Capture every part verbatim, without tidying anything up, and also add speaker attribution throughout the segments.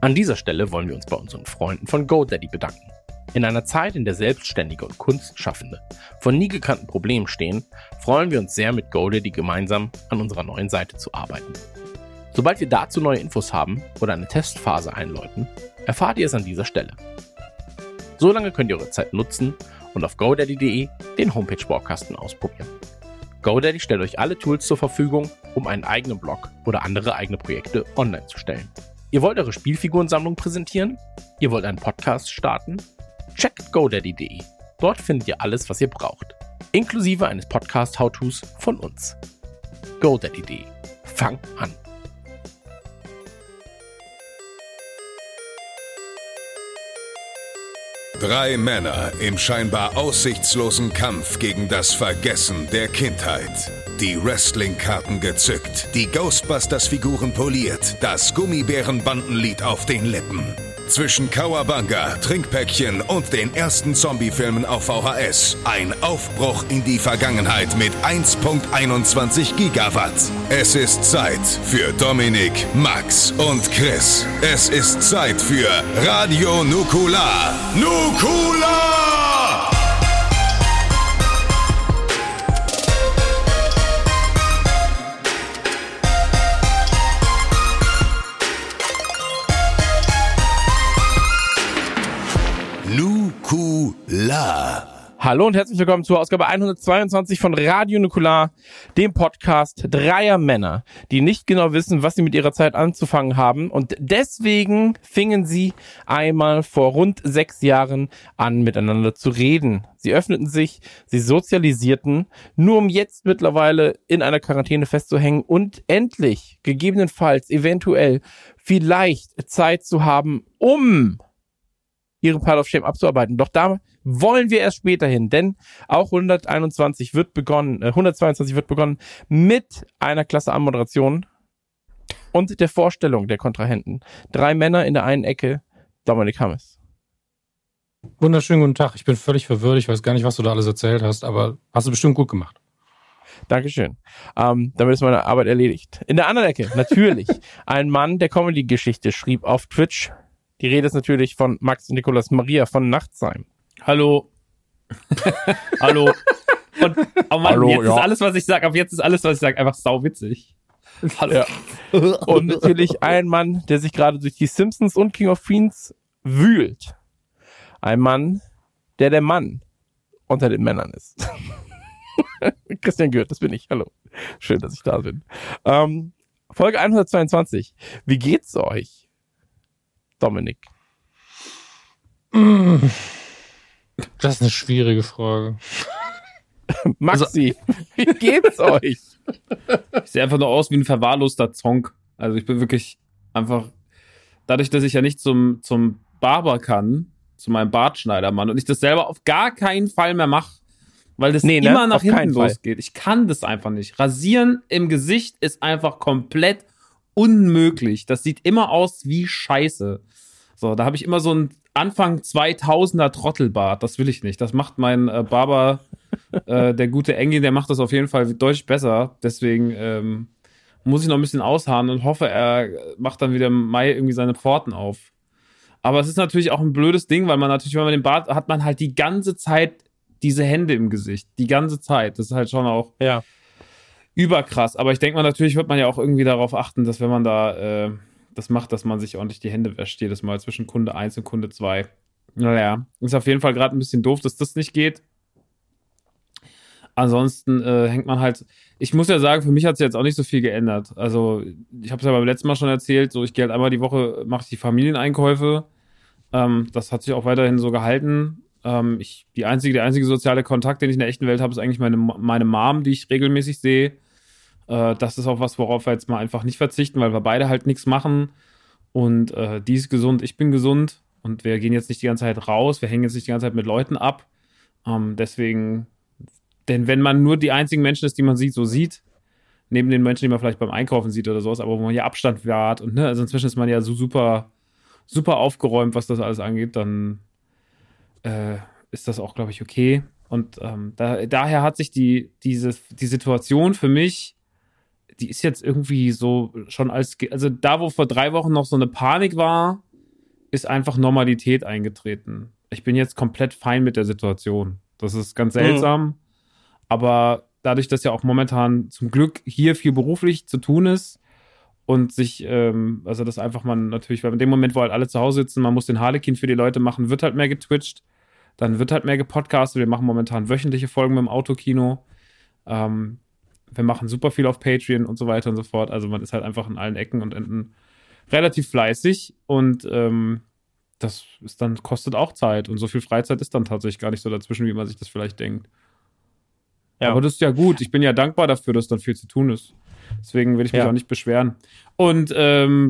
Speaker 1: An dieser Stelle wollen wir uns bei unseren Freunden von GoDaddy bedanken. In einer Zeit, in der Selbstständige und Kunstschaffende vor nie gekannten Problemen stehen, freuen wir uns sehr, mit GoDaddy gemeinsam an unserer neuen Seite zu arbeiten. Sobald wir dazu neue Infos haben oder eine Testphase einläuten, erfahrt ihr es an dieser Stelle. Solange könnt ihr eure Zeit nutzen und auf godaddy punkt de den Homepage-Baukasten ausprobieren. GoDaddy stellt euch alle Tools zur Verfügung, um einen eigenen Blog oder andere eigene Projekte online zu stellen. Ihr wollt eure Spielfigurensammlung präsentieren? Ihr wollt einen Podcast starten? Checkt godaddy punkt de. Dort findet ihr alles, was ihr braucht, inklusive eines Podcast-How-Tos von uns. godaddy punkt de. Fang an!
Speaker 2: Drei Männer im scheinbar aussichtslosen Kampf gegen das Vergessen der Kindheit. Die Wrestling-Karten gezückt, die Ghostbusters-Figuren poliert, das Gummibären-Bandenlied auf den Lippen. Zwischen Kawabanga, Trinkpäckchen und den ersten Zombie-Filmen auf V H S. Ein Aufbruch in die Vergangenheit mit eins Komma einundzwanzig Gigawatt. Es ist Zeit für Dominik, Max und Chris. Es ist Zeit für Radio Nukular. Nukular! Nukular.
Speaker 1: Hallo und herzlich willkommen zur Ausgabe hundertzweiundzwanzig von Radio Nukular, dem Podcast dreier Männer, die nicht genau wissen, was sie mit ihrer Zeit anzufangen haben, und deswegen fingen sie einmal vor rund sechs Jahren an, miteinander zu reden. Sie öffneten sich, sie sozialisierten, nur um jetzt mittlerweile in einer Quarantäne festzuhängen und endlich, gegebenenfalls, eventuell, vielleicht Zeit zu haben, um ihre Pile of Shame abzuarbeiten. Doch da wollen wir erst später hin, denn auch hunderteinundzwanzig wird begonnen, äh, hundertzweiundzwanzig wird begonnen mit einer Klasse Anmoderation und der Vorstellung der Kontrahenten. Drei Männer in der einen Ecke, Dominik Hammes.
Speaker 3: Wunderschönen guten Tag. Ich bin völlig verwirrt. Ich weiß gar nicht, was du da alles erzählt hast, aber hast du bestimmt gut gemacht.
Speaker 1: Dankeschön. Ähm, damit ist meine Arbeit erledigt. In der anderen Ecke, natürlich, ein Mann der Comedy-Geschichte schrieb auf Twitch. Die Rede ist natürlich von Max Nikolaus Maria von Nachtsheim.
Speaker 4: Hallo. Hallo. Und, oh Mann,
Speaker 1: Hallo,
Speaker 4: jetzt
Speaker 1: ja.
Speaker 4: ist alles, was ich sage, ab jetzt ist alles, was ich sage, einfach sauwitzig. Hallo.
Speaker 1: Ja. Und natürlich ein Mann, der sich gerade durch die Simpsons und King of Queens wühlt. Ein Mann, der der Mann unter den Männern ist. Christian Gürt, das bin ich. Hallo. Schön, dass ich da bin. Ähm, Folge hundertzweiundzwanzig. Wie geht's euch? Dominik.
Speaker 3: Das ist eine schwierige Frage.
Speaker 1: Maxi, also, wie geht's euch?
Speaker 4: Ich sehe einfach nur aus wie ein verwahrloster Zonk. Also ich bin wirklich einfach, dadurch, dass ich ja nicht zum, zum Barber kann, zu meinem Bartschneidermann, und ich das selber auf gar keinen Fall mehr mache, weil das nee, immer ne? nach auf hinten losgeht. Ich kann das einfach nicht. Rasieren im Gesicht ist einfach komplett unmöglich. Das sieht immer aus wie Scheiße. So, da habe ich immer so einen Anfang zweitausender Trottelbart. Das will ich nicht. Das macht mein äh, Barber, äh, der gute Engel, der macht das auf jeden Fall deutlich besser. Deswegen ähm, muss ich noch ein bisschen ausharren und hoffe, er macht dann wieder im Mai irgendwie seine Pforten auf. Aber es ist natürlich auch ein blödes Ding, weil man natürlich, wenn man den Bart hat, man halt die ganze Zeit diese Hände im Gesicht. Die ganze Zeit. Das ist halt schon auch
Speaker 1: ja.
Speaker 4: überkrass. Aber ich denke mal, natürlich wird man ja auch irgendwie darauf achten, dass wenn man da äh, das macht, dass man sich ordentlich die Hände wäscht, jedes Mal zwischen Kunde eins und Kunde zwei. Naja, ist auf jeden Fall gerade ein bisschen doof, dass das nicht geht. Ansonsten äh, hängt man halt, ich muss ja sagen, für mich hat sich jetzt auch nicht so viel geändert. Also ich habe es ja beim letzten Mal schon erzählt, so ich gehe halt einmal die Woche, mache ich die Familieneinkäufe. Ähm, das hat sich auch weiterhin so gehalten. Ähm, ich, die einzige, der einzige soziale Kontakt, den ich in der echten Welt habe, ist eigentlich meine, meine Mom, die ich regelmäßig sehe. Äh, das ist auch was, worauf wir jetzt mal einfach nicht verzichten, weil wir beide halt nichts machen. Und äh, die ist gesund, ich bin gesund. Und wir gehen jetzt nicht die ganze Zeit raus, wir hängen jetzt nicht die ganze Zeit mit Leuten ab. Ähm, deswegen, denn wenn man nur die einzigen Menschen ist, die man sieht, so sieht, neben den Menschen, die man vielleicht beim Einkaufen sieht oder sowas, aber wo man ja Abstand wahrt und ne, also inzwischen ist man ja so super, super aufgeräumt, was das alles angeht, dann äh, ist das auch, glaube ich, okay. Und ähm, da, daher hat sich die, diese, die Situation für mich, die ist jetzt irgendwie so schon als, also da, wo vor drei Wochen noch so eine Panik war, ist einfach Normalität eingetreten. Ich bin jetzt komplett fein mit der Situation. Das ist ganz seltsam, mhm. aber dadurch, dass ja auch momentan zum Glück hier viel beruflich zu tun ist und sich, ähm, also das einfach man natürlich, weil in dem Moment, wo halt alle zu Hause sitzen, man muss den Harlekin für die Leute machen, wird halt mehr getwitcht, dann wird halt mehr gepodcastet. Wir machen momentan wöchentliche Folgen mit dem Autokino. Ähm, wir machen super viel auf Patreon und so weiter und so fort. Also man ist halt einfach in allen Ecken und Enden relativ fleißig und ähm, das ist dann, kostet auch Zeit und so viel Freizeit ist dann tatsächlich gar nicht so dazwischen, wie man sich das vielleicht denkt. Ja. Aber das ist ja gut. Ich bin ja dankbar dafür, dass dann viel zu tun ist. Deswegen will ich mich ja. auch nicht beschweren. Und ähm,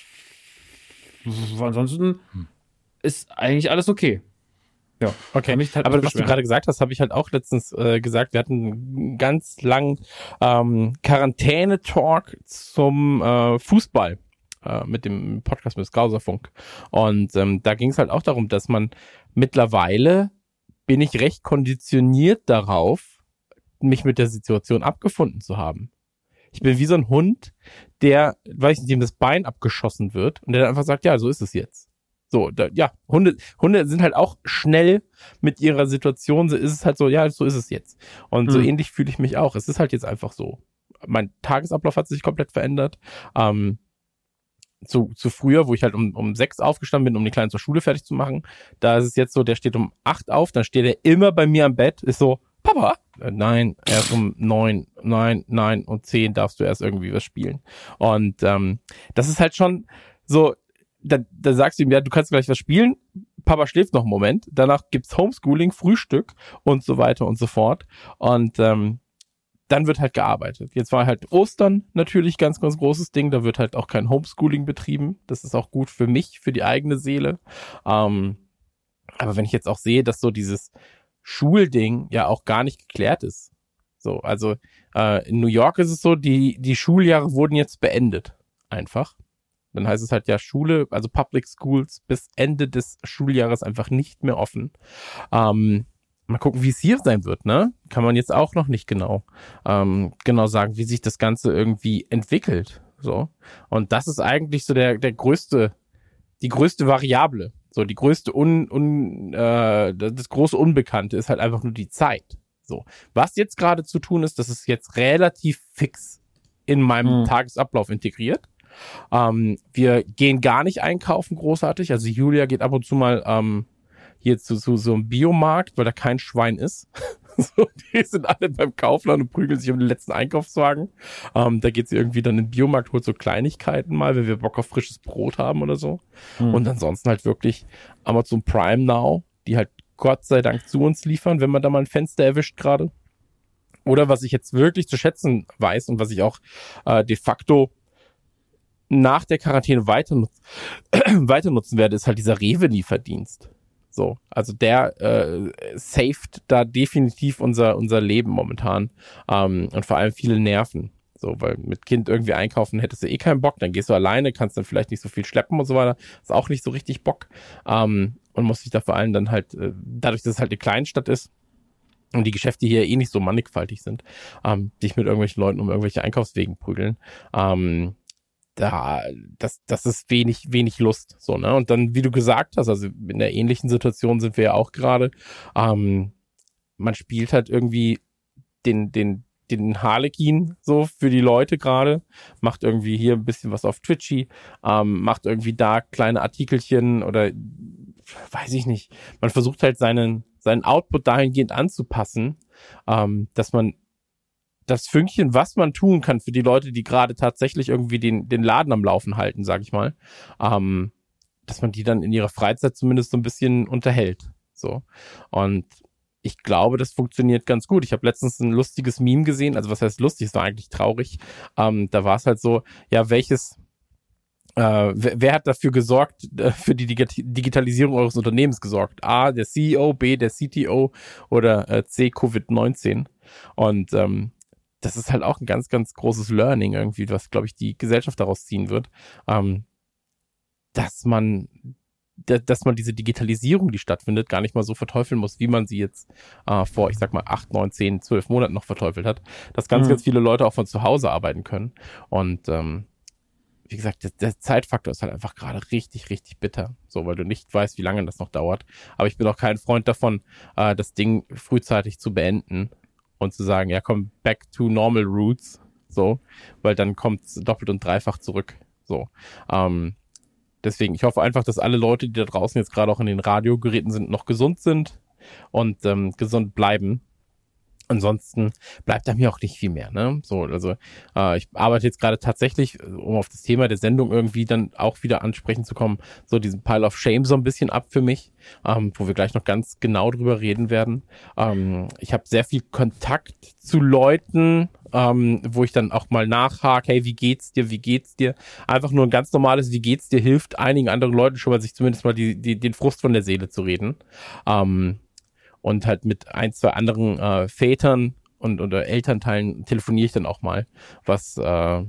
Speaker 4: ansonsten hm. ist eigentlich alles okay. Ja,
Speaker 1: okay. Halt aber was du gerade gesagt hast, habe ich halt auch letztens äh, gesagt. Wir hatten einen ganz langen ähm, Quarantäne-Talk zum äh, Fußball äh, mit dem Podcast mit Skauserfunk. Und ähm, da ging es halt auch darum, dass man mittlerweile bin ich recht konditioniert darauf, mich mit der Situation abgefunden zu haben. Ich bin wie so ein Hund, der, weiß nicht, dem das Bein abgeschossen wird und der dann einfach sagt, ja, so ist es jetzt. So, da, ja, Hunde, Hunde sind halt auch schnell mit ihrer Situation, so ist es halt so, ja, so ist es jetzt. Und mhm. so ähnlich fühle ich mich auch. Es ist halt jetzt einfach so. Mein Tagesablauf hat sich komplett verändert. Ähm, zu, zu früher, wo ich halt um, um sechs aufgestanden bin, um die Kleinen zur Schule fertig zu machen, da ist es jetzt so, der steht um acht auf, dann steht er immer bei mir am Bett, ist so, Papa, äh, nein, erst um neun, nein, nein, und zehn darfst du erst irgendwie was spielen. Und ähm, das ist halt schon so, Da, da sagst du ihm, ja, du kannst gleich was spielen, Papa schläft noch einen Moment, danach gibt's Homeschooling, Frühstück und so weiter und so fort und ähm, dann wird halt gearbeitet. Jetzt war halt Ostern natürlich ganz, ganz großes Ding, da wird halt auch kein Homeschooling betrieben, das ist auch gut für mich, für die eigene Seele, ähm, aber wenn ich jetzt auch sehe, dass so dieses Schulding ja auch gar nicht geklärt ist, so, also äh, in New York ist es so, die, die Schuljahre wurden jetzt beendet, einfach. Dann heißt es halt ja Schule, also Public Schools bis Ende des Schuljahres einfach nicht mehr offen. Ähm, mal gucken, wie es hier sein wird, ne? Kann man jetzt auch noch nicht genau, ähm, genau sagen, wie sich das Ganze irgendwie entwickelt, so. Und das ist eigentlich so der, der größte, die größte Variable. So, die größte Un, un, äh, das große Unbekannte ist halt einfach nur die Zeit. So. Was jetzt gerade zu tun ist, das ist jetzt relativ fix in meinem mhm. Tagesablauf integriert. Ähm, wir gehen gar nicht einkaufen großartig. Also Julia geht ab und zu mal ähm, hier zu, zu so einem Biomarkt, weil da kein Schwein ist. So, die sind alle beim Kaufland und prügeln sich um den letzten Einkaufswagen. Ähm, da geht sie irgendwie dann in den Biomarkt, holt so Kleinigkeiten mal, wenn wir Bock auf frisches Brot haben oder so. Mhm. Und ansonsten halt wirklich Amazon Prime Now, die halt Gott sei Dank zu uns liefern, wenn man da mal ein Fenster erwischt gerade. Oder was ich jetzt wirklich zu schätzen weiß und was ich auch äh, de facto nach der Quarantäne weiter, nutz- weiter nutzen werde, ist halt dieser Rewe-Lieferdienst. So, also der äh, saved da definitiv unser unser Leben momentan ähm, und vor allem viele Nerven. So, weil mit Kind irgendwie einkaufen hättest du eh keinen Bock, dann gehst du alleine, kannst dann vielleicht nicht so viel schleppen und so weiter. Ist auch nicht so richtig Bock ähm, und musst dich da vor allem dann halt, äh, dadurch, dass es halt eine Kleinstadt ist und die Geschäfte hier eh nicht so mannigfaltig sind, ähm, dich mit irgendwelchen Leuten um irgendwelche Einkaufswegen prügeln. Ähm, Da, das, das ist wenig, wenig Lust, so, ne? Und dann, wie du gesagt hast, also in der ähnlichen Situation sind wir ja auch gerade, ähm, man spielt halt irgendwie den, den, den Harlekin so für die Leute gerade, macht irgendwie hier ein bisschen was auf Twitchy, ähm, macht irgendwie da kleine Artikelchen oder weiß ich nicht. Man versucht halt seinen, seinen Output dahingehend anzupassen, ähm, dass man das Fünkchen, was man tun kann für die Leute, die gerade tatsächlich irgendwie den, den Laden am Laufen halten, sag ich mal, ähm, dass man die dann in ihrer Freizeit zumindest so ein bisschen unterhält. So. Und ich glaube, das funktioniert ganz gut. Ich habe letztens ein lustiges Meme gesehen, also was heißt lustig, es war eigentlich traurig. Ähm, da war es halt so, ja, welches, äh, wer, wer hat dafür gesorgt, äh, für die Dig- Digitalisierung eures Unternehmens gesorgt? A, der C E O, B, der C T O oder äh, C, Covid neunzehn. Und ähm, das ist halt auch ein ganz, ganz großes Learning irgendwie, was, glaube ich, die Gesellschaft daraus ziehen wird, ähm, dass man, d- dass man diese Digitalisierung, die stattfindet, gar nicht mal so verteufeln muss, wie man sie jetzt äh, vor, ich sag mal, acht, neun, zehn, zwölf Monaten noch verteufelt hat, dass ganz, mhm. ganz viele Leute auch von zu Hause arbeiten können. Und ähm, wie gesagt, der, der Zeitfaktor ist halt einfach gerade richtig, richtig bitter. So, weil du nicht weißt, wie lange das noch dauert. Aber ich bin auch kein Freund davon, äh, das Ding frühzeitig zu beenden und zu sagen, ja komm, back to normal roots. So, weil dann kommt es doppelt und dreifach zurück. So, ähm, deswegen, ich hoffe einfach, dass alle Leute, die da draußen jetzt gerade auch in den Radiogeräten sind, noch gesund sind und ähm, gesund bleiben. Ansonsten bleibt da mir auch nicht viel mehr, ne? So, also äh, ich arbeite jetzt gerade tatsächlich, um auf das Thema der Sendung irgendwie dann auch wieder ansprechen zu kommen, so diesen Pile of Shame so ein bisschen ab für mich, ähm, wo wir gleich noch ganz genau drüber reden werden. Ähm, ich habe sehr viel Kontakt zu Leuten, ähm, wo ich dann auch mal nachhake, hey, wie geht's dir, wie geht's dir? Einfach nur ein ganz normales Wie geht's dir hilft einigen anderen Leuten schon mal, sich zumindest mal die, die, den Frust von der Seele zu reden. Ähm, Und halt mit ein, zwei anderen äh, Vätern und oder Elternteilen telefoniere ich dann auch mal, was äh,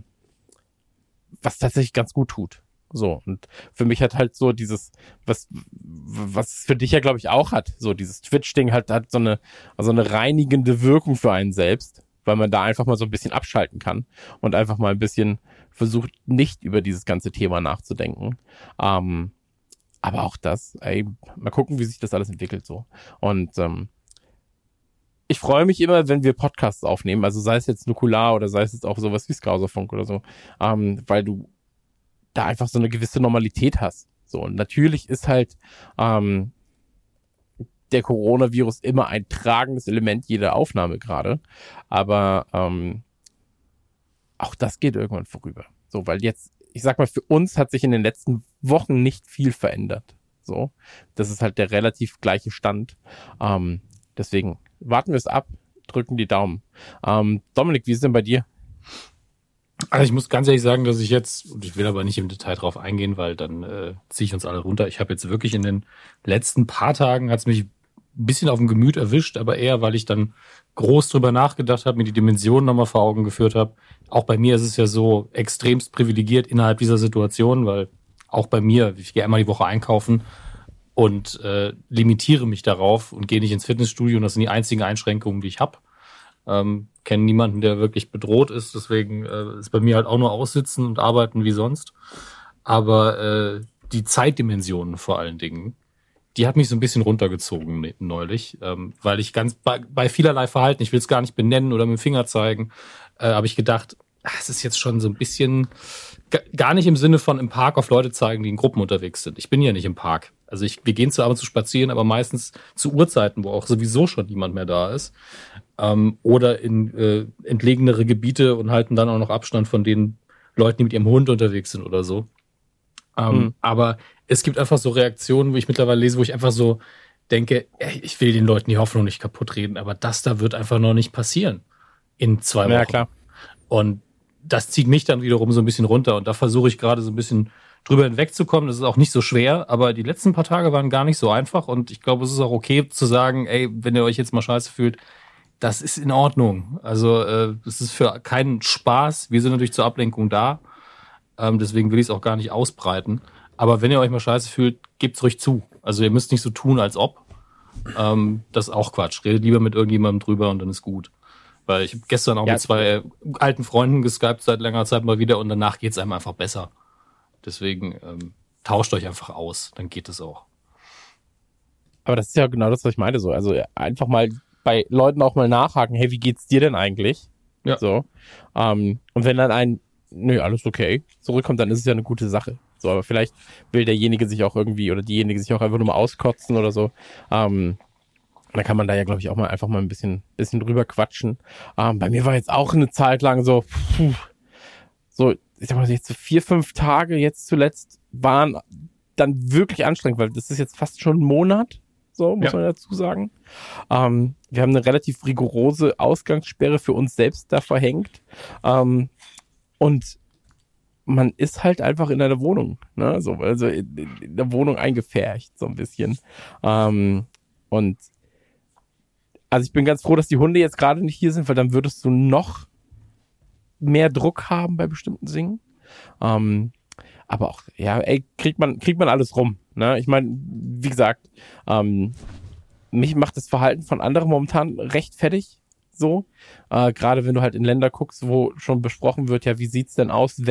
Speaker 1: was tatsächlich ganz gut tut. So, und für mich hat halt so dieses, was was es für dich ja, glaube ich, auch hat, so dieses Twitch-Ding halt hat so eine, so eine reinigende Wirkung für einen selbst, weil man da einfach mal so ein bisschen abschalten kann und einfach mal ein bisschen versucht, nicht über dieses ganze Thema nachzudenken. Ähm, Aber auch das, ey, mal gucken, wie sich das alles entwickelt so. Und ähm, ich freue mich immer, wenn wir Podcasts aufnehmen, also sei es jetzt Nukular oder sei es jetzt auch sowas wie Skauserfunk oder so, ähm, weil du da einfach so eine gewisse Normalität hast. So, und natürlich ist halt ähm, der Coronavirus immer ein tragendes Element jeder Aufnahme gerade, aber ähm, auch das geht irgendwann vorüber. So, weil jetzt, ich sag mal, für uns hat sich in den letzten Wochen nicht viel verändert. So, das ist halt der relativ gleiche Stand. Ähm, deswegen warten wir es ab, drücken die Daumen. Ähm, Dominik, wie ist es denn bei dir?
Speaker 3: Also ich muss ganz ehrlich sagen, dass ich jetzt, und ich will aber nicht im Detail drauf eingehen, weil dann äh, ziehe ich uns alle runter. Ich habe jetzt wirklich in den letzten paar Tagen, hat es mich ein bisschen auf dem Gemüt erwischt, aber eher, weil ich dann groß drüber nachgedacht habe, mir die Dimensionen nochmal vor Augen geführt habe. Auch bei mir ist es ja so extremst privilegiert innerhalb dieser Situation, weil auch bei mir, ich gehe einmal die Woche einkaufen und äh, limitiere mich darauf und gehe nicht ins Fitnessstudio und das sind die einzigen Einschränkungen, die ich habe. Ähm, kenne niemanden, der wirklich bedroht ist, deswegen äh, ist bei mir halt auch nur aussitzen und arbeiten wie sonst. Aber äh, die Zeitdimensionen vor allen Dingen, die hat mich so ein bisschen runtergezogen ne, neulich, ähm, weil ich ganz bei, bei vielerlei Verhalten, ich will es gar nicht benennen oder mit dem Finger zeigen, äh, habe ich gedacht, ach, es ist jetzt schon so ein bisschen, g- gar nicht im Sinne von im Park auf Leute zeigen, die in Gruppen unterwegs sind. Ich bin ja nicht im Park. Also ich, wir gehen zwar ab und zu spazieren, aber meistens zu Uhrzeiten, wo auch sowieso schon niemand mehr da ist. Ähm, oder in äh, entlegenere Gebiete und halten dann auch noch Abstand von den Leuten, die mit ihrem Hund unterwegs sind oder so. Ähm, mhm. Aber es gibt einfach so Reaktionen, wo ich mittlerweile lese, wo ich einfach so denke, ey, ich will den Leuten die Hoffnung nicht kaputt reden, aber das da wird einfach noch nicht passieren in zwei Wochen.
Speaker 1: Ja, klar.
Speaker 3: Und das zieht mich dann wiederum so ein bisschen runter und da versuche ich gerade so ein bisschen drüber hinwegzukommen. Das ist auch nicht so schwer, aber die letzten paar Tage waren gar nicht so einfach und ich glaube, es ist auch okay zu sagen, ey, wenn ihr euch jetzt mal scheiße fühlt, das ist in Ordnung. Also äh, es ist für keinen Spaß. Wir sind natürlich zur Ablenkung da. Ähm, deswegen will ich es auch gar nicht ausbreiten. Aber wenn ihr euch mal scheiße fühlt, gebt's ruhig zu. Also ihr müsst nicht so tun, als ob. Ähm, das ist auch Quatsch. Redet lieber mit irgendjemandem drüber und dann ist gut. Weil ich habe gestern auch ja, mit zwei äh, alten Freunden geskypt seit längerer Zeit mal wieder und danach geht's einem einfach besser. Deswegen ähm, tauscht euch einfach aus, dann geht es auch.
Speaker 1: Aber das ist ja genau das, was ich meine. So. Also einfach mal bei Leuten auch mal nachhaken, hey, wie geht's dir denn eigentlich?
Speaker 3: Ja.
Speaker 1: So. Ähm, und wenn dann ein, nö, alles okay, zurückkommt, dann ist es ja eine gute Sache. So, aber vielleicht will derjenige sich auch irgendwie oder diejenige sich auch einfach nur mal auskotzen oder so. Ähm, dann kann man da ja, glaube ich, auch mal einfach mal ein bisschen, bisschen drüber quatschen. Ähm, bei mir war jetzt auch eine Zeit lang so, pfuh, so, ich sag mal, jetzt so vier, fünf Tage jetzt zuletzt waren dann wirklich anstrengend, weil das ist jetzt fast schon ein Monat, so muss ja. man dazu sagen. Ähm, wir haben eine relativ rigorose Ausgangssperre für uns selbst da verhängt. Ähm, und man ist halt einfach in einer Wohnung, ne, so, also in, in der Wohnung eingepfercht, so ein bisschen. Ähm, und also ich bin ganz froh, dass die Hunde jetzt gerade nicht hier sind, weil dann würdest du noch mehr Druck haben bei bestimmten Dingen. Ähm, aber auch, ja, ey, kriegt man, kriegt man alles rum, ne? Ich meine, wie gesagt, ähm, mich macht das Verhalten von anderen momentan recht fertig, so. Äh, gerade wenn du halt in Länder guckst, wo schon besprochen wird, ja, wie sieht's denn aus, wenn,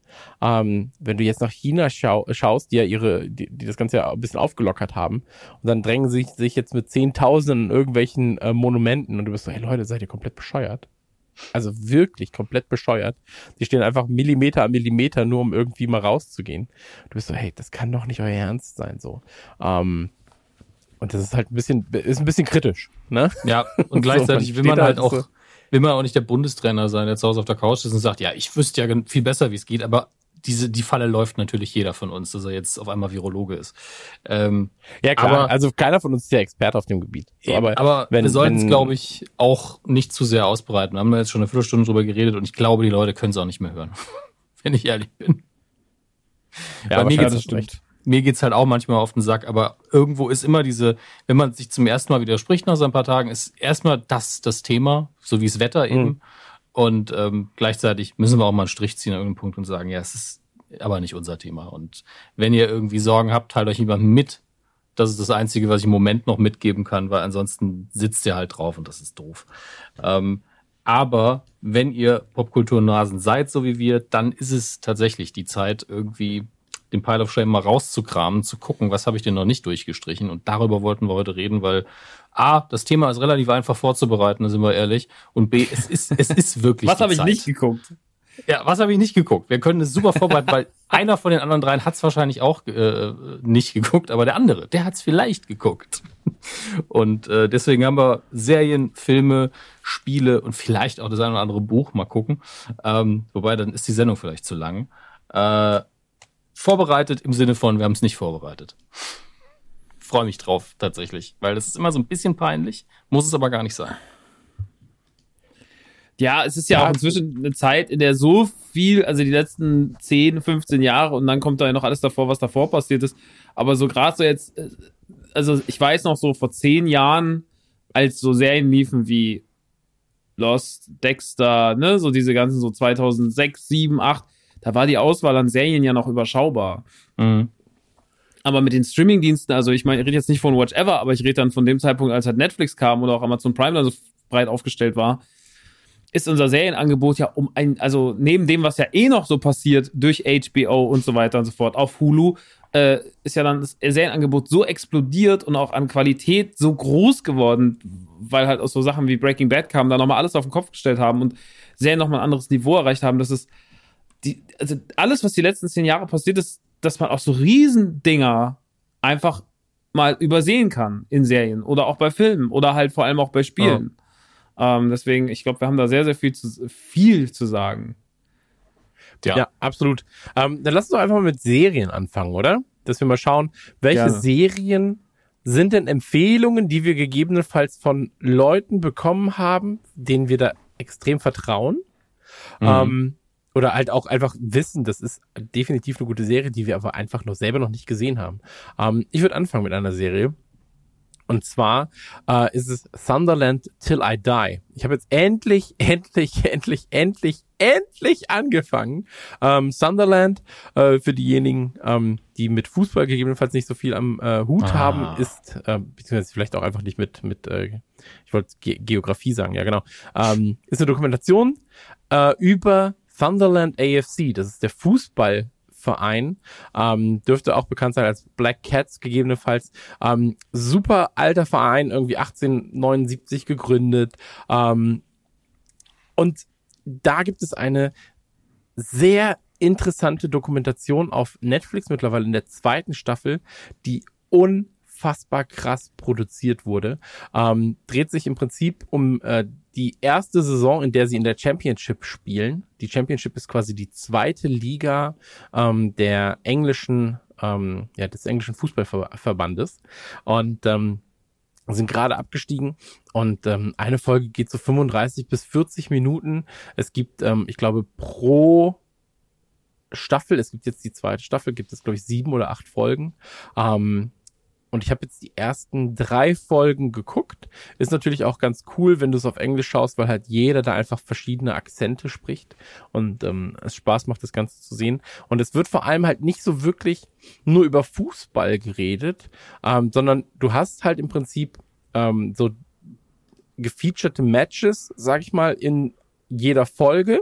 Speaker 1: Ähm, wenn du jetzt nach China schau- schaust, die ja ihre, die, die das Ganze ja ein bisschen aufgelockert haben, und dann drängen sich sich jetzt mit Zehntausenden in irgendwelchen äh, Monumenten und du bist so, hey Leute, seid ihr komplett bescheuert? Also wirklich komplett bescheuert. Die stehen einfach Millimeter an Millimeter, nur um irgendwie mal rauszugehen. Du bist so, hey, das kann doch nicht euer Ernst sein, so. Ähm, und das ist halt ein bisschen, ist ein bisschen kritisch, ne?
Speaker 3: Ja, und gleichzeitig
Speaker 1: so,
Speaker 3: will man halt auch,
Speaker 1: so.
Speaker 3: will man auch nicht der Bundestrainer sein, der zu Hause auf der Couch ist und sagt, ja, ich wüsste ja viel besser, wie es geht, aber diese, die Falle läuft natürlich jeder von uns, dass er jetzt auf einmal Virologe ist. Ähm,
Speaker 1: ja klar,
Speaker 3: aber,
Speaker 1: also keiner von uns ist ja Experte auf dem Gebiet. So, aber
Speaker 3: aber
Speaker 1: wenn,
Speaker 3: wir sollten es,
Speaker 1: wenn,
Speaker 3: glaube ich, auch nicht zu sehr ausbreiten. Wir haben da jetzt schon eine Viertelstunde drüber geredet und ich glaube, die Leute können es auch nicht mehr hören, wenn ich ehrlich bin.
Speaker 1: Ja,
Speaker 3: Bei mir
Speaker 1: geht's
Speaker 3: geht's, stimmt. Mir geht's halt auch manchmal auf den Sack, aber irgendwo ist immer diese, wenn man sich zum ersten Mal widerspricht nach so ein paar Tagen, ist erstmal das das Thema, so wie das Wetter eben. Mhm. Und ähm, gleichzeitig müssen wir auch mal einen Strich ziehen an irgendeinem Punkt und sagen, ja, es ist aber nicht unser Thema. Und wenn ihr irgendwie Sorgen habt, teilt euch jemand mit. Das ist das Einzige, was ich im Moment noch mitgeben kann, weil ansonsten sitzt ihr halt drauf und das ist doof. Ähm, aber wenn ihr Popkulturnasen seid, so wie wir, dann ist es tatsächlich die Zeit, irgendwie den Pile of Shame mal rauszukramen, zu gucken, was habe ich denn noch nicht durchgestrichen. Und darüber wollten wir heute reden, weil A, das Thema ist relativ einfach vorzubereiten, da sind wir ehrlich. Und B, es ist, es ist wirklich
Speaker 4: Was habe ich nicht geguckt?
Speaker 3: Ja, was habe ich nicht geguckt? Wir können es super vorbereiten, weil einer von den anderen dreien hat es wahrscheinlich auch äh, nicht geguckt, aber der andere, der hat es vielleicht geguckt. Und äh, deswegen haben wir Serien, Filme, Spiele und vielleicht auch das ein oder andere Buch, mal gucken. Ähm, wobei, dann ist die Sendung vielleicht zu lang. Äh, vorbereitet im Sinne von, wir haben es nicht vorbereitet. Freue mich drauf, tatsächlich, weil das ist immer so ein bisschen peinlich, muss es aber gar nicht sein.
Speaker 4: Ja, es ist ja, ja auch inzwischen eine Zeit, in der so viel, also die letzten zehn, fünfzehn Jahre und dann kommt da ja noch alles davor, was davor passiert ist. Aber so gerade so jetzt, also ich weiß noch so vor zehn Jahren, als so Serien liefen wie Lost, Dexter, ne, so diese ganzen so zweitausendsechs, sieben, acht, da war die Auswahl an Serien ja noch überschaubar. Mhm. Aber mit den Streamingdiensten, also ich meine, ich rede jetzt nicht von Watch Ever, aber ich rede dann von dem Zeitpunkt, als halt Netflix kam oder auch Amazon Prime dann so breit aufgestellt war, ist unser Serienangebot ja um ein, also neben dem, was ja eh noch so passiert durch H B O und so weiter und so fort auf Hulu, äh, ist ja dann das Serienangebot so explodiert und auch an Qualität so groß geworden, weil halt auch so Sachen wie Breaking Bad kamen, da nochmal alles auf den Kopf gestellt haben und Serien nochmal ein anderes Niveau erreicht haben, dass es die, also alles, was die letzten zehn Jahre passiert ist, dass man auch so Riesendinger einfach mal übersehen kann in Serien oder auch bei Filmen oder halt vor allem auch bei Spielen. Oh. Ähm, deswegen, ich glaube, wir haben da sehr, sehr viel zu, viel zu sagen.
Speaker 1: Ja, ja absolut. Ähm, dann lass uns doch einfach mal mit Serien anfangen, oder? Dass wir mal schauen, welche Gerne. Serien sind denn Empfehlungen, die wir gegebenenfalls von Leuten bekommen haben, denen wir da extrem vertrauen. Mhm. Ähm, oder halt auch einfach wissen, das ist definitiv eine gute Serie, die wir aber einfach noch selber noch nicht gesehen haben. Ähm, ich würde anfangen mit einer Serie. Und zwar äh, ist es Sunderland Till I Die. Ich habe jetzt endlich, endlich, endlich, endlich, endlich angefangen. Ähm, Sunderland, äh, für diejenigen, ähm, die mit Fußball gegebenenfalls nicht so viel am äh, Hut ah. haben, ist, äh, beziehungsweise vielleicht auch einfach nicht mit, mit äh, ich wollte Ge- Geografie sagen, ja genau, ähm, ist eine Dokumentation äh, über Sunderland A F C. Das ist der Fußball Verein, ähm, dürfte auch bekannt sein als Black Cats gegebenenfalls. Ähm, super alter Verein, irgendwie achtzehnhundertneunundsiebzig gegründet. Ähm, und da gibt es eine sehr interessante Dokumentation auf Netflix, mittlerweile in der zweiten Staffel, die unfassbar krass produziert wurde. Ähm, dreht sich im Prinzip um äh, die erste Saison, in der sie in der Championship spielen. Die Championship ist quasi die zweite Liga ähm, der englischen, ähm, ja, des englischen Fußballverbandes und ähm, sind gerade abgestiegen und ähm, eine Folge geht so fünfunddreißig bis vierzig Minuten. Es gibt, ähm, ich glaube, pro Staffel, es gibt jetzt die zweite Staffel, gibt es, glaube ich, sieben oder acht Folgen. Ähm, Und ich habe jetzt die ersten drei Folgen geguckt. Ist natürlich auch ganz cool, wenn du es auf Englisch schaust, weil halt jeder da einfach verschiedene Akzente spricht und ähm, es Spaß macht, das Ganze zu sehen. Und es wird vor allem halt nicht so wirklich nur über Fußball geredet, ähm, sondern du hast halt im Prinzip ähm, so gefeaturete Matches, sag ich mal, in jeder Folge.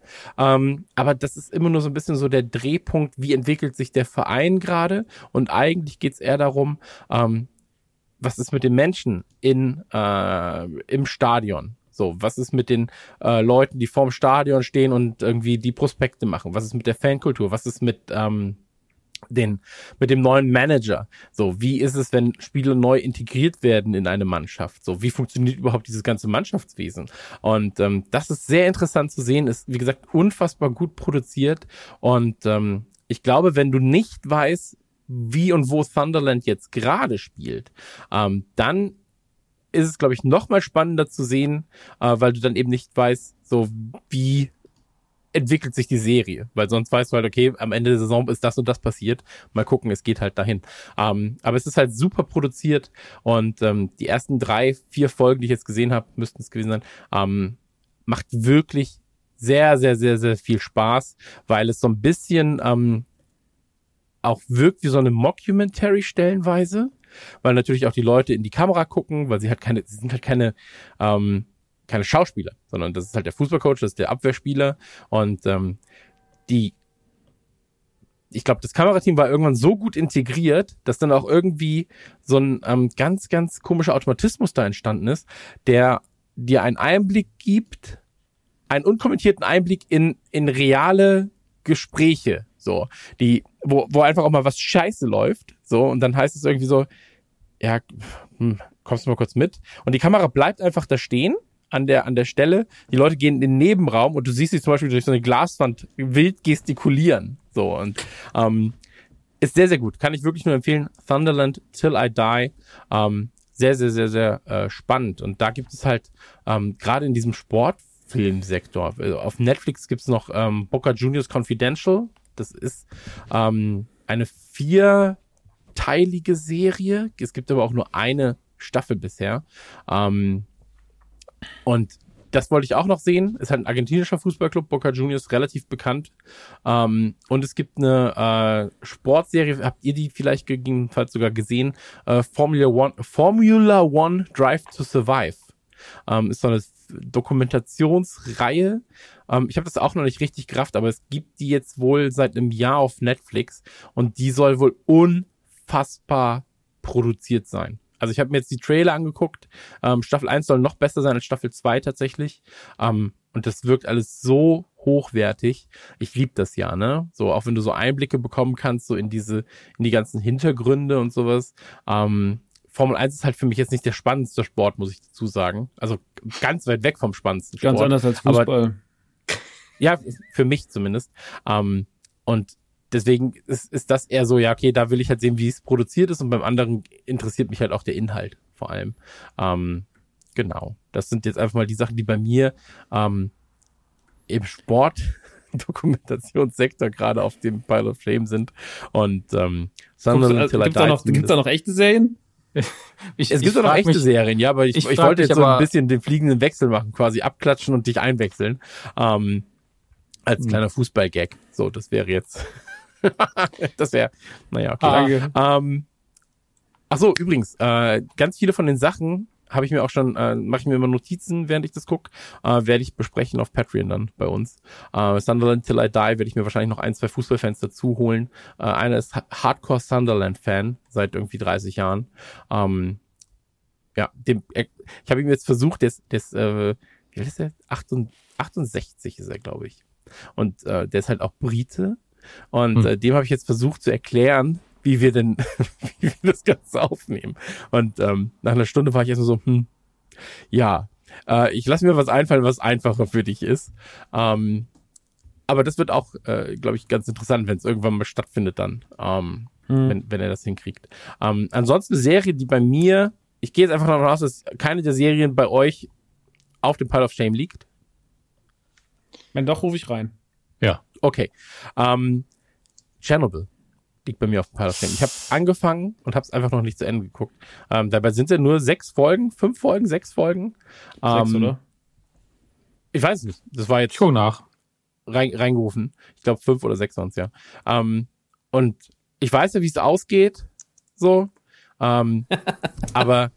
Speaker 1: Ähm, aber das ist immer nur so ein bisschen so der Drehpunkt, wie entwickelt sich der Verein gerade. Und eigentlich geht's eher darum, ähm, was ist mit den Menschen in äh, im Stadion? So, was ist mit den äh, Leuten, die vorm Stadion stehen und irgendwie die Prospekte machen? Was ist mit der Fankultur? Was ist mit ähm, den mit dem neuen Manager? So, wie ist es, wenn Spieler neu integriert werden in eine Mannschaft? So, wie funktioniert überhaupt dieses ganze Mannschaftswesen? Und ähm, das ist sehr interessant zu sehen. Ist, wie gesagt, unfassbar gut produziert. Und ähm, ich glaube, wenn du nicht weißt, wie und wo Sunderland jetzt gerade spielt, ähm, dann ist es, glaube ich, noch mal spannender zu sehen, äh, weil du dann eben nicht weißt, so wie entwickelt sich die Serie, weil sonst weißt du halt, okay, am Ende der Saison ist das und das passiert, mal gucken, es geht halt dahin. Ähm, aber es ist halt super produziert und ähm, die ersten drei, vier Folgen, die ich jetzt gesehen habe, müssten es gewesen sein, ähm, macht wirklich sehr, sehr, sehr, sehr viel Spaß, weil es so ein bisschen ähm, auch wirkt wie so eine Mockumentary stellenweise, weil natürlich auch die Leute in die Kamera gucken, weil sie halt keine, sie sind halt keine, ähm, keine Schauspieler, sondern das ist halt der Fußballcoach, das ist der Abwehrspieler und ähm, die, ich glaube, das Kamerateam war irgendwann so gut integriert, dass dann auch irgendwie so ein ähm, ganz, ganz komischer Automatismus da entstanden ist, der dir einen Einblick gibt, einen unkommentierten Einblick in, in reale Gespräche, so, die, wo, wo einfach auch mal was scheiße läuft, so, und dann heißt es irgendwie so, ja, hm, kommst du mal kurz mit? Und die Kamera bleibt einfach da stehen, an der, an der Stelle. Die Leute gehen in den Nebenraum und du siehst sie zum Beispiel durch so eine Glaswand wild gestikulieren, so, und, ähm, ist sehr, sehr gut. Kann ich wirklich nur empfehlen. Sunderland Till I Die. Ähm, sehr, sehr, sehr, sehr äh, spannend. Und da gibt es halt, ähm, gerade in diesem Sportfilmsektor, also auf Netflix gibt es noch ähm, Boca Juniors Confidential. Das ist ähm, eine vierteilige Serie. Es gibt aber auch nur eine Staffel bisher. Ähm, und das wollte ich auch noch sehen. Ist halt ein argentinischer Fußballclub, Boca Juniors, relativ bekannt. Ähm, und es gibt eine äh, Sportserie, habt ihr die vielleicht gegebenenfalls sogar gesehen? Äh, Formula One, Formula One Drive to Survive. Ähm, ist so eine Dokumentationsreihe. Ähm, ich habe das auch noch nicht richtig gerafft, aber es gibt die jetzt wohl seit einem Jahr auf Netflix und die soll wohl unfassbar produziert sein. Also ich habe mir jetzt die Trailer angeguckt. Ähm, Staffel eins soll noch besser sein als Staffel zwei tatsächlich. Ähm, und das wirkt alles so hochwertig. Ich liebe das ja, ne? So, auch wenn du so Einblicke bekommen kannst, so in diese, in die ganzen Hintergründe und sowas. Ähm, Formel eins ist halt für mich jetzt nicht der spannendste Sport, muss ich dazu sagen. Also ganz weit weg vom spannendsten Sport.
Speaker 4: Ganz anders als Fußball.
Speaker 1: Aber, ja, für mich zumindest. Ähm, und deswegen ist, ist das eher so, ja, okay, da will ich halt sehen, wie es produziert ist und beim anderen interessiert mich halt auch der Inhalt vor allem. Ähm, genau. Das sind jetzt einfach mal die Sachen, die bei mir ähm, im Sport-Dokumentationssektor gerade auf dem Pile of Shame sind. Und ähm,
Speaker 4: Guckst, äh, gibt's da noch, gibt's da noch echte Serien?
Speaker 1: Ich, es gibt ja noch echte mich, Serien, ja, aber ich, ich, ich wollte jetzt so ein bisschen den fliegenden Wechsel machen, quasi abklatschen und dich einwechseln. Ähm, als hm. kleiner Fußball-Gag. So, das wäre jetzt das wäre, naja, okay. Ah. Ähm, ach so, übrigens, äh, ganz viele von den Sachen habe ich mir auch schon, äh, mache ich mir immer Notizen, während ich das gucke, äh, werde ich besprechen auf Patreon dann bei uns. Äh, Sunderland Till I Die werde ich mir wahrscheinlich noch ein, zwei Fußballfans dazu holen. Äh, einer ist Hardcore Sunderland-Fan seit irgendwie dreißig Jahren. Ähm, ja, dem, äh, ich habe ihm jetzt versucht, der ist, der ist äh, wie alt ist der? achtundsechzig ist er, glaube ich. Und äh, der ist halt auch Brite. Und hm. äh, dem habe ich jetzt versucht zu erklären, wie wir denn wie wir das Ganze aufnehmen. Und ähm, nach einer Stunde war ich erst so, hm, ja, äh, ich lasse mir was einfallen, was einfacher für dich ist. Ähm, aber das wird auch, äh, glaube ich, ganz interessant, wenn es irgendwann mal stattfindet dann, ähm, hm. wenn, wenn er das hinkriegt. Ähm, ansonsten eine Serie, die bei mir, ich gehe jetzt einfach davon aus, dass keine der Serien bei euch auf dem Pile of Shame liegt.
Speaker 4: Wenn doch, rufe ich rein.
Speaker 1: Ja. Okay. Ähm, Chernobyl liegt bei mir auf dem Pile of Shame. Ich habe angefangen und habe es einfach noch nicht zu Ende geguckt. Ähm, dabei sind es ja nur sechs Folgen, fünf Folgen, sechs Folgen.
Speaker 4: Sechs,
Speaker 1: ähm,
Speaker 4: oder?
Speaker 1: Ich weiß nicht. Das war jetzt
Speaker 3: schon nach
Speaker 1: rein, reingerufen. Ich glaube fünf oder sechs waren es ja. Ähm, und ich weiß ja, wie es ausgeht. So. Ähm, aber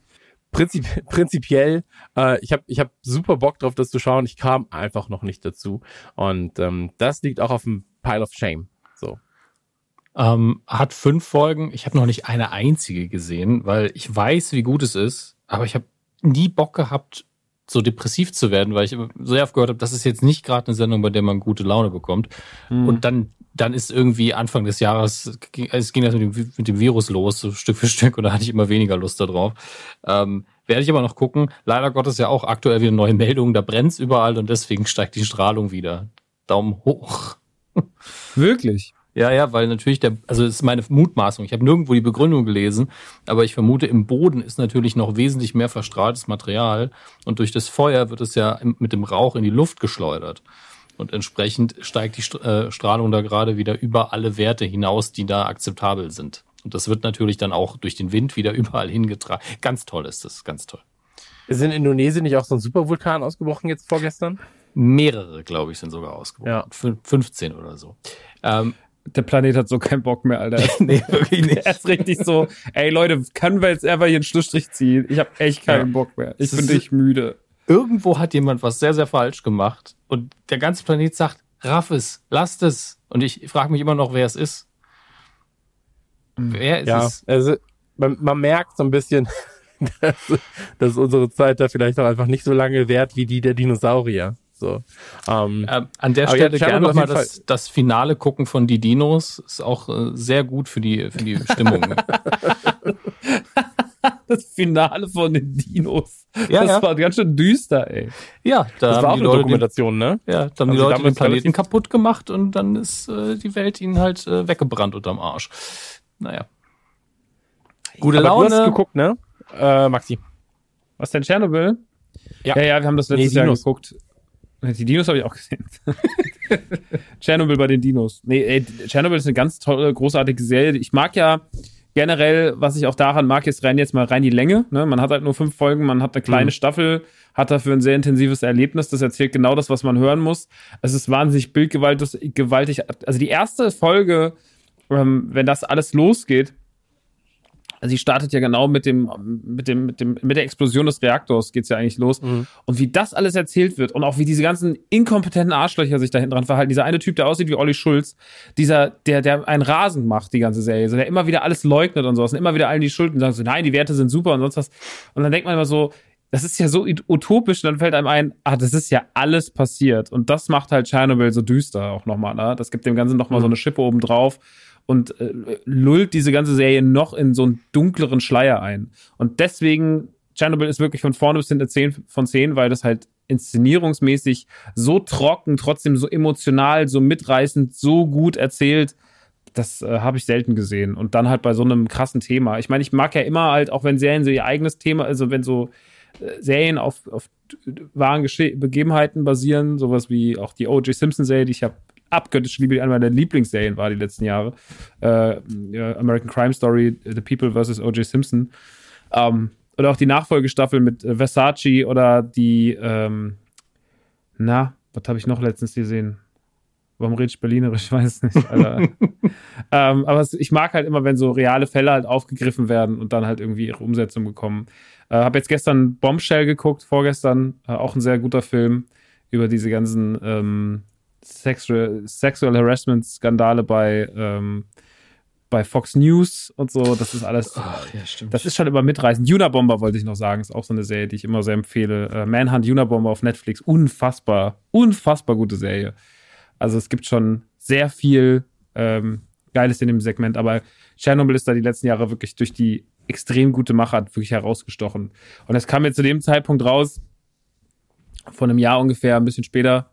Speaker 1: Prinzip, prinzipiell, äh, ich habe ich hab super Bock drauf, das zu schauen. Ich kam einfach noch nicht dazu. Und ähm, das liegt auch auf dem Pile of Shame. So.
Speaker 3: Ähm, hat fünf Folgen. Ich habe noch nicht eine einzige gesehen, weil ich weiß, wie gut es ist. Aber ich habe nie Bock gehabt, so depressiv zu werden, weil ich so oft gehört habe, das ist jetzt nicht gerade eine Sendung, bei der man gute Laune bekommt. Mhm. Und dann dann ist irgendwie Anfang des Jahres, es ging das mit dem, mit dem Virus los, so Stück für Stück, und da hatte ich immer weniger Lust darauf. Ähm, werde ich aber noch gucken. Leider Gottes ja auch aktuell wieder neue Meldungen, da brennt's überall und deswegen steigt die Strahlung wieder. Daumen hoch.
Speaker 4: Wirklich?
Speaker 3: Ja, ja, weil natürlich der, also das ist meine Mutmaßung. Ich habe nirgendwo die Begründung gelesen, aber ich vermute, im Boden ist natürlich noch wesentlich mehr verstrahltes Material und durch das Feuer wird es ja mit dem Rauch in die Luft geschleudert. Und entsprechend steigt die Strahlung da gerade wieder über alle Werte hinaus, die da akzeptabel sind. Und das wird natürlich dann auch durch den Wind wieder überall hingetragen. Ganz toll ist das, ganz toll.
Speaker 1: Ist in Indonesien nicht auch so ein Supervulkan ausgebrochen jetzt vorgestern?
Speaker 3: Mehrere, glaube ich, sind sogar ausgebrochen. Ja. fünfzehn oder so. Ähm,
Speaker 4: Der Planet hat so keinen Bock mehr, Alter.
Speaker 3: Nee, wirklich nicht.
Speaker 4: Er ist richtig so, ey Leute, können wir jetzt einfach hier einen Schlussstrich ziehen? Ich habe echt keinen ja. Bock mehr. Ich bin richtig müde.
Speaker 3: Irgendwo hat jemand was sehr, sehr falsch gemacht und der ganze Planet sagt, raff es, lasst es. Und ich frage mich immer noch, wer es ist. Wer ist
Speaker 1: ja,
Speaker 3: es?
Speaker 1: Also man, man merkt so ein bisschen, dass, dass unsere Zeit da vielleicht auch einfach nicht so lange währt wie die der Dinosaurier. So. Ähm,
Speaker 3: äh, an der Stelle ja, gerne nochmal das, das Finale gucken von die Dinos. Ist auch äh, sehr gut für die, für die Stimmung.
Speaker 4: Das Finale von den Dinos.
Speaker 3: Ja,
Speaker 4: das
Speaker 3: ja.
Speaker 4: war ganz schön düster, ey.
Speaker 3: Ja, da
Speaker 1: das
Speaker 3: haben
Speaker 1: war auch
Speaker 3: die
Speaker 1: eine
Speaker 3: Leute
Speaker 1: Dokumentation,
Speaker 3: den,
Speaker 1: ne?
Speaker 3: Ja, da haben
Speaker 1: also
Speaker 3: die Leute den Planeten
Speaker 1: relativ
Speaker 3: kaputt gemacht und dann ist äh, die Welt ihnen halt äh, weggebrannt unterm Arsch. Naja. Gute
Speaker 1: Aber
Speaker 3: Laune.
Speaker 1: Du hast geguckt, ne? Äh, Maxi.
Speaker 4: Was denn, Tschernobyl?
Speaker 1: Ja.
Speaker 4: Ja, ja, wir haben das letztes
Speaker 1: nee,
Speaker 4: Jahr geguckt. Die Dinos habe ich auch gesehen. Tschernobyl bei den Dinos. Nee, ey, Tschernobyl ist eine ganz tolle, großartige Serie. Ich mag ja generell, was ich auch daran mag, ist rein jetzt mal rein die Länge. Ne? Man hat halt nur fünf Folgen, man hat eine kleine mhm. Staffel, hat dafür ein sehr intensives Erlebnis. Das erzählt genau das, was man hören muss. Es ist wahnsinnig bildgewaltig. Also die erste Folge, ähm, wenn das alles losgeht, also sie startet ja genau mit dem, mit dem, mit dem, mit der Explosion des Reaktors geht's ja eigentlich los. Mhm. Und wie das alles erzählt wird und auch wie diese ganzen inkompetenten Arschlöcher sich da hinten dran verhalten. Dieser eine Typ, der aussieht wie Olli Schulz, dieser, der, der einen Rasen macht, die ganze Serie, so, der immer wieder alles leugnet und sowas und immer wieder allen die Schuld und sagt so, nein, die Werte sind super und sonst was. Und dann denkt man immer so, das ist ja so utopisch, und dann fällt einem ein, ah, das ist ja alles passiert. Und das macht halt Tschernobyl so düster auch nochmal, ne? Das gibt dem Ganzen nochmal mhm. so eine Schippe oben drauf. Und äh, lullt diese ganze Serie noch in so einen dunkleren Schleier ein. Und deswegen, Tschernobyl ist wirklich von vorne bis hinten zehn von zehn, weil das halt inszenierungsmäßig so trocken, trotzdem so emotional, so mitreißend, so gut erzählt. Das äh, habe ich selten gesehen. Und dann halt bei so einem krassen Thema. Ich meine, ich mag ja immer halt, auch wenn Serien so ihr eigenes Thema, also wenn so äh, Serien auf, auf wahren Gesche- Begebenheiten basieren, sowas wie auch die O J Simpson-Serie, die ich habe abgöttisch liebe, die eine meiner Lieblingsserien war die letzten Jahre. Äh, American Crime Story, The People versus O J Simpson. Ähm, oder auch die Nachfolgestaffel mit äh, Versace oder die, ähm, na, was habe ich noch letztens gesehen? Warum rede ich Berlinerisch? Ich weiß nicht, Alter. ähm, aber es, ich mag halt immer, wenn so reale Fälle halt aufgegriffen werden und dann halt irgendwie ihre Umsetzung bekommen. Äh, habe jetzt gestern Bombshell geguckt, vorgestern, äh, auch ein sehr guter Film über diese ganzen ähm, Sexual, Sexual Harassment-Skandale bei, ähm, bei Fox News und so. Das ist alles,
Speaker 3: Ach, ja, stimmt.
Speaker 4: Das ist schon immer mitreißend. Unabomber wollte ich noch sagen, ist auch so eine Serie, die ich immer sehr empfehle. Äh, Manhunt Unabomber auf Netflix, unfassbar, unfassbar gute Serie. Also es gibt schon sehr viel ähm, Geiles in dem Segment, aber Tschernobyl ist da die letzten Jahre wirklich durch die extrem gute Machart wirklich herausgestochen. Und es kam jetzt zu dem Zeitpunkt raus, von einem Jahr ungefähr, ein bisschen später,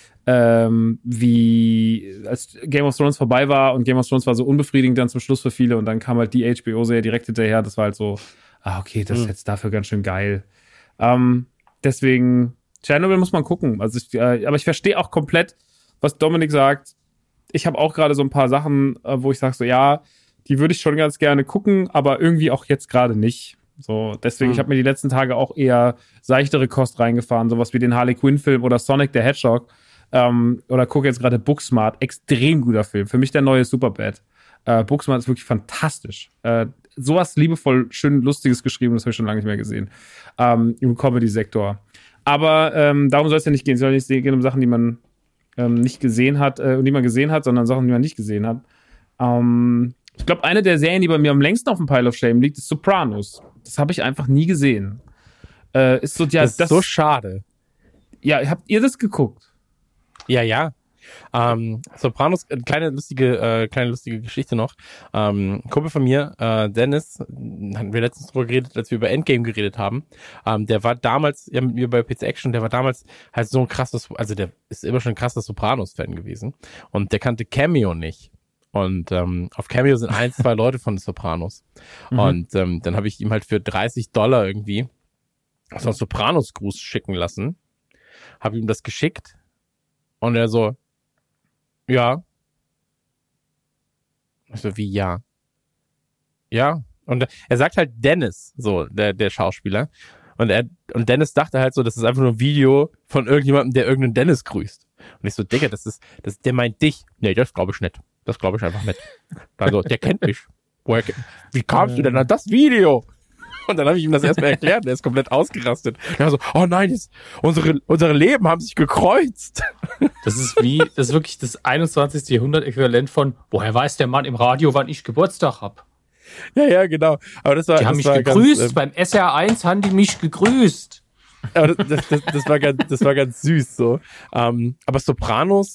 Speaker 4: Ähm, wie als Game of Thrones vorbei war und Game of Thrones war so unbefriedigend dann zum Schluss für viele und dann kam halt die H B O-Serie direkt hinterher. Das war halt so, ah, okay, das ist jetzt dafür ganz schön geil. Ähm, deswegen, Tschernobyl muss man gucken. Also ich, äh, aber ich verstehe auch komplett, was Dominik sagt. Ich habe auch gerade so ein paar Sachen, äh, wo ich sage so, ja, die würde ich schon ganz gerne gucken, aber irgendwie auch jetzt gerade nicht. So, deswegen, mhm. ich habe mir die letzten Tage auch eher seichtere Kost reingefahren, sowas wie den Harley Quinn-Film oder Sonic the Hedgehog. Ähm, oder gucke jetzt gerade Booksmart, extrem guter Film. Für mich der neue Superbad. Äh, Booksmart ist wirklich fantastisch. Äh, sowas liebevoll, schön, lustiges geschrieben, das habe ich schon lange nicht mehr gesehen. Ähm, im Comedy-Sektor. Aber ähm, darum soll es ja nicht gehen. Es soll nicht gehen um Sachen, die man ähm, nicht gesehen hat, äh, die man gesehen hat, sondern Sachen, die man nicht gesehen hat. Ähm, ich glaube, eine der Serien, die bei mir am längsten auf dem Pile of Shame liegt, ist Sopranos. Das habe ich einfach nie gesehen. Äh, ist so, ja,
Speaker 1: das ist
Speaker 4: das,
Speaker 1: so schade.
Speaker 4: Ja, habt ihr das geguckt?
Speaker 1: Ja, ja. Ähm, Sopranos, äh, kleine lustige, äh, kleine lustige Geschichte noch. Ähm, ein Kumpel von mir, äh, Dennis, hatten wir letztens drüber geredet, als wir über Endgame geredet haben. Ähm, der war damals, ja, mit mir bei P C Action, der war damals halt so ein krasses, also der ist immer schon ein krasser Sopranos-Fan gewesen. Und der kannte Cameo nicht. Und ähm, auf Cameo sind ein, zwei Leute von den Sopranos. Mhm. Und ähm, dann habe ich ihm halt für dreißig Dollar irgendwie so einen Sopranos-Gruß schicken lassen. Habe ihm das geschickt. Und er so, ja. Ich so, wie ja? Ja. Und er sagt halt Dennis, so, der, der Schauspieler. Und er, und Dennis dachte halt so, das ist einfach nur ein Video von irgendjemandem, der irgendeinen Dennis grüßt. Und ich so, Digga, das ist, das, der meint dich. Nee, das glaube ich nicht. Das glaube ich einfach nicht. Also, der kennt mich. Woher, wie kamst du denn an das Video? Und dann habe ich ihm das erstmal erklärt, der ist komplett ausgerastet. Der war so, oh nein, jetzt, unsere, unsere Leben haben sich gekreuzt.
Speaker 3: Das ist wie, das ist wirklich das einundzwanzigste Jahrhundert-Äquivalent von, woher weiß der Mann im Radio, wann ich Geburtstag hab?
Speaker 1: Ja, ja, genau. Aber das war,
Speaker 3: die haben
Speaker 1: das
Speaker 3: mich
Speaker 1: war
Speaker 3: gegrüßt,
Speaker 1: ganz, äh,
Speaker 3: beim S R eins haben die mich gegrüßt.
Speaker 1: aber das, das, das, das, war ganz, das war ganz süß, so. Ähm, aber Sopranos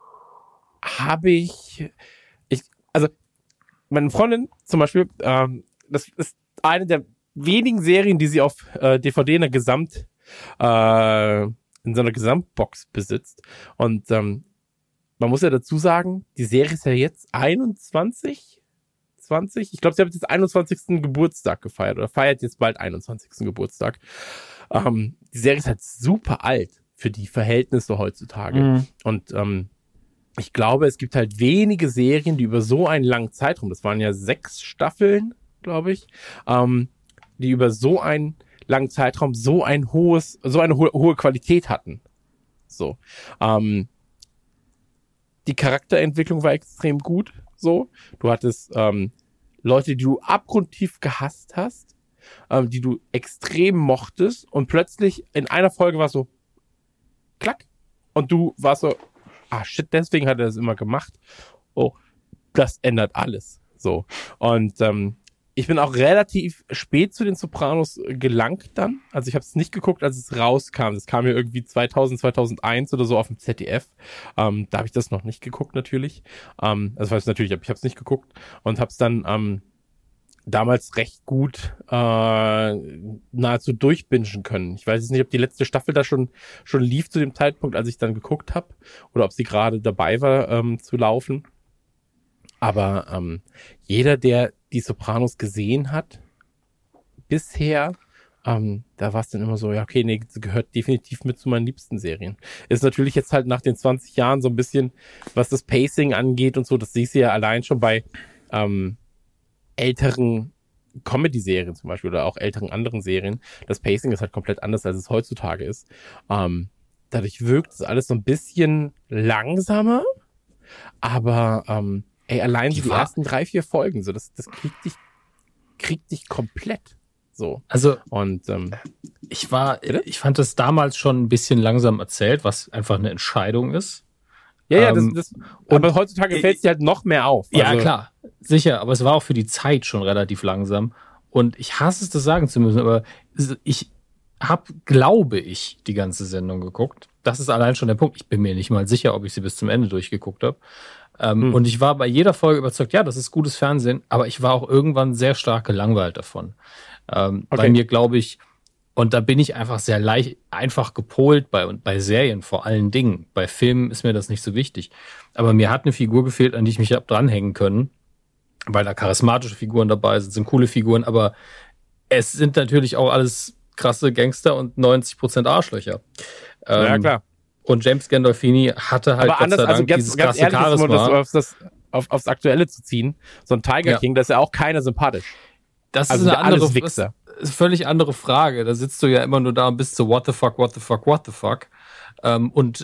Speaker 1: habe ich, ich, also, meine Freundin zum Beispiel, ähm, das ist eine der wenigen Serien, die sie auf äh, D V D in der Gesamt, äh, in so einer Gesamtbox besitzt. Und ähm, man muss ja dazu sagen, die Serie ist ja jetzt einundzwanzig, zwanzig. Ich glaube, sie hat jetzt einundzwanzigsten Geburtstag gefeiert oder feiert jetzt bald einundzwanzigsten Geburtstag. Ähm, die Serie ist halt super alt für die Verhältnisse heutzutage. Mhm. Und ähm, ich glaube, es gibt halt wenige Serien, die über so einen langen Zeitraum, das waren ja sechs Staffeln, glaube ich, ähm, die über so einen langen Zeitraum so ein hohes, so eine ho- hohe Qualität hatten. So. Ähm, die Charakterentwicklung war extrem gut. So. Du hattest ähm, Leute, die du abgrundtief gehasst hast, ähm, die du extrem mochtest und plötzlich in einer Folge war so klack und du warst so, ah shit, deswegen hat er das immer gemacht. Oh, das ändert alles. So. Und ähm, ich bin auch relativ spät zu den Sopranos gelangt dann. Also ich habe es nicht geguckt, als es rauskam. Das kam ja irgendwie zweitausend, zweitausendeins oder so auf dem Z D F. Ähm, da habe ich das noch nicht geguckt natürlich. Ähm, also weiß natürlich, ich habe es nicht geguckt und habe es dann ähm, damals recht gut äh, nahezu durchbingen können. Ich weiß jetzt nicht, ob die letzte Staffel da schon schon lief zu dem Zeitpunkt, als ich dann geguckt habe, oder ob sie gerade dabei war ähm, zu laufen. Aber ähm, jeder, der die Sopranos gesehen hat, bisher, ähm, da war es dann immer so, ja okay, nee, das gehört definitiv mit zu meinen liebsten Serien. Ist natürlich jetzt halt nach den zwanzig Jahren so ein bisschen, was das Pacing angeht und so, das siehst du ja allein schon bei ähm, älteren Comedy-Serien zum Beispiel oder auch älteren anderen Serien. Das Pacing ist halt komplett anders, als es heutzutage ist. Ähm, dadurch wirkt es alles so ein bisschen langsamer, aber ähm, ey, allein die, die ersten drei, vier Folgen, so, das, das kriegt dich, kriegt dich komplett, so.
Speaker 3: Also,
Speaker 1: und, ähm,
Speaker 3: ich war, bitte? ich fand das damals schon ein bisschen langsam erzählt, was einfach eine Entscheidung ist.
Speaker 1: Ja, ja,
Speaker 3: ähm,
Speaker 1: das, das, aber heutzutage fällt es dir halt noch mehr auf.
Speaker 3: Ja,
Speaker 1: also,
Speaker 3: klar, sicher, aber es war auch für die Zeit schon relativ langsam. Und ich hasse es, das sagen zu müssen, aber ich habe, glaube ich, die ganze Sendung geguckt. Das ist allein schon der Punkt. Ich bin mir nicht mal sicher, ob ich sie bis zum Ende durchgeguckt habe. Ähm, hm. Und ich war bei jeder Folge überzeugt, ja, das ist gutes Fernsehen, aber ich war auch irgendwann sehr stark gelangweilt davon. Ähm, okay. Bei mir, glaube ich, und da bin ich einfach sehr leicht, einfach gepolt bei, und bei Serien vor allen Dingen. Bei Filmen ist mir das nicht so wichtig. Aber mir hat eine Figur gefehlt, an die ich mich habe dranhängen können, weil da charismatische Figuren dabei sind, sind coole Figuren, aber es sind natürlich auch alles krasse Gangster und neunzig Prozent Arschlöcher. Ähm,
Speaker 1: ja, klar.
Speaker 3: Und James Gandolfini hatte halt
Speaker 1: aber anders,
Speaker 3: Gott sei Dank
Speaker 1: also ganz,
Speaker 3: dieses
Speaker 1: ganz
Speaker 3: krasse
Speaker 1: ehrlich,
Speaker 3: Charisma.
Speaker 1: Das, auf das, auf, aufs Aktuelle zu ziehen, so ein Tiger
Speaker 3: Ja.
Speaker 1: King, das ist ja auch keiner sympathisch.
Speaker 3: Das
Speaker 1: Also
Speaker 3: ist eine andere,
Speaker 1: alles Wichser.
Speaker 3: das ist eine völlig andere Frage. Da sitzt du ja immer nur da und bist so what the fuck, what the fuck, what the fuck. Ähm, und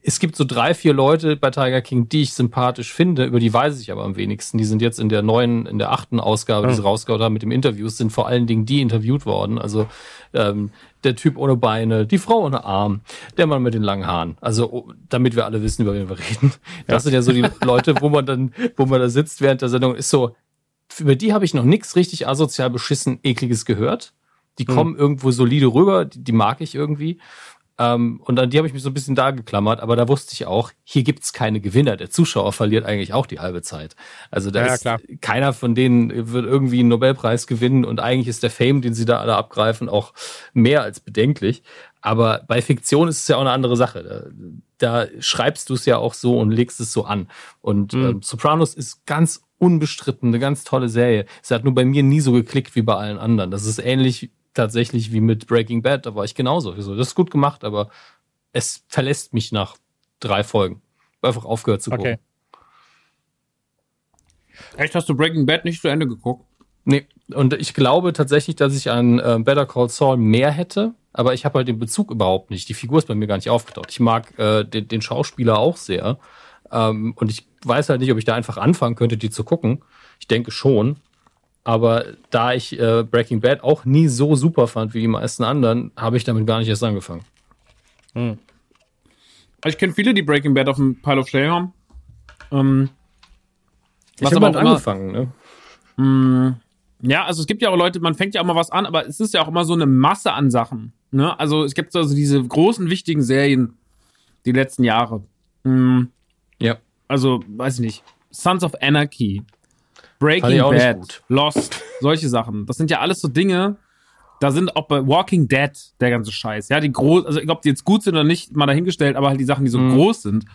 Speaker 3: es gibt so drei, vier Leute bei Tiger King, die ich sympathisch finde, über die weiß ich aber am wenigsten. Die sind jetzt in der neuen, in der achten Ausgabe, die sie rausgehauen haben mit dem Interviews, sind vor allen Dingen die interviewt worden. Also ähm, der Typ ohne Beine, die Frau ohne Arm, der Mann mit den langen Haaren. Also damit wir alle wissen, über wen wir reden. Das ja. sind ja so die Leute, wo man dann, wo man da sitzt während der Sendung, ist so, über die habe ich noch nichts richtig asozial beschissen, ekliges gehört. Die kommen hm. irgendwo solide rüber, die, die mag ich irgendwie. Ähm, und an die habe ich mich so ein bisschen da geklammert, aber da wusste ich auch, hier gibt's keine Gewinner. Der Zuschauer verliert eigentlich auch die halbe Zeit. Also da ja, ist klar. Keiner von denen wird irgendwie einen Nobelpreis gewinnen und eigentlich ist der Fame, den sie da alle abgreifen, auch mehr als bedenklich. Aber bei Fiktion ist es ja auch eine andere Sache. Da, da schreibst du es ja auch so und legst es so an. Und mhm. ähm, Sopranos ist ganz unbestritten eine ganz tolle Serie. Es hat nur bei mir nie so geklickt wie bei allen anderen. Das ist ähnlich tatsächlich wie mit Breaking Bad, da war ich genauso. Also, das ist gut gemacht, aber es verlässt mich nach drei Folgen. Einfach aufgehört zu gucken. Okay.
Speaker 4: Echt, hast du Breaking Bad nicht zu Ende geguckt?
Speaker 3: Nee, und ich glaube tatsächlich, dass ich an äh, Better Call Saul mehr hätte, aber ich habe halt den Bezug überhaupt nicht. Die Figur ist bei mir gar nicht aufgetaucht. Ich mag äh, den, den Schauspieler auch sehr ähm, und ich weiß halt nicht, ob ich da einfach anfangen könnte, die zu gucken. Ich denke schon. Aber da ich äh, Breaking Bad auch nie so super fand wie die meisten anderen, habe ich damit gar nicht erst angefangen.
Speaker 4: Hm. Ich kenne viele, die Breaking Bad auf dem Pile of Shame haben. Ähm,
Speaker 3: ich habe halt angefangen, ne?
Speaker 4: Mh, ja, also es gibt ja auch Leute, man fängt ja auch mal was an, aber es ist ja auch immer so eine Masse an Sachen. Ne? Also es gibt also diese großen, wichtigen Serien die letzten Jahre. Mh,
Speaker 3: ja.
Speaker 4: Also, weiß ich nicht. Sons of Anarchy. Breaking Bad, Lost, solche Sachen. Das sind ja alles so Dinge, da sind auch bei Walking Dead der ganze Scheiß. Ja, die groß, also ob die jetzt gut sind oder nicht, mal dahingestellt, aber halt die Sachen, die so mhm. groß sind.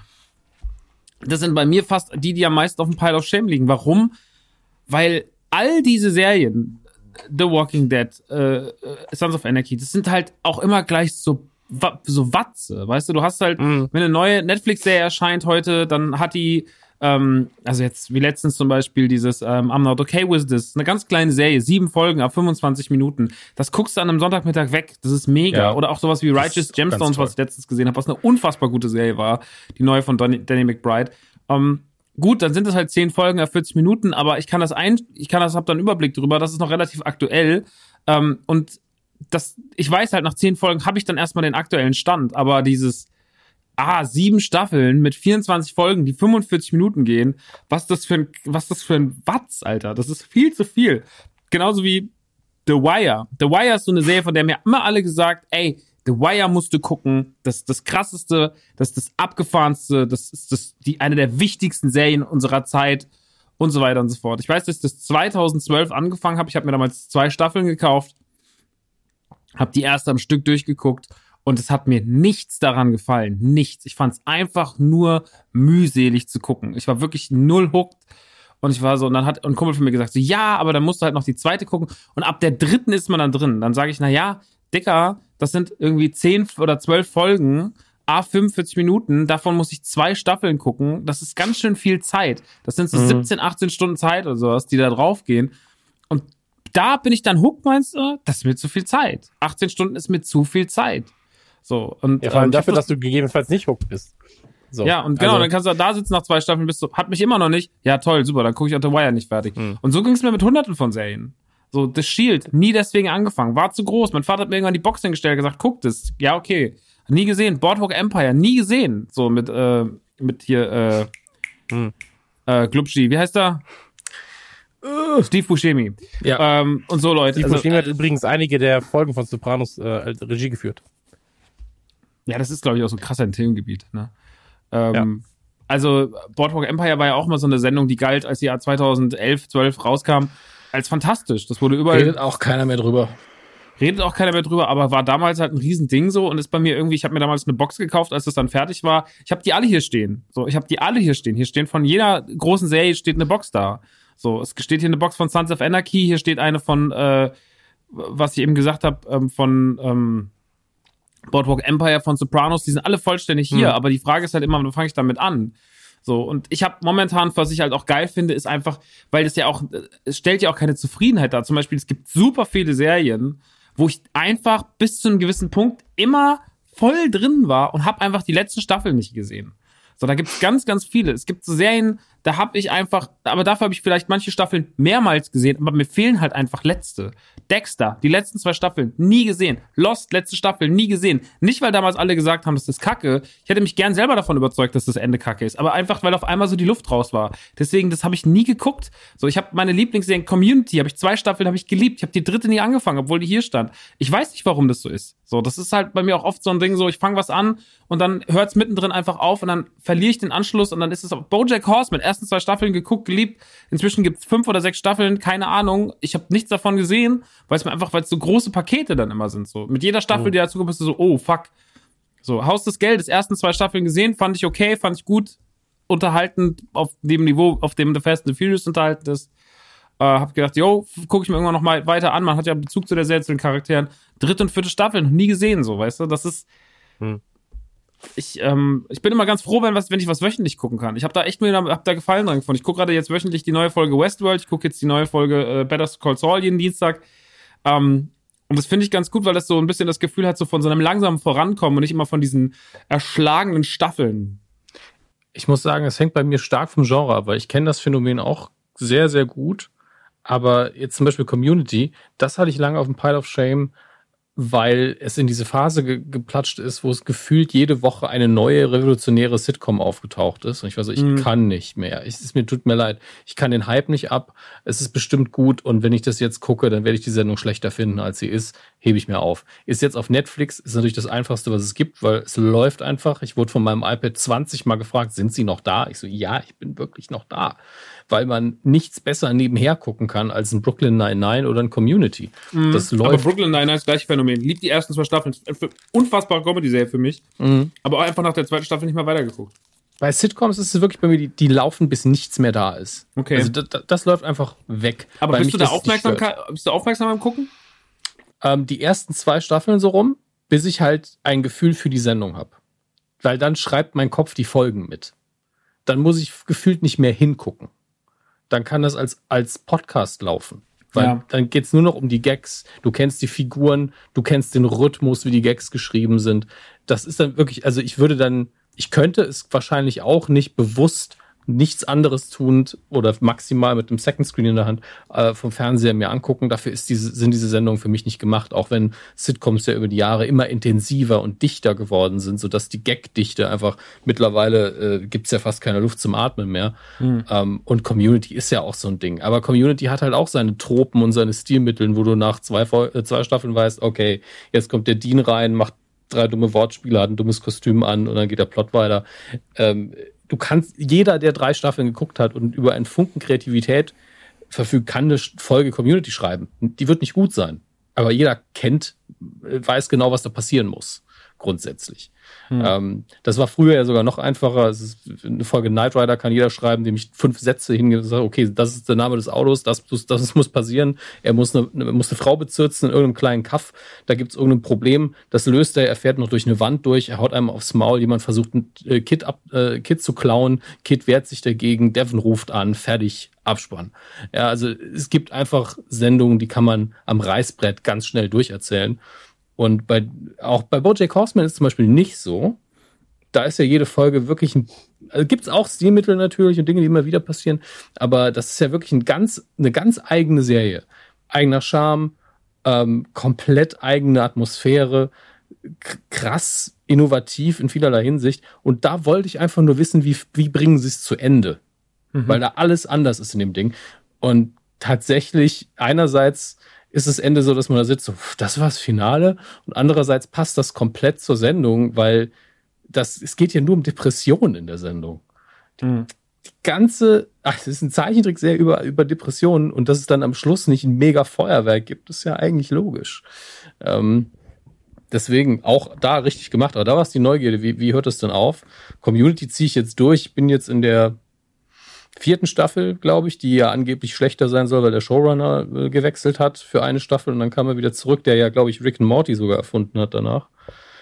Speaker 4: Das sind bei mir fast die, die am meisten auf dem Pile of Shame liegen. Warum? Weil all diese Serien, The Walking Dead, äh, Sons of Anarchy, das sind halt auch immer gleich so so Watze, weißt du? Du hast halt, mhm. wenn eine neue Netflix-Serie erscheint heute, dann hat die Ähm, also jetzt wie letztens zum Beispiel dieses ähm, I'm Not Okay With This, eine ganz kleine Serie, sieben Folgen ab fünfundzwanzig Minuten. Das guckst du an einem Sonntagmittag weg, das ist mega. Ja. Oder auch sowas wie Righteous Gemstones, was ich letztens gesehen habe, was eine unfassbar gute Serie war, die neue von Danny, Danny McBride. Ähm, gut, dann sind es halt zehn Folgen ab vierzig Minuten, aber ich kann das ein, ich kann das, hab da einen Überblick drüber, das ist noch relativ aktuell. Ähm, und das, ich weiß halt, nach zehn Folgen habe ich dann erstmal den aktuellen Stand, aber dieses Ah, sieben Staffeln mit vierundzwanzig Folgen, die fünfundvierzig Minuten gehen. Was das für ein, was das für ein Watz, Alter. Das ist viel zu viel. Genauso wie The Wire. The Wire ist so eine Serie, von der mir immer alle gesagt, ey, The Wire musst du gucken. Das ist das krasseste, das ist das abgefahrenste, das ist das, die, eine der wichtigsten Serien unserer Zeit und so weiter und so fort. Ich weiß, dass ich das zweitausendzwölf angefangen habe. Ich habe mir damals zwei Staffeln gekauft, habe die erste am Stück durchgeguckt. Und es hat mir nichts daran gefallen. Nichts. Ich fand es einfach nur mühselig zu gucken. Ich war wirklich null hooked. Und ich war so, und dann hat ein Kumpel von mir gesagt, so, ja, aber dann musst du halt noch die zweite gucken. Und ab der dritten ist man dann drin. Dann sage ich, na ja, Dicker, das sind irgendwie zehn oder zwölf Folgen, a fünfundvierzig Minuten. Davon muss ich zwei Staffeln gucken. Das ist ganz schön viel Zeit. Das sind so mhm. siebzehn, achtzehn Stunden Zeit oder sowas, die da draufgehen. Und da bin ich dann hooked, meinst du? Das ist mir zu viel Zeit. achtzehn Stunden ist mir zu viel Zeit. So, und,
Speaker 1: ja, vor allem
Speaker 4: ähm,
Speaker 1: dafür, das, dass du gegebenenfalls nicht hooked bist. So.
Speaker 4: Ja, und genau, also, dann kannst du da sitzen nach zwei Staffeln, bist du, hat mich immer noch nicht. Ja, toll, super, dann gucke ich auch The Wire nicht fertig. Mhm. Und so ging es mir mit hunderten von Serien. So, The Shield, nie deswegen angefangen, war zu groß. Mein Vater hat mir irgendwann die Box hingestellt, gesagt, guck das. Ja, okay. Nie gesehen. Boardwalk Empire, nie gesehen. So, mit, äh, mit hier, äh, mhm. äh, Glubschi, wie heißt der? Uh, Steve Buscemi. Ja. Ähm, und so, Leute.
Speaker 1: Steve also, Buscemi hat äh, übrigens einige der Folgen von Sopranos äh, Regie geführt.
Speaker 4: Ja, das ist, glaube ich, auch so ein krasser Themengebiet. Ne? Ähm, ja. Also, Boardwalk Empire war ja auch mal so eine Sendung, die galt, als die Jahr zweitausendelf, zwölf rauskam, als fantastisch. Das wurde überall.
Speaker 3: Redet auch keiner mehr drüber.
Speaker 4: Redet auch keiner mehr drüber, aber war damals halt ein Riesending so und ist bei mir irgendwie, ich habe mir damals eine Box gekauft, als das dann fertig war. Ich habe die alle hier stehen. So, ich habe die alle hier stehen. Hier stehen von jeder großen Serie steht eine Box da. So, es steht hier eine Box von Sons of Anarchy, hier steht eine von, äh, was ich eben gesagt habe, ähm, von ähm, Boardwalk Empire, von Sopranos, die sind alle vollständig hier, mhm. aber die Frage ist halt immer, wann fange ich damit an? So, und ich habe momentan, was ich halt auch geil finde, ist einfach, weil das ja auch, es stellt ja auch keine Zufriedenheit dar. Zum Beispiel, es gibt super viele Serien, wo ich einfach bis zu einem gewissen Punkt immer voll drin war und habe einfach die letzten Staffeln nicht gesehen. So, da gibt's ganz, ganz viele. Es gibt so Serien, da habe ich einfach, aber dafür habe ich vielleicht manche Staffeln mehrmals gesehen, aber mir fehlen halt einfach letzte. Dexter, die letzten zwei Staffeln, nie gesehen. Lost, letzte Staffel, nie gesehen. Nicht, weil damals alle gesagt haben, das ist Kacke. Ich hätte mich gern selber davon überzeugt, dass das Ende Kacke ist, aber einfach, weil auf einmal so die Luft raus war. Deswegen, das habe ich nie geguckt. So, ich habe meine Lieblingsserien Community, habe ich zwei Staffeln, habe ich geliebt. Ich habe die dritte nie angefangen, obwohl die hier stand. Ich weiß nicht, warum das so ist. So, das ist halt bei mir auch oft so ein Ding, so, ich fange was an und dann hört's mittendrin einfach auf und dann verliere ich den Anschluss und dann ist es auch BoJack Horseman, ersten zwei Staffeln geguckt, geliebt. Inzwischen gibt's fünf oder sechs Staffeln, keine Ahnung. Ich habe nichts davon gesehen, weil es mir einfach, weil es so große Pakete dann immer sind. So, mit jeder Staffel,
Speaker 3: oh.
Speaker 4: die dazu kommt, bist du so, oh fuck. So, Haus des Geldes, ersten zwei Staffeln gesehen, fand ich okay, fand ich gut, unterhaltend auf dem Niveau, auf dem The Fast and the Furious unterhalten ist. Äh, hab gedacht, yo, gucke ich mir irgendwann noch mal weiter an. Man hat ja Bezug zu der Serie, zu den Charakteren. Dritte und vierte Staffel, noch nie gesehen, so, weißt du? Das ist. Hm. Ich, ähm, ich bin immer ganz froh, wenn, was, wenn ich was wöchentlich gucken kann. Ich habe da echt mir hab da Gefallen dran gefunden. Ich gucke gerade jetzt wöchentlich die neue Folge Westworld. Ich gucke jetzt die neue Folge äh, Better Call Saul jeden Dienstag. Ähm, und das finde ich ganz gut, weil das so ein bisschen das Gefühl hat, so von so einem langsamen Vorankommen und nicht immer von diesen erschlagenen Staffeln.
Speaker 3: Ich muss sagen, es hängt bei mir stark vom Genre ab, weil ich kenne das Phänomen auch sehr, sehr gut. Aber jetzt zum Beispiel Community, das hatte ich lange auf dem Pile of Shame, weil es in diese Phase ge- geplatscht ist, wo es gefühlt jede Woche eine neue revolutionäre Sitcom aufgetaucht ist. Und ich war so, ich mm. kann nicht mehr. Ich, es mir tut mir leid. Ich kann den Hype nicht ab. Es ist bestimmt gut. Und wenn ich das jetzt gucke, dann werde ich die Sendung schlechter finden, als sie ist. Hebe ich mir auf. Ist jetzt auf Netflix, ist natürlich das Einfachste, was es gibt, weil es läuft einfach. Ich wurde von meinem iPad zwanzig Mal gefragt, sind sie noch da? Ich so, ja, ich bin wirklich noch da. Weil man nichts besser nebenher gucken kann als ein Brooklyn Nine-Nine oder ein Community.
Speaker 4: Mhm.
Speaker 3: Das läuft.
Speaker 4: Aber Brooklyn Nine-Nine ist das gleiche Phänomen. Liebt die ersten zwei Staffeln. Unfassbare Comedy-Serie für mich. Mhm. Aber auch einfach nach der zweiten Staffel nicht mehr weitergeguckt.
Speaker 3: Bei Sitcoms ist es wirklich bei mir, die, die laufen, bis nichts mehr da ist.
Speaker 4: Okay.
Speaker 3: Also das, das läuft einfach weg.
Speaker 4: Aber bist du da aufmerksam, bist du aufmerksam beim Gucken?
Speaker 3: Ähm, die ersten zwei Staffeln so rum, bis ich halt ein Gefühl für die Sendung habe. Weil dann schreibt mein Kopf die Folgen mit. Dann muss ich gefühlt nicht mehr hingucken. Dann kann das als, als Podcast laufen. Weil ja. dann geht's nur noch um die Gags. Du kennst die Figuren, du kennst den Rhythmus, wie die Gags geschrieben sind. Das ist dann wirklich, also ich würde dann, ich könnte es wahrscheinlich auch nicht bewusst nichts anderes tun oder maximal mit einem Second Screen in der Hand äh, vom Fernseher mir angucken. Dafür ist diese, sind diese Sendungen für mich nicht gemacht, auch wenn Sitcoms ja über die Jahre immer intensiver und dichter geworden sind, sodass die Gagdichte einfach mittlerweile äh, gibt's ja fast keine Luft zum Atmen mehr. Mhm. Ähm, und Community ist ja auch so ein Ding. Aber Community hat halt auch seine Tropen und seine Stilmittel, wo du nach zwei, äh, zwei Staffeln weißt, okay, jetzt kommt der Dean rein, macht drei dumme Wortspiele, hat ein dummes Kostüm an und dann geht der Plot weiter. Ähm, Du kannst, jeder, der drei Staffeln geguckt hat und über einen Funken Kreativität verfügt, kann eine Folge Community schreiben. Die wird nicht gut sein. Aber jeder kennt, weiß genau, was da passieren muss. Grundsätzlich. Hm. Ähm, das war früher ja sogar noch einfacher. Es ist eine Folge Knight Rider kann jeder schreiben, dem ich fünf Sätze hingehe und sage, okay, das ist der Name des Autos, das, das muss passieren. Er muss eine, muss eine Frau bezirzen in irgendeinem kleinen Kaff. Da gibt es irgendein Problem. Das löst er, er fährt noch durch eine Wand durch, er haut einem aufs Maul, jemand versucht, ein äh, Kid, ab, äh, Kid zu klauen. Kid wehrt sich dagegen, Devin ruft an, fertig, Abspann. Ja, also es gibt einfach Sendungen, die kann man am Reißbrett ganz schnell durcherzählen. Und bei, auch bei BoJack Horseman ist es zum Beispiel nicht so. Da ist ja jede Folge wirklich ein, also gibt es auch Stilmittel natürlich und Dinge, die immer wieder passieren, aber das ist ja wirklich ein ganz, eine ganz eigene Serie. Eigener Charme, ähm, komplett eigene Atmosphäre, k- krass innovativ in vielerlei Hinsicht. Und da wollte ich einfach nur wissen, wie, wie bringen sie es zu Ende? Mhm. Weil da alles anders ist in dem Ding. Und tatsächlich einerseits ist das Ende so, dass man da sitzt, so, das war das Finale. Und andererseits passt das komplett zur Sendung, weil das, es geht ja nur um Depressionen in der Sendung. Die, mhm. die ganze, ach, es ist ein Zeichentrickserie über, über Depressionen und dass es dann am Schluss nicht ein mega Feuerwerk gibt, ist ja eigentlich logisch. Ähm, deswegen auch da richtig gemacht. Aber da war es die Neugierde. Wie, wie hört es denn auf? Community ziehe ich jetzt durch. Ich bin jetzt in der vierten Staffel, glaube ich, die ja angeblich schlechter sein soll, weil der Showrunner äh, gewechselt hat für eine Staffel und dann kam er wieder zurück, der ja, glaube ich, Rick and Morty sogar erfunden hat danach.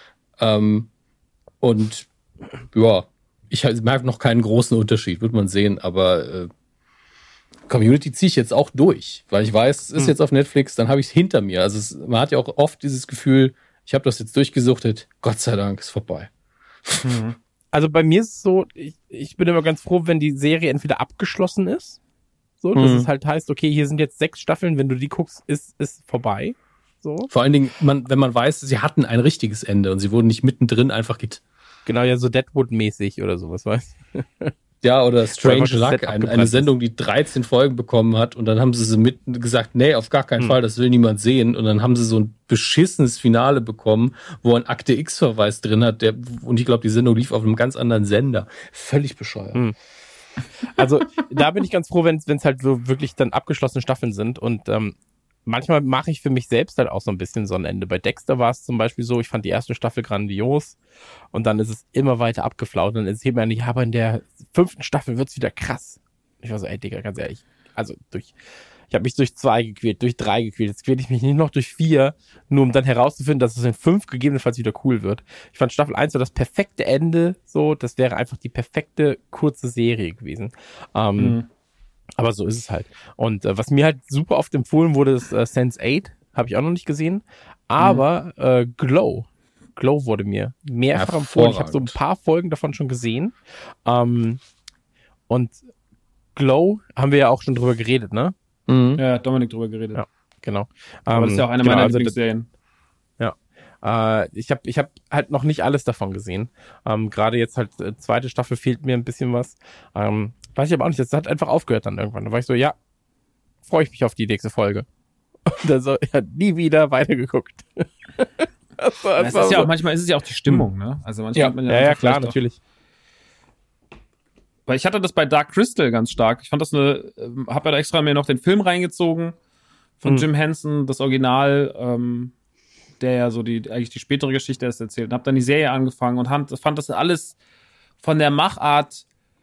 Speaker 3: Ähm, und ja, ich merke noch keinen großen Unterschied, wird man sehen, aber äh, Community ziehe ich jetzt auch durch, weil ich weiß, es ist hm. jetzt auf Netflix, dann habe ich es hinter mir. Also es, man hat ja auch oft dieses Gefühl, Ich habe das jetzt durchgesuchtet. Gott sei Dank, ist vorbei.
Speaker 1: Mhm. Also bei mir ist es so, ich, ich bin immer ganz froh, wenn die Serie entweder abgeschlossen ist, so, dass
Speaker 3: Mhm.
Speaker 1: es halt heißt, okay, hier sind jetzt sechs Staffeln, wenn du die guckst, ist ist vorbei. So.
Speaker 3: Vor allen Dingen, man, wenn man weiß, sie hatten ein richtiges Ende und sie wurden nicht mittendrin einfach get
Speaker 1: Genau, ja, so Deadwood-mäßig oder sowas, weißt du?
Speaker 3: Ja, oder Strange
Speaker 1: Weil das
Speaker 3: Luck,
Speaker 1: Set
Speaker 3: ein,
Speaker 1: abgebrannt
Speaker 3: eine
Speaker 1: ist.
Speaker 3: Sendung, die dreizehn Folgen bekommen hat und dann haben sie sie mit gesagt, nee, auf gar keinen
Speaker 1: Hm.
Speaker 3: Fall, das will niemand sehen und dann haben sie so ein beschissenes Finale bekommen, wo ein Akte X-Verweis drin hat, der, und ich glaube, die Sendung lief auf einem ganz anderen Sender. Völlig bescheuert.
Speaker 1: Hm. Also da bin ich ganz froh, wenn es halt so wirklich dann abgeschlossene Staffeln sind und ähm, manchmal mache ich für mich selbst halt auch so ein bisschen so ein Ende. Bei Dexter war es zum Beispiel so, ich fand die erste Staffel grandios und dann ist es immer weiter abgeflaut und dann erzählt mir nicht, aber in der fünften Staffel wird's wieder krass. Ich war so, ey Digga, ganz ehrlich, also durch, ich habe mich durch zwei gequält, durch drei gequält, jetzt quäle ich mich nicht noch durch vier, nur um dann herauszufinden, dass es in fünf gegebenenfalls wieder cool wird. Ich fand Staffel eins so das perfekte Ende, so, das wäre einfach die perfekte kurze Serie gewesen. Ähm,
Speaker 4: Mhm.
Speaker 1: Aber so ist es halt. Und äh, was mir halt super oft empfohlen wurde, ist äh, Sense eight. Habe ich auch noch nicht gesehen. Aber
Speaker 3: Mhm.
Speaker 1: äh, Glow. Glow wurde mir mehrfach empfohlen. Ich habe so ein
Speaker 3: Hervorragend.
Speaker 1: paar Folgen davon schon gesehen. Ähm, und Glow haben wir ja auch schon drüber geredet, ne?
Speaker 3: Mhm.
Speaker 4: Ja, hat Dominik drüber geredet.
Speaker 1: Ja. Genau.
Speaker 4: Aber das ist ja auch eine
Speaker 1: genau,
Speaker 4: meiner
Speaker 1: also,
Speaker 4: Lieblingsserien.
Speaker 1: Äh, ich habe ich hab halt noch nicht alles davon gesehen. Ähm, Gerade jetzt halt äh, zweite Staffel fehlt mir ein bisschen was. Ähm, weiß ich aber auch nicht. Das hat einfach aufgehört dann irgendwann. Da war ich so, ja, freue ich mich auf die nächste Folge. Und dann so, ja, nie wieder weitergeguckt. das war,
Speaker 4: Ja,
Speaker 1: das
Speaker 4: es
Speaker 1: war
Speaker 4: ist ja
Speaker 1: so.
Speaker 4: auch, manchmal ist es ja auch die Stimmung, ne? Also manchmal
Speaker 3: Ja.
Speaker 4: hat man
Speaker 1: Ja, ja,
Speaker 4: einfach
Speaker 1: klar,
Speaker 4: vielleicht auch-
Speaker 1: natürlich.
Speaker 4: Weil ich hatte das bei Dark Crystal ganz stark. Ich fand das eine, ähm, hab ja da extra mir noch den Film reingezogen von
Speaker 1: Hm.
Speaker 4: Jim Henson, das Original, ähm, der ja so die, eigentlich die spätere Geschichte erst erzählt. Und hab dann die Serie angefangen und hab, fand das alles von der Machart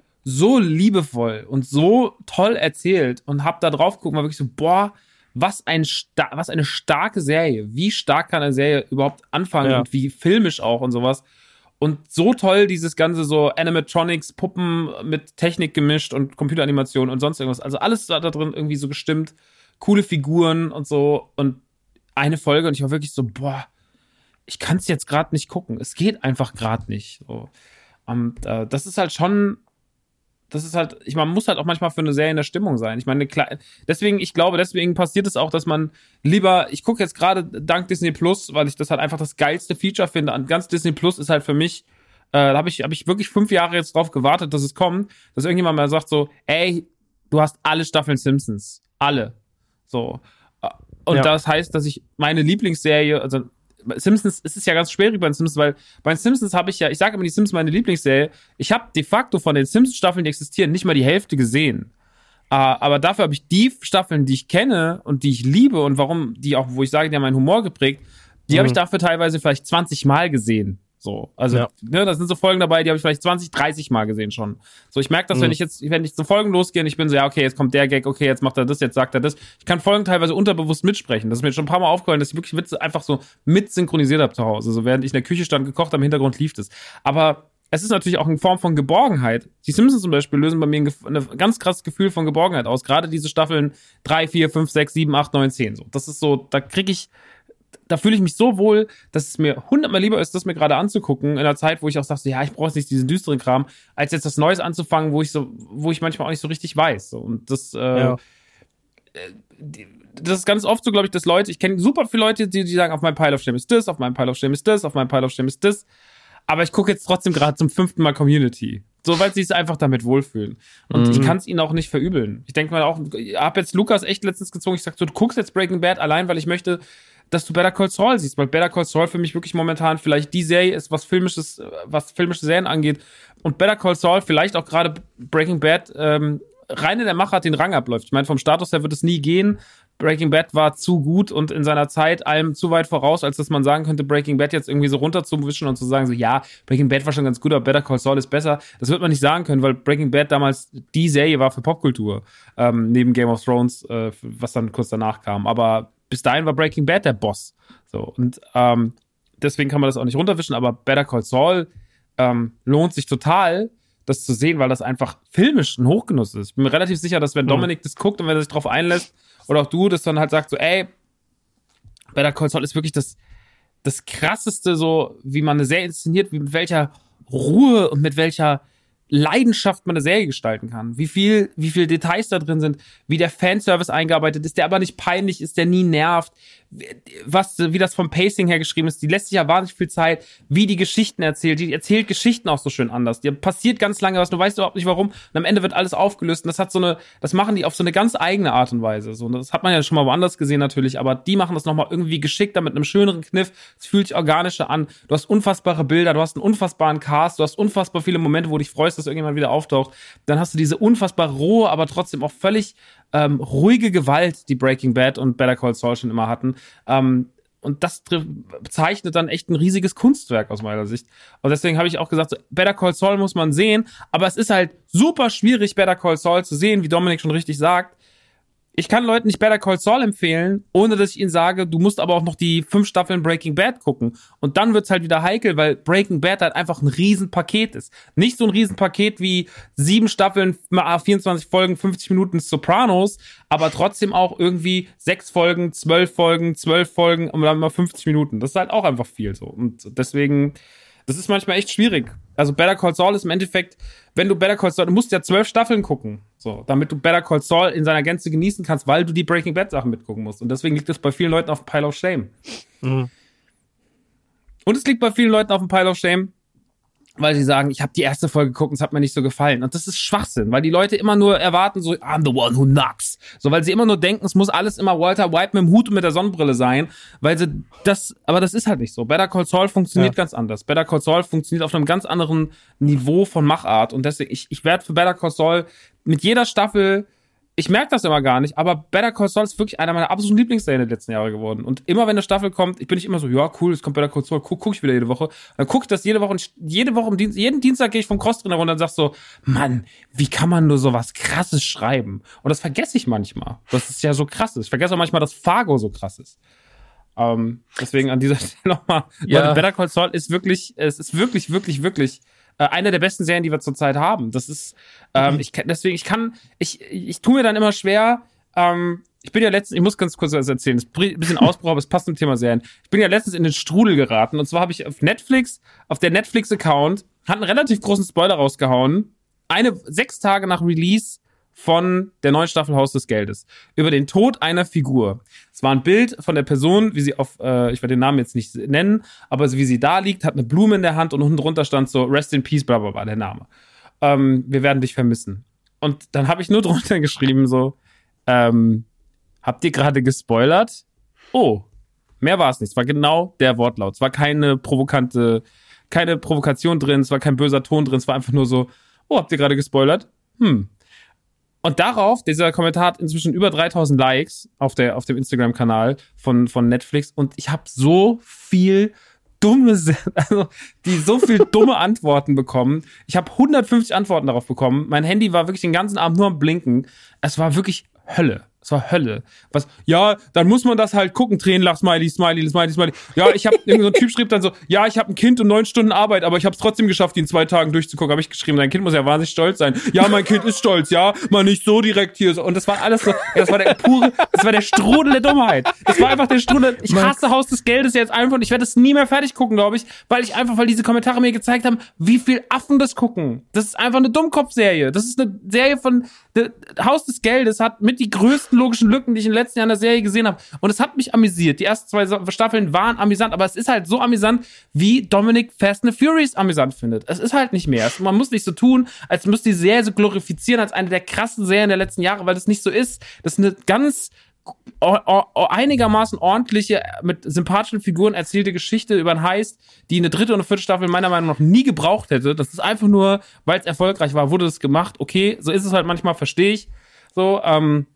Speaker 4: so liebevoll und so toll erzählt und hab da drauf geguckt, war wirklich so, boah, was ein sta- was eine starke Serie. Wie stark kann eine Serie überhaupt anfangen
Speaker 1: Ja.
Speaker 4: und wie filmisch auch und sowas. Und so toll dieses ganze so Animatronics, Puppen mit Technik gemischt und Computeranimation und sonst irgendwas. Also alles da drin irgendwie so gestimmt. Coole Figuren und so. Und eine Folge und ich war wirklich so, boah, ich kann es jetzt gerade nicht gucken. Es geht einfach gerade nicht. So. Und äh, das ist halt schon, das ist halt, ich man muss halt auch manchmal für eine Serie in der Stimmung sein. Ich meine, klar, deswegen, ich glaube, deswegen passiert es auch, dass man lieber, ich gucke jetzt gerade dank Disney Plus, weil ich das halt einfach das geilste Feature finde. An ganz Disney Plus ist halt für mich, äh, da habe ich, hab ich wirklich fünf Jahre jetzt drauf gewartet, dass es kommt, dass irgendjemand mal sagt so, ey, du hast alle Staffeln Simpsons. Alle. So. Und
Speaker 1: Ja.
Speaker 4: das heißt, dass ich meine Lieblingsserie, also Simpsons, es ist ja ganz schwierig bei den Simpsons, weil bei den Simpsons habe ich ja, ich sage immer, die Simpsons meine Lieblingsserie. Ich habe de facto von den Simpsons-Staffeln, die existieren, nicht mal die Hälfte gesehen. Uh, aber dafür habe ich die Staffeln, die ich kenne und die ich liebe und warum, die auch, wo ich sage, die haben meinen Humor geprägt, die
Speaker 1: Mhm.
Speaker 4: habe ich dafür teilweise vielleicht zwanzig Mal gesehen. So, also,
Speaker 1: Ja.
Speaker 4: ne, da sind so Folgen dabei, die habe ich vielleicht zwanzig, dreißig Mal gesehen schon. So, ich merke das,
Speaker 1: Mhm.
Speaker 4: wenn ich jetzt, wenn ich so Folgen losgehe und ich bin so, ja, okay, jetzt kommt der Gag, okay, jetzt macht er das, jetzt sagt er das. Ich kann Folgen teilweise unterbewusst mitsprechen. Das ist mir schon ein paar Mal aufgefallen, dass ich wirklich Witze einfach so mit synchronisiert habe zu Hause. So, während ich in der Küche stand, gekocht habe, im Hintergrund lief das. Aber es ist natürlich auch eine Form von Geborgenheit. Die Simpsons zum Beispiel lösen bei mir ein, Gef- ein ganz krasses Gefühl von Geborgenheit aus. Gerade diese Staffeln drei, vier, fünf, sechs, sieben, acht, neun, zehn. So, das ist so, da kriege ich, da fühle ich mich so wohl, dass es mir hundertmal lieber ist, das mir gerade anzugucken, in einer Zeit, wo ich auch sage, so, ja, ich brauche jetzt nicht diesen düsteren Kram, als jetzt das Neues anzufangen, wo ich so, wo ich manchmal auch nicht so richtig weiß. So. Und das, äh,
Speaker 1: Ja.
Speaker 4: die, das ist ganz oft so, glaube ich, dass Leute, ich kenne super viele Leute, die, die sagen, auf meinem Pile of Shame ist das, auf meinem Pile of Shame ist das, auf meinem Pile of Shame ist das. Aber ich gucke jetzt trotzdem gerade zum fünften Mal Community. So, weil sie es einfach damit wohlfühlen. Und
Speaker 1: Mhm.
Speaker 4: ich kann es ihnen auch nicht verübeln. Ich denke mal auch, ich habe jetzt Lukas echt letztens gezwungen, ich sag so, du guckst jetzt Breaking Bad allein, weil ich möchte, dass du Better Call Saul siehst, weil Better Call Saul für mich wirklich momentan vielleicht die Serie ist, was filmisches, was filmische Serien angeht. Und Better Call Saul vielleicht auch gerade Breaking Bad ähm, rein in der Machart den Rang abläuft. Ich meine, vom Status her wird es nie gehen. Breaking Bad war zu gut und in seiner Zeit allem zu weit voraus, als dass man sagen könnte, Breaking Bad jetzt irgendwie so runterzuwischen und zu sagen, so, ja, Breaking Bad war schon ganz gut, aber Better Call Saul ist besser. Das wird man nicht sagen können, weil Breaking Bad damals die Serie war für Popkultur, ähm, neben Game of Thrones, äh, was dann kurz danach kam. Aber bis dahin war Breaking Bad der Boss. So, und ähm, deswegen kann man das auch nicht runterwischen, aber Better Call Saul ähm, lohnt sich total, das zu sehen, weil das einfach filmisch ein Hochgenuss ist. Ich bin mir relativ sicher, dass wenn Dominik das guckt und wenn er sich drauf einlässt, oder auch du, das dann halt sagt so, ey, Better Call Saul ist wirklich das, das Krasseste, so wie man eine Serie inszeniert, wie mit welcher Ruhe und mit welcher Leidenschaft man eine Serie gestalten kann. Wie viel, wie viel Details da drin sind, wie der Fanservice eingearbeitet ist, der aber nicht peinlich ist, der nie nervt, was, wie das vom Pacing her geschrieben ist. Die lässt sich ja wahnsinnig viel Zeit, wie die Geschichten erzählt. Die erzählt Geschichten auch so schön anders. Die passiert ganz lange was, du weißt überhaupt nicht warum. Und am Ende wird alles aufgelöst. Und das hat so eine, das machen die auf so eine ganz eigene Art und Weise. So, das hat man ja schon mal woanders gesehen natürlich, aber die machen das nochmal irgendwie geschickter mit einem schöneren Kniff. Es fühlt sich organischer an. Du hast unfassbare Bilder, du hast einen unfassbaren Cast, du hast unfassbar viele Momente, wo du dich freust, dass irgendjemand wieder auftaucht. Dann hast du diese unfassbar rohe, aber trotzdem auch völlig ähm, ruhige Gewalt, die Breaking Bad und Better Call Saul schon immer hatten. Ähm, und das bezeichnet dann echt ein riesiges Kunstwerk aus meiner Sicht. Und deswegen habe ich auch gesagt, so, Better Call Saul muss man sehen, aber es ist halt super schwierig, Better Call Saul zu sehen, wie Dominik schon richtig sagt. Ich kann Leuten nicht Better Call Saul empfehlen, ohne dass ich ihnen sage, du musst aber auch noch die fünf Staffeln Breaking Bad gucken. Und dann wird's halt wieder heikel, weil Breaking Bad halt einfach ein Riesenpaket ist. Nicht so ein Riesenpaket wie sieben Staffeln, vierundzwanzig Folgen, fünfzig Minuten Sopranos, aber trotzdem auch irgendwie sechs Folgen, zwölf Folgen, zwölf Folgen und dann mal fünfzig Minuten. Das ist halt auch einfach viel so. Und deswegen, das ist manchmal echt schwierig. Also Better Call Saul ist im Endeffekt, wenn du Better Call Saul, du musst ja zwölf Staffeln gucken, so, damit du Better Call Saul in seiner Gänze genießen kannst, weil du die Breaking Bad Sachen mitgucken musst. Und deswegen liegt das bei vielen Leuten auf dem Pile of Shame. Mhm. Und es liegt bei vielen Leuten auf dem Pile of Shame, weil sie sagen, ich habe die erste Folge geguckt und es hat mir nicht so gefallen. Und das ist Schwachsinn, weil die Leute immer nur erwarten, so, I'm the one who knocks. So, weil sie immer nur denken, es muss alles immer Walter White mit dem Hut und mit der Sonnenbrille sein, weil sie das, aber das ist halt nicht so. Better Call Saul funktioniert ja ganz anders. Better Call Saul funktioniert auf einem ganz anderen Niveau von Machart und deswegen, ich, ich werde für Better Call Saul mit jeder Staffel, ich merke das immer gar nicht, aber Better Call Saul ist wirklich einer meiner absoluten Lieblingsserien der letzten Jahre geworden. Und immer wenn eine Staffel kommt, ich bin nicht immer so, ja cool, es kommt Better Call Saul, guck, guck ich wieder jede Woche. Dann guck ich das jede Woche und jede Woche, Dienst, jeden Dienstag gehe ich vom Crosstrainer runter und sag so, Mann, wie kann man nur so was Krasses schreiben? Und das vergesse ich manchmal. Das ist ja so krass. Ich vergesse auch manchmal, dass Fargo so krass ist. Ähm, deswegen an dieser Stelle nochmal, ja. Better Call Saul ist wirklich, es ist wirklich, wirklich, wirklich äh, eine der besten Serien, die wir zurzeit haben. Das ist, ähm, mhm. ich kann, deswegen, ich kann, ich, ich tue mir dann immer schwer, ähm, ich bin ja letztens, ich muss ganz kurz was erzählen, das ist ein bisschen Ausbruch, aber es passt zum Thema Serien. Ich bin ja letztens in den Strudel geraten, und zwar habe ich auf Netflix, auf der Netflix-Account, hat einen relativ großen Spoiler rausgehauen, eine, sechs Tage nach Release von der neuen Staffel Haus des Geldes, über den Tod einer Figur. Es war ein Bild von der Person, wie sie auf, äh, ich werde den Namen jetzt nicht nennen, aber wie sie da liegt, hat eine Blume in der Hand und unten drunter stand so, Rest in Peace, bla bla bla, der Name. Ähm, wir werden dich vermissen. Und dann habe ich nur drunter geschrieben so, ähm, habt ihr gerade gespoilert? Oh, mehr war es nicht. Es war genau der Wortlaut. Es war keine provokante, keine Provokation drin, es war kein böser Ton drin, es war einfach nur so, oh, habt ihr gerade gespoilert? Hm. Und darauf, dieser Kommentar hat inzwischen über dreitausend Likes auf der auf dem Instagram-Kanal von von Netflix und ich habe so viel dumme, also die so viel dumme Antworten bekommen. Ich habe hundertfünfzig Antworten darauf bekommen. Mein Handy war wirklich den ganzen Abend nur am Blinken. Es war wirklich Hölle. Es war Hölle. Was? Ja, dann muss man das halt gucken. Tränenlach, Smiley, Smiley, Smiley, Smiley. Ja, ich habe irgend so ein Typ schrieb dann so, ja, ich habe ein Kind und neun Stunden Arbeit, aber ich habe es trotzdem geschafft, die in zwei Tagen durchzugucken. Habe ich geschrieben, dein Kind muss ja wahnsinnig stolz sein. Ja, mein Kind ist stolz, ja, mal nicht so direkt hier. Und das war alles so, das war der pure, das war der Strudel der Dummheit. Das war einfach der Strudel. Ich hasse Haus des Geldes jetzt einfach und ich werde es nie mehr fertig gucken, glaube ich, weil ich einfach, weil diese Kommentare mir gezeigt haben, wie viel Affen das gucken. Das ist einfach eine Dummkopfserie. Das ist eine Serie von Haus des Geldes, hat mit die größten logischen Lücken, die ich in den letzten Jahren der Serie gesehen habe. Und es hat mich amüsiert. Die ersten zwei Staffeln waren amüsant, aber es ist halt so amüsant, wie Dominic Fast and the Furious amüsant findet. Es ist halt nicht mehr. Es, man muss nicht so tun, als müsste die Serie so glorifizieren als eine der krassen Serien der letzten Jahre, weil das nicht so ist. Das ist eine ganz einigermaßen ordentliche, mit sympathischen Figuren erzählte Geschichte über einen Heist, die eine dritte und eine vierte Staffel meiner Meinung nach nie gebraucht hätte. Das ist einfach nur, weil es erfolgreich war, wurde das gemacht. Okay, so ist es halt manchmal, verstehe ich. So, ähm,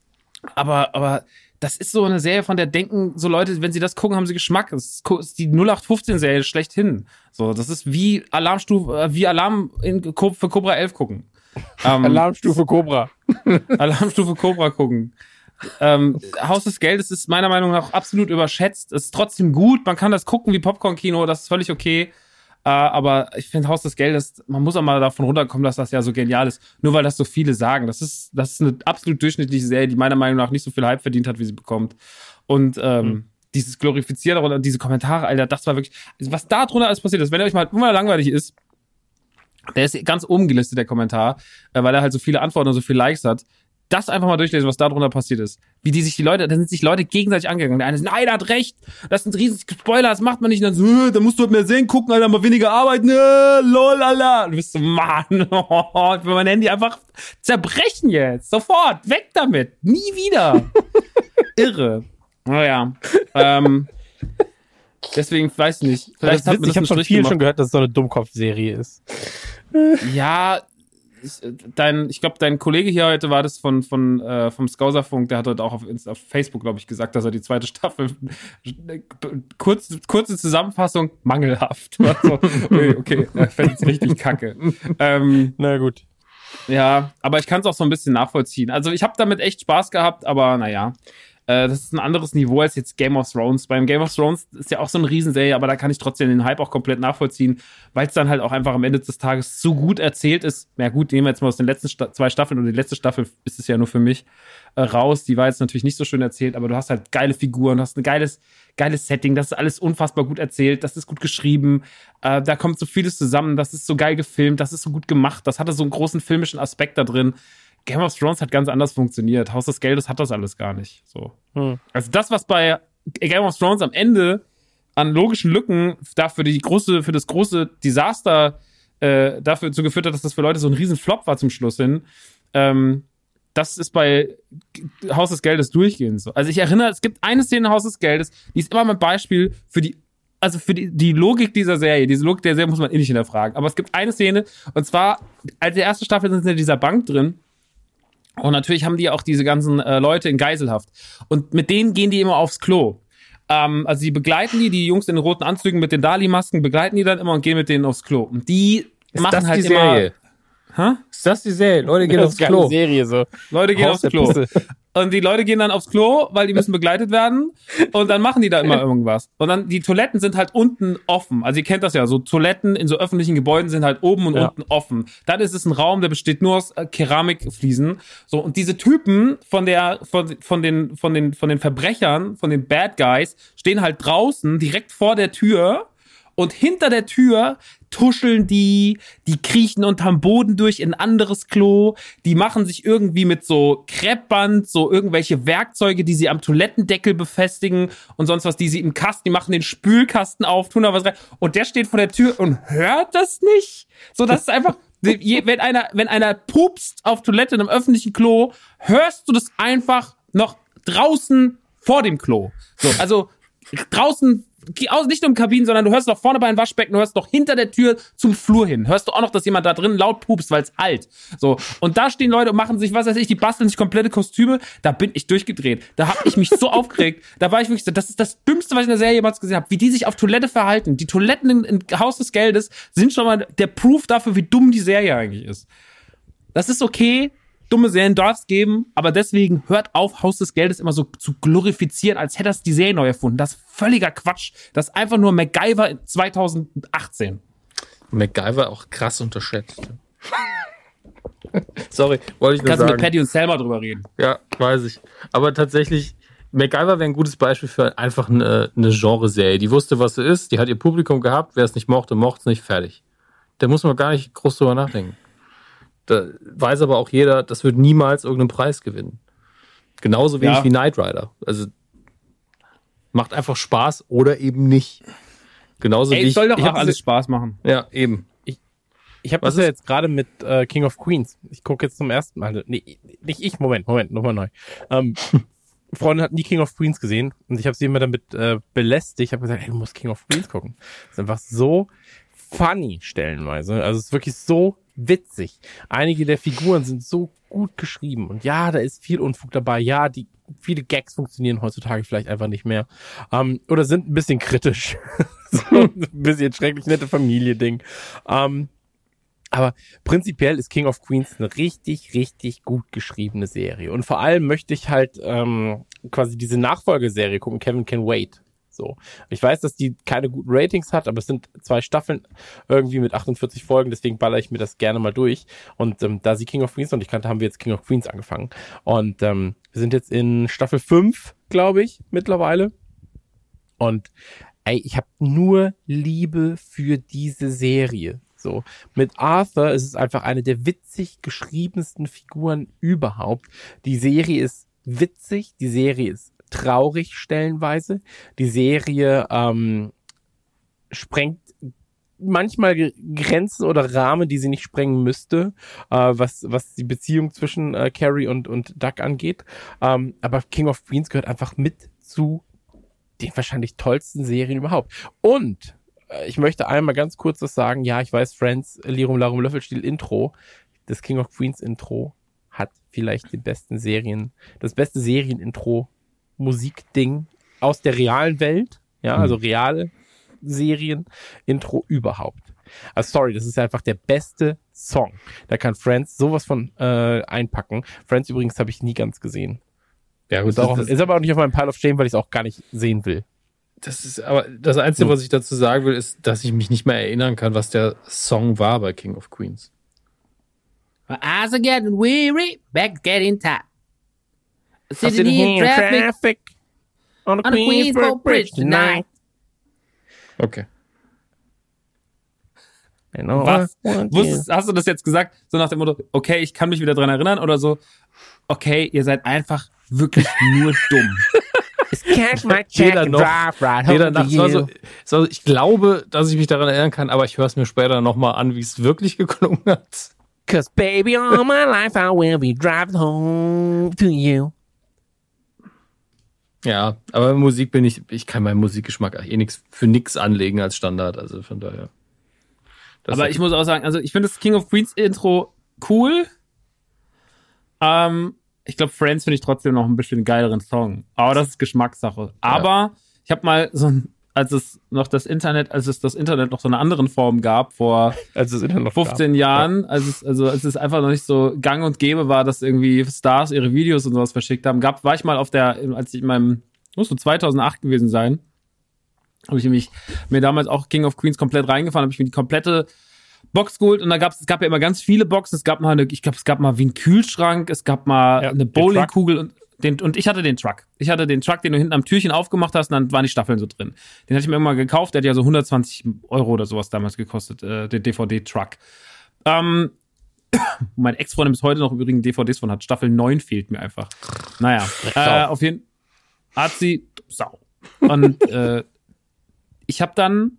Speaker 4: aber, aber das ist so eine Serie, von der denken so Leute, wenn sie das gucken, haben sie Geschmack. Das ist die null acht fünfzehn Serie schlechthin. So, das ist wie Alarmstufe, wie Alarm in, für Cobra elf gucken. Ähm,
Speaker 1: Alarmstufe Cobra.
Speaker 4: Alarmstufe Cobra gucken. Ähm, Haus des Geldes ist meiner Meinung nach absolut überschätzt. Es ist trotzdem gut. Man kann das gucken wie Popcorn-Kino. Das ist völlig okay. Äh, aber ich finde Haus des Geldes, man muss auch mal davon runterkommen, dass das ja so genial ist. Nur weil das so viele sagen. Das ist, das ist eine absolut durchschnittliche Serie, die meiner Meinung nach nicht so viel Hype verdient hat, wie sie bekommt. Und ähm, hm. dieses Glorifizieren und diese Kommentare, Alter, das war wirklich, was da drunter alles passiert ist, wenn ihr euch mal, wenn mal langweilig ist, der ist ganz oben gelistet, der Kommentar, weil er halt so viele Antworten und so viele Likes hat. Das einfach mal durchlesen, was da drunter passiert ist. Wie die sich die Leute, da sind sich Leute gegenseitig angegangen. Der eine ist, nein, er hat recht, das sind riesige Spoiler, das macht man nicht. Und dann so, da musst du halt mehr sehen, gucken, Alter, mal weniger arbeiten, äh, lol, Alter. Du bist so, Mann, oh, ich will mein Handy einfach zerbrechen jetzt, sofort, weg damit, nie wieder. Irre. Naja, ähm, deswegen, weiß ich nicht. Vielleicht
Speaker 1: hat ich habe von vielen schon gehört, dass es so eine Dummkopf-Serie ist.
Speaker 4: Ja, ich, dein, ich glaube, dein Kollege hier heute war das von, von äh, vom Skauserfunk, der hat heute auch auf, auf Facebook, glaube ich, gesagt, dass er die zweite Staffel kurz, kurze Zusammenfassung, mangelhaft. Also, okay, okay, er fände es richtig kacke. Ähm,
Speaker 1: Na gut.
Speaker 4: Ja, aber ich kann es auch so ein bisschen nachvollziehen. Also ich habe damit echt Spaß gehabt, aber naja. Das ist ein anderes Niveau als jetzt Game of Thrones. Beim Game of Thrones ist ja auch so eine Riesenserie, aber da kann ich trotzdem den Hype auch komplett nachvollziehen, weil es dann halt auch einfach am Ende des Tages so gut erzählt ist. Na gut, nehmen wir jetzt mal aus den letzten Sta- zwei Staffeln und die letzte Staffel ist es ja nur für mich äh, raus. Die war jetzt natürlich nicht so schön erzählt, aber du hast halt geile Figuren, du hast ein geiles, geiles Setting, das ist alles unfassbar gut erzählt, das ist gut geschrieben, äh, da kommt so vieles zusammen, das ist so geil gefilmt, das ist so gut gemacht, das hatte so einen großen filmischen Aspekt da drin. Game of Thrones hat ganz anders funktioniert. Haus des Geldes hat das alles gar nicht. So. Hm. Also das, was bei Game of Thrones am Ende an logischen Lücken dafür die große, für das große Desaster äh, dafür dazu geführt hat, dass das für Leute so ein riesen Flop war zum Schluss hin, ähm, das ist bei Haus des Geldes durchgehend so. Also ich erinnere, es gibt eine Szene in Haus des Geldes, die ist immer mein Beispiel für die, also für die, die Logik dieser Serie. Diese Logik der Serie muss man eh nicht hinterfragen. Aber es gibt eine Szene, und zwar, als die erste Staffel sind sie in dieser Bank drin. Und natürlich haben die auch diese ganzen äh, Leute in Geiselhaft. Und mit denen gehen die immer aufs Klo. Ähm, also die begleiten die, die Jungs in den roten Anzügen mit den Dali-Masken, begleiten die dann immer und gehen mit denen aufs Klo. Und die
Speaker 3: ist
Speaker 4: machen
Speaker 3: das
Speaker 4: halt
Speaker 3: die Serie?
Speaker 4: immer... Hä?
Speaker 3: Ist das die Serie? Leute gehen
Speaker 1: das
Speaker 3: aufs
Speaker 1: ist
Speaker 3: Klo.
Speaker 1: Eine Serie so.
Speaker 4: Leute gehen
Speaker 1: Haus
Speaker 4: aufs Klo.
Speaker 1: Pisse.
Speaker 4: Und die Leute gehen dann aufs Klo, weil die müssen begleitet werden. Und dann machen die da immer irgendwas. Und dann, die Toiletten sind halt unten offen. Also ihr kennt das ja, so Toiletten in so öffentlichen Gebäuden sind halt oben und
Speaker 1: ja.
Speaker 4: unten offen. Dann ist es ein Raum, der besteht nur aus äh, Keramikfliesen. So, und diese Typen von der, von, von den, von den, von den Verbrechern, von den Bad Guys, stehen halt draußen, direkt vor der Tür. Und hinter der Tür tuscheln die, die kriechen unterm Boden durch in ein anderes Klo, die machen sich irgendwie mit so Kreppband, so irgendwelche Werkzeuge, die sie am Toilettendeckel befestigen und sonst was, die sie im Kasten, die machen den Spülkasten auf, tun da was rein. Und der steht vor der Tür und hört das nicht. So, das ist einfach, wenn einer, wenn einer pupst auf Toilette in einem öffentlichen Klo, hörst du das einfach noch draußen vor dem Klo. So, also draußen, nicht nur im Kabinen, sondern du hörst noch vorne bei einem Waschbecken, du hörst noch hinter der Tür zum Flur hin. Hörst du auch noch, dass jemand da drin laut pupst, weil es alt. So. Und da stehen Leute und machen sich, was weiß ich, die basteln sich komplette Kostüme. Da bin ich durchgedreht. Da habe ich mich so aufgeregt. Da war ich wirklich so, das ist das Dümmste, was ich in der Serie jemals gesehen habe. Wie die sich auf Toilette verhalten. Die Toiletten im, im Haus des Geldes sind schon mal der Proof dafür, wie dumm die Serie eigentlich ist. Das ist okay. Dumme Serien darf es geben, aber deswegen hört auf, Haus des Geldes immer so zu glorifizieren, als hätte das die Serie neu erfunden. Das ist völliger Quatsch. Das ist einfach nur MacGyver in zwanzig achtzehn.
Speaker 3: MacGyver auch krass unterschätzt. Sorry, wollte ich nur
Speaker 4: Kannst
Speaker 3: sagen.
Speaker 4: du mit Patty und Selma drüber reden.
Speaker 3: Ja, weiß ich. Aber tatsächlich, MacGyver wäre ein gutes Beispiel für einfach eine, eine Genreserie. Die wusste, was sie ist, die hat ihr Publikum gehabt, wer es nicht mochte, mochte es nicht, fertig. Da muss man gar nicht groß drüber nachdenken. Da weiß aber auch jeder, das wird niemals irgendeinen Preis gewinnen. Genauso wenig ja. wie Knight Rider. Also macht einfach Spaß oder eben nicht. Genauso
Speaker 4: Ey,
Speaker 3: wie ich.
Speaker 4: soll doch
Speaker 3: ich
Speaker 4: auch alles Spaß machen.
Speaker 3: Ja, eben.
Speaker 1: Ich, ich habe das ja jetzt gerade mit äh, King of Queens. Ich gucke jetzt zum ersten Mal. Nee, nicht ich. Moment, Moment, nochmal neu. Ähm, Freundin hat nie King of Queens gesehen und ich habe sie immer damit äh, belästigt. Ich habe gesagt, ey, du musst King of Queens gucken. Das ist einfach so funny stellenweise. Also es ist wirklich so witzig. Einige der Figuren sind so gut geschrieben und ja, da ist viel Unfug dabei. Ja, die viele Gags funktionieren heutzutage vielleicht einfach nicht mehr ähm, oder sind ein bisschen kritisch. So ein bisschen schrecklich nette Familie-Ding. Ähm, aber prinzipiell ist King of Queens eine richtig, richtig gut geschriebene Serie und vor allem möchte ich halt ähm, quasi diese Nachfolgeserie gucken, Kevin Can Wait. So. Ich weiß, dass die keine guten Ratings hat, aber es sind zwei Staffeln irgendwie mit achtundvierzig Folgen, deswegen baller ich mir das gerne mal durch. Und ähm, da sie King of Queens noch nicht kannte, haben wir jetzt King of Queens angefangen. Und ähm, wir sind jetzt in Staffel fünf, glaube ich, mittlerweile. Und ey, ich habe nur Liebe für diese Serie. So, mit Arthur ist es einfach eine der witzig geschriebensten Figuren überhaupt. Die Serie ist witzig, die Serie ist traurig stellenweise. Die Serie ähm, sprengt manchmal Grenzen oder Rahmen, die sie nicht sprengen müsste, äh, was was die Beziehung zwischen äh, Carrie und und Doug angeht. Ähm, aber King of Queens gehört einfach mit zu den wahrscheinlich tollsten Serien überhaupt. Und äh, ich möchte einmal ganz kurz was sagen. Ja, ich weiß, Friends, Lirum Larum Löffelstiel Intro, das King of Queens Intro hat vielleicht den besten Serien, das beste Serienintro Musikding aus der realen Welt. Ja, also reale Serien-Intro überhaupt. Also sorry, das ist einfach der beste Song. Da kann Friends sowas von äh, einpacken. Friends übrigens habe ich nie ganz gesehen.
Speaker 3: Ja, gut,
Speaker 1: ist, auch,
Speaker 3: das,
Speaker 1: ist aber auch nicht auf meinem Pile of Shame, weil ich es auch gar nicht sehen will.
Speaker 3: Das ist aber das Einzige, was ich dazu sagen will, ist, dass ich mich nicht mehr erinnern kann, was der Song war bei King of Queens.
Speaker 5: My eyes are getting weary, back getting tight.
Speaker 1: Sitting here in traffic on the Queensboro Bridge tonight.
Speaker 3: Okay.
Speaker 4: Was? Wusstest, hast du das jetzt gesagt? So nach dem Motto, okay, ich kann mich wieder dran erinnern oder so, okay, ihr seid einfach wirklich nur dumm.
Speaker 3: Weder noch, weder nach, so, so, so, ich glaube, dass ich mich daran erinnern kann, aber ich höre es mir später nochmal an, wie es wirklich geklungen hat.
Speaker 1: Cause baby, all my life I will be driving home to you.
Speaker 3: Ja, aber Musik bin ich, ich kann meinen Musikgeschmack eh nix, für nix anlegen als Standard, also von daher.
Speaker 4: Aber ich muss auch sagen, also ich finde das King of Queens Intro cool. Ähm, ich glaube, Friends finde ich trotzdem noch ein bisschen geileren Song. Aber das ist Geschmackssache. Aber ja. Ich habe mal so ein, als es noch das Internet, als es das Internet noch so eine anderen Form gab, vor
Speaker 1: als es Internet noch
Speaker 4: fünfzehn
Speaker 1: gab.
Speaker 4: Jahren, ja. als es, also als es einfach noch nicht so gang und gäbe war, dass irgendwie Stars ihre Videos und sowas verschickt haben, gab, war ich mal auf der, als ich in meinem, muss so zweitausendacht gewesen sein, habe ich nämlich mir damals auch King of Queens komplett reingefahren, habe ich mir die komplette Box geholt und da gab's, es gab ja immer ganz viele Boxen, es gab mal eine, ich glaube, es gab mal wie einen Kühlschrank, es gab mal ja, eine Bowlingkugel und den, und ich hatte den Truck. Ich hatte den Truck, den du hinten am Türchen aufgemacht hast und dann waren die Staffeln so drin. Den hatte ich mir irgendwann gekauft, der hat ja so hundertzwanzig Euro oder sowas damals gekostet, äh, der D V D-Truck. Ähm, mein Ex-Freundin bis heute noch übrigens D V Ds von hat. Staffel neun fehlt mir einfach. Naja, äh, auf jeden Fall hat sie Sau. Und äh, ich habe dann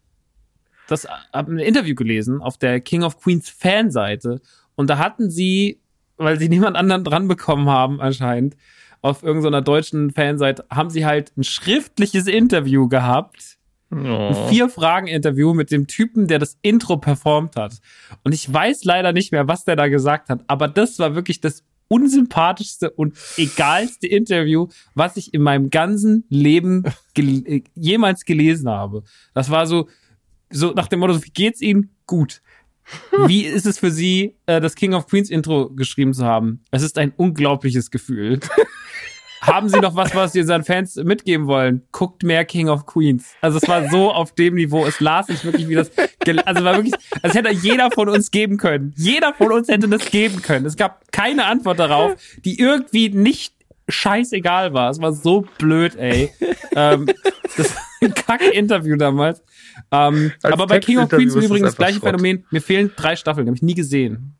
Speaker 4: das hab ein Interview gelesen auf der King of Queens Fanseite und da hatten sie, weil sie niemand anderen dran bekommen haben anscheinend, auf irgendeiner deutschen Fanseite, haben sie halt ein schriftliches Interview gehabt. Oh. Ein Vier-Fragen-Interview mit dem Typen, der das Intro performt hat. Und ich weiß leider nicht mehr, was der da gesagt hat, aber das war wirklich das unsympathischste und egalste Interview, was ich in meinem ganzen Leben gel- jemals gelesen habe. Das war so, so nach dem Motto, wie geht's Ihnen? Gut. Wie ist es für Sie, das King of Queens Intro geschrieben zu haben? Es ist ein unglaubliches Gefühl. Haben Sie noch was, was Sie seinen Fans mitgeben wollen? Guckt mehr King of Queens. Also es war so auf dem Niveau. Es las sich wirklich wie das, also war wirklich, als hätte jeder von uns geben können. Jeder von uns hätte das geben können. Es gab keine Antwort darauf, die irgendwie nicht scheißegal war. Es war so blöd, ey. ähm, das war ein Kack-Interview damals. Ähm, aber bei King of Queens übrigens das gleiche Schrott. Phänomen. Mir fehlen drei Staffeln, die habe ich nie gesehen.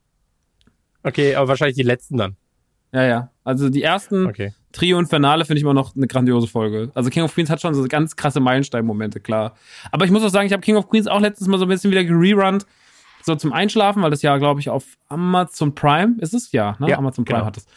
Speaker 1: Okay, aber wahrscheinlich die letzten dann.
Speaker 4: Ja, ja. Also die ersten okay. Trio und Finale finde ich immer noch eine grandiose Folge. Also King of Queens hat schon so ganz krasse Meilenstein-Momente, klar. Aber ich muss auch sagen, ich habe King of Queens auch letztens mal so ein bisschen wieder gererunnt, so zum Einschlafen, weil das ja, glaube ich, auf Amazon Prime ist es? Ja, ne? Ja, Amazon Prime genau. hat es.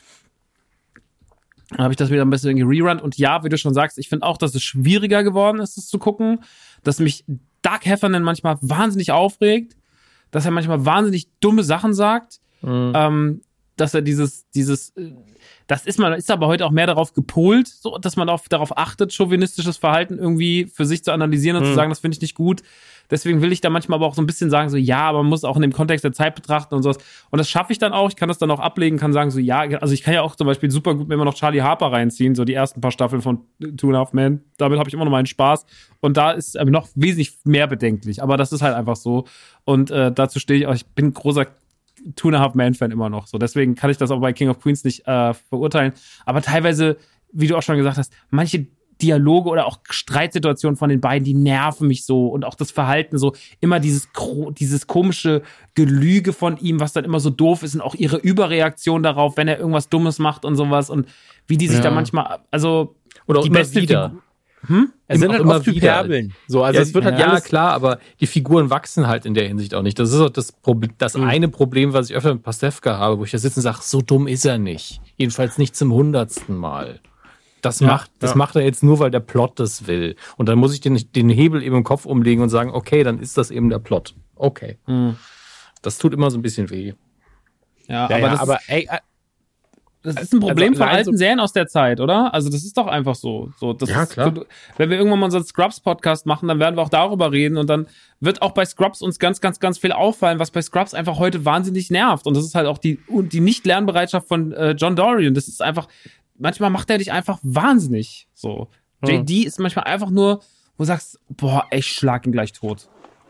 Speaker 4: Dann habe ich das wieder ein bisschen gererunnt. Und ja, wie du schon sagst, ich finde auch, dass es schwieriger geworden ist, es zu gucken. Dass mich Doug Heffernan manchmal wahnsinnig aufregt. Dass er manchmal wahnsinnig dumme Sachen sagt. Mhm. Ähm, dass er dieses, dieses, das ist man, ist aber heute auch mehr darauf gepolt, so, dass man auch darauf achtet, chauvinistisches Verhalten irgendwie für sich zu analysieren und mhm. zu sagen, das finde ich nicht gut. Deswegen will ich da manchmal aber auch so ein bisschen sagen, so, ja, aber man muss auch in dem Kontext der Zeit betrachten und sowas. Und das schaffe ich dann auch. Ich kann das dann auch ablegen, kann sagen, so, ja, also ich kann ja auch zum Beispiel super gut mir immer noch Charlie Harper reinziehen, so die ersten paar Staffeln von Two and a Half Men. Damit habe ich immer noch meinen Spaß. Und da ist aber noch wesentlich mehr bedenklich. Aber das ist halt einfach so. Und äh, dazu stehe ich auch. Ich bin großer Two and a Half Man Fan immer noch. So, deswegen kann ich das auch bei King of Queens nicht äh, verurteilen. Aber teilweise, wie du auch schon gesagt hast, manche Dialoge oder auch Streitsituationen von den beiden, die nerven mich so und auch das Verhalten so, immer dieses dieses komische Gelüge von ihm, was dann immer so doof ist und auch ihre Überreaktion darauf, wenn er irgendwas Dummes macht und sowas und wie die sich
Speaker 3: Ja.
Speaker 4: da manchmal, also
Speaker 3: Oder
Speaker 4: die
Speaker 3: immer
Speaker 4: beste
Speaker 3: wieder.
Speaker 4: Figur- Hm?
Speaker 1: Es sind
Speaker 3: auch
Speaker 1: halt
Speaker 3: immer
Speaker 1: oft
Speaker 3: wieder.
Speaker 1: Hyperbeln. So, also
Speaker 3: ja,
Speaker 1: es wird halt
Speaker 3: ja
Speaker 1: alles
Speaker 3: klar, aber die Figuren wachsen halt in der Hinsicht auch nicht. Das ist auch das, Problem, das
Speaker 1: Mhm.
Speaker 3: eine Problem, was ich öfter mit Pastewka habe, wo ich da sitze und sage, so dumm ist er nicht. Jedenfalls nicht zum hundertsten Mal. Das,
Speaker 1: Ja,
Speaker 3: macht, das
Speaker 1: ja.
Speaker 3: macht er jetzt nur, weil der Plot das will. Und dann muss ich den, den Hebel eben im Kopf umlegen und sagen, okay, dann ist das eben der Plot. Okay.
Speaker 4: Hm.
Speaker 3: Das tut immer so ein bisschen weh.
Speaker 4: Ja,
Speaker 1: ja,
Speaker 4: aber,
Speaker 1: ja,
Speaker 4: das,
Speaker 1: aber
Speaker 4: ist,
Speaker 1: ey, äh,
Speaker 4: das ist ein Problem
Speaker 1: also
Speaker 4: von
Speaker 1: allein
Speaker 4: alten
Speaker 1: so-
Speaker 4: Serien aus der Zeit, oder? Also das ist doch einfach so. so das
Speaker 3: Ja,
Speaker 4: ist,
Speaker 3: klar.
Speaker 4: Wenn wir irgendwann mal unseren Scrubs-Podcast machen, dann werden wir auch darüber reden und dann wird auch bei Scrubs uns ganz, ganz, ganz viel auffallen, was bei Scrubs einfach heute wahnsinnig nervt. Und das ist halt auch die, und die Nicht-Lernbereitschaft von äh, John Dorian. Das ist einfach, manchmal macht er dich einfach wahnsinnig. So.
Speaker 1: Hm.
Speaker 4: J D ist manchmal einfach nur, wo du sagst, boah, ey, ich schlag ihn gleich tot.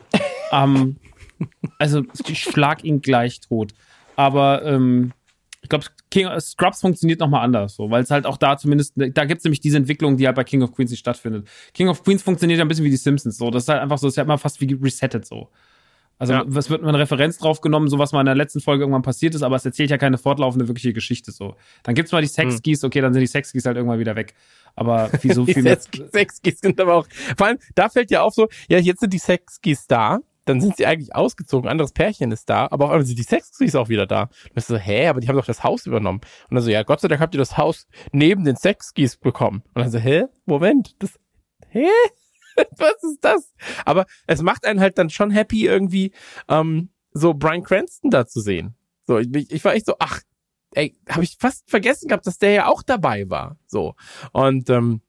Speaker 4: ähm, also, ich schlag ihn gleich tot. Aber ähm, ich glaube, King Scrubs funktioniert nochmal anders, so, weil es halt auch da zumindest, da gibt es nämlich diese Entwicklung, die halt bei King of Queens nicht stattfindet. King of Queens funktioniert ja ein bisschen wie die Simpsons, so. Das ist halt einfach so, das ist ja immer fast wie resettet, so. Also,
Speaker 1: Ja.
Speaker 4: es wird eine Referenz drauf genommen, so was mal in der letzten Folge irgendwann passiert ist, aber es erzählt ja keine fortlaufende wirkliche Geschichte, so. Dann gibt's mal die Sexskis, okay, dann sind die Sexskis halt irgendwann wieder weg. Aber wie so
Speaker 1: die
Speaker 4: viel mehr.
Speaker 1: Sexskis sind aber auch, vor allem, da fällt ja auf so, ja, jetzt sind die Sexskis da, dann sind sie eigentlich ausgezogen, anderes Pärchen ist da, aber auf einmal sind die Sexskis auch wieder da. Und ich so, hä, aber die haben doch das Haus übernommen. Und dann so, ja, Gott sei Dank habt ihr das Haus neben den Sexskis bekommen. Und dann so, hä, Moment, das, hä? Was ist das? Aber es macht einen halt dann schon happy, irgendwie ähm, so Bryan Cranston da zu sehen. So, ich, ich war echt so, ach, ey, habe ich fast vergessen gehabt, dass der ja auch dabei war. So. Und ähm,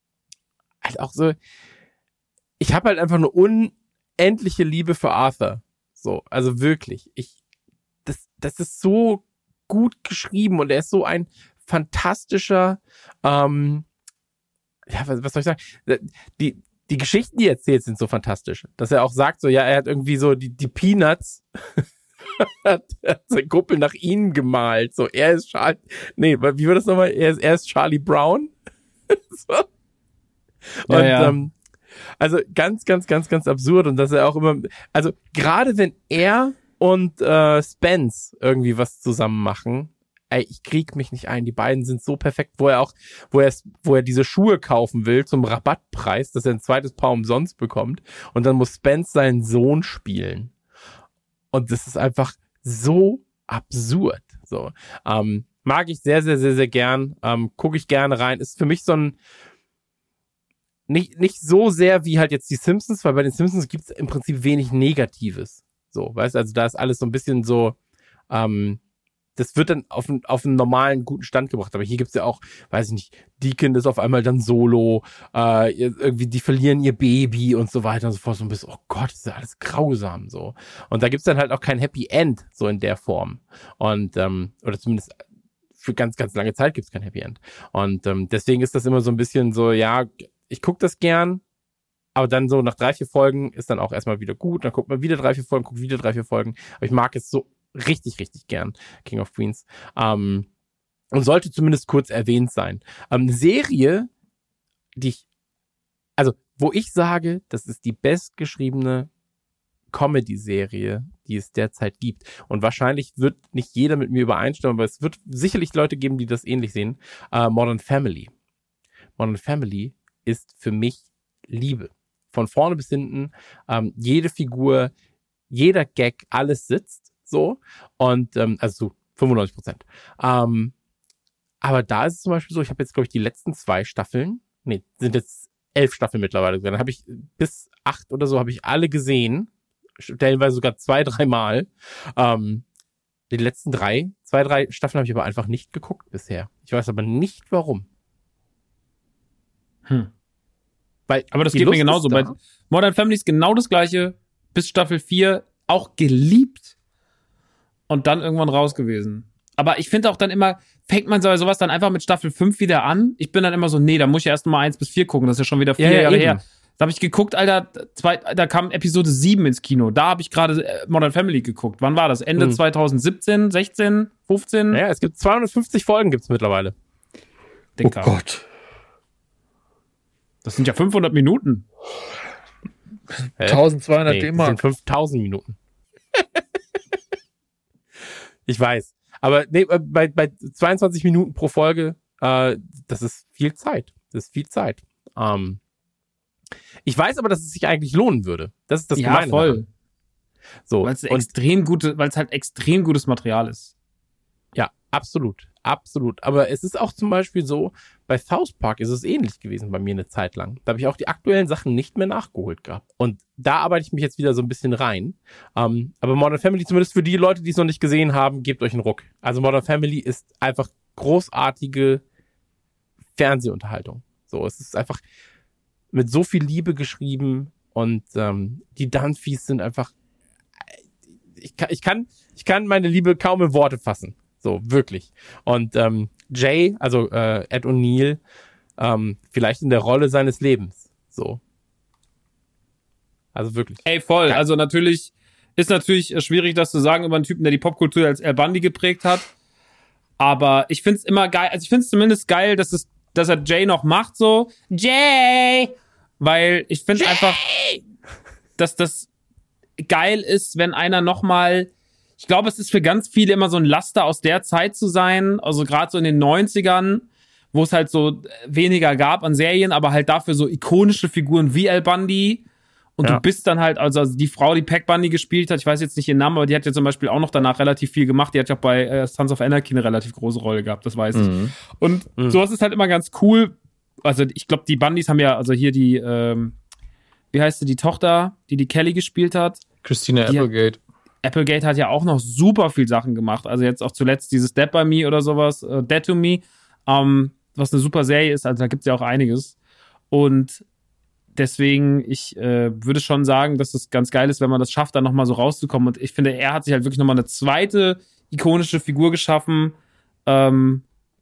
Speaker 1: halt auch so, ich habe halt einfach eine unendliche Liebe für Arthur. So, also wirklich. Ich, das, das ist so gut geschrieben und er ist so ein fantastischer, ähm, ja, was, was soll ich sagen? Die, die Geschichten, die er erzählt, sind so fantastisch. Dass er auch sagt, so, ja, er hat irgendwie so die, die Peanuts, hat, hat sein Kumpel nach ihnen gemalt. So, er ist Charlie, nee, wie war das nochmal? Er ist, er ist Charlie Brown. So. Und,
Speaker 4: Ja, ja.
Speaker 1: ähm, also ganz, ganz, ganz, ganz absurd und dass er auch immer, also gerade wenn er und äh, Spence irgendwie was zusammen machen, ey, ich krieg mich nicht ein. Die beiden sind so perfekt, wo er auch, wo er, wo er diese Schuhe kaufen will zum Rabattpreis, dass er ein zweites Paar umsonst bekommt und dann muss Spence seinen Sohn spielen. Und das ist einfach so absurd. So, ähm, mag ich sehr, sehr, sehr, sehr gern. Ähm, gucke ich gerne rein. Ist für mich so ein nicht nicht so sehr wie halt jetzt die Simpsons, weil bei den Simpsons gibt's im Prinzip wenig Negatives. So, weißt du, also da ist alles so ein bisschen so, ähm, das wird dann auf, einen- auf einen normalen, guten Stand gebracht. Aber hier gibt's ja auch, weiß ich nicht, Deacon ist auf einmal dann solo, äh, irgendwie, die verlieren ihr Baby und so weiter und so fort. So ein bisschen, oh Gott, ist ja alles grausam, so. Und da gibt's dann halt auch kein Happy End, so in der Form. Und, ähm, oder zumindest für ganz, ganz lange Zeit gibt's kein Happy End. Und ähm, deswegen ist das immer so ein bisschen so, ja, ich guck das gern, aber dann so nach drei, vier Folgen ist dann auch erstmal wieder gut. Dann guckt man wieder drei, vier Folgen, guckt wieder drei, vier Folgen. Aber ich mag es so richtig, richtig gern, King of Queens. Ähm, und sollte zumindest kurz erwähnt sein. Ähm, eine Serie, die ich, also, wo ich sage, das ist die bestgeschriebene Comedy-Serie, die es derzeit gibt. Und wahrscheinlich wird nicht jeder mit mir übereinstimmen, aber es wird sicherlich Leute geben, die das ähnlich sehen. Äh, Modern Family. Modern Family ist für mich Liebe. Von vorne bis hinten, ähm, jede Figur, jeder Gag, alles sitzt so. Und, ähm, also zu fünfundneunzig Prozent. Ähm, aber da ist es zum Beispiel so, ich habe jetzt, glaube ich, die letzten zwei Staffeln, nee, sind jetzt elf Staffeln mittlerweile. Dann habe ich bis acht oder so habe ich alle gesehen. Stellenweise sogar zwei, dreimal. Ähm, die letzten drei, zwei, drei Staffeln habe ich aber einfach nicht geguckt bisher. Ich weiß aber nicht, warum.
Speaker 4: Hm.
Speaker 1: Weil
Speaker 4: Aber das
Speaker 1: die
Speaker 4: geht
Speaker 1: Lust
Speaker 4: mir genauso.
Speaker 1: ist
Speaker 4: Bei
Speaker 1: da.
Speaker 4: Modern Family ist genau das Gleiche. Bis Staffel vier auch geliebt und dann irgendwann raus gewesen. Aber ich finde auch dann immer, fängt man so- sowas dann einfach mit Staffel fünf wieder an. Ich bin dann immer so, nee, da muss ich erst mal eins bis vier gucken. Das ist ja schon wieder vier
Speaker 1: Ja, ja,
Speaker 4: Jahre
Speaker 1: eben.
Speaker 4: her. Da habe ich geguckt, Alter, zwei, da kam Episode sieben ins Kino. Da habe ich gerade äh, Modern Family geguckt. Wann war das? Ende
Speaker 1: Hm.
Speaker 4: zwanzig siebzehn, sechzehn, fünfzehn?
Speaker 1: Ja, es gibt zweihundertfünfzig Folgen gibt's mittlerweile.
Speaker 4: Dicker.
Speaker 3: Oh Gott.
Speaker 4: Das sind ja fünfhundert Minuten.
Speaker 1: Hä?
Speaker 3: eintausendzweihundert
Speaker 1: Nee, das
Speaker 3: D-Mark.
Speaker 1: sind fünftausend Minuten. Ich weiß. Aber nee, bei, bei zweiundzwanzig Minuten pro Folge, äh, das ist viel Zeit. Das ist viel Zeit. Ähm, ich weiß aber, dass es sich eigentlich lohnen würde. Das ist das
Speaker 4: Ja,
Speaker 1: Gemeine
Speaker 4: voll.
Speaker 1: daran. So,
Speaker 4: Weil es
Speaker 1: und
Speaker 4: extrem gute, weil es halt extrem gutes Material ist.
Speaker 1: ja, absolut. Absolut. Aber es ist auch zum Beispiel so, bei South Park ist es ähnlich gewesen bei mir eine Zeit lang. Da habe ich auch die aktuellen Sachen nicht mehr nachgeholt gehabt. Und da arbeite ich mich jetzt wieder so ein bisschen rein. Ähm, aber Modern Family, zumindest für die Leute, die es noch nicht gesehen haben, gebt euch einen Ruck. Also Modern Family ist einfach großartige Fernsehunterhaltung. So, es ist einfach mit so viel Liebe geschrieben und ähm, die Dunphys sind einfach, ich kann, ich kann, ich kann meine Liebe kaum in Worte fassen. So, wirklich. Und ähm, Jay, also äh, Ed O'Neill, ähm, vielleicht in der Rolle seines Lebens. So. Also wirklich.
Speaker 4: Ey, voll.
Speaker 1: Geil.
Speaker 4: Also natürlich ist natürlich äh, schwierig, das zu sagen über einen Typen, der die Popkultur als Al Bundy geprägt hat. Aber ich find's immer geil, also ich find's zumindest geil, dass es, dass er Jay noch macht, so. Jay! Weil ich finde einfach, dass das geil ist, wenn einer nochmal, ich glaube, es ist für ganz viele immer so ein Laster aus der Zeit zu sein, also gerade so in den neunzigern, wo es halt so weniger gab an Serien, aber halt dafür so ikonische Figuren wie Al Bundy. Und
Speaker 1: Ja.
Speaker 4: du bist dann halt, also die Frau, die Pac Bundy gespielt hat, ich weiß jetzt nicht ihren Namen, aber die hat ja zum Beispiel auch noch danach relativ viel gemacht. Die hat ja auch bei äh, Sons of Anarchy eine relativ große Rolle gehabt, das weiß ich.
Speaker 3: Mhm.
Speaker 4: Und
Speaker 1: Mhm.
Speaker 4: sowas ist halt immer ganz cool. Also ich glaube, die Bundys haben ja, also hier die, ähm, wie heißt sie, die Tochter, die die Kelly gespielt hat.
Speaker 3: Christina
Speaker 4: Die-
Speaker 3: Applegate.
Speaker 4: Applegate hat ja auch noch super viel Sachen gemacht. Also jetzt auch zuletzt dieses Dead by Me oder sowas, äh, Dead to Me, ähm, was eine super Serie ist. Also da gibt's ja auch einiges. Und deswegen, ich äh, würde schon sagen, dass es ganz geil ist, wenn man das schafft, dann nochmal so rauszukommen. Und ich finde, er hat sich halt wirklich nochmal eine zweite ikonische Figur geschaffen, ähm,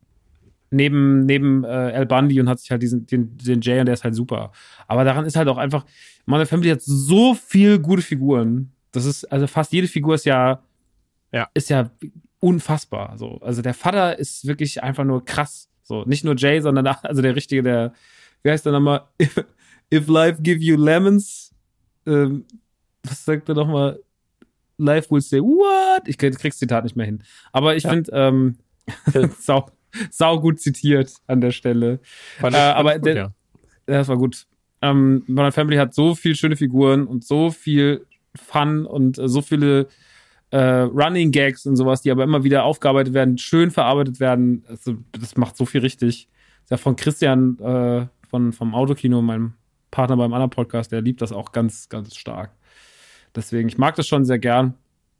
Speaker 4: neben, neben äh, Al Bundy und hat sich halt diesen, den, den Jay und der ist halt super. Aber daran ist halt auch einfach, Modern Family hat so viel gute Figuren. Das ist, also fast jede Figur ist ja,
Speaker 1: Ja.
Speaker 4: ist ja unfassbar. So. Also der Vater ist wirklich einfach nur krass. So, nicht nur Jay, sondern also der richtige, der, wie heißt der nochmal? If, if life give you lemons, ähm, was sagt er nochmal? Life will say, what? Ich krieg das Zitat nicht mehr hin. Aber ich
Speaker 1: Ja.
Speaker 4: finde, ähm, sau, sau gut zitiert an der Stelle.
Speaker 1: Fand
Speaker 4: Äh,
Speaker 1: ich- fand
Speaker 4: aber
Speaker 1: ich gut,
Speaker 4: der-
Speaker 1: ja.
Speaker 4: Ja, das war gut. Ähm, Modern Family hat so viel schöne Figuren und so viel Fun und äh, so viele äh, Running Gags und sowas, die aber immer wieder aufgearbeitet werden, schön verarbeitet werden. Also, das macht so viel richtig. Das ist ja von Christian äh, von, vom Autokino, meinem Partner beim anderen Podcast, der liebt das auch ganz, ganz stark. Deswegen, ich mag das schon sehr gern.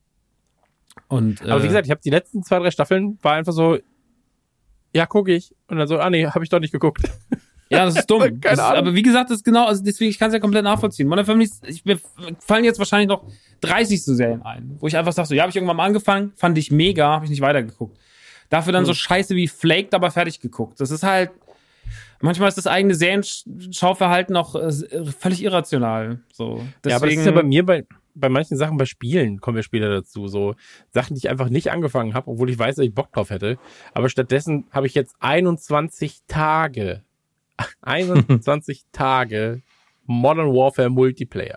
Speaker 4: Und, äh,
Speaker 1: Aber wie gesagt, ich habe die letzten zwei, drei Staffeln, war einfach so, ja, gucke ich. Und dann so, ah nee, habe ich doch nicht geguckt.
Speaker 4: ja, das ist dumm.
Speaker 1: Keine
Speaker 4: das ist,
Speaker 1: Ahnung.
Speaker 4: aber wie gesagt, das ist genau, also deswegen, ich kann es ja komplett nachvollziehen. Modern Family, ist- ich, mir fallen jetzt wahrscheinlich noch dreißig so Serien ein, wo ich einfach sage, so, ja, habe ich irgendwann mal angefangen, fand ich mega, habe ich nicht weitergeguckt. Dafür dann
Speaker 1: Hm.
Speaker 4: so Scheiße wie Flaked, aber fertig geguckt. Das ist halt, manchmal ist das eigene Serienschauverhalten auch äh, völlig irrational. So, deswegen,
Speaker 1: Ja, aber das ist ja bei mir bei, bei manchen Sachen, bei Spielen, kommen wir später dazu, so Sachen, die ich einfach nicht angefangen habe, obwohl ich weiß, dass ich Bock drauf hätte. Aber stattdessen habe ich jetzt einundzwanzig Tage, einundzwanzig Tage Modern Warfare Multiplayer.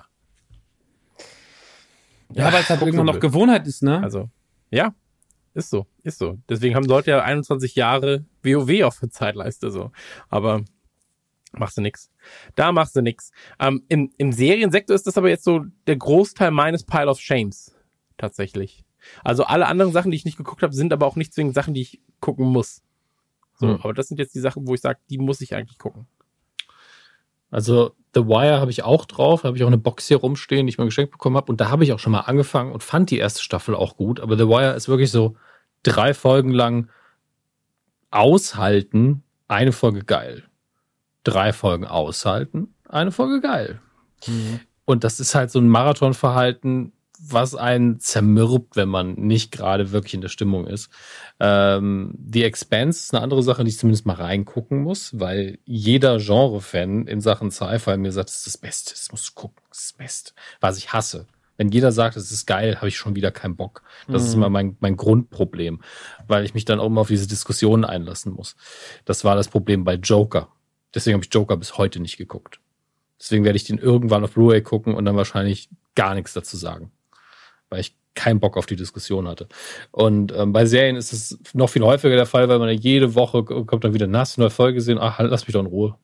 Speaker 4: ja, weil es halt
Speaker 1: guck
Speaker 4: irgendwann
Speaker 1: so
Speaker 4: noch
Speaker 1: blöd.
Speaker 4: Gewohnheit ist, ne?
Speaker 1: Also, ja, ist so, ist so. Deswegen haben Leute ja einundzwanzig Jahre WoW auf der Zeitleiste so. Aber machst du nix. Da machst du nix. Ähm, im, Im Seriensektor ist das aber jetzt so der Großteil meines Pile of Shames. Tatsächlich. Also alle anderen Sachen, die ich nicht geguckt habe, sind aber auch nicht zwingend Sachen, die ich gucken muss. So,
Speaker 3: Hm.
Speaker 1: aber das sind jetzt die Sachen, wo ich sage, die muss ich eigentlich gucken.
Speaker 3: Also The Wire habe ich auch drauf, habe ich auch eine Box hier rumstehen, die ich mal geschenkt bekommen habe. Und da habe ich auch schon mal angefangen und fand die erste Staffel auch gut. Aber The Wire ist wirklich so drei Folgen lang aushalten, eine Folge geil. Drei Folgen aushalten, eine Folge geil. Und das ist halt so ein Marathonverhalten, was einen zermürbt, wenn man nicht gerade wirklich in der Stimmung ist. Ähm, The Expanse ist eine andere Sache, die ich zumindest mal reingucken muss, weil jeder Genre-Fan in Sachen Sci-Fi mir sagt, das ist das Beste, das musst du gucken, das ist das Beste. Was ich hasse. Wenn jeder sagt, es ist geil, habe ich schon wieder keinen Bock. Das ist immer mein, mein Grundproblem, weil ich mich dann auch immer auf diese Diskussionen einlassen muss. Das war das Problem bei Joker. Deswegen habe ich Joker bis heute nicht geguckt. Deswegen werde ich den irgendwann auf Blu-ray gucken und dann wahrscheinlich gar nichts dazu sagen. Weil ich keinen Bock auf die Diskussion hatte. Und ähm, bei Serien ist es noch viel häufiger der Fall, weil man ja jede Woche kommt dann wieder, na, hast du eine neue Folge gesehen? Ach, lass mich doch in Ruhe.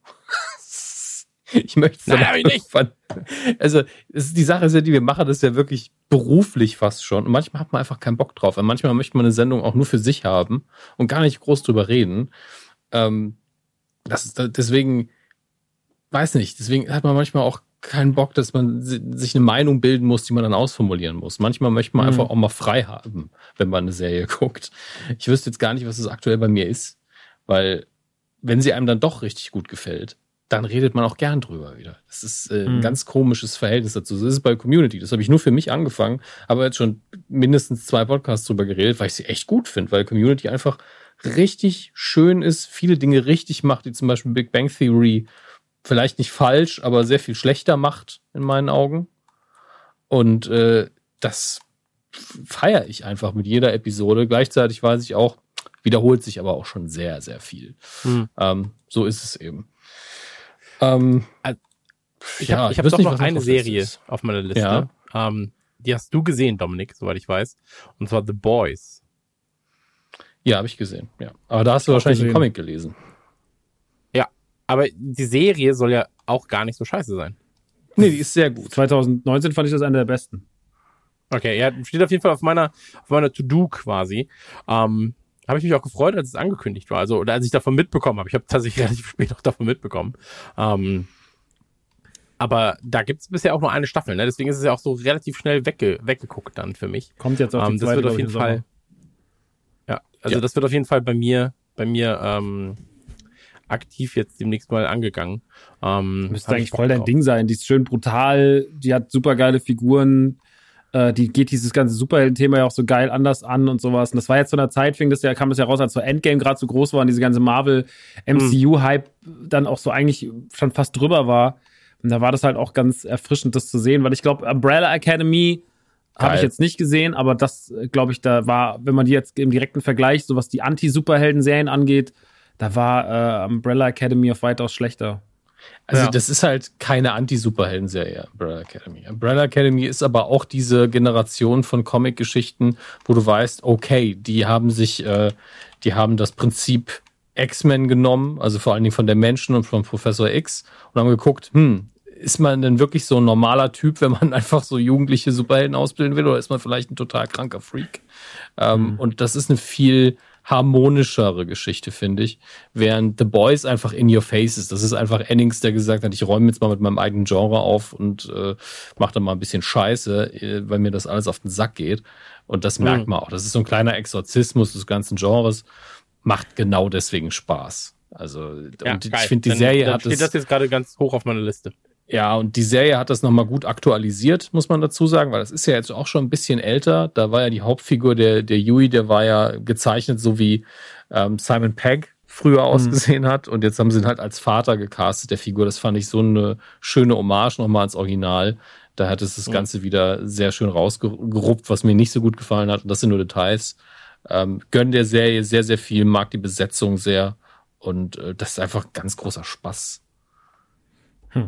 Speaker 3: Ich möchte es
Speaker 1: Nein, hab ich nicht.
Speaker 3: Also, es ist die Sache ist ja, die wir machen, das ist ja wirklich beruflich fast schon. Und manchmal hat man einfach keinen Bock drauf. Weil manchmal möchte man eine Sendung auch nur für sich haben und gar nicht groß drüber reden. Ähm, das ist deswegen, weiß nicht, deswegen hat man manchmal auch keinen Bock, dass man sich eine Meinung bilden muss, die man dann ausformulieren muss. Manchmal möchte man mhm. einfach auch mal frei haben, wenn man eine Serie guckt. Ich wüsste jetzt gar nicht, was es aktuell bei mir ist, weil wenn sie einem dann doch richtig gut gefällt, dann redet man auch gern drüber wieder. Das ist äh, ein mhm. ganz komisches Verhältnis dazu. Das ist bei Community. Das habe ich nur für mich angefangen, aber jetzt schon mindestens zwei Podcasts drüber geredet, weil ich sie echt gut finde, weil Community einfach richtig schön ist, viele Dinge richtig macht, die zum Beispiel Big Bang Theory vielleicht nicht falsch, aber sehr viel schlechter macht in meinen Augen. Und äh, das feiere ich einfach mit jeder Episode. Gleichzeitig weiß ich auch, wiederholt sich aber auch schon sehr, sehr viel. Mhm. Ähm, so ist es eben. Ähm,
Speaker 1: ich
Speaker 3: ja,
Speaker 1: habe ich hab doch noch eine Serie auf meiner Liste. Ja. Ähm, die hast du gesehen, Dominik, soweit ich weiß. Und zwar The Boys.
Speaker 3: Ja, habe ich gesehen. Ja, aber da hast du wahrscheinlich einen Comic gelesen.
Speaker 1: Ja, aber die Serie soll ja auch gar nicht so scheiße sein.
Speaker 3: Nee, die ist sehr gut.
Speaker 4: zwanzig neunzehn fand ich das eine der besten.
Speaker 1: Okay, ja, steht auf jeden Fall auf meiner, auf meiner To-Do quasi. Ähm, habe ich mich auch gefreut, als es angekündigt war. Also, oder als ich davon mitbekommen habe. Ich habe tatsächlich relativ spät auch davon mitbekommen. Ähm, aber da gibt es bisher auch nur eine Staffel, ne? Deswegen ist es ja auch so relativ schnell wegge weggeguckt dann für mich.
Speaker 4: Kommt jetzt auch die
Speaker 1: ähm, das
Speaker 4: zweite,
Speaker 1: wird auf jeden Fall. Ja, also ja. das wird auf jeden Fall bei mir, bei mir ähm, aktiv jetzt demnächst mal angegangen. Ähm,
Speaker 4: Müsste eigentlich voll dein drauf. Ding sein. Die ist schön brutal, die hat super geile Figuren. Die geht dieses ganze Superhelden-Thema ja auch so geil anders an und sowas. Und das war jetzt zu einer Zeit, fing das ja, kam das ja raus, als so Endgame gerade so groß war und diese ganze Marvel-M C U-Hype mhm. dann auch so eigentlich schon fast drüber war. Und da war das halt auch ganz erfrischend, das zu sehen, weil ich glaube, Umbrella Academy habe ich jetzt nicht gesehen, aber das, glaube ich, da war, wenn man die jetzt im direkten Vergleich, so was die Anti-Superhelden-Serien angeht, da war äh, Umbrella Academy auf weitaus schlechter.
Speaker 3: Also
Speaker 4: ja.
Speaker 3: das ist halt keine Anti-Superhelden-Serie, Umbrella Academy. Umbrella Academy ist aber auch diese Generation von Comic-Geschichten, wo du weißt, okay, die haben sich, äh, die haben das Prinzip X-Men genommen, also vor allen Dingen von der Menschen und von Professor X und haben geguckt, hm, ist man denn wirklich so ein normaler Typ, wenn man einfach so jugendliche Superhelden ausbilden will, oder ist man vielleicht ein total kranker Freak? Ähm, mhm. Und das ist eine viel harmonischere Geschichte, finde ich. Während The Boys einfach in your face ist. Das ist einfach Ennings, der gesagt hat, ich räume jetzt mal mit meinem eigenen Genre auf und äh, mache dann mal ein bisschen Scheiße, äh, weil mir das alles auf den Sack geht. Und das merkt mhm. man auch. Das ist so ein kleiner Exorzismus des ganzen Genres. Macht genau deswegen Spaß. Also,
Speaker 1: ja,
Speaker 3: und
Speaker 1: geil.
Speaker 3: ich finde, die
Speaker 1: dann,
Speaker 3: Serie
Speaker 1: dann
Speaker 3: hat
Speaker 1: steht
Speaker 3: es,
Speaker 1: das jetzt gerade ganz hoch auf meiner Liste.
Speaker 3: Ja, und die Serie hat das nochmal gut aktualisiert, muss man dazu sagen, weil das ist ja jetzt auch schon ein bisschen älter. Da war ja die Hauptfigur, der, der Yui, der war ja gezeichnet, so wie ähm, Simon Pegg früher ausgesehen mhm. hat. Und jetzt haben sie ihn halt als Vater gecastet, der Figur. Das fand ich so eine schöne Hommage nochmal ans Original. Da hat es das mhm. Ganze wieder sehr schön rausgeruppt, was mir nicht so gut gefallen hat. Und das sind nur Details. Ähm, gönn der Serie sehr, sehr viel, mag die Besetzung sehr. Und äh, das ist einfach ganz großer Spaß.
Speaker 1: Hm.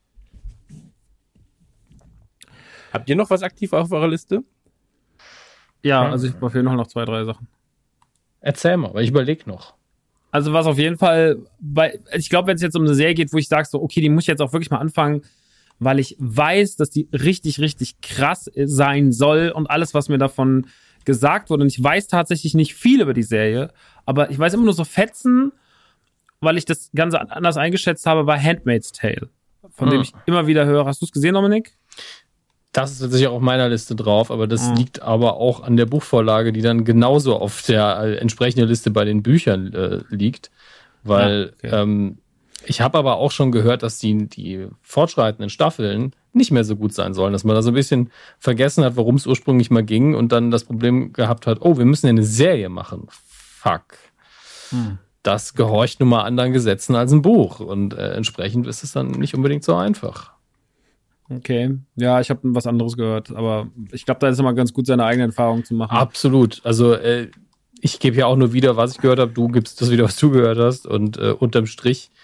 Speaker 1: Habt ihr noch was aktiv auf eurer Liste?
Speaker 4: Ja, also ich habe auf jeden Fall noch zwei, drei Sachen.
Speaker 3: Erzähl mal, weil ich überlege noch.
Speaker 4: Also was auf jeden Fall, bei, ich glaube, wenn es jetzt um eine Serie geht, wo ich sage so, okay, die muss ich jetzt auch wirklich mal anfangen, weil ich weiß, dass die richtig, richtig krass sein soll und alles, was mir davon gesagt wurde. Und ich weiß tatsächlich nicht viel über die Serie, aber ich weiß immer nur so Fetzen, weil ich das Ganze anders eingeschätzt habe, war Handmaid's Tale, von hm. dem ich immer wieder höre. Hast du es gesehen, Dominik?
Speaker 3: Das ist tatsächlich auch auf meiner Liste drauf, aber das mhm. liegt aber auch an der Buchvorlage, die dann genauso auf der äh, entsprechenden Liste bei den Büchern äh, liegt. Weil ja, okay. ähm, ich habe aber auch schon gehört, dass die, die fortschreitenden Staffeln nicht mehr so gut sein sollen, dass man da so ein bisschen vergessen hat, worum es ursprünglich mal ging und dann das Problem gehabt hat, oh, wir müssen ja eine Serie machen. Fuck. Mhm. Das gehorcht nun mal anderen Gesetzen als ein Buch und äh, entsprechend ist es dann nicht unbedingt so einfach.
Speaker 4: Okay, ja, ich habe was anderes gehört, aber ich glaube, da ist immer ganz gut, seine eigene Erfahrung zu machen.
Speaker 3: Absolut, also äh, ich gebe ja auch nur wieder, was ich gehört habe, du gibst das wieder, was du gehört hast und äh, unterm Strich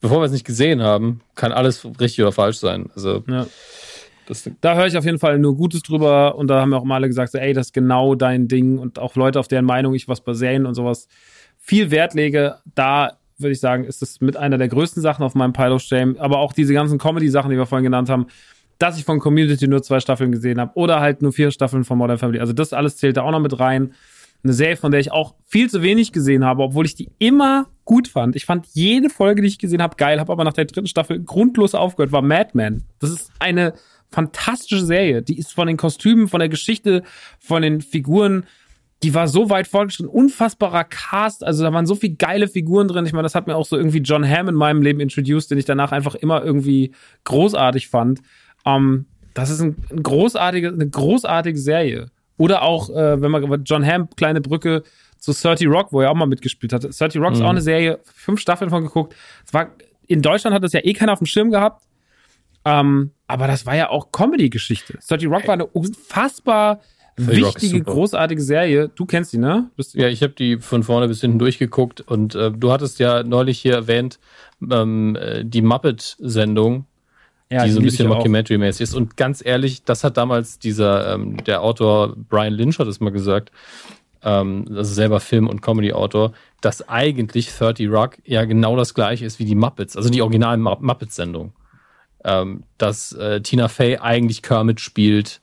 Speaker 3: bevor wir es nicht gesehen haben, kann alles richtig oder falsch sein. Also
Speaker 4: Ja.
Speaker 3: das,
Speaker 4: Da höre ich auf jeden Fall nur Gutes drüber und da haben wir auch mal alle gesagt, so, ey, das ist genau dein Ding und auch Leute, auf deren Meinung ich was bei Serien und sowas viel Wert lege, da würde ich sagen, ist es mit einer der größten Sachen auf meinem Pile of Shame, aber auch diese ganzen Comedy-Sachen, die wir vorhin genannt haben, dass ich von Community nur zwei Staffeln gesehen habe oder halt nur vier Staffeln von Modern Family, also das alles zählt da auch noch mit rein. Eine Serie, von der ich auch viel zu wenig gesehen habe, obwohl ich die immer gut fand. Ich fand jede Folge, die ich gesehen habe, geil, habe aber nach der dritten Staffel grundlos aufgehört, war Mad Men. Das ist eine fantastische Serie. Die ist von den Kostümen, von der Geschichte, von den Figuren, die war so weit fortgeschritten, unfassbarer Cast, also da waren so viele geile Figuren drin. Ich meine, das hat mir auch so irgendwie John Hamm in meinem Leben introduced, den ich danach einfach immer irgendwie großartig fand. Ähm, das ist ein, ein großartige, eine großartige Serie. Oder auch, äh, wenn man John Hamm, kleine Brücke zu thirty Rock, wo er auch mal mitgespielt hat. thirty Rock ist
Speaker 3: Mhm.
Speaker 4: auch eine Serie, fünf Staffeln von geguckt. Es war, in Deutschland hat das ja eh keiner auf dem Schirm gehabt. Ähm, aber das war ja auch Comedy-Geschichte. thirty Rock war eine unfassbar
Speaker 3: thirty Rock ist
Speaker 4: wichtige,
Speaker 3: super.
Speaker 4: großartige Serie. Du kennst die, ne? Bist,
Speaker 3: ja, ich habe die von vorne bis hinten durchgeguckt und äh, du hattest ja neulich hier erwähnt, ähm, äh, die Muppet-Sendung,
Speaker 4: ja,
Speaker 3: die so ein
Speaker 4: lieb ich
Speaker 3: bisschen
Speaker 4: auch.
Speaker 3: Mockumentary-mäßig ist. Und ganz ehrlich, das hat damals dieser, ähm, der Autor Brian Lynch hat es mal gesagt, ähm, das ist selber Film- und Comedy-Autor, dass eigentlich thirty Rock ja genau das gleiche ist wie die Muppets, also die originalen Mu- Muppets-Sendung. Ähm, dass äh, Tina Fey eigentlich Kermit spielt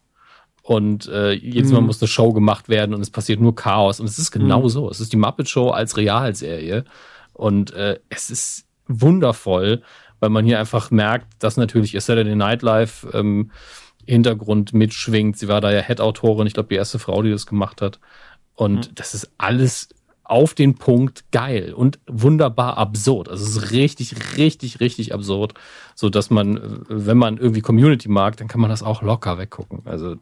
Speaker 3: und äh, jedes Mal
Speaker 4: Mhm.
Speaker 3: muss eine Show gemacht werden und es passiert nur Chaos. Und es ist genau
Speaker 4: Mhm.
Speaker 3: so. Es ist die Muppet-Show als Realserie. Und äh, es ist wundervoll, weil man hier einfach merkt, dass natürlich ihr Saturday Night Live ähm, Hintergrund mitschwingt. Sie war da ja Head-Autorin, ich glaube, die erste Frau, die das gemacht hat. Und
Speaker 4: Mhm.
Speaker 3: das ist alles auf den Punkt geil und wunderbar absurd. Also es ist richtig, richtig, richtig absurd, so dass man, äh, wenn man irgendwie Community mag, dann kann man das auch locker weggucken. Also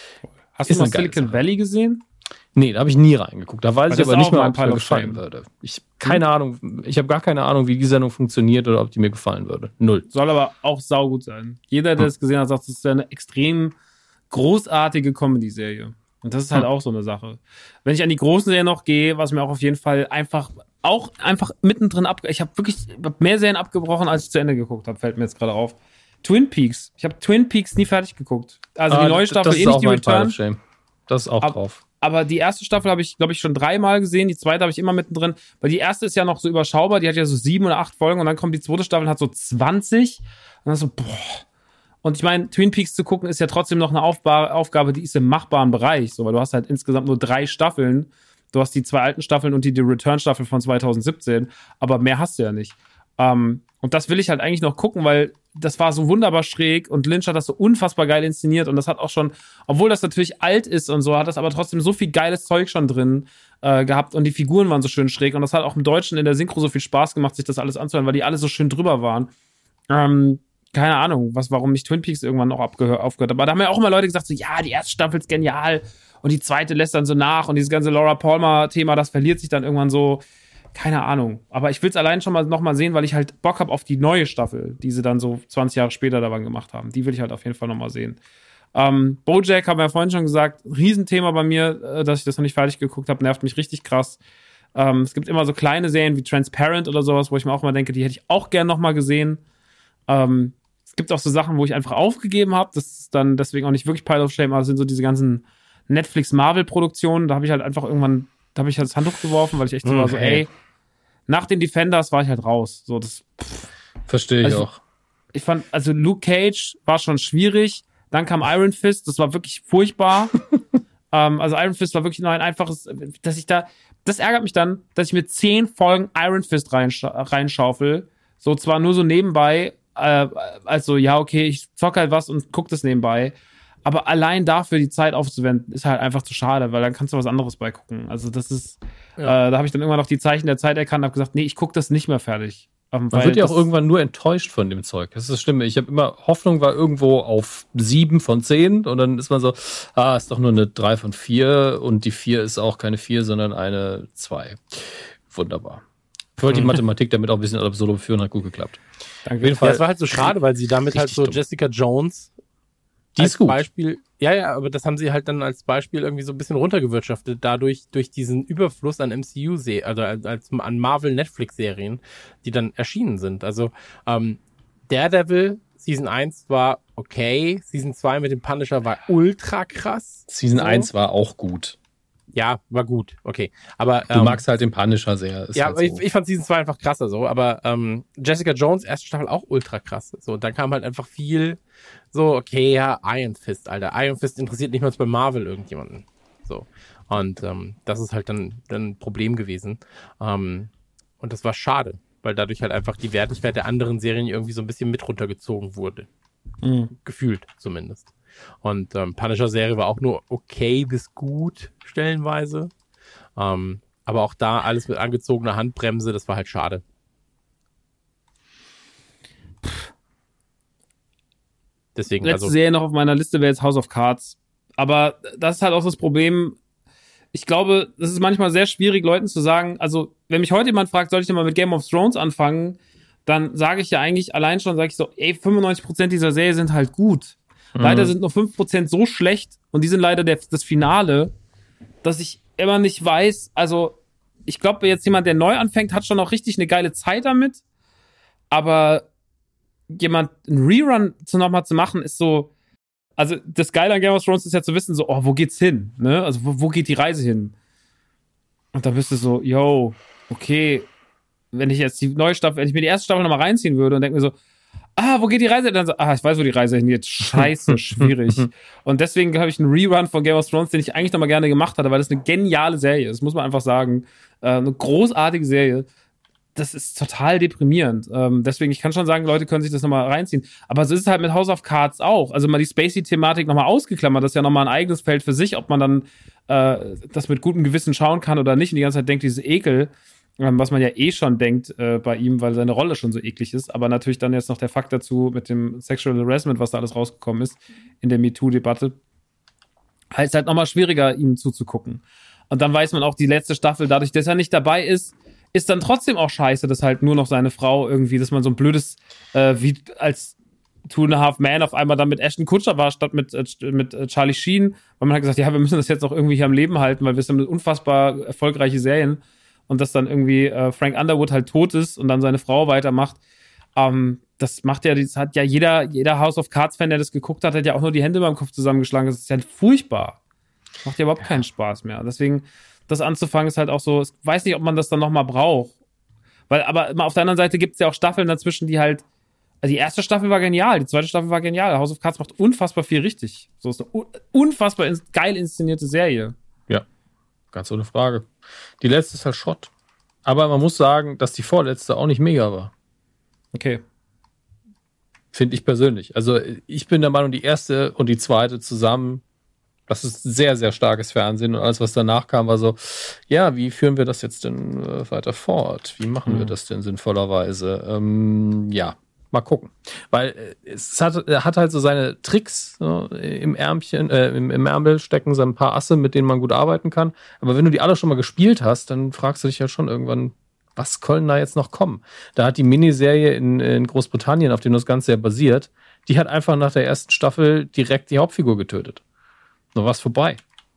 Speaker 4: Hast
Speaker 3: ist
Speaker 4: du mal
Speaker 3: eine geile
Speaker 4: Silicon
Speaker 3: Sache.
Speaker 4: Valley gesehen?
Speaker 3: nee, da habe ich nie reingeguckt. Da weiß
Speaker 4: Weil
Speaker 3: ich
Speaker 4: das
Speaker 3: aber
Speaker 4: ist
Speaker 3: nicht
Speaker 4: auch
Speaker 3: mal,
Speaker 4: mein
Speaker 3: ob es mir
Speaker 4: Pile of
Speaker 3: gefallen
Speaker 4: Shame.
Speaker 3: würde. Ich keine Ahnung. Ich habe gar keine Ahnung, wie die Sendung funktioniert oder ob die mir gefallen würde. Null.
Speaker 4: Soll aber auch saugut sein. Jeder, der es gesehen hat, sagt, es ist eine extrem großartige Comedy-Serie. Und das ist halt
Speaker 3: Hm.
Speaker 4: auch so eine Sache. Wenn ich an die großen Serien noch gehe, was mir auch auf jeden Fall einfach, auch einfach mittendrin ab, ich habe wirklich mehr Serien abgebrochen, als ich zu Ende geguckt habe, fällt mir jetzt gerade auf. Twin Peaks. Ich habe Twin Peaks nie fertig geguckt. Also die
Speaker 3: Ah,
Speaker 4: neue
Speaker 3: das
Speaker 4: Staffel,
Speaker 3: ist
Speaker 4: eh
Speaker 3: auch
Speaker 4: nicht die
Speaker 3: mein Pile
Speaker 4: Return.
Speaker 3: of Shame. Das ist auch
Speaker 4: Ab-
Speaker 3: drauf.
Speaker 4: Aber die erste Staffel habe ich, glaube ich, schon dreimal gesehen. Die zweite habe ich immer mittendrin. Weil die erste ist ja noch so überschaubar. Die hat ja so sieben oder acht Folgen. Und dann kommt die zweite Staffel und hat so zwanzig. Und dann so, boah. Und ich meine, Twin Peaks zu gucken ist ja trotzdem noch eine Aufba- Aufgabe, die ist im machbaren Bereich. So, weil du hast halt insgesamt nur drei Staffeln. Du hast die zwei alten Staffeln und die, die Return-Staffel von zwanzig siebzehn. Aber mehr hast du ja nicht. Ähm, und das will ich halt eigentlich noch gucken, weil das war so wunderbar schräg und Lynch hat das so unfassbar geil inszeniert und das hat auch schon, obwohl das natürlich alt ist und so, hat das aber trotzdem so viel geiles Zeug schon drin äh, gehabt und die Figuren waren so schön schräg und das hat auch im Deutschen in der Synchro so viel Spaß gemacht, sich das alles anzuhören, weil die alle so schön drüber waren. Ähm, keine Ahnung, was, warum nicht Twin Peaks irgendwann noch abgehör, aufgehört. Aber da haben ja auch immer Leute gesagt, so, ja, die erste Staffel ist genial und die zweite lässt dann so nach und dieses ganze Laura Palmer-Thema, das verliert sich dann irgendwann so. Keine Ahnung. Aber ich will es allein schon mal noch mal sehen, weil ich halt Bock habe auf die neue Staffel, die sie dann so zwanzig Jahre später daran gemacht haben. Die will ich halt auf jeden Fall noch mal sehen. Ähm, BoJack, haben wir ja vorhin schon gesagt, Riesenthema bei mir, äh, dass ich das noch nicht fertig geguckt habe, nervt mich richtig krass. Ähm, es gibt immer so kleine Serien wie Transparent oder sowas, wo ich mir auch mal denke, die hätte ich auch gern noch mal gesehen. Ähm, es gibt auch so Sachen, wo ich einfach aufgegeben habe. Das ist dann deswegen auch nicht wirklich Pile of Shame, aber das sind so diese ganzen Netflix-Marvel-Produktionen. Da habe ich halt einfach irgendwann, da habe ich halt das Handtuch geworfen, weil ich echt so war, so,
Speaker 3: Okay.
Speaker 4: ey, nach den Defenders war ich halt raus. So, das,
Speaker 3: Verstehe ich
Speaker 4: Also-
Speaker 3: auch.
Speaker 4: ich fand, also Luke Cage war schon schwierig. Dann kam Iron Fist, das war wirklich furchtbar. ähm, also Iron Fist war wirklich nur ein einfaches, dass ich da, das ärgert mich dann, dass ich mir zehn Folgen Iron Fist reinscha reinschaufel. So zwar nur so nebenbei, äh, also ja, okay, ich zock halt was und guck das nebenbei. Aber allein dafür die Zeit aufzuwenden, ist halt einfach zu schade, weil dann kannst du was anderes beigucken. Also das ist,
Speaker 1: Ja.
Speaker 4: äh, da habe ich dann irgendwann noch die Zeichen der Zeit erkannt und habe gesagt, nee, ich guck das nicht mehr fertig. Ähm,
Speaker 3: Man
Speaker 4: weil
Speaker 3: wird ja auch
Speaker 4: das-
Speaker 3: irgendwann nur enttäuscht von dem Zeug. Das ist das Schlimme. Ich habe immer, Hoffnung war irgendwo auf sieben von zehn und dann ist man so, ah, ist doch nur eine drei von vier und die vier ist auch keine vier, sondern eine zwei. Wunderbar. Ich wollte die Mathematik damit auch ein bisschen ad absurdum führen, hat gut geklappt.
Speaker 4: Danke.
Speaker 3: Auf jeden
Speaker 1: Ja,
Speaker 3: Fall.
Speaker 1: es war halt so schade, weil sie damit halt
Speaker 3: Richtig
Speaker 1: so
Speaker 3: dumm.
Speaker 1: Jessica Jones
Speaker 3: Die
Speaker 1: als
Speaker 3: ist gut.
Speaker 1: Beispiel, ja, ja, aber das haben sie halt dann als Beispiel irgendwie so ein bisschen runtergewirtschaftet, dadurch, durch diesen Überfluss an M C U-Serien, also als, als an Marvel-Netflix-Serien, die dann erschienen sind. Also, ähm, Daredevil, Season eins war okay, Season zwei mit dem Punisher war ultra krass.
Speaker 3: Season
Speaker 1: so.
Speaker 3: eins war auch gut.
Speaker 1: Ja, war gut, okay. Aber
Speaker 3: Du
Speaker 1: ähm,
Speaker 3: magst halt den Punisher sehr. Ist
Speaker 1: ja,
Speaker 3: halt
Speaker 1: aber
Speaker 3: so.
Speaker 1: ich, ich fand Season zwei einfach krasser so, aber ähm, Jessica Jones, erste Staffel auch ultra krass. So, und dann kam halt einfach viel so, okay, ja, Iron Fist, Alter. Iron Fist interessiert nicht mal bei Marvel irgendjemanden. So. Und ähm, das ist halt dann, dann ein Problem gewesen. Ähm, und das war schade, weil dadurch halt einfach die Wertigkeit der anderen Serien irgendwie so ein bisschen mit runtergezogen wurde.
Speaker 4: Mhm.
Speaker 1: Gefühlt zumindest. Und ähm, Punisher-Serie war auch nur okay bis gut stellenweise. Ähm, aber auch da alles mit angezogener Handbremse, das war halt schade. Deswegen,
Speaker 4: Letzte
Speaker 1: also.
Speaker 4: Serie noch auf meiner Liste wäre jetzt House of Cards. Aber das ist halt auch das Problem. Ich glaube, es ist manchmal sehr schwierig, Leuten zu sagen, also, wenn mich heute jemand fragt, soll ich denn mal mit Game of Thrones anfangen, dann sage ich ja eigentlich allein schon, sage ich so, ey, fünfundneunzig Prozent dieser Serie sind halt gut. Mhm. Leider sind nur fünf Prozent so schlecht und die sind leider der, das Finale, dass ich immer nicht weiß, also, ich glaube, jetzt jemand, der neu anfängt, hat schon noch richtig eine geile Zeit damit, aber jemand einen Rerun zu nochmal zu machen, ist so, also das Geile an Game of Thrones ist ja zu wissen, so, oh, wo geht's hin, ne, also wo, wo geht die Reise hin? Und da bist du so, yo, okay, wenn ich jetzt die neue Staffel, wenn ich mir die erste Staffel nochmal reinziehen würde und denke mir so, ah, wo geht die Reise? Dann so, ah, ich weiß, wo die Reise hingeht. Scheiße, schwierig. Und deswegen habe ich einen Rerun von Game of Thrones, den ich eigentlich nochmal gerne gemacht hatte, weil das eine geniale Serie ist, das muss man einfach sagen. Äh, eine großartige Serie. Das ist total deprimierend. Ähm, deswegen, ich kann schon sagen, Leute können sich das nochmal reinziehen. Aber so ist es halt mit House of Cards auch. Also mal die Spacey-Thematik nochmal ausgeklammert, das ist ja nochmal ein eigenes Feld für sich, ob man dann äh, das mit gutem Gewissen schauen kann oder nicht und die ganze Zeit denkt, dieses Ekel, was man ja eh schon denkt äh, bei ihm, weil seine Rolle schon so eklig ist, aber natürlich dann jetzt noch der Fakt dazu mit dem Sexual Harassment, was da alles rausgekommen ist in der MeToo-Debatte, heißt halt nochmal schwieriger, ihm zuzugucken. Und dann weiß man auch, die letzte Staffel, dadurch, dass er nicht dabei ist, ist dann trotzdem auch scheiße, dass halt nur noch seine Frau irgendwie, dass man so ein blödes, äh, wie als Two and a Half Man auf einmal dann mit Ashton Kutcher war, statt mit, äh, mit äh, Charlie Sheen, weil man hat gesagt, ja, wir müssen das jetzt auch irgendwie hier am Leben halten, weil wir sind unfassbar erfolgreiche Serien. Und dass dann irgendwie äh, Frank Underwood halt tot ist und dann seine Frau weitermacht. Ähm, das macht ja, das hat ja jeder, jeder House of Cards-Fan, der das geguckt hat, hat ja auch nur die Hände beim Kopf zusammengeschlagen. Das ist ja furchtbar. Macht ja überhaupt keinen Spaß mehr. Deswegen, das anzufangen ist halt auch so, ich weiß nicht, ob man das dann nochmal braucht. Weil, aber auf der anderen Seite gibt es ja auch Staffeln dazwischen, die halt, also die erste Staffel war genial, die zweite Staffel war genial. House of Cards macht unfassbar viel richtig. So ist eine unfassbar ins- geil inszenierte Serie.
Speaker 3: Ja, ganz ohne Frage. Die letzte ist halt Schrott. Aber man muss sagen, dass die vorletzte auch nicht mega war.
Speaker 4: Okay.
Speaker 3: Finde ich persönlich. Also ich bin der Meinung, die erste und die zweite zusammen, das ist sehr, sehr starkes Fernsehen. Und alles, was danach kam, war so, ja, wie führen wir das jetzt denn äh, weiter fort? Wie machen mhm. wir das denn sinnvollerweise? Ähm, ja, mal gucken. Weil äh, es hat, hat halt so seine Tricks so, im Ärmchen, äh, im, im Ärmel stecken so ein paar Asse, mit denen man gut arbeiten kann. Aber wenn du die alle schon mal gespielt hast, dann fragst du dich ja schon irgendwann, was können da jetzt noch kommen? Da hat die Miniserie in, in Großbritannien, auf dem das Ganze ja basiert, die hat einfach nach der ersten Staffel direkt die Hauptfigur getötet. So war's vorbei.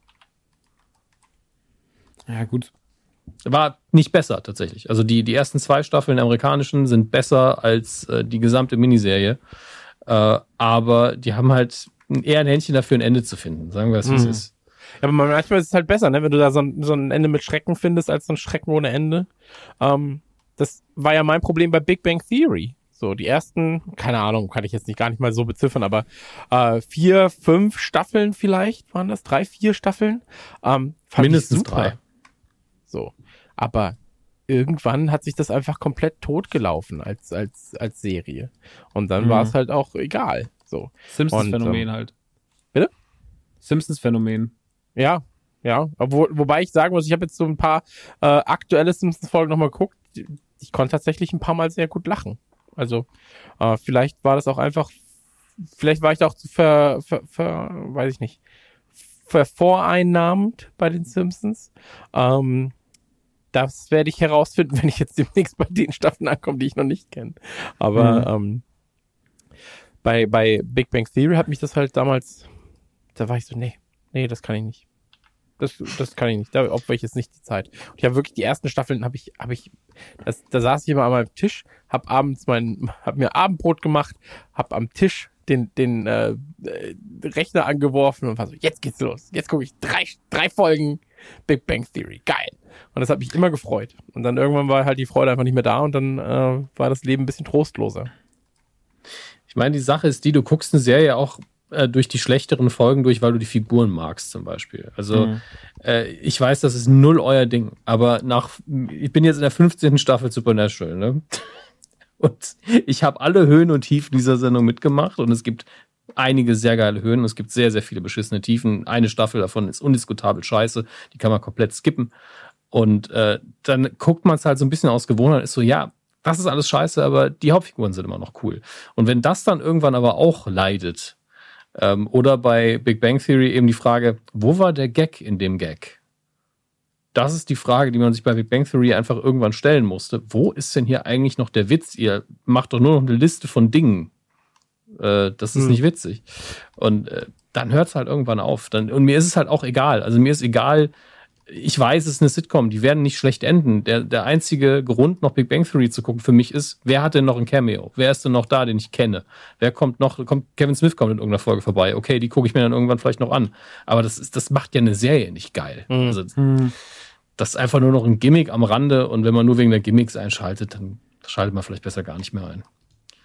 Speaker 4: Ja, gut.
Speaker 3: War nicht besser tatsächlich. Also die, die ersten zwei Staffeln amerikanischen sind besser als äh, die gesamte Miniserie. Äh, aber die haben halt eher ein Händchen dafür, ein Ende zu finden. Sagen wir es, wie es
Speaker 1: Mhm.
Speaker 3: ist.
Speaker 1: Ja, aber manchmal ist es halt besser, ne, wenn du da so ein, so ein Ende mit Schrecken findest, als so ein Schrecken ohne Ende. Ähm, das war ja mein Problem bei Big Bang Theory. So, die ersten, keine Ahnung, kann ich jetzt nicht gar nicht mal so beziffern, aber äh, vier, fünf Staffeln vielleicht, waren das? Drei, vier Staffeln? Ähm, fand
Speaker 3: Mindestens
Speaker 1: ich super.
Speaker 3: drei.
Speaker 1: So, aber irgendwann hat sich das einfach komplett totgelaufen als, als, als Serie. Und dann
Speaker 4: Mhm.
Speaker 1: war es halt auch egal. So.
Speaker 4: Simpsons-Phänomen
Speaker 1: Und, ähm,
Speaker 4: halt.
Speaker 1: bitte?
Speaker 4: Simpsons-Phänomen.
Speaker 1: Ja, ja. Wo, wobei ich sagen muss, ich habe jetzt so ein paar äh, aktuelle Simpsons-Folgen nochmal geguckt. Ich konnte tatsächlich ein paar Mal sehr gut lachen. Also, äh, vielleicht war das auch einfach, vielleicht war ich da auch zu ver, ver, ver weiß ich nicht, vervoreinnahmt bei den Simpsons. Ähm, das werde ich herausfinden, wenn ich jetzt demnächst bei den Staffeln ankomme, die ich noch nicht kenne. Aber,
Speaker 4: Mhm.
Speaker 1: ähm, bei, bei Big Bang Theory hat mich das halt damals, da war ich so, nee, nee, das kann ich nicht. Das, das kann ich nicht, da opfere ich jetzt nicht die Zeit. Und ich habe wirklich die ersten Staffeln, habe ich, habe ich, das, da saß ich immer an meinem Tisch, habe abends mein, habe mir Abendbrot gemacht, habe am Tisch den, den äh, Rechner angeworfen und war so, jetzt geht's los, jetzt gucke ich drei, drei Folgen Big Bang Theory, geil. Und das hat mich immer gefreut. Und dann irgendwann war halt die Freude einfach nicht mehr da und dann äh, war das Leben ein bisschen trostloser.
Speaker 3: Ich meine, die Sache ist die, du guckst eine Serie auch äh, durch die schlechteren Folgen durch, weil du die Figuren magst zum Beispiel. Also mhm. äh, ich weiß, das ist null euer Ding, aber nach, ich bin jetzt in der fünfzehnten Staffel Supernatural, ne? Und ich habe alle Höhen und Tiefen dieser Sendung mitgemacht und es gibt einige sehr geile Höhen und es gibt sehr, sehr viele beschissene Tiefen. Eine Staffel davon ist undiskutabel scheiße, die kann man komplett skippen. Und äh, dann guckt man es halt so ein bisschen aus Gewohnheit, ist so, ja, das ist alles scheiße, aber die Hauptfiguren sind immer noch cool. Und wenn das dann irgendwann aber auch leidet, ähm, oder bei Big Bang Theory eben die Frage, wo war der Gag in dem Gag? Das ist die Frage, die man sich bei Big Bang Theory einfach irgendwann stellen musste. Wo ist denn hier eigentlich noch der Witz? Ihr macht doch nur noch eine Liste von Dingen. Äh, das ist hm. nicht witzig. Und äh, dann hört es halt irgendwann auf. Dann, und mir ist es halt auch egal. Also mir ist egal, ich weiß, es ist eine Sitcom, die werden nicht schlecht enden. Der, der einzige Grund, noch Big Bang Theory zu gucken für mich ist, wer hat denn noch ein Cameo? Wer ist denn noch da, den ich kenne? Wer kommt noch? Kommt, Kevin Smith kommt in irgendeiner Folge vorbei. Okay, die gucke ich mir dann irgendwann vielleicht noch an. Aber das ist, das macht ja eine Serie nicht geil. Mhm. Also das ist einfach nur noch ein Gimmick am Rande und wenn man nur wegen der Gimmicks einschaltet, dann schaltet man vielleicht besser gar nicht mehr ein.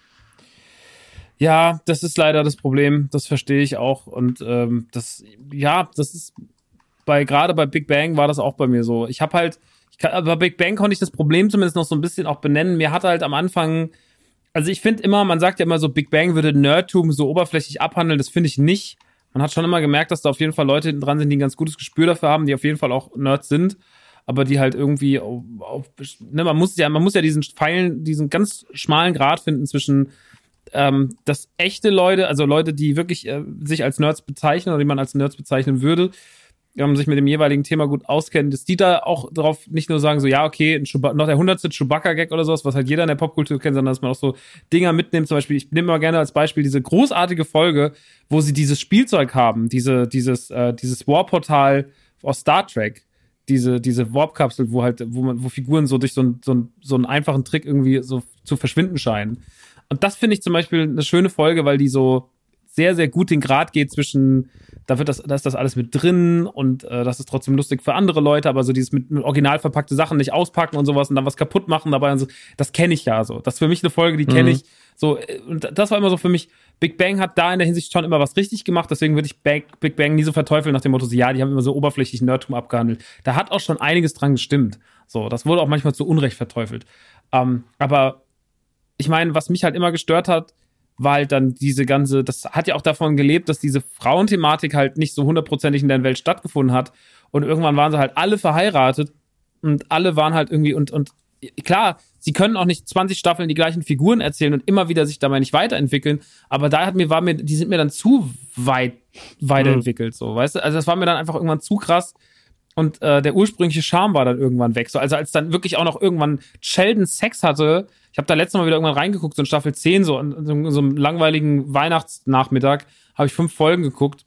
Speaker 4: Ja, das ist leider das Problem. Das verstehe ich auch. Und ähm, das, ja, das ist bei, gerade bei Big Bang war das auch bei mir so. Ich habe halt, ich kann, bei Big Bang konnte ich das Problem zumindest noch so ein bisschen auch benennen. Mir hat halt am Anfang, also ich finde immer, man sagt ja immer so, Big Bang würde Nerdtum so oberflächlich abhandeln. Das finde ich nicht. Man hat schon immer gemerkt, dass da auf jeden Fall Leute hinten dran sind, die ein ganz gutes Gespür dafür haben, die auf jeden Fall auch Nerds sind. Aber die halt irgendwie auf, auf, ne, man muss ja, man muss ja diesen Pfeilen, diesen ganz schmalen Grat finden zwischen ähm, dass echte Leute, also Leute, die wirklich äh, sich als Nerds bezeichnen oder die man als Nerds bezeichnen würde, ähm, sich mit dem jeweiligen Thema gut auskennen, dass die da auch drauf nicht nur sagen, so ja, okay, ein Chewba- noch der hundertste Chewbacca-Gag oder sowas, was halt jeder in der Popkultur kennt, sondern dass man auch so Dinger mitnimmt. Zum Beispiel, ich nehme mal gerne als Beispiel diese großartige Folge, wo sie dieses Spielzeug haben, diese, dieses, äh, dieses Warp-Portal aus Star Trek. diese diese Warp-Kapsel, wo halt, wo man, wo Figuren so durch so, ein, so, ein, so einen einfachen Trick irgendwie so zu verschwinden scheinen. Und das finde ich zum Beispiel eine schöne Folge, weil die so sehr, sehr gut den Grad geht zwischen, da wird das, da ist das alles mit drin und äh, das ist trotzdem lustig für andere Leute, aber so dieses mit, mit original verpackte Sachen nicht auspacken und sowas und dann was kaputt machen dabei und so, das kenne ich ja so. Das ist für mich eine Folge, die kenne mhm. ich so. Und das war immer so für mich, Big Bang hat da in der Hinsicht schon immer was richtig gemacht, deswegen würde ich Big, Big Bang nie so verteufeln nach dem Motto, so, ja, die haben immer so oberflächlich Nerdtum abgehandelt. Da hat auch schon einiges dran gestimmt. So, das wurde auch manchmal zu Unrecht verteufelt. Ähm, aber ich meine, was mich halt immer gestört hat, war halt dann diese ganze, das hat ja auch davon gelebt, dass diese Frauenthematik halt nicht so hundertprozentig in der Welt stattgefunden hat. Und irgendwann waren sie halt alle verheiratet und alle waren halt irgendwie, und, und klar, sie können auch nicht zwanzig Staffeln die gleichen Figuren erzählen und immer wieder sich dabei nicht weiterentwickeln, aber da hat mir, war mir, die sind mir dann zu weit weiterentwickelt, so, weißt du? Also das war mir dann einfach irgendwann zu krass. Und äh, der ursprüngliche Charme war dann irgendwann weg. So, also als dann wirklich auch noch irgendwann Sheldon Sex hatte, ich habe da letztes Mal wieder irgendwann reingeguckt, so in Staffel zehn, so in, in so einem langweiligen Weihnachtsnachmittag, habe ich fünf Folgen geguckt.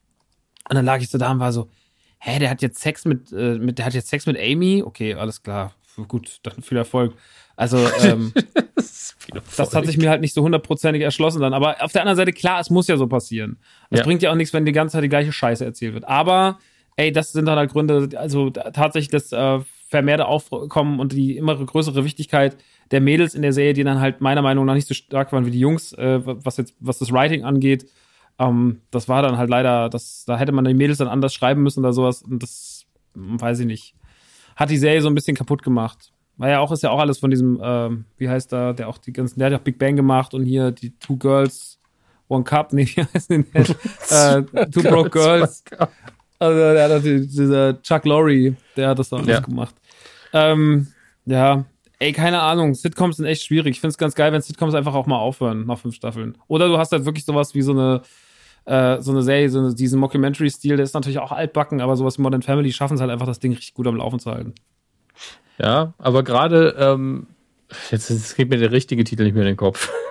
Speaker 4: Und dann lag ich so da und war so, hä, der hat jetzt Sex mit, äh, mit der hat jetzt Sex mit Amy? Okay, alles klar. Gut, dann viel Erfolg. Also, ähm, das, das hat sich mir halt nicht so hundertprozentig erschlossen dann. Aber auf der anderen Seite, klar, es muss ja so passieren. Es ja. bringt ja auch nichts, wenn die ganze Zeit die gleiche Scheiße erzählt wird. Aber ey, das sind dann halt Gründe, also tatsächlich das äh, vermehrte Aufkommen und die immer größere Wichtigkeit der Mädels in der Serie, die dann halt meiner Meinung nach nicht so stark waren wie die Jungs, äh, was jetzt, was das Writing angeht. Ähm, das war dann halt leider, das, da hätte man die Mädels dann anders schreiben müssen oder sowas. Und das, weiß ich nicht, hat die Serie so ein bisschen kaputt gemacht. War ja auch, ist ja auch alles von diesem, äh, wie heißt da, der auch die ganzen, der hat ja auch Big Bang gemacht und hier die Two Girls, One Cup, nee, wie heißt denn der? äh, Two Broke Girls. Also der hat dieser Chuck Lorre, der hat das dann ja. gemacht. Ähm, ja, ey, keine Ahnung, Sitcoms sind echt schwierig. Ich finde es ganz geil, wenn Sitcoms einfach auch mal aufhören nach fünf Staffeln. Oder du hast halt wirklich sowas wie so eine äh, so eine Serie, so eine, diesen Mockumentary-Stil, der ist natürlich auch altbacken, aber sowas wie Modern Family schaffen es halt einfach, das Ding richtig gut am Laufen zu halten.
Speaker 3: Ja, aber gerade, ähm, jetzt, jetzt geht mir der richtige Titel nicht mehr in den Kopf.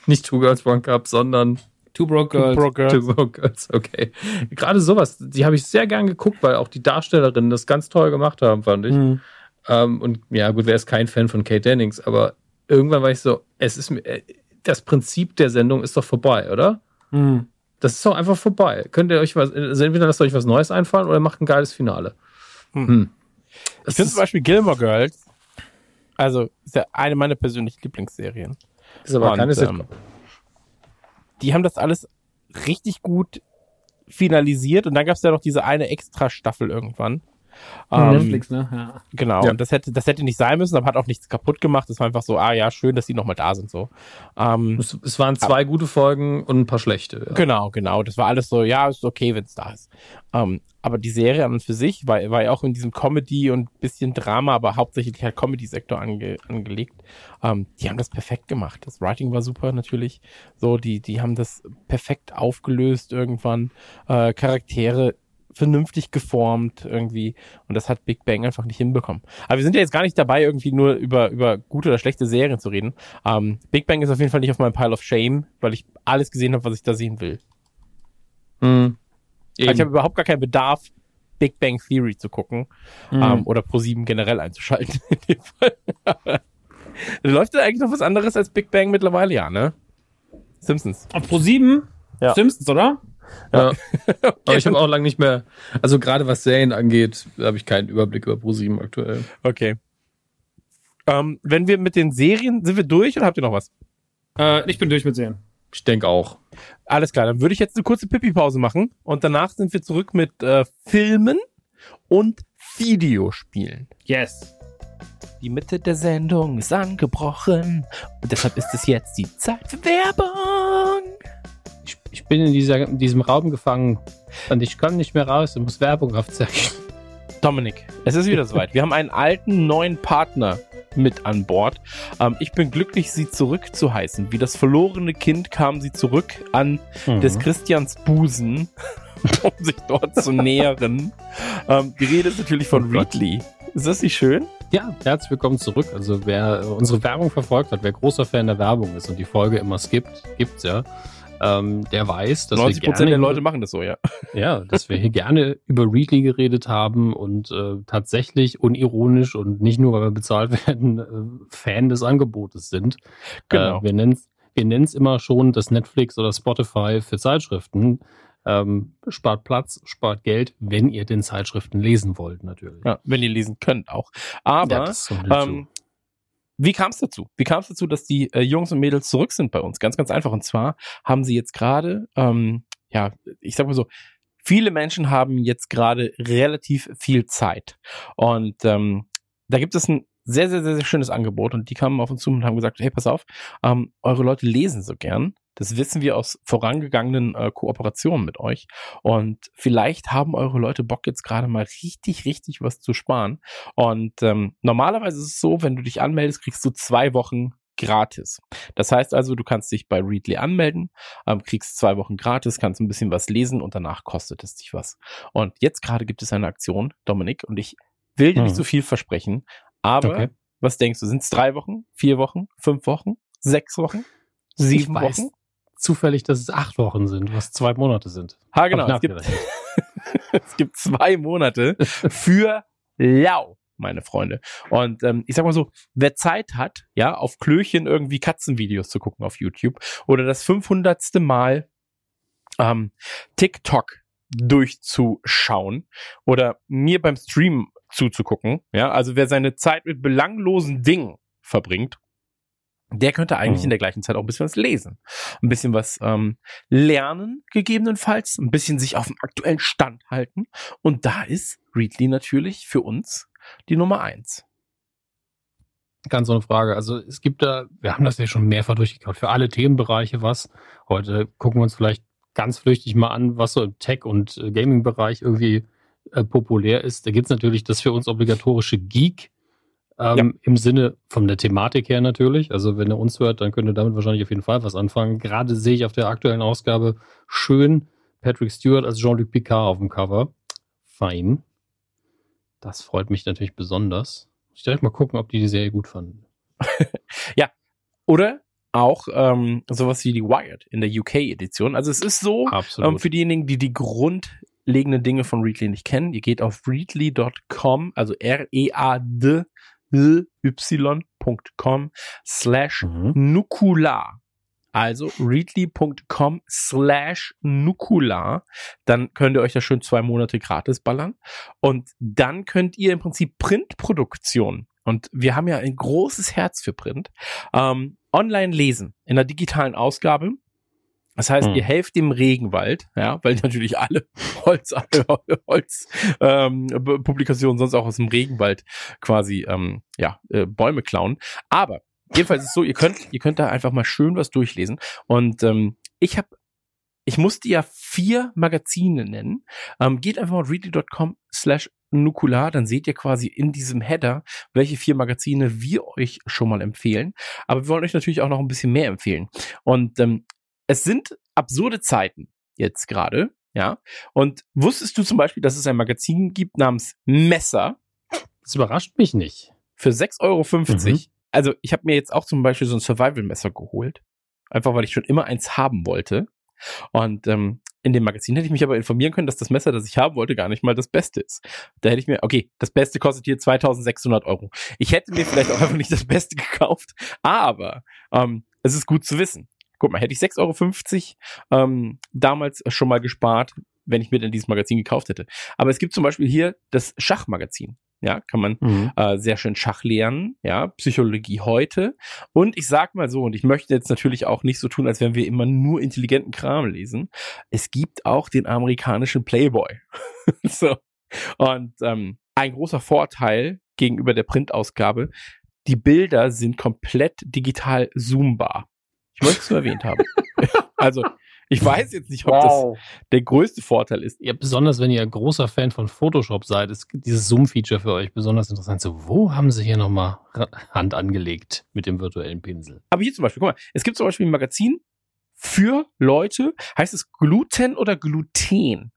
Speaker 3: Nicht Two Girls, One Cup, sondern
Speaker 4: Two Broke Girls.
Speaker 1: Two Broke Girls.
Speaker 3: Two Broke Girls, okay. Gerade sowas, die habe ich sehr gern geguckt, weil auch die Darstellerinnen das ganz toll gemacht haben, fand ich.
Speaker 4: Mhm.
Speaker 3: Ähm, und ja, gut, wer ist kein Fan von Kate Dennings, aber irgendwann war ich so, es ist mir, äh, das Prinzip der Sendung ist doch vorbei, oder?
Speaker 4: Mhm.
Speaker 3: Das ist doch einfach vorbei. Könnt ihr euch was, also entweder lasst euch was Neues einfallen oder macht ein geiles Finale.
Speaker 1: Hm.
Speaker 3: Hm.
Speaker 1: Ich finde zum Beispiel Gilmore Girls, also ist ja eine meiner persönlichen Lieblingsserien.
Speaker 3: Ist aber
Speaker 1: Und,
Speaker 3: keine Sitcom.
Speaker 1: ähm, die haben das alles richtig gut finalisiert und dann gab es ja noch diese eine Extra-Staffel irgendwann. Ähm,
Speaker 4: Netflix, ne? Ja.
Speaker 1: Genau,
Speaker 3: Ja.
Speaker 1: und das hätte, das hätte nicht sein müssen, aber hat auch nichts kaputt gemacht. Es war einfach so, ah ja, schön, dass die nochmal da sind. So. Ähm,
Speaker 3: Es, es waren zwei gute Folgen und ein paar schlechte. Ja.
Speaker 1: Genau, genau. Das war alles so, ja, ist okay, wenn es da ist. Ähm, aber die Serie an und für sich war, war ja auch in diesem Comedy und bisschen Drama, aber hauptsächlich halt Comedy-Sektor ange, angelegt. Ähm, die haben das perfekt gemacht. Das Writing war super natürlich. So, die, die haben das perfekt aufgelöst irgendwann. Äh, Charaktere vernünftig geformt irgendwie. Und das hat Big Bang einfach nicht hinbekommen. Aber wir sind ja jetzt gar nicht dabei, irgendwie nur über, über gute oder schlechte Serien zu reden. Ähm, Big Bang ist auf jeden Fall nicht auf meinem Pile of Shame, weil ich alles gesehen habe, was ich da sehen will.
Speaker 3: Hm.
Speaker 1: Also ich habe überhaupt gar keinen Bedarf, Big Bang Theory zu gucken
Speaker 4: Mhm.
Speaker 1: ähm, oder ProSieben generell einzuschalten. In dem Fall. Läuft da eigentlich noch was anderes als Big Bang mittlerweile? Ja, ne? Simpsons.
Speaker 4: Auf Pro sieben?
Speaker 1: Ja.
Speaker 4: Simpsons, oder?
Speaker 3: Ja. Aber ich habe auch lange nicht mehr, also gerade was Serien angeht, habe ich keinen Überblick über ProSieben aktuell.
Speaker 1: Okay. Ähm, wenn wir mit den Serien, sind wir durch oder habt ihr noch was?
Speaker 4: Äh, ich bin durch mit Serien.
Speaker 3: Ich denke auch.
Speaker 1: Alles klar, dann würde ich jetzt eine kurze Pipi-Pause machen und danach sind wir zurück mit äh, Filmen und Videospielen.
Speaker 4: Yes.
Speaker 1: Die Mitte der Sendung ist angebrochen und deshalb ist es jetzt die Zeit für Werbung.
Speaker 3: Ich, ich bin in, dieser, in diesem Raum gefangen und ich kann nicht mehr raus und muss Werbung aufzeigen.
Speaker 1: Dominik, es ist wieder soweit. Wir haben einen alten, neuen Partner mit an Bord. Ähm, ich bin glücklich, sie zurückzuheißen. Wie das verlorene Kind kam sie zurück an
Speaker 3: Mhm.
Speaker 1: des Christians Busen, um sich dort zu nähern. Ähm, die Rede ist natürlich von
Speaker 3: Oh Gott.
Speaker 1: Readly. Ist das nicht schön?
Speaker 3: Ja, herzlich willkommen zurück. Also wer äh, unsere Werbung verfolgt hat, wer großer Fan der Werbung ist und die Folge immer skippt, gibt's ja, ähm, der weiß, dass
Speaker 1: neunzig
Speaker 3: wir
Speaker 1: Prozent
Speaker 3: gerne
Speaker 1: der Leute machen das so, ja.
Speaker 3: Ja, dass wir hier gerne über Readly geredet haben und äh, tatsächlich unironisch und nicht nur, weil wir bezahlt werden, äh, Fan des Angebotes sind.
Speaker 1: Genau.
Speaker 3: Äh, wir nennen es wir nennen's immer schon das Netflix oder Spotify für Zeitschriften. Ähm, spart Platz, spart Geld, wenn ihr den Zeitschriften lesen wollt, natürlich.
Speaker 1: Ja, wenn ihr lesen könnt auch. Aber
Speaker 3: Ja, das kommt
Speaker 1: ähm, wie kam es dazu? Wie kam es dazu, dass die äh, Jungs und Mädels zurück sind bei uns? Ganz, ganz einfach. Und zwar haben sie jetzt gerade, ähm, ja, ich sag mal so, viele Menschen haben jetzt gerade relativ viel Zeit. Und ähm, da gibt es ein sehr, sehr, sehr, sehr schönes Angebot. Und die kamen auf uns zu und haben gesagt, hey, pass auf, ähm, eure Leute lesen so gern. Das wissen wir aus vorangegangenen äh, Kooperationen mit euch. Und vielleicht haben eure Leute Bock, jetzt gerade mal richtig, richtig was zu sparen. Und ähm, normalerweise ist es so, wenn du dich anmeldest, kriegst du zwei Wochen gratis. Das heißt also, du kannst dich bei Readly anmelden, ähm, kriegst zwei Wochen gratis, kannst ein bisschen was lesen und danach kostet es dich was. Und jetzt gerade gibt es eine Aktion, Dominik, und ich will dir
Speaker 3: Mhm.
Speaker 1: nicht so viel versprechen, aber
Speaker 3: Okay.
Speaker 1: was denkst du, sind es drei Wochen, vier Wochen, fünf Wochen, sechs Wochen, sieben
Speaker 3: ich weiß
Speaker 1: Wochen?
Speaker 3: zufällig, dass es acht Wochen sind, was zwei Monate sind.
Speaker 1: Ha, genau.
Speaker 3: Hab
Speaker 1: Es
Speaker 3: ich
Speaker 1: gibt,
Speaker 3: nachgerechnet.
Speaker 1: es gibt zwei Monate für lau, meine Freunde. Und ähm, ich sag mal so, wer Zeit hat, ja, auf Klöchen irgendwie Katzenvideos zu gucken auf YouTube oder das fünfhundertste Mal ähm, TikTok durchzuschauen oder mir beim Stream zuzugucken, ja, also wer seine Zeit mit belanglosen Dingen verbringt, der könnte eigentlich
Speaker 3: Mhm.
Speaker 1: in der gleichen Zeit auch ein bisschen was lesen. Ein bisschen was ähm, lernen, gegebenenfalls. Ein bisschen sich auf dem aktuellen Stand halten. Und da ist Readly natürlich für uns die Nummer eins.
Speaker 3: Ganz ohne Frage. Also es gibt da, wir haben das ja schon mehrfach durchgekaut, für alle Themenbereiche was. Heute gucken wir uns vielleicht ganz flüchtig mal an, was so im Tech- und äh, Gaming-Bereich irgendwie äh, populär ist. Da gibt's natürlich das für uns obligatorische Geek, ähm,
Speaker 1: Ja.
Speaker 3: im Sinne von der Thematik her natürlich. Also wenn ihr uns hört, dann könnt ihr damit wahrscheinlich auf jeden Fall was anfangen. Gerade sehe ich auf der aktuellen Ausgabe schön Patrick Stewart als Jean-Luc Picard auf dem Cover. Fein. Das freut mich natürlich besonders. Ich direkt mal gucken, ob die die Serie gut fanden.
Speaker 1: Oder auch ähm, sowas wie die Wired in der U K-Edition. Also es ist so, ähm, für diejenigen, die die grundlegenden Dinge von Readly nicht kennen, ihr geht auf readly Punkt com, also R E A D L Y Punkt com slash Nukular. Also readly Punkt com slash Nukular. Dann könnt ihr euch da schön zwei Monate gratis ballern. Und dann könnt ihr im Prinzip Printproduktion, und wir haben ja ein großes Herz für Print, ähm, online lesen in der digitalen Ausgabe. Das heißt, hm. ihr helft dem Regenwald, ja, weil natürlich alle Holz, Holz ähm, Publikationen sonst auch aus dem Regenwald quasi ähm, ja äh, Bäume klauen. Aber jedenfalls ist es so, ihr könnt ihr könnt da einfach mal schön was durchlesen. Und ähm, ich habe ich musste ja vier Magazine nennen. Ähm, geht einfach mal auf readly Punkt com slash Nukular, dann seht ihr quasi in diesem Header, welche vier Magazine wir euch schon mal empfehlen. Aber wir wollen euch natürlich auch noch ein bisschen mehr empfehlen. Und ähm, es sind absurde Zeiten jetzt gerade, ja. Und wusstest du zum Beispiel, dass es ein Magazin gibt namens Messer?
Speaker 3: Das überrascht mich nicht.
Speaker 1: Für sechs Euro fünfzig.
Speaker 3: Mhm.
Speaker 1: Also ich habe mir jetzt auch zum Beispiel so ein Survival-Messer geholt. Einfach, weil ich schon immer eins haben wollte. Und ähm, in dem Magazin hätte ich mich aber informieren können, dass das Messer, das ich haben wollte, gar nicht mal das Beste ist. Da hätte ich mir, okay, das Beste kostet hier zweitausendsechshundert Euro. Ich hätte mir vielleicht auch einfach nicht das Beste gekauft, aber ähm, es ist gut zu wissen. Guck mal, hätte ich sechs Euro fünfzig ähm, damals schon mal gespart, wenn ich mir denn dieses Magazin gekauft hätte. Aber es gibt zum Beispiel hier das Schachmagazin. Ja, kann man mhm. äh, sehr schön Schach lernen, ja, Psychologie heute. Und ich sag mal so, und ich möchte jetzt natürlich auch nicht so tun, als wenn wir immer nur intelligenten Kram lesen. Es gibt auch den amerikanischen Playboy. So. Und ähm, ein großer Vorteil gegenüber der Printausgabe, die Bilder sind komplett digital zoombar. Ich möchte es nur erwähnt haben. Also, ich weiß jetzt nicht, ob wow. das der größte Vorteil ist.
Speaker 3: Ja, besonders wenn ihr ein großer Fan von Photoshop seid, ist dieses Zoom-Feature für euch besonders interessant. So, wo haben sie hier nochmal Hand angelegt mit dem virtuellen Pinsel?
Speaker 1: Aber hier zum Beispiel, guck mal, es gibt zum Beispiel ein Magazin für Leute, heißt es Gluten oder Gluten?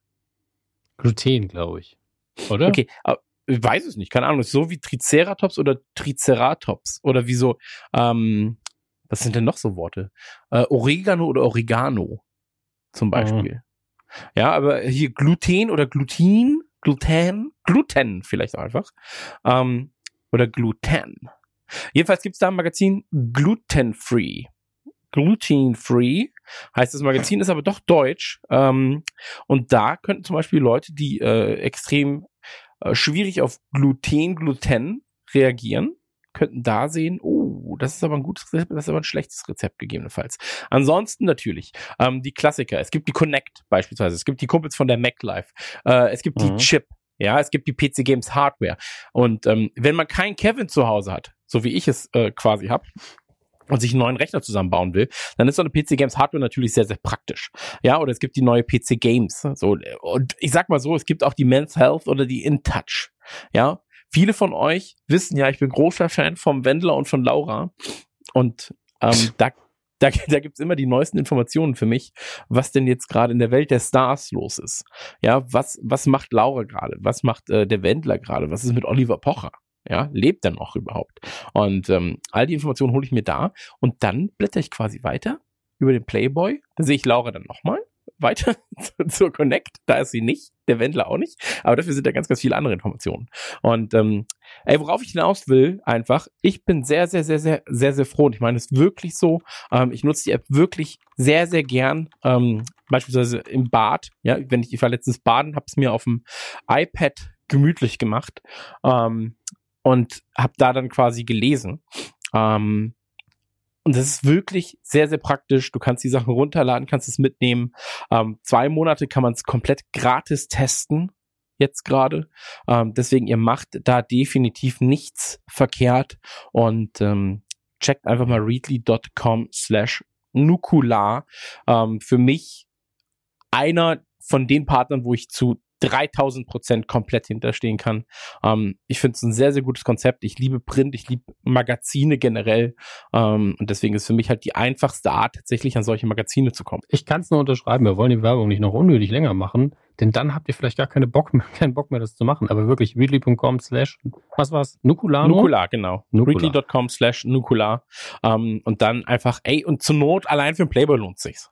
Speaker 3: Gluten, glaube ich. Oder?
Speaker 1: Okay, aber ich weiß es nicht, keine Ahnung. Das ist so wie Triceratops oder Triceratops oder wie so, ähm, was sind denn noch so Worte? Äh, Oregano oder Oregano zum Beispiel. Mhm. Ja, aber hier Gluten oder Gluten, Gluten, Gluten vielleicht auch einfach. Ähm, oder Gluten. Jedenfalls gibt es da ein Magazin Gluten-Free. Gluten-Free heißt das Magazin, ist aber doch deutsch. Ähm, und da könnten zum Beispiel Leute, die äh, extrem äh, schwierig auf Gluten, Gluten reagieren, könnten da sehen, oh, das ist aber ein gutes Rezept, das ist aber ein schlechtes Rezept gegebenenfalls. Ansonsten natürlich ähm, die Klassiker. Es gibt die Connect beispielsweise, es gibt die Kumpels von der MacLife, äh, es gibt mhm. die Chip, ja, es gibt die P C Games Hardware. Und ähm, wenn man keinen Kevin zu Hause hat, so wie ich es äh, quasi habe, und sich einen neuen Rechner zusammenbauen will, dann ist so eine P C Games Hardware natürlich sehr, sehr praktisch. Ja, oder es gibt die neue P C Games. So, und ich sag mal so, es gibt auch die Men's Health oder die InTouch. Ja, viele von euch wissen ja, ich bin großer Fan vom Wendler und von Laura. Und ähm, da, da, da gibt's immer die neuesten Informationen für mich, was denn jetzt gerade in der Welt der Stars los ist. Ja, was, was macht Laura gerade? Was macht äh, der Wendler gerade? Was ist mit Oliver Pocher? Ja, lebt er noch überhaupt? Und ähm, all die Informationen hole ich mir da und dann blätter ich quasi weiter über den Playboy. Da sehe ich Laura dann nochmal weiter zur Connect. Da ist sie nicht, der Wendler auch nicht. Aber dafür sind da ganz, ganz viele andere Informationen. Und ähm, ey, worauf ich hinaus will, einfach, ich bin sehr, sehr, sehr, sehr, sehr, sehr froh. Und ich meine, es ist wirklich so, ähm, ich nutze die App wirklich sehr, sehr gern. Ähm, beispielsweise im Bad. Ja, wenn ich, ich war letztens baden, habe es mir auf dem iPad gemütlich gemacht. Ähm, Und habe da dann quasi gelesen. Ähm, und das ist wirklich sehr, sehr praktisch. Du kannst die Sachen runterladen, kannst es mitnehmen. Ähm, zwei Monate kann man es komplett gratis testen, jetzt gerade. Ähm, deswegen, ihr macht da definitiv nichts verkehrt. Und ähm, checkt einfach mal readly Punkt com slash Nukular. Ähm, für mich einer von den Partnern, wo ich zu dreitausend Prozent komplett hinterstehen kann. Ähm, ich finde es ein sehr, sehr gutes Konzept. Ich liebe Print, ich liebe Magazine generell. Ähm, und deswegen ist für mich halt die einfachste Art, tatsächlich an solche Magazine zu kommen.
Speaker 3: Ich kann es nur unterschreiben. Wir wollen die Werbung nicht noch unnötig länger machen. Denn dann habt ihr vielleicht gar keine Bock mehr, keinen Bock mehr, das zu machen. Aber wirklich, readly.com slash, was war's? Nukular?
Speaker 1: Nukular, genau.
Speaker 3: Nukular.
Speaker 1: readly.com slash Nukular. Ähm, und dann einfach, ey, und zur Not, allein für den Playboy lohnt sich's.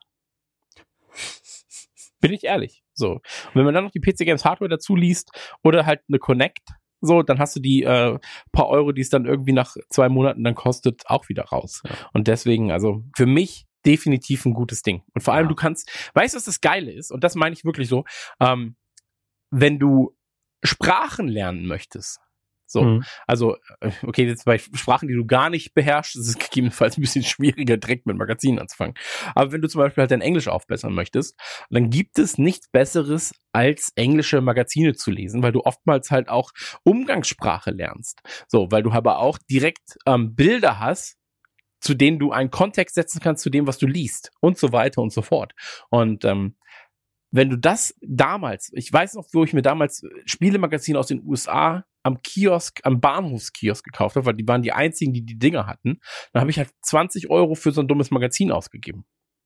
Speaker 1: Bin ich ehrlich. So. Und wenn man dann noch die P C Games Hardware dazu liest oder halt eine Connect, so, dann hast du die äh, paar Euro, die es dann irgendwie nach zwei Monaten dann kostet, auch wieder raus. Ja. Und deswegen, also für mich definitiv ein gutes Ding. Und vor allem, ja. du kannst, weißt du, was das Geile ist? Und das meine ich wirklich so, ähm, wenn du Sprachen lernen möchtest, so, mhm. also, okay, jetzt bei Sprachen, die du gar nicht beherrschst, ist es gegebenenfalls ein bisschen schwieriger, direkt mit Magazinen anzufangen. Aber wenn du zum Beispiel halt dein Englisch aufbessern möchtest, dann gibt es nichts Besseres, als englische Magazine zu lesen, weil du oftmals halt auch Umgangssprache lernst. So, weil du aber auch direkt ähm, Bilder hast, zu denen du einen Kontext setzen kannst zu dem, was du liest und so weiter und so fort. Und ähm, wenn du das damals, ich weiß noch, wo ich mir damals Spielemagazine aus den U S A am Kiosk, am Bahnhofskiosk gekauft habe, weil die waren die einzigen, die die Dinger hatten, dann habe ich halt zwanzig Euro für so ein dummes Magazin ausgegeben.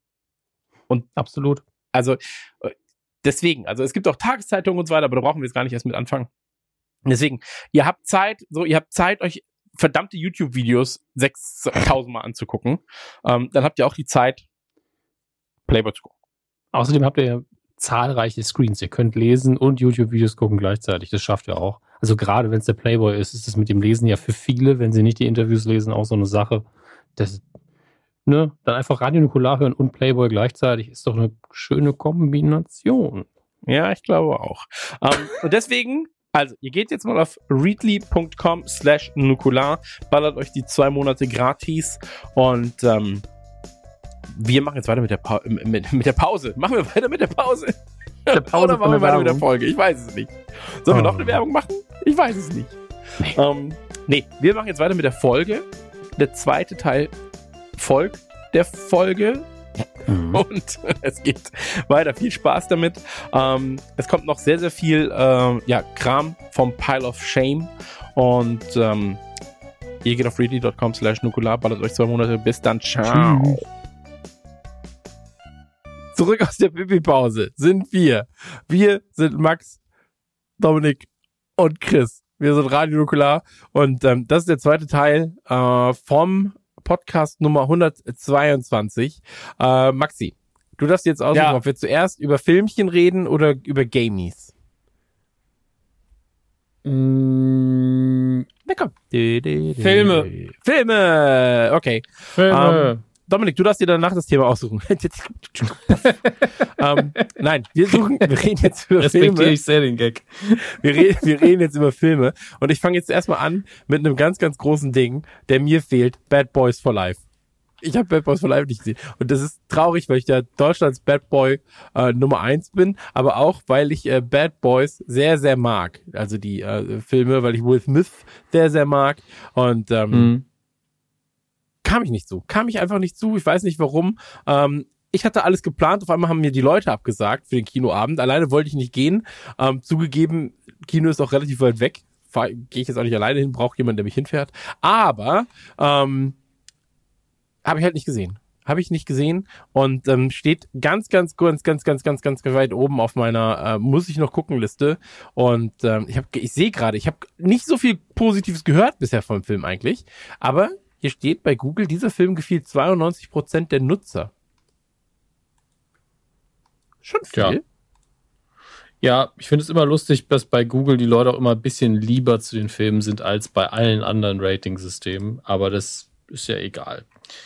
Speaker 1: Und
Speaker 3: absolut.
Speaker 1: Also deswegen, also es gibt auch Tageszeitungen und so weiter, aber da brauchen wir jetzt gar nicht erst mit anfangen. Deswegen, ihr habt Zeit, so ihr habt Zeit, euch verdammte YouTube-Videos sechstausend Mal anzugucken. Ähm, dann habt ihr auch die Zeit, Playboy zu gucken.
Speaker 3: Außerdem habt ihr ja zahlreiche Screens. Ihr könnt lesen und YouTube-Videos gucken gleichzeitig. Das schafft ihr auch. Also gerade wenn es der Playboy ist, ist es mit dem Lesen ja für viele, wenn sie nicht die Interviews lesen, auch so eine Sache. Das, ne, dann einfach Radio Nukular hören und Playboy gleichzeitig ist doch eine schöne Kombination.
Speaker 1: Ja, ich glaube auch. Um, und deswegen, also, ihr geht jetzt mal auf readly.com slash Nukular, ballert euch die zwei Monate gratis und ähm, wir machen jetzt weiter mit der, pa- mit, mit der Pause. Machen wir weiter mit der Pause.
Speaker 3: Der Pause
Speaker 1: Oder machen wir weiter mit der Folge? Ich weiß es nicht. Sollen wir noch eine Werbung machen? Ich weiß es nicht. Nee. Ähm, nee, wir machen jetzt weiter mit der Folge. Der zweite Teil folgt der Folge. Mhm. Und es geht weiter. Viel Spaß damit. Ähm, es kommt noch sehr, sehr viel ähm, ja, Kram vom Pile of Shame. Und ähm, ihr geht auf readly.com slash Nukular, ballert euch zwei Monate. Bis dann. Ciao. Zurück aus der Pipi-Pause sind wir. Wir sind Max, Dominik und Chris. Wir sind Radio Nukular und ähm, das ist der zweite Teil äh, vom Podcast Nummer hundertzweiundzwanzig. Äh, Maxi, du darfst jetzt aussuchen, ja. ob wir zuerst über Filmchen reden oder über Gamies.
Speaker 4: Mm,
Speaker 1: Na komm.
Speaker 4: Filme.
Speaker 1: Filme. Okay.
Speaker 3: Filme.
Speaker 1: Ähm, Dominik, du darfst dir danach das Thema aussuchen. ähm, nein, wir suchen, wir reden jetzt über
Speaker 3: Respektiere
Speaker 1: Filme.
Speaker 3: Ich sehr den Gag.
Speaker 1: Wir reden, wir reden jetzt über Filme und ich fange jetzt erstmal an mit einem ganz, ganz großen Ding, der mir fehlt. Bad Boys for Life. Ich habe Bad Boys for Life nicht gesehen und das ist traurig, weil ich ja Deutschlands Bad Boy äh, Nummer eins bin, aber auch, weil ich äh, Bad Boys sehr, sehr mag. Also die äh, Filme, weil ich Will Smith sehr, sehr mag und ähm, mhm. kam ich nicht zu. Kam ich einfach nicht zu. Ich weiß nicht warum. Ähm, ich hatte alles geplant. Auf einmal haben mir die Leute abgesagt für den Kinoabend. Alleine wollte ich nicht gehen. Ähm, zugegeben, Kino ist auch relativ weit weg. Gehe ich jetzt auch nicht alleine hin. Brauche jemanden, der mich hinfährt. Aber ähm, habe ich halt nicht gesehen. Habe ich nicht gesehen. Und ähm, steht ganz, ganz, ganz, ganz, ganz, ganz, ganz weit oben auf meiner äh, muss ich noch gucken Liste. Und ähm, ich habe, ich sehe gerade, ich habe nicht so viel Positives gehört bisher vom Film eigentlich. Aber hier steht bei Google, dieser Film gefiel zweiundneunzig Prozent der Nutzer. Schon viel.
Speaker 3: Ja, ja ich finde es immer lustig, dass bei Google die Leute auch immer ein bisschen lieber zu den Filmen sind als bei allen anderen Rating-Systemen. Aber das ist ja egal.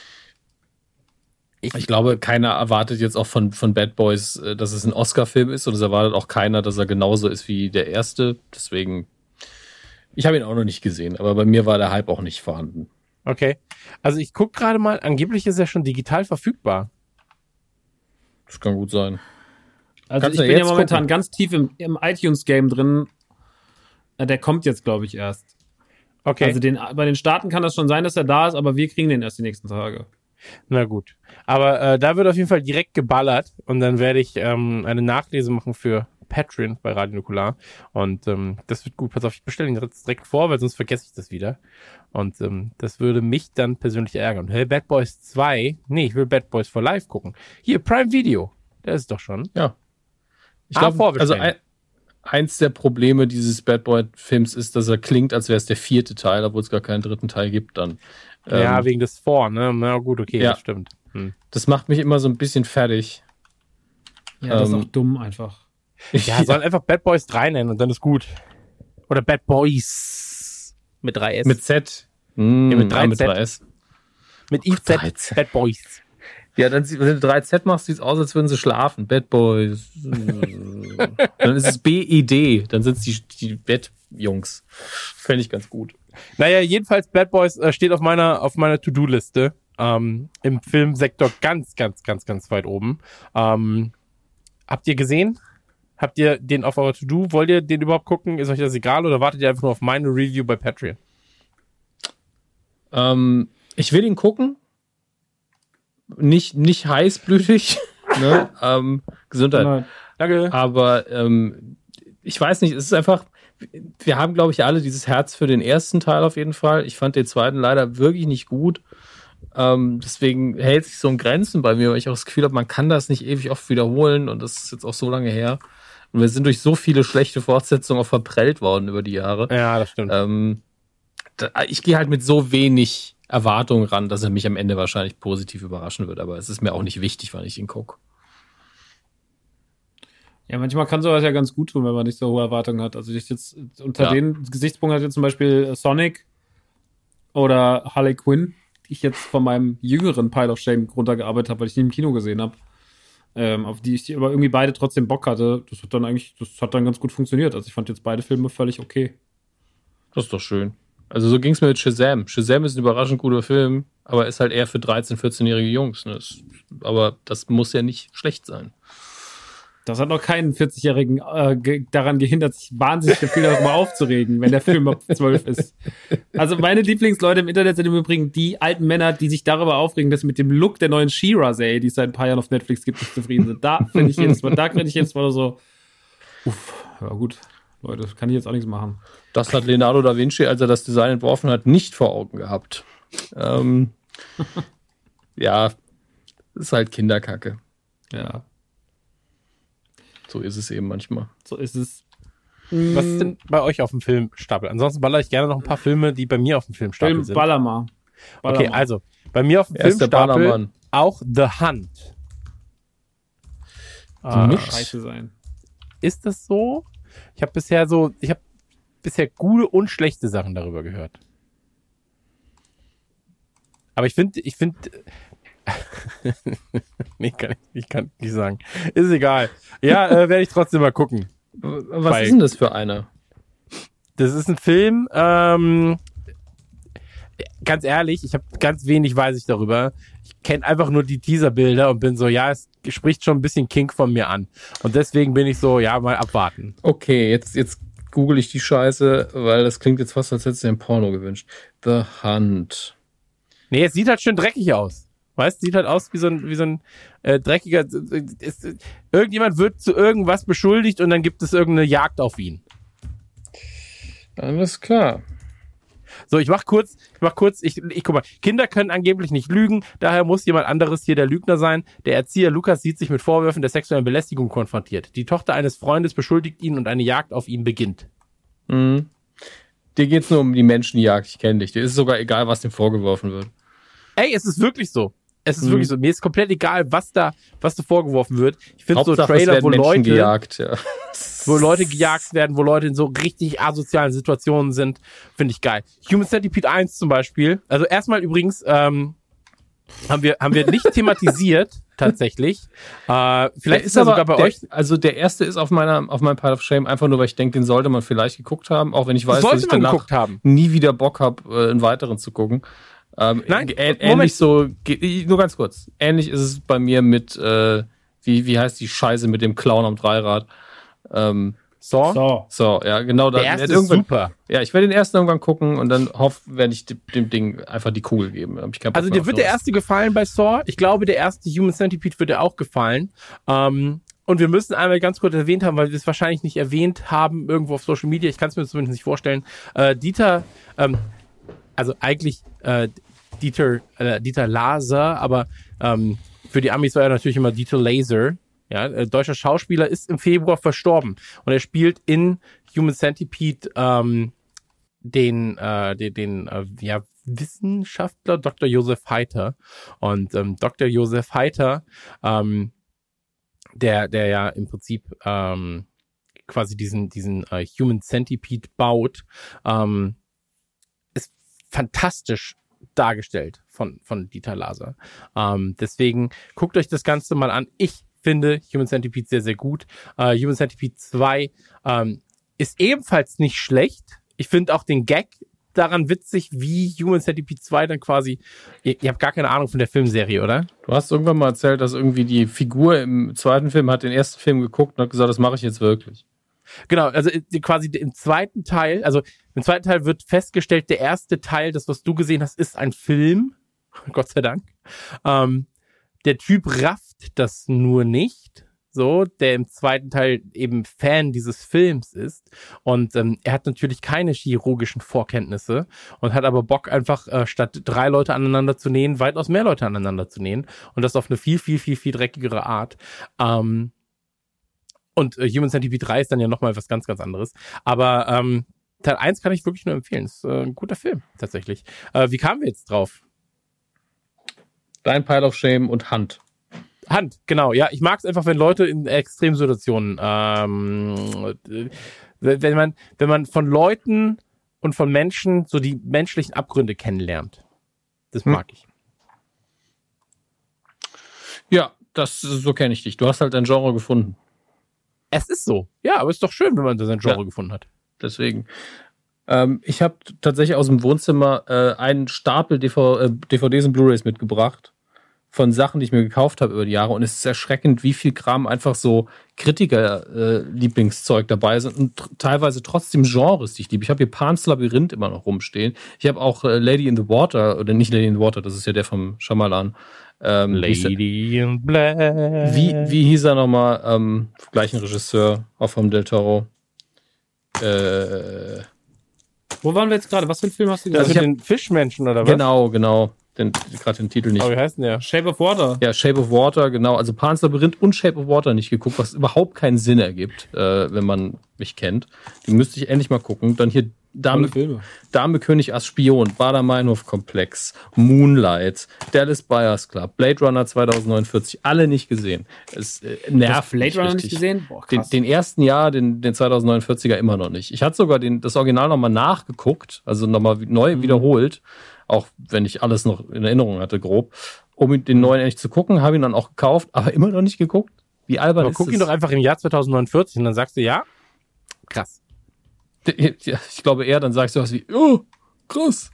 Speaker 3: Ich, ich glaube, keiner erwartet jetzt auch von, von Bad Boys, dass es ein Oscar-Film ist. Und es erwartet auch keiner, dass er genauso ist wie der erste. Deswegen, ich habe ihn auch noch nicht gesehen. Aber bei mir war der Hype auch nicht vorhanden.
Speaker 1: Okay. Also ich gucke gerade mal, angeblich ist er schon digital verfügbar.
Speaker 3: Das kann gut sein.
Speaker 4: Also
Speaker 3: Kannst
Speaker 4: ich
Speaker 3: ja
Speaker 4: bin ja momentan
Speaker 3: gucken.
Speaker 4: ganz tief im, im iTunes-Game drin. Der kommt jetzt, glaube ich, erst.
Speaker 1: Okay.
Speaker 4: Also den, bei den Staaten kann das schon sein, dass er da ist, aber wir kriegen den erst die nächsten Tage.
Speaker 1: Na gut. Aber äh, da wird auf jeden Fall direkt geballert und dann werde ich ähm, eine Nachlese machen für Patreon bei Radio Nukular und ähm, das wird gut. Pass auf, ich bestelle ihn jetzt direkt vor, weil sonst vergesse ich das wieder und ähm, das würde mich dann persönlich ärgern. Hey, Bad Boys zwei? Nee, ich will Bad Boys for Life gucken. Hier, Prime Video. Der ist doch schon.
Speaker 3: Ja. Ich
Speaker 1: Ah,
Speaker 3: glaube, also
Speaker 1: vorbestellen.
Speaker 3: ein, eins der Probleme dieses Bad Boy-Films ist, dass er klingt, als wäre es der vierte Teil, obwohl es gar keinen dritten Teil gibt dann.
Speaker 1: Ja,
Speaker 3: Ähm,
Speaker 1: wegen des Vor, ne? Na gut, okay,
Speaker 3: ja.
Speaker 1: das stimmt. Hm.
Speaker 3: das macht mich immer so ein bisschen fertig.
Speaker 4: Ja, das ist
Speaker 3: Ähm,
Speaker 4: auch dumm einfach.
Speaker 1: Ja, sollen einfach Bad Boys drei nennen und dann ist gut. Oder Bad Boys mit drei S.
Speaker 3: mit Z. Mm,
Speaker 1: Ja, mit drei
Speaker 3: ja, mit
Speaker 1: Z.
Speaker 3: drei S.
Speaker 1: mit I
Speaker 3: drei
Speaker 1: Z.
Speaker 3: Z.
Speaker 1: Bad Boys.
Speaker 3: Ja, dann sieht- wenn du drei Z machst, sieht es aus, als würden sie schlafen. Bad Boys. Dann ist es B I D. Dann sind es die, die Bettjungs. Fände ich ganz gut.
Speaker 1: Naja, jedenfalls Bad Boys äh, steht auf meiner auf meiner To-Do-Liste. Ähm, Im Filmsektor ganz, ganz, ganz, ganz weit oben. Ähm, habt ihr gesehen? Habt ihr den auf eurer To-Do? Wollt ihr den überhaupt gucken? Ist euch das egal oder wartet ihr einfach nur auf meine Review bei Patreon?
Speaker 3: Ähm, ich will ihn gucken. Nicht, nicht heißblütig. ne? ähm, Gesundheit.
Speaker 4: Nein.
Speaker 1: Danke.
Speaker 3: Aber ähm, ich weiß nicht, es ist einfach, wir haben, glaube ich, alle dieses Herz für den ersten Teil auf jeden Fall. Ich fand den zweiten leider wirklich nicht gut. Ähm, deswegen hält sich so in Grenzen bei mir, weil ich auch das Gefühl habe, man kann das nicht ewig oft wiederholen und das ist jetzt auch so lange her. Und wir sind durch so viele schlechte Fortsetzungen auch verprellt worden über die Jahre.
Speaker 1: Ja, das stimmt.
Speaker 3: Ähm, da, ich gehe halt mit so wenig Erwartungen ran, dass er mich am Ende wahrscheinlich positiv überraschen wird, aber es ist mir auch nicht wichtig, wann ich ihn gucke.
Speaker 4: Ja, manchmal kann sowas ja ganz gut tun, wenn man nicht so hohe Erwartungen hat. Also ich jetzt unter
Speaker 3: Ja.
Speaker 4: den Gesichtspunkten hatte zum Beispiel Sonic oder Harley Quinn, die ich jetzt von meinem jüngeren Pile of Shame runtergearbeitet habe, weil ich die im Kino gesehen habe. Ähm, auf die ich aber irgendwie beide trotzdem Bock hatte. Das hat dann eigentlich, das hat dann ganz gut funktioniert. Also ich fand jetzt beide Filme völlig okay.
Speaker 3: Das ist doch schön. Also so ging es mir mit Shazam. Shazam ist ein überraschend guter Film, aber ist halt eher für dreizehn-, vierzehnjährige Jungs. Ne? Das, aber das muss ja nicht schlecht sein.
Speaker 4: Das hat noch keinen vierzig-Jährigen äh, ge daran gehindert, sich wahnsinnig viel darüber aufzuregen, wenn der Film ab zwölf ist. Also meine Lieblingsleute im Internet sind im Übrigen die alten Männer, die sich darüber aufregen, dass sie mit dem Look der neuen She-Ra-Serie, die es seit ein paar Jahren auf Netflix gibt, nicht zufrieden sind. Da finde ich jetzt, da kriege ich jetzt mal so, uff, ja gut, Leute, kann ich jetzt auch nichts machen.
Speaker 3: Das hat Leonardo da Vinci, als er das Design entworfen hat, nicht vor Augen gehabt. Ähm, ja, ist halt Kinderkacke.
Speaker 4: Ja,
Speaker 3: So ist es eben manchmal.
Speaker 4: so ist es.
Speaker 1: Was ist denn bei euch auf dem Filmstapel? Ansonsten baller ich gerne noch ein paar Filme, die bei mir auf dem Filmstapel
Speaker 4: Film
Speaker 1: sind.
Speaker 4: Baller mal. Baller
Speaker 1: Okay,
Speaker 4: mal.
Speaker 1: also, bei mir auf dem
Speaker 3: Er ist der
Speaker 1: Filmstapel
Speaker 3: Ballermann.
Speaker 1: auch The Hunt. Ah,
Speaker 3: Nicht?
Speaker 4: Scheiße sein.
Speaker 1: ist das so? Ich habe bisher so, ich habe bisher gute und schlechte Sachen darüber gehört. Aber ich finde, ich finde, nee, kann ich, ich kann nicht sagen. Ist egal. Ja, äh, werde ich trotzdem mal gucken.
Speaker 3: Was
Speaker 1: Bei-
Speaker 3: ist denn das für einer?
Speaker 1: Das ist ein Film, ähm, ganz ehrlich, ich habe ganz wenig weiß ich darüber. Ich kenne einfach nur die Teaserbilder und bin so, ja, es spricht schon ein bisschen Kink von mir an. Und deswegen bin ich so, ja, mal abwarten.
Speaker 3: Okay, jetzt, jetzt google ich die Scheiße, weil das klingt jetzt fast, als hättest du dir ein Porno gewünscht. The Hunt.
Speaker 1: Nee, es sieht halt schön dreckig aus. Weißt, sieht halt aus wie so ein, wie so ein äh, dreckiger. Ist, irgendjemand wird zu irgendwas beschuldigt und dann gibt es irgendeine Jagd auf ihn.
Speaker 3: Alles klar.
Speaker 1: So, ich mach kurz, ich mach kurz, ich, ich guck mal, Kinder können angeblich nicht lügen, daher muss jemand anderes hier der Lügner sein. Der Erzieher Lukas sieht sich mit Vorwürfen der sexuellen Belästigung konfrontiert. Die Tochter eines Freundes beschuldigt ihn und eine Jagd auf ihn beginnt.
Speaker 3: Mhm. Dir geht's nur um die Menschenjagd, ich kenne dich. Dir ist sogar egal, was dem vorgeworfen wird.
Speaker 1: Ey, es ist wirklich so. Es ist
Speaker 3: Mhm.
Speaker 1: wirklich so. Mir ist komplett egal, was da, was da vorgeworfen wird. Ich finde so
Speaker 3: Hauptsache, es
Speaker 1: Trailer,
Speaker 3: werden
Speaker 1: wo
Speaker 3: Menschen
Speaker 1: Leute,
Speaker 3: gejagt, ja.
Speaker 1: wo Leute gejagt werden, wo Leute in so richtig asozialen Situationen sind, finde ich geil. Human Centipede eins zum Beispiel. Also erstmal übrigens, ähm, haben wir, haben wir nicht thematisiert, tatsächlich. Äh, vielleicht ist er sogar bei
Speaker 3: der,
Speaker 1: euch.
Speaker 3: Also der erste ist auf meiner, auf meinem Pile of Shame einfach nur, weil ich denke, den sollte man vielleicht geguckt haben, auch wenn ich weiß, dass
Speaker 1: Sollte
Speaker 3: ich
Speaker 1: man
Speaker 3: danach
Speaker 1: geguckt haben.
Speaker 3: nie wieder Bock habe, äh, einen weiteren zu gucken. Ähm,
Speaker 1: Nein,
Speaker 3: ä
Speaker 1: Moment.
Speaker 3: ähnlich so, ge- nur ganz kurz, ähnlich ist es bei mir mit, äh, wie, wie heißt die Scheiße mit dem Clown am Dreirad? Ähm,
Speaker 1: So.
Speaker 4: So.
Speaker 3: so, ja, genau. Da,
Speaker 1: Der erste ist
Speaker 3: irgendwann,
Speaker 1: super.
Speaker 3: Ja, ich werde den ersten irgendwann gucken und dann hoff, werde ich dem, dem Ding einfach die Kugel geben. Da hab ich keinen Bock
Speaker 1: Also
Speaker 3: mehr
Speaker 1: dir
Speaker 3: auf
Speaker 1: wird der
Speaker 3: sowas.
Speaker 1: erste gefallen bei Saw. Ich glaube, der erste Human Centipede wird dir auch gefallen. Ähm, und wir müssen einmal ganz kurz erwähnt haben, weil wir es wahrscheinlich nicht erwähnt haben irgendwo auf Social Media. Ich kann es mir zumindest nicht vorstellen. Äh, Dieter, ähm, also eigentlich äh, Dieter, äh, Dieter Laser, aber ähm, für die Amis war er natürlich immer Dieter Laser. Ja, äh, deutscher Schauspieler ist im Februar verstorben und er spielt in Human Centipede ähm, den, äh, den, den äh, ja, Wissenschaftler Doktor Josef Heiter. Und ähm, Doktor Josef Heiter, ähm, der, der ja im Prinzip ähm, quasi diesen, diesen äh, Human Centipede baut, ähm, ist fantastisch dargestellt von, von Dieter Laser. Ähm, deswegen guckt euch das Ganze mal an. Ich finde Human Centipede sehr, sehr gut. Äh, Human Centipede zwei ähm, ist ebenfalls nicht schlecht. Ich finde auch den Gag daran witzig, wie Human Centipede zwei dann quasi, ihr, ihr habt gar keine Ahnung von der Filmserie, oder?
Speaker 3: Du hast irgendwann mal erzählt, dass irgendwie die Figur im zweiten Film hat den ersten Film geguckt und hat gesagt, das mache ich jetzt wirklich.
Speaker 1: Genau, also quasi im zweiten Teil, also im zweiten Teil wird festgestellt, der erste Teil, das, was du gesehen hast, ist ein Film. Gott sei Dank. Ähm, der Typ rafft das nur nicht. So, der im zweiten Teil eben Fan dieses Films ist. Und ähm, er hat natürlich keine chirurgischen Vorkenntnisse und hat aber Bock, einfach äh, statt drei Leute aneinander zu nähen, weitaus mehr Leute aneinander zu nähen. Und das auf eine viel, viel, viel, viel dreckigere Art. Ähm, und äh, Human Centipede drei ist dann ja nochmal was ganz, ganz anderes. Aber ähm, Teil eins kann ich wirklich nur empfehlen. Ist äh, ein guter Film, tatsächlich. Äh, wie kamen wir jetzt drauf?
Speaker 3: Dein Pile of Shame und Hand.
Speaker 1: Hand, genau. Ja, ich mag es einfach, wenn Leute in Extremsituationen, ähm, wenn man, wenn man von Leuten und von Menschen so die menschlichen Abgründe kennenlernt. Das mag hm. ich.
Speaker 3: Ja, das, so kenne ich dich. Du hast halt dein Genre gefunden.
Speaker 1: Es ist so. Ja, aber es ist doch schön, wenn man sein Genre
Speaker 3: ja,
Speaker 1: gefunden hat.
Speaker 3: Deswegen. Ähm, ich habe tatsächlich aus dem Wohnzimmer äh, einen Stapel D V, äh, D V Ds und Blu-rays mitgebracht. Von Sachen, die ich mir gekauft habe über die Jahre. Und es ist erschreckend, wie viel Kram einfach so Kritiker-Lieblingszeug äh, dabei sind und tr- teilweise trotzdem Genres, die ich liebe. Ich habe hier Pan's Labyrinth immer noch rumstehen. Ich habe auch äh, Lady in the Water, oder nicht Lady in the Water, das ist ja der vom Shyamalan. Ähm,
Speaker 1: Lady in Black.
Speaker 3: Wie, wie hieß er nochmal? Ähm, gleichen Regisseur, auch vom Del Toro. Äh,
Speaker 4: Wo waren wir jetzt gerade? Was für ein Film hast du
Speaker 1: Das
Speaker 4: gesagt?
Speaker 1: mit den Fischmenschen, oder was?
Speaker 3: genau, genau. Den, gerade den Titel nicht.
Speaker 1: Oh, wie heißt denn der?
Speaker 4: Shape of Water.
Speaker 3: Ja, Shape of Water, genau. Also Pan's Labyrinth und Shape of Water nicht geguckt, was überhaupt keinen Sinn ergibt, äh, wenn man mich kennt. Die müsste ich endlich mal gucken. Dann hier Dame, Dame König als Spion, Bader-Meinhof-Komplex, Moonlight, Dallas Buyers Club, Blade Runner zwanzig neunundvierzig, alle nicht gesehen. Es äh, nervt
Speaker 4: Blade
Speaker 3: mich
Speaker 4: Runner
Speaker 3: richtig.
Speaker 4: nicht gesehen? Boah,
Speaker 3: Den,
Speaker 4: krass.
Speaker 3: den ersten Jahr, den, den zwanzig neunundvierziger immer noch nicht. Ich hatte sogar den, das Original nochmal nachgeguckt, also nochmal neu mhm. wiederholt, auch wenn ich alles noch in Erinnerung hatte, grob, um den neuen endlich zu gucken, habe ihn dann auch gekauft, aber immer noch nicht geguckt. Wie albern
Speaker 1: Aber
Speaker 3: ist
Speaker 1: guck
Speaker 3: das?
Speaker 1: ihn doch einfach im Jahr zwanzig neunundvierzig und dann sagst du, ja, krass.
Speaker 3: Ja, ich glaube eher, dann sagst du was wie, oh, krass.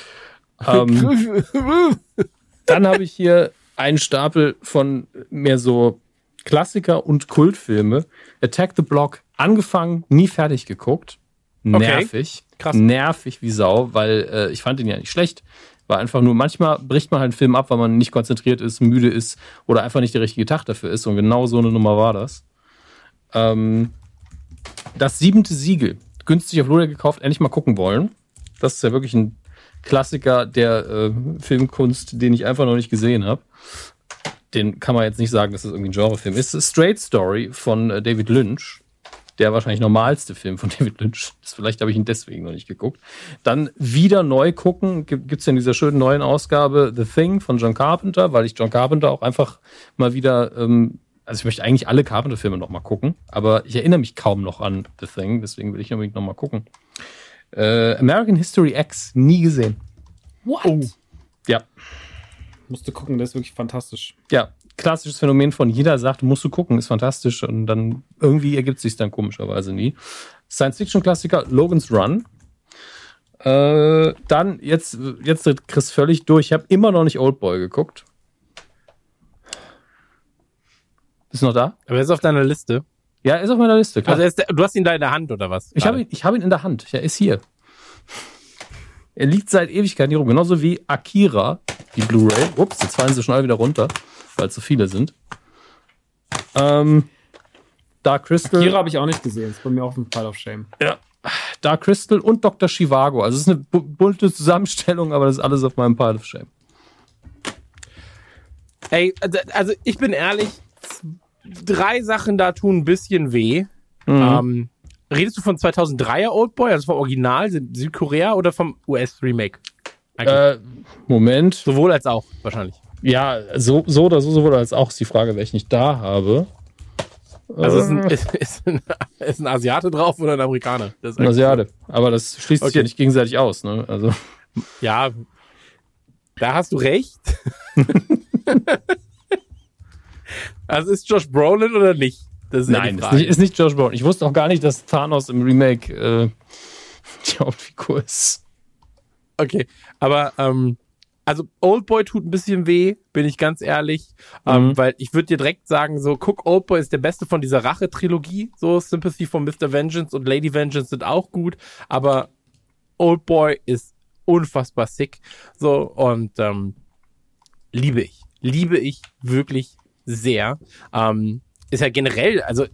Speaker 3: ähm, dann habe ich hier einen Stapel von mehr so Klassiker und Kultfilme. Attack the Block, angefangen, nie fertig geguckt. Nervig.
Speaker 1: Okay. Krass.
Speaker 3: Nervig wie Sau, weil äh, ich fand ihn ja nicht schlecht. War einfach nur, manchmal bricht man halt einen Film ab, weil man nicht konzentriert ist, müde ist oder einfach nicht der richtige Tag dafür ist. Und genau so eine Nummer war das. Ähm, das siebente Siegel. Günstig auf Blu-ray gekauft, endlich mal gucken wollen. Das ist ja wirklich ein Klassiker der äh, Filmkunst, den ich einfach noch nicht gesehen habe. Den kann man jetzt nicht sagen, dass das irgendwie ein Genrefilm ist. Straight Story von äh, David Lynch. Der wahrscheinlich normalste Film von David Lynch. Das vielleicht habe ich ihn deswegen noch nicht geguckt. Dann wieder neu gucken. Gibt es ja in dieser schönen neuen Ausgabe The Thing von John Carpenter, weil ich John Carpenter auch einfach mal wieder... Ähm, Also ich möchte eigentlich alle Carpenter-Filme noch mal gucken, aber ich erinnere mich kaum noch an The Thing, deswegen will ich unbedingt noch mal gucken. Äh, American History X, nie gesehen.
Speaker 4: What?
Speaker 3: Oh. Ja.
Speaker 4: Musst du gucken, das ist wirklich fantastisch.
Speaker 3: Ja, klassisches Phänomen von jeder sagt, musst du gucken, ist fantastisch und dann irgendwie ergibt sich dann komischerweise nie. Science-Fiction-Klassiker Logan's Run. Äh, dann, jetzt, jetzt tritt Chris völlig durch. Ich habe immer noch nicht Oldboy geguckt. Ist noch da?
Speaker 1: Aber er ist auf deiner Liste.
Speaker 3: Ja, ist auf meiner Liste, klar.
Speaker 1: Also er ist, du hast ihn da in der Hand, oder was?
Speaker 3: Ich habe ihn, ich hab ihn in der Hand. Er ist hier. Er liegt seit Ewigkeiten hier rum. Genauso wie Akira, die Blu-ray. Ups, jetzt fallen sie schnell wieder runter, weil es so viele sind. Ähm, Dark Crystal.
Speaker 4: Akira habe ich auch nicht gesehen. Ist bei mir auch ein Pile of Shame.
Speaker 3: Ja. Dark Crystal und Doktor Zhivago. Also es ist eine bu- bunte Zusammenstellung, aber das ist alles auf meinem Pile of Shame.
Speaker 1: Ey, also ich bin ehrlich, drei Sachen da tun ein bisschen weh.
Speaker 3: Mhm.
Speaker 1: Ähm, redest du von zweitausenddreier Oldboy, also vom Original Südkorea oder vom U S-Remake?
Speaker 3: Äh, Moment.
Speaker 1: Sowohl als auch, wahrscheinlich.
Speaker 3: Ja, so, so oder so, sowohl als auch ist die Frage, welchen ich da habe.
Speaker 1: Also ist ein, ist, ist, ein, ist ein Asiate drauf oder ein Amerikaner? Das ist
Speaker 3: Ein Asiate. Aber das schließt sich
Speaker 1: Okay.
Speaker 3: ja nicht gegenseitig aus, ne? Also.
Speaker 1: Ja, da hast du recht. Also ist Josh Brolin oder nicht? Das ist ja
Speaker 3: Nein,
Speaker 1: die
Speaker 3: ist
Speaker 1: Frage.
Speaker 3: nicht, ist nicht Josh Brolin. Ich wusste auch gar nicht, dass Thanos im Remake äh, die Hauptfigur ist.
Speaker 1: Okay, aber ähm, also Oldboy tut ein bisschen weh, bin ich ganz ehrlich, ähm,
Speaker 3: Mhm.
Speaker 1: weil ich würde dir direkt sagen, so guck, Oldboy ist der beste von dieser Rache-Trilogie, so Sympathy for Mister Vengeance und Lady Vengeance sind auch gut, aber Oldboy ist unfassbar sick, so und ähm, liebe ich, liebe ich wirklich sehr. Ähm, ist ja generell, also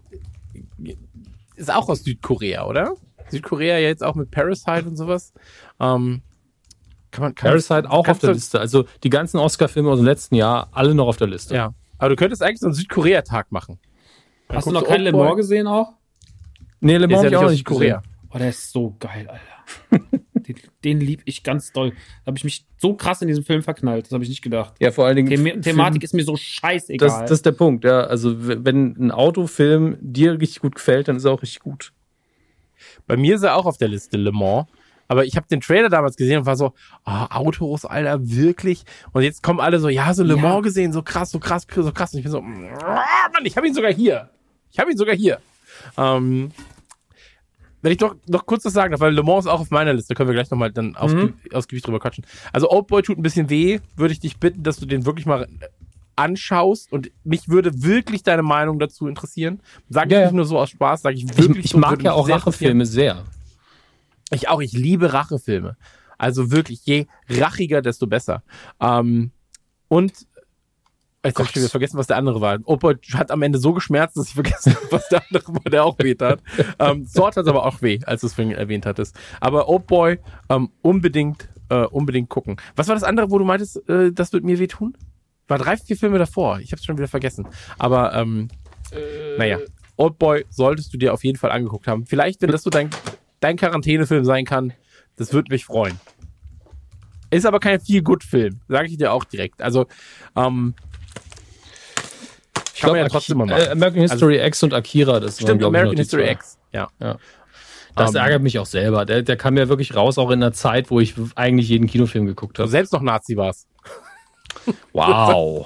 Speaker 1: ist auch aus Südkorea, oder? Südkorea ja jetzt auch mit Parasite und sowas. Ähm, kann man, kann
Speaker 3: Parasite auch auf
Speaker 1: kannst
Speaker 3: der
Speaker 1: du-
Speaker 3: Liste. Also die ganzen Oscar-Filme aus dem letzten Jahr, alle noch auf der Liste.
Speaker 1: Ja, aber du könntest eigentlich so einen Südkorea-Tag machen. Dann
Speaker 4: Hast du
Speaker 1: guckst
Speaker 4: noch keinen Le
Speaker 1: Oldboy.
Speaker 4: Mans gesehen auch?
Speaker 3: Nee, Le
Speaker 1: Ist
Speaker 3: Mans
Speaker 1: ja
Speaker 3: hab ich
Speaker 1: nicht
Speaker 3: auch
Speaker 1: aus
Speaker 3: nicht
Speaker 1: Südkorea.
Speaker 3: gesehen.
Speaker 4: Oh, der ist so geil, Alter. den den lieb ich ganz doll. Da habe ich mich so krass in diesem Film verknallt. Das habe ich nicht gedacht.
Speaker 3: Ja, vor allen Dingen.
Speaker 4: The Thematik
Speaker 3: Film-
Speaker 4: ist mir so scheißegal.
Speaker 3: das, das ist der Punkt, ja. Also w- wenn ein Autofilm dir richtig gut gefällt, dann ist er auch richtig gut.
Speaker 1: Bei mir ist er auch auf der Liste, Le Mans. Aber ich habe den Trailer damals gesehen und war so, ah, Autos, Alter, wirklich? Und jetzt kommen alle so, ja, so Le
Speaker 4: Ja.
Speaker 1: Mans gesehen, so krass, so krass, so krass. Und ich bin so, ah, Mann, ich habe ihn sogar hier. Ich habe ihn sogar hier. Ähm, wenn ich doch noch kurz was sagen darf, weil Le Mans ist auch auf meiner Liste, können wir gleich nochmal dann ausgie ausgiebig drüber quatschen. Also Oldboy tut ein bisschen weh, würde ich dich bitten, dass du den wirklich mal anschaust und mich würde wirklich deine Meinung dazu interessieren. Sag ich
Speaker 3: Ja, ja.
Speaker 1: nicht nur so aus Spaß, sage ich
Speaker 3: Ich,
Speaker 1: wirklich.
Speaker 3: ich
Speaker 1: so,
Speaker 3: mag
Speaker 1: würde
Speaker 3: ja
Speaker 1: mich
Speaker 3: auch
Speaker 1: sehr interessieren.
Speaker 3: Rachefilme sehr.
Speaker 1: Ich auch, ich liebe Rachefilme. Also wirklich, je rachiger, desto besser. Ähm, und jetzt habe ich schon wieder vergessen, was der andere war. Opa hat am Ende so geschmerzt, dass ich vergessen habe, was der andere war, der auch weh tat. ähm, Sword hat aber auch weh, als du es vorhin erwähnt hattest. Aber Oldboy ähm, unbedingt, äh, unbedingt gucken. Was war das andere, wo du meintest, äh, das wird mir wehtun? War drei, vier Filme davor. Ich habe es schon wieder vergessen. Aber ähm, naja, Oldboy solltest du dir auf jeden Fall angeguckt haben. Vielleicht, wenn das so dein, dein Quarantänefilm sein kann, das würde mich freuen. Ist aber kein Feel-Good-Film, sage ich dir auch direkt. Also, ähm,
Speaker 3: Ich
Speaker 1: kann man ja
Speaker 3: glaub,
Speaker 1: trotzdem mal
Speaker 3: Aki-
Speaker 1: machen.
Speaker 3: äh, American History X und Akira, das waren,
Speaker 1: Stimmt,
Speaker 3: glaub ich, noch
Speaker 1: American
Speaker 3: die
Speaker 1: History
Speaker 3: zwei.
Speaker 1: X. Ja.
Speaker 3: Das
Speaker 1: Ähm,
Speaker 3: ärgert mich auch selber. Der, der kam ja wirklich raus, auch in einer Zeit, wo ich eigentlich jeden Kinofilm geguckt
Speaker 1: Du
Speaker 3: habe.
Speaker 1: selbst noch Nazi warst.
Speaker 3: Wow.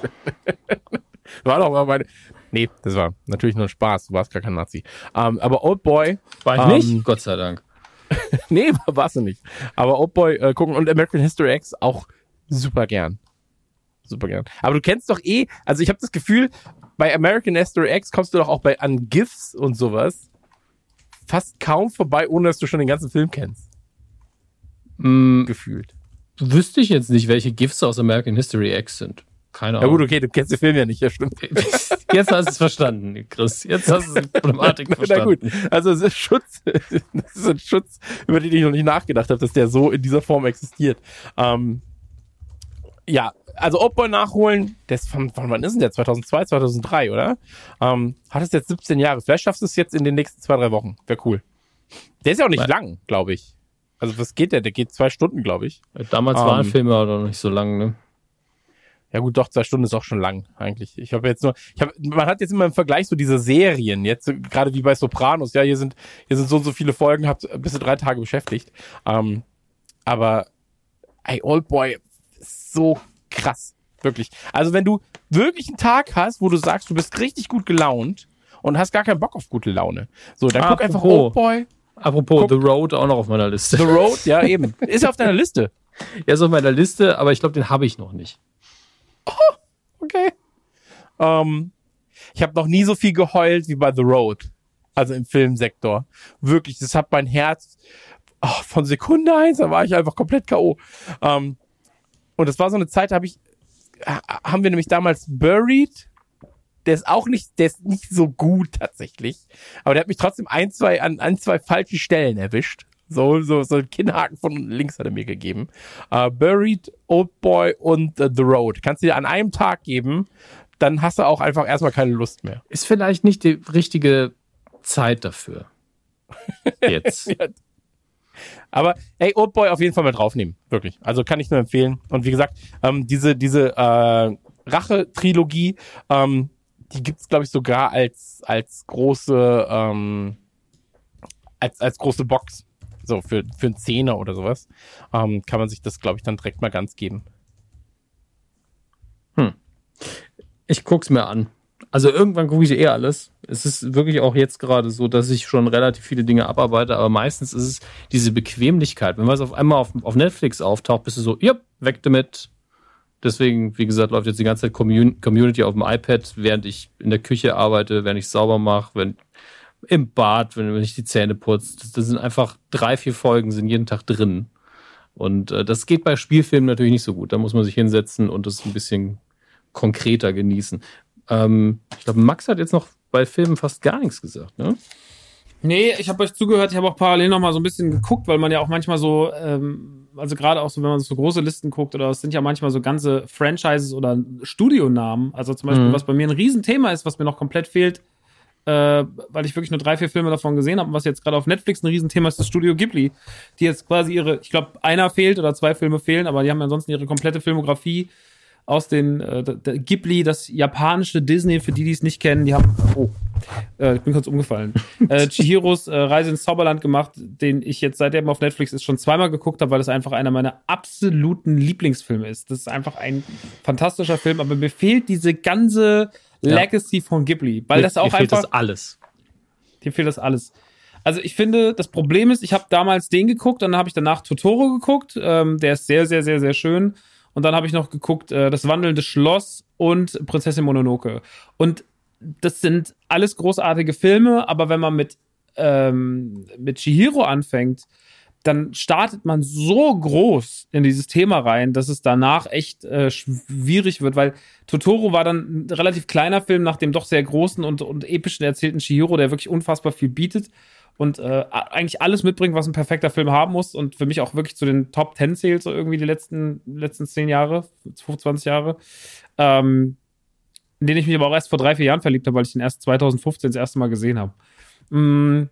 Speaker 1: War doch mal meine. Nee, das war natürlich nur ein Spaß. Du warst gar kein Nazi. Ähm, aber Oldboy.
Speaker 3: War ich
Speaker 1: Ähm,
Speaker 3: nicht? Gott sei Dank.
Speaker 1: Nee, warst du nicht. Aber Oldboy äh, gucken und American History X auch super gern. Super gern. Aber du kennst doch eh, also ich habe das Gefühl, bei American History X kommst du doch auch bei an GIFs und sowas fast kaum vorbei, ohne dass du schon den ganzen Film kennst.
Speaker 3: Hm,
Speaker 1: Gefühlt.
Speaker 3: wüsste ich jetzt nicht, welche GIFs aus American History X sind. Keine
Speaker 1: Ja
Speaker 3: Ahnung.
Speaker 1: gut, okay, du kennst den Film ja nicht, ja stimmt.
Speaker 3: Jetzt hast du es verstanden, Chris. Jetzt hast du die Problematik
Speaker 1: Na
Speaker 3: verstanden.
Speaker 1: gut, also es ist Schutz, das ist ein Schutz, über den ich noch nicht nachgedacht habe, dass der so in dieser Form existiert. Ähm, ja, also Oldboy nachholen, der ist von, von wann ist denn der? zweitausendzwei, zweitausenddrei, oder? Ähm, hat es jetzt siebzehn Jahre. Vielleicht schaffst du es jetzt in den nächsten zwei, drei Wochen. Wäre cool. Der ist ja auch nicht
Speaker 3: Nein.
Speaker 1: lang, glaube ich. Also was geht der? Der geht zwei Stunden, glaube ich.
Speaker 3: Damals
Speaker 1: Ähm,
Speaker 3: waren Filme aber noch nicht so lang, ne?
Speaker 1: Ja gut, doch, zwei Stunden ist auch schon lang, eigentlich. Ich habe jetzt nur, ich hab, man hat jetzt immer im Vergleich so diese Serien, jetzt so, gerade wie bei Sopranos, ja, hier sind, hier sind so und so viele Folgen, habt bis zu drei Tage beschäftigt. Ähm, aber, ey, Oldboy ist so krass, wirklich. Also wenn du wirklich einen Tag hast, wo du sagst, du bist richtig gut gelaunt und hast gar keinen Bock auf gute Laune, so, dann guck einfach
Speaker 3: Apropos.
Speaker 1: Oldboy,
Speaker 3: Apropos,
Speaker 1: Guck.
Speaker 3: The Road auch noch auf meiner Liste.
Speaker 1: The Road, ja eben, ist auf deiner Liste.
Speaker 3: Er ist auf meiner Liste, aber ich glaube, den habe ich noch nicht.
Speaker 1: Okay. Ähm, ich habe noch nie so viel geheult wie bei The Road. Also im Filmsektor. Wirklich, das hat mein Herz oh, von Sekunde eins, da war ich einfach komplett K O. Ähm, und das war so eine Zeit, da hab ich, ha- haben wir nämlich damals Buried. Der ist auch nicht, der ist nicht so gut tatsächlich. Aber der hat mich trotzdem ein, zwei, an, an zwei falschen Stellen erwischt. So, so, so ein Kinnhaken von links hat er mir gegeben. Uh, Buried, Oldboy und uh, The Road. Kannst du dir an einem Tag geben. dann hast du auch einfach erstmal keine Lust mehr.
Speaker 3: Ist vielleicht nicht die richtige Zeit dafür. Jetzt.
Speaker 1: Ja. Aber ey, Oldboy auf jeden Fall mal draufnehmen, wirklich. Also kann ich nur empfehlen. Und wie gesagt, ähm, diese diese äh, Rache-Trilogie, ähm, die gibt's glaube ich sogar als als große ähm, als als große Box, so für für einen Zehner oder sowas. Ähm, kann man sich das glaube ich dann direkt mal ganz geben.
Speaker 3: Hm. Ich guck's mir an. Also irgendwann gucke ich eh alles. Es ist wirklich auch jetzt gerade so, dass ich schon relativ viele Dinge abarbeite, aber meistens ist es diese Bequemlichkeit. Wenn was auf einmal auf, auf Netflix auftaucht, bist du so, ja, weg damit. Deswegen, wie gesagt, läuft jetzt die ganze Zeit Commun- Community auf dem iPad, während ich in der Küche arbeite, während ich sauber mache, wenn im Bad, wenn, wenn ich die Zähne putze. Das, das sind einfach drei, vier Folgen, sind jeden Tag drin. Und äh, das geht bei Spielfilmen natürlich nicht so gut. Da muss man sich hinsetzen und das ein bisschen konkreter genießen. Ähm, ich glaube, Max hat jetzt noch bei Filmen fast gar nichts gesagt, ne?
Speaker 4: Nee, ich habe euch zugehört, ich habe auch parallel noch mal so ein bisschen geguckt, weil man ja auch manchmal so, ähm, also gerade auch so, wenn man so große Listen guckt, oder es sind ja manchmal so ganze Franchises oder Studionamen, also zum Beispiel, mhm. was bei mir ein Riesenthema ist, was mir noch komplett fehlt, äh, weil ich wirklich nur drei, vier Filme davon gesehen habe und was jetzt gerade auf Netflix ein Riesenthema ist, das Studio Ghibli, die jetzt quasi ihre, ich glaube, einer fehlt oder zwei Filme fehlen, aber die haben ja ansonsten ihre komplette Filmografie aus den äh, der Ghibli, das japanische Disney, für die, die es nicht kennen, die haben, oh, äh, ich bin kurz umgefallen, äh, Chihiros äh, Reise ins Zauberland gemacht, den ich jetzt seitdem auf Netflix ist schon zweimal geguckt habe, weil es einfach einer meiner absoluten Lieblingsfilme ist. Das ist einfach ein fantastischer Film, aber mir fehlt diese ganze ja. Legacy von Ghibli, weil
Speaker 3: mir,
Speaker 4: das auch
Speaker 3: mir fehlt
Speaker 4: einfach...
Speaker 3: das alles.
Speaker 4: Dir fehlt das alles. Also ich finde, das Problem ist, ich habe damals den geguckt, dann habe ich danach Totoro geguckt, ähm, der ist sehr, sehr, sehr, sehr schön. Und dann habe ich noch geguckt, äh, das wandelnde Schloss und Prinzessin Mononoke. Und das sind alles großartige Filme, aber wenn man mit, ähm, mit Chihiro anfängt, dann startet man so groß in dieses Thema rein, dass es danach echt äh, schwierig wird, weil Totoro war dann ein relativ kleiner Film nach dem doch sehr großen und, und epischen erzählten Chihiro, der wirklich unfassbar viel bietet und äh, eigentlich alles mitbringt, was ein perfekter Film haben muss und für mich auch wirklich zu den Top Ten zählt, so irgendwie die letzten, letzten zehn Jahre, zwanzig Jahre, ähm, in den ich mich aber auch erst vor drei, vier Jahren verliebt habe, weil ich den erst zwanzig fünfzehn das erste Mal gesehen habe. Mm,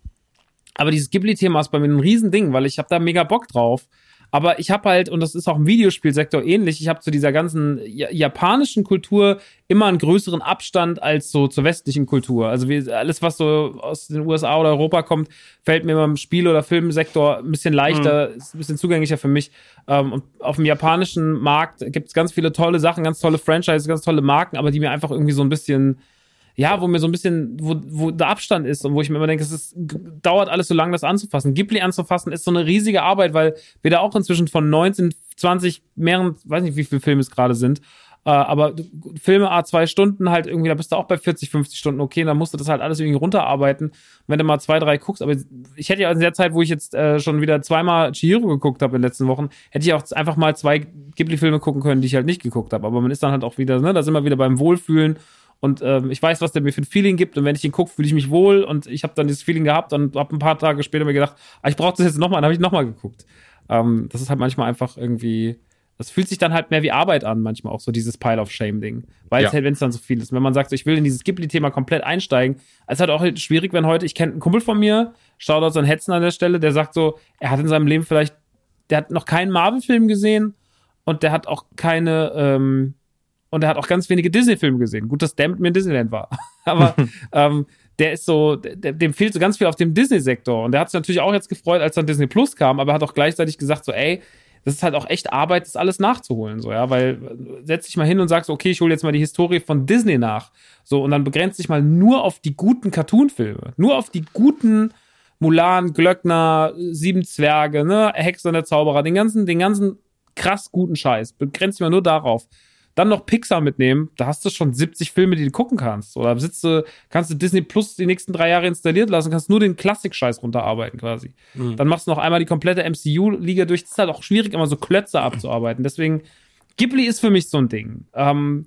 Speaker 4: aber dieses Ghibli-Thema ist bei mir ein Riesending, weil ich habe da mega Bock drauf. Aber ich habe halt, und das ist auch im Videospielsektor ähnlich, ich habe zu dieser ganzen ja- japanischen Kultur immer einen größeren Abstand als so zur westlichen Kultur. Also wie, alles, was so aus den U S A oder Europa kommt, fällt mir immer im Spiel- oder Filmsektor ein bisschen leichter, mhm. ist ein bisschen zugänglicher für mich. Ähm, und auf dem japanischen Markt gibt es ganz viele tolle Sachen, ganz tolle Franchises, ganz tolle Marken, aber die mir einfach irgendwie so ein bisschen... Ja, wo mir so ein bisschen, wo, wo der Abstand ist und wo ich mir immer denke, es ist, dauert alles so lange, das anzufassen. Ghibli anzufassen ist so eine riesige Arbeit, weil wir da auch inzwischen von neunzehn, zwanzig, mehreren, weiß nicht, wie viele Filme es gerade sind, äh, aber Filme a zwei Stunden halt irgendwie, da bist du auch bei vierzig, fünfzig Stunden, okay, dann musst du das halt alles irgendwie runterarbeiten. Wenn du mal zwei, drei guckst, aber ich hätte ja in der Zeit, wo ich jetzt äh, schon wieder zweimal Chihiro geguckt habe in den letzten Wochen, hätte ich auch einfach mal zwei Ghibli-Filme gucken können, die ich halt nicht geguckt habe. Aber man ist dann halt auch wieder, ne, da sind wir wieder beim Wohlfühlen. Und ähm, ich weiß, was der mir für ein Feeling gibt. Und wenn ich ihn gucke, fühle ich mich wohl. Und ich habe dann dieses Feeling gehabt und habe ein paar Tage später mir gedacht, ah, ich brauche das jetzt nochmal. Dann habe ich nochmal geguckt. Ähm, das ist halt manchmal einfach irgendwie, das fühlt sich dann halt mehr wie Arbeit an, manchmal auch so dieses Pile of Shame-Ding. Weil es
Speaker 3: Ja.
Speaker 4: halt, wenn es dann so viel ist. Wenn man sagt, so, ich will in dieses Ghibli-Thema komplett einsteigen, es ist halt auch schwierig, wenn heute, ich kenne einen Kumpel von mir, Shoutout an Hetzen an der Stelle, der sagt so, er hat in seinem Leben vielleicht, der hat noch keinen Marvel-Film gesehen und der hat auch keine, ähm, Und er hat auch ganz wenige Disney-Filme gesehen. Gut, dass der mit mir in Disneyland war. Aber ähm, der ist so, der, dem fehlt so ganz viel auf dem Disney-Sektor. Und der hat sich natürlich auch jetzt gefreut, als dann Disney Plus kam, aber er hat auch gleichzeitig gesagt, so, ey, das ist halt auch echt Arbeit, das alles nachzuholen. So, ja, weil setz dich mal hin und sagst, okay, ich hole jetzt mal die Historie von Disney nach. So, und dann begrenzt dich mal nur auf die guten Cartoon-Filme. Nur auf die guten Mulan, Glöckner, Sieben Zwerge, ne, Hexe und der Zauberer, den ganzen, den ganzen krass guten Scheiß. Begrenzt dich mal nur darauf. Dann noch Pixar mitnehmen, da hast du schon siebzig Filme, die du gucken kannst. Oder sitzt du, kannst du Disney Plus die nächsten drei Jahre installiert lassen, kannst nur den Klassik-Scheiß runterarbeiten quasi. Mhm. Dann machst du noch einmal die komplette M C U-Liga durch. Das ist halt auch schwierig, immer so Klötze abzuarbeiten. Deswegen, Ghibli ist für mich so ein Ding. Ähm,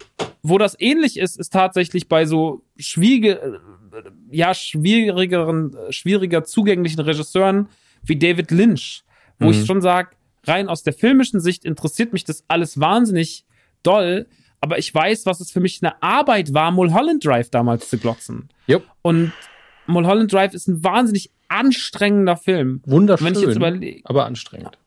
Speaker 4: wo das ähnlich ist, ist tatsächlich bei so schwierige, ja, schwierigeren, schwieriger zugänglichen Regisseuren wie David Lynch. Wo mhm. ich schon sage, rein aus der filmischen Sicht interessiert mich das alles wahnsinnig doll, aber ich weiß, was es für mich eine Arbeit war, Mulholland Drive damals zu glotzen.
Speaker 3: Jupp.
Speaker 4: Und Mulholland Drive ist ein wahnsinnig anstrengender Film.
Speaker 3: Wunderschön,
Speaker 4: Wenn ich jetzt überleg-
Speaker 3: aber anstrengend.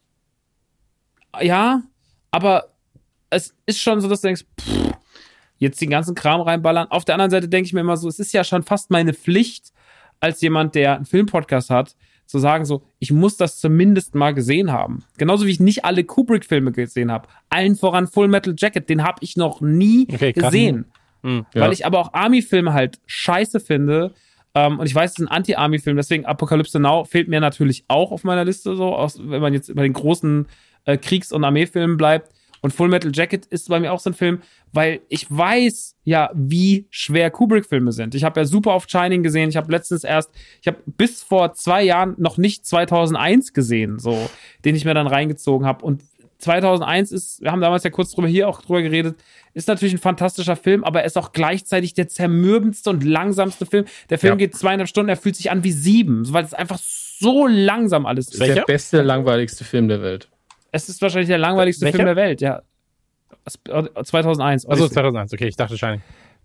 Speaker 4: Ja, aber es ist schon so, dass du denkst, pff, jetzt den ganzen Kram reinballern. Auf der anderen Seite denke ich mir immer so, es ist ja schon fast meine Pflicht, als jemand, der einen Filmpodcast hat, zu sagen so, ich muss das zumindest mal gesehen haben. Genauso wie ich nicht alle Kubrick-Filme gesehen habe. Allen voran Full Metal Jacket, den habe ich noch nie
Speaker 1: Okay, krass.
Speaker 4: gesehen.
Speaker 1: Hm.
Speaker 4: Weil
Speaker 3: Ja.
Speaker 4: ich aber auch Army-Filme halt scheiße finde. Ähm, und ich weiß, es ist ein Anti-Army-Film, deswegen Apocalypse Now fehlt mir natürlich auch auf meiner Liste, so, aus, wenn man jetzt bei den großen äh, Kriegs- und Armeefilmen bleibt. Und Full Metal Jacket ist bei mir auch so ein Film, weil ich weiß ja, wie schwer Kubrick-Filme sind. Ich habe ja super oft Shining gesehen. Ich habe letztens erst, ich habe bis vor zwei Jahren noch nicht zweitausendeins gesehen, so, den ich mir dann reingezogen habe. Und zweitausendeins ist, wir haben damals ja kurz drüber hier auch drüber geredet, ist natürlich ein fantastischer Film, aber er ist auch gleichzeitig der zermürbendste und langsamste Film. Der Film
Speaker 3: Ja.
Speaker 4: geht zweieinhalb Stunden, er fühlt sich an wie sieben, weil es einfach so langsam alles ist.
Speaker 3: Das ist der beste, langweiligste Film der Welt.
Speaker 4: Es ist wahrscheinlich der langweiligste
Speaker 1: Welcher?
Speaker 4: Film der Welt, ja. zweitausendeins.
Speaker 1: Also
Speaker 4: Odyssey.
Speaker 1: zweitausendeins, okay, ich dachte Shining.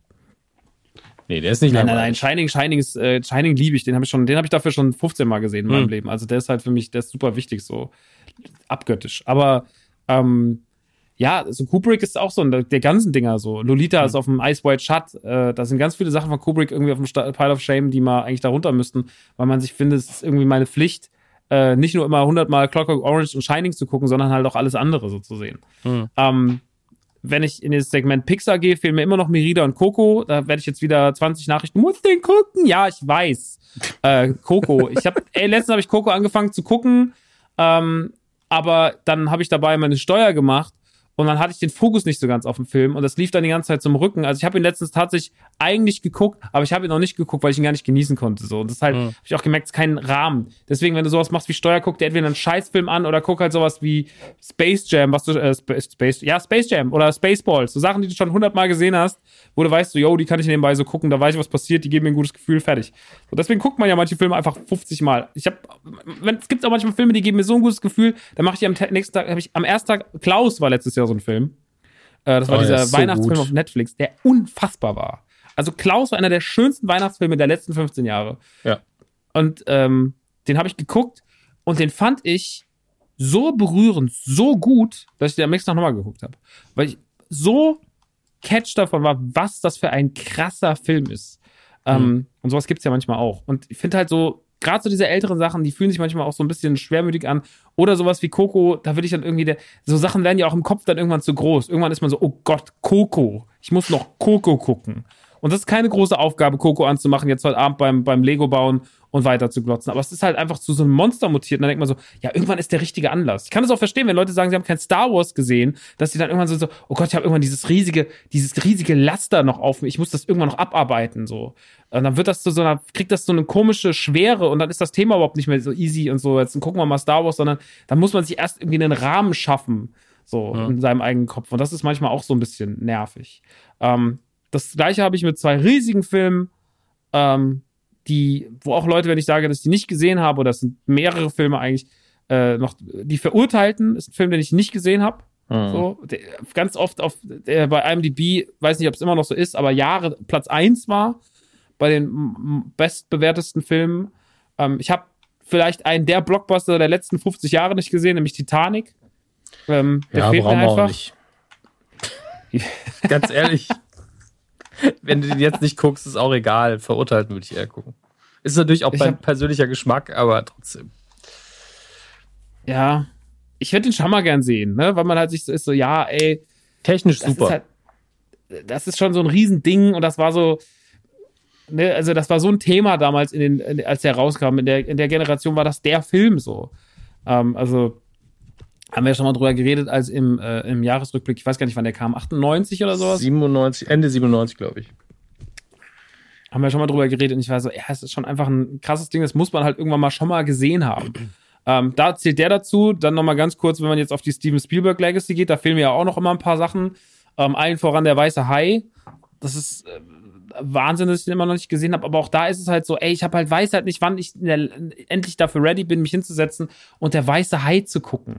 Speaker 3: Nee, der ist nicht
Speaker 4: Nein, nein, nein,
Speaker 3: langweilig.
Speaker 4: Shining, Shining ist, äh, Shining liebe ich, den habe ich schon, den habe ich dafür schon fünfzehn Mal gesehen in meinem
Speaker 1: Hm.
Speaker 4: Leben. Also der ist halt für mich, der ist super wichtig, so abgöttisch. Aber ähm, ja, so Kubrick ist auch so der, der ganzen Dinger so. Lolita
Speaker 1: Hm.
Speaker 4: ist auf dem Ice White Shut. Äh, da sind ganz viele Sachen von Kubrick irgendwie auf dem Sta- Pile of Shame, die mal eigentlich da runter müssten, weil man sich findet, es ist irgendwie meine Pflicht, äh, nicht nur immer hundertmal Clockwork Orange und Shining zu gucken, sondern halt auch alles andere so zu sehen.
Speaker 1: Hm.
Speaker 4: Ähm, wenn ich in das Segment Pixar gehe, fehlen mir immer noch Merida und Coco. Da werde ich jetzt wieder zwanzig Nachrichten. Muss den gucken? Ja, ich weiß. Äh, Coco. Ich habe, ey, letztens habe ich Coco angefangen zu gucken, ähm, aber dann habe ich dabei meine Steuer gemacht und dann hatte ich den Fokus nicht so ganz auf dem Film und das lief dann die ganze Zeit zum Rücken. Also ich habe ihn letztens tatsächlich eigentlich geguckt, aber ich habe ihn noch nicht geguckt, weil ich ihn gar nicht genießen konnte. So. Und das ist halt,
Speaker 1: Mhm.
Speaker 4: habe ich auch gemerkt, es ist kein Rahmen. Deswegen, wenn du sowas machst wie Steuer, guck dir entweder einen Scheißfilm an oder guck halt sowas wie Space Jam, was du, äh, Sp- Space, ja, Space Jam oder Spaceballs. So Sachen, die du schon hundertmal gesehen hast, wo du weißt, so, yo, die kann ich nebenbei so gucken, da weiß ich, was passiert, die geben mir ein gutes Gefühl, fertig. So, deswegen guckt man ja manche Filme einfach fünfzig Mal. Ich habe, wenn, es gibt auch manchmal Filme, die geben mir so ein gutes Gefühl, dann mache ich am te- nächsten Tag, habe ich am ersten Tag, Klaus war letztes Jahr so ein Film. Äh, das war
Speaker 3: Oh, der
Speaker 4: dieser
Speaker 3: ist so
Speaker 4: Weihnachtsfilm
Speaker 3: gut.
Speaker 4: auf Netflix, der unfassbar war. Also Klaus war einer der schönsten Weihnachtsfilme der letzten fünfzehn Jahre.
Speaker 3: Ja.
Speaker 4: Und ähm, den habe ich geguckt und den fand ich so berührend, so gut, dass ich den am nächsten Tag nochmal geguckt habe. Weil ich so catch davon war, was das für ein krasser Film ist. Ähm, und sowas gibt's ja manchmal auch. Und ich finde halt so, gerade so diese älteren Sachen, die fühlen sich manchmal auch so ein bisschen schwermütig an. Oder sowas wie Coco, da würde ich dann irgendwie, der, so Sachen werden ja auch im Kopf dann irgendwann zu groß. Irgendwann ist man so, oh Gott, Coco. Ich muss noch Coco gucken. Und das ist keine große Aufgabe, Coco anzumachen, jetzt heute Abend beim, beim Lego bauen und weiter zu glotzen. Aber es ist halt einfach zu so einem Monster mutiert. Und dann denkt man so, ja, irgendwann ist der richtige Anlass. Ich kann das auch verstehen, wenn Leute sagen, sie haben kein Star Wars gesehen, dass sie dann irgendwann so, so oh Gott, ich habe irgendwann dieses riesige, dieses riesige Laster noch auf mir. Ich muss das irgendwann noch abarbeiten, so. Und dann wird das zu so einer, kriegt das so eine komische Schwere und dann ist das Thema überhaupt nicht mehr so easy und so. Jetzt gucken wir mal Star Wars, sondern dann muss man sich erst irgendwie einen Rahmen schaffen, so,
Speaker 1: Ja.
Speaker 4: in seinem eigenen Kopf. Und das ist manchmal auch so ein bisschen nervig. Ähm, das gleiche habe ich mit zwei riesigen Filmen, ähm, die, wo auch Leute, wenn ich sage, dass ich die nicht gesehen habe, oder das sind mehrere Filme eigentlich, äh, noch, die Verurteilten, ist ein Film, den ich nicht gesehen habe.
Speaker 3: Mhm.
Speaker 4: So, der, ganz oft auf, der bei I M D B, weiß nicht, ob es immer noch so ist, aber Jahre Platz eins war bei den m- m- bestbewertesten Filmen. Ähm, ich habe vielleicht einen der Blockbuster der letzten fünfzig Jahre nicht gesehen, nämlich Titanic. Ähm, der
Speaker 3: Ja,
Speaker 4: fehlt mir
Speaker 3: brauchen wir auch
Speaker 4: einfach.
Speaker 3: nicht. Ganz ehrlich. Wenn du den jetzt nicht guckst, ist auch egal. Verurteilt würde ich eher gucken. Ist natürlich auch
Speaker 4: Ich
Speaker 3: mein
Speaker 4: hab-
Speaker 3: persönlicher Geschmack, aber trotzdem.
Speaker 4: Ja, ich würde den schon mal gern sehen, ne? Weil man halt sich so ist, so, ja, ey,
Speaker 3: Technisch
Speaker 4: das
Speaker 3: super.
Speaker 4: ist halt, das ist schon so ein Riesending und das war so, ne, also das war so ein Thema damals, in den, in, als der rauskam. In der, in der Generation war das der Film so. Ähm, also haben wir ja schon mal drüber geredet, als im, äh, im Jahresrückblick, ich weiß gar nicht, wann der kam, achtundneunzig oder sowas,
Speaker 3: siebenundneunzig, Ende siebenundneunzig, glaube ich.
Speaker 4: haben wir schon mal drüber geredet und ich war so, ja, es ist schon einfach ein krasses Ding, das muss man halt irgendwann mal schon mal gesehen haben. Ähm, da zählt der dazu, dann nochmal ganz kurz, wenn man jetzt auf die Steven Spielberg Legacy geht, da fehlen mir ja auch noch immer ein paar Sachen. Ähm, allen voran der Weiße Hai. Das ist äh, Wahnsinn, dass ich den immer noch nicht gesehen habe, aber auch da ist es halt so, ey, ich habe halt weiß halt nicht, wann ich in der, endlich dafür ready bin, mich hinzusetzen und der Weiße Hai zu gucken.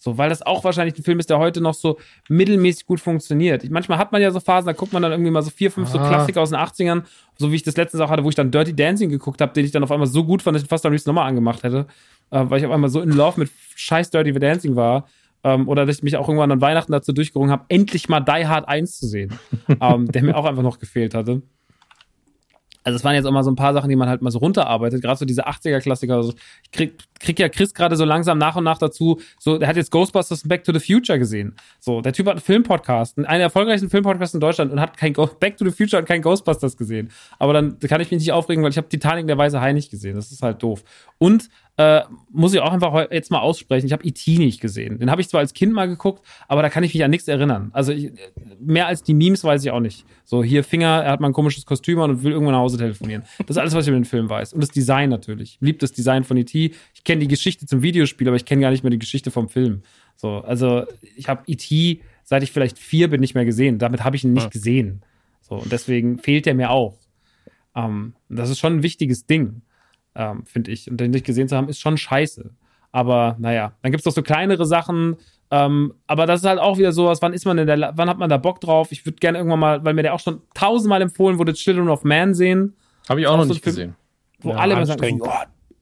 Speaker 4: So, weil das auch wahrscheinlich ein Film ist, der heute noch so mittelmäßig gut funktioniert. Ich, manchmal hat man ja so Phasen, da guckt man dann irgendwie mal so vier, fünf ah. so Klassiker aus den achtzigern, so wie ich das letztens auch hatte, wo ich dann Dirty Dancing geguckt habe, den ich dann auf einmal so gut fand, dass ich fast am liebsten nochmal angemacht hätte, äh, weil ich auf einmal so in Love mit scheiß Dirty Dancing war. Ähm, oder dass ich mich auch irgendwann an Weihnachten dazu durchgerungen habe, endlich mal Die Hard eins zu sehen, ähm, der mir auch einfach noch gefehlt hatte. Also es waren jetzt auch mal so ein paar Sachen, die man halt mal so runterarbeitet, gerade so diese achtziger-Klassiker. Also ich krieg, krieg ja Chris gerade so langsam nach und nach dazu, so, der hat jetzt Ghostbusters und Back to the Future gesehen. So, der Typ hat einen Filmpodcast, einen der erfolgreichsten Filmpodcasts in Deutschland und hat kein Go- Back to the Future und kein Ghostbusters gesehen. Aber dann kann ich mich nicht aufregen, weil ich habe Titanic der Weiße Hai nicht gesehen. Das ist halt doof. Und äh, muss ich auch einfach jetzt mal aussprechen, ich habe E T nicht gesehen. Den habe ich zwar als Kind mal geguckt, aber da kann ich mich an nichts erinnern. Also ich, mehr als die Memes weiß ich auch nicht. So, hier Finger, er hat mal ein komisches Kostüm an und will irgendwo nach Hause telefonieren. Das ist alles, was ich über den Film weiß. Und das Design natürlich. Ich liebe das Design von E T. Ich kenne die Geschichte zum Videospiel, aber ich kenne gar nicht mehr die Geschichte vom Film. So, also ich habe E T, seit ich vielleicht vier bin, nicht mehr gesehen. Damit habe ich ihn nicht ja. gesehen. So, und deswegen fehlt er mir auch. Ähm, das ist schon ein wichtiges Ding. Ähm, finde ich. Und den nicht gesehen zu haben, ist schon scheiße. Aber naja, dann gibt's doch so kleinere Sachen. Ähm, aber das ist halt auch wieder sowas, wann ist man denn da, wann hat man da Bock drauf? Ich würde gerne irgendwann mal, weil mir der auch schon tausendmal empfohlen wurde, Children of Man sehen.
Speaker 3: Habe ich auch, auch noch so nicht Film, gesehen.
Speaker 4: Wo ja, alle immer sagen, oh,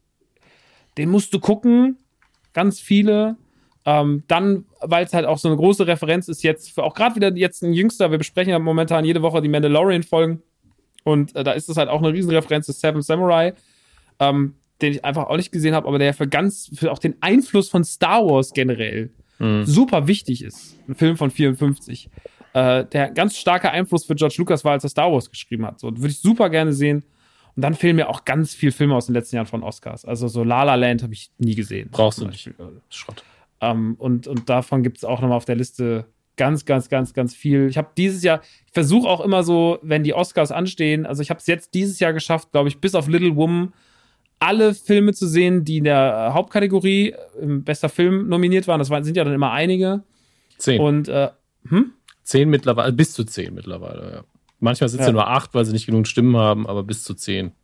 Speaker 4: den musst du gucken. Ganz viele. Ähm, dann, weil es halt auch so eine große Referenz ist jetzt, für auch gerade wieder jetzt ein Jüngster, wir besprechen ja momentan jede Woche die Mandalorian-Folgen. Und äh, da ist es halt auch eine riesen Referenz zu Seven Samurai. Ähm, den ich einfach auch nicht gesehen habe, aber der für ganz, für auch den Einfluss von Star Wars generell mhm. super wichtig ist. Ein Film von vierundfünfzig. Äh, der ganz starker Einfluss für George Lucas war, als er Star Wars geschrieben hat. So, würde ich super gerne sehen. Und dann fehlen mir auch ganz viele Filme aus den letzten Jahren von Oscars. Also so La La Land habe ich nie gesehen.
Speaker 3: Brauchst du nicht.
Speaker 4: Schrott. Ähm, und, und davon gibt es auch nochmal auf der Liste ganz, ganz, ganz, ganz viel. Ich habe dieses Jahr, ich versuche auch immer so, wenn die Oscars anstehen, also ich habe es jetzt dieses Jahr geschafft, glaube ich, bis auf Little Woman, alle Filme zu sehen, die in der Hauptkategorie im bester Film nominiert waren. Das waren, sind ja dann immer einige.
Speaker 3: Zehn.
Speaker 4: Und, äh, hm?
Speaker 3: Zehn mittlerweile, bis zu zehn mittlerweile, ja. Manchmal sind es ja. ja nur acht, weil sie nicht genug Stimmen haben, aber bis zu zehn.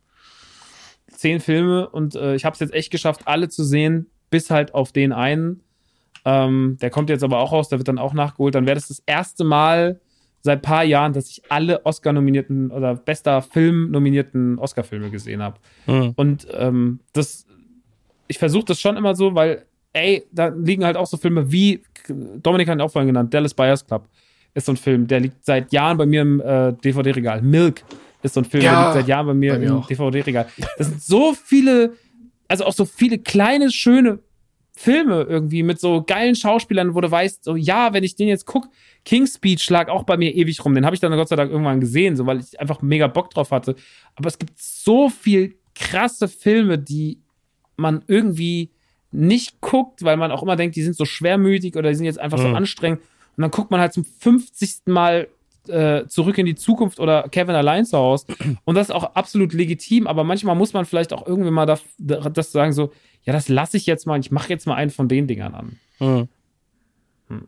Speaker 4: Zehn Filme und äh, ich habe es jetzt echt geschafft, alle zu sehen, bis halt auf den einen. Ähm, der kommt jetzt aber auch raus, der wird dann auch nachgeholt. Dann wäre das das erste Mal seit ein paar Jahren, dass ich alle Oscar-nominierten oder bester Film nominierten Oscar-Filme gesehen habe. Mhm. Und ähm, das, ich versuche das schon immer so, weil, ey, da liegen halt auch so Filme wie, Dominik hat ihn auch vorhin genannt, Dallas Buyers Club ist so ein Film, der liegt seit Jahren bei mir im äh, D V D-Regal. Milk ist so ein Film, ja, der liegt seit Jahren bei mir, bei mir im auch. D V D-Regal. Das sind so viele, also auch so viele kleine, schöne Filme irgendwie mit so geilen Schauspielern, wo du weißt, so ja, wenn ich den jetzt gucke, King's Speech lag auch bei mir ewig rum. Den habe ich dann Gott sei Dank irgendwann gesehen, so weil ich einfach mega Bock drauf hatte. Aber es gibt so viel krasse Filme, die man irgendwie nicht guckt, weil man auch immer denkt, die sind so schwermütig oder die sind jetzt einfach mhm. so anstrengend. Und dann guckt man halt zum fünfzigsten Mal äh, Zurück in die Zukunft oder Kevin allein zu Hause. Und das ist auch absolut legitim, aber manchmal muss man vielleicht auch irgendwie mal das, das sagen, so, ja, das lasse ich jetzt mal, ich mache jetzt mal einen von den Dingern an. Mhm. Hm.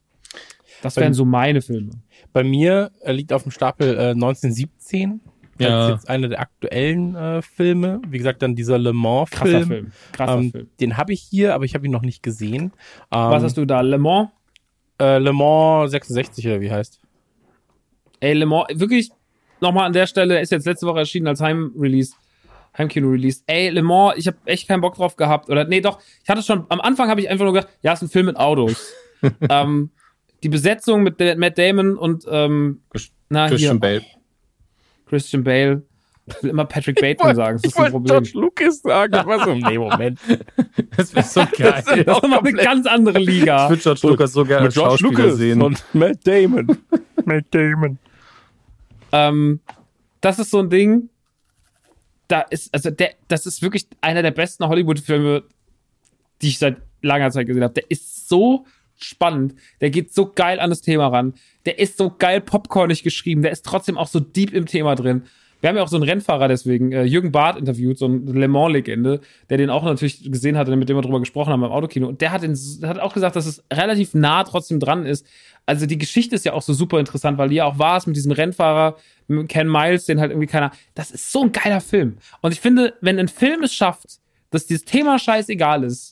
Speaker 4: Das wären so meine Filme.
Speaker 1: Bei mir äh, liegt auf dem Stapel äh, neunzehnhundertsiebzehn. Das
Speaker 3: ja.
Speaker 1: ist jetzt einer der aktuellen äh, Filme. Wie gesagt, dann dieser Le Mans-Film.
Speaker 4: Krasser Film. Krasser
Speaker 1: ähm,
Speaker 4: Film.
Speaker 1: Den habe ich hier, aber ich habe ihn noch nicht gesehen. Ähm,
Speaker 4: Was hast du da? Le Mans?
Speaker 1: Äh, Le Mans sechsundsechzig oder wie heißt?
Speaker 4: Ey, Le Mans, wirklich, nochmal an der Stelle, ist jetzt letzte Woche erschienen als Heim-Release. Heimkino-Release. Ey, Le Mans, ich habe echt keinen Bock drauf gehabt. Oder, nee, doch, ich hatte schon, am Anfang habe ich einfach nur gedacht, ja, ist ein Film mit Autos. ähm, die Besetzung mit Matt Damon und, ähm, na,
Speaker 3: Christian
Speaker 4: hier,
Speaker 3: Bale.
Speaker 4: Christian Bale. Ich will immer Patrick Bateman sagen, das ist ein Problem.
Speaker 1: George Lucas sagen, was so, nee, Moment.
Speaker 3: Das wäre so geil.
Speaker 4: Das ist nochmal eine ganz andere Liga.
Speaker 3: Ich würde George Lucas so gerne als
Speaker 1: George
Speaker 3: Schauspieler
Speaker 1: Lucas
Speaker 3: sehen.
Speaker 1: Und Matt Damon. Matt Damon.
Speaker 4: Ähm, das ist so ein Ding, da ist, also der, das ist wirklich einer der besten Hollywood-Filme, die ich seit langer Zeit gesehen habe. Der ist so spannend, der geht so geil an das Thema ran, der ist so geil popcornig geschrieben, der ist trotzdem auch so deep im Thema drin. Wir haben ja auch so einen Rennfahrer deswegen, äh, Jürgen Barth interviewt, so eine Le Mans-Legende, der den auch natürlich gesehen hatte, mit dem wir drüber gesprochen haben beim Autokino. Und der hat, den, der hat auch gesagt, dass es relativ nah trotzdem dran ist. Also die Geschichte ist ja auch so super interessant, weil die ja auch war es mit diesem Rennfahrer, mit Ken Miles, den halt irgendwie keiner... Das ist so ein geiler Film. Und ich finde, wenn ein Film es schafft, dass dieses Thema scheißegal ist,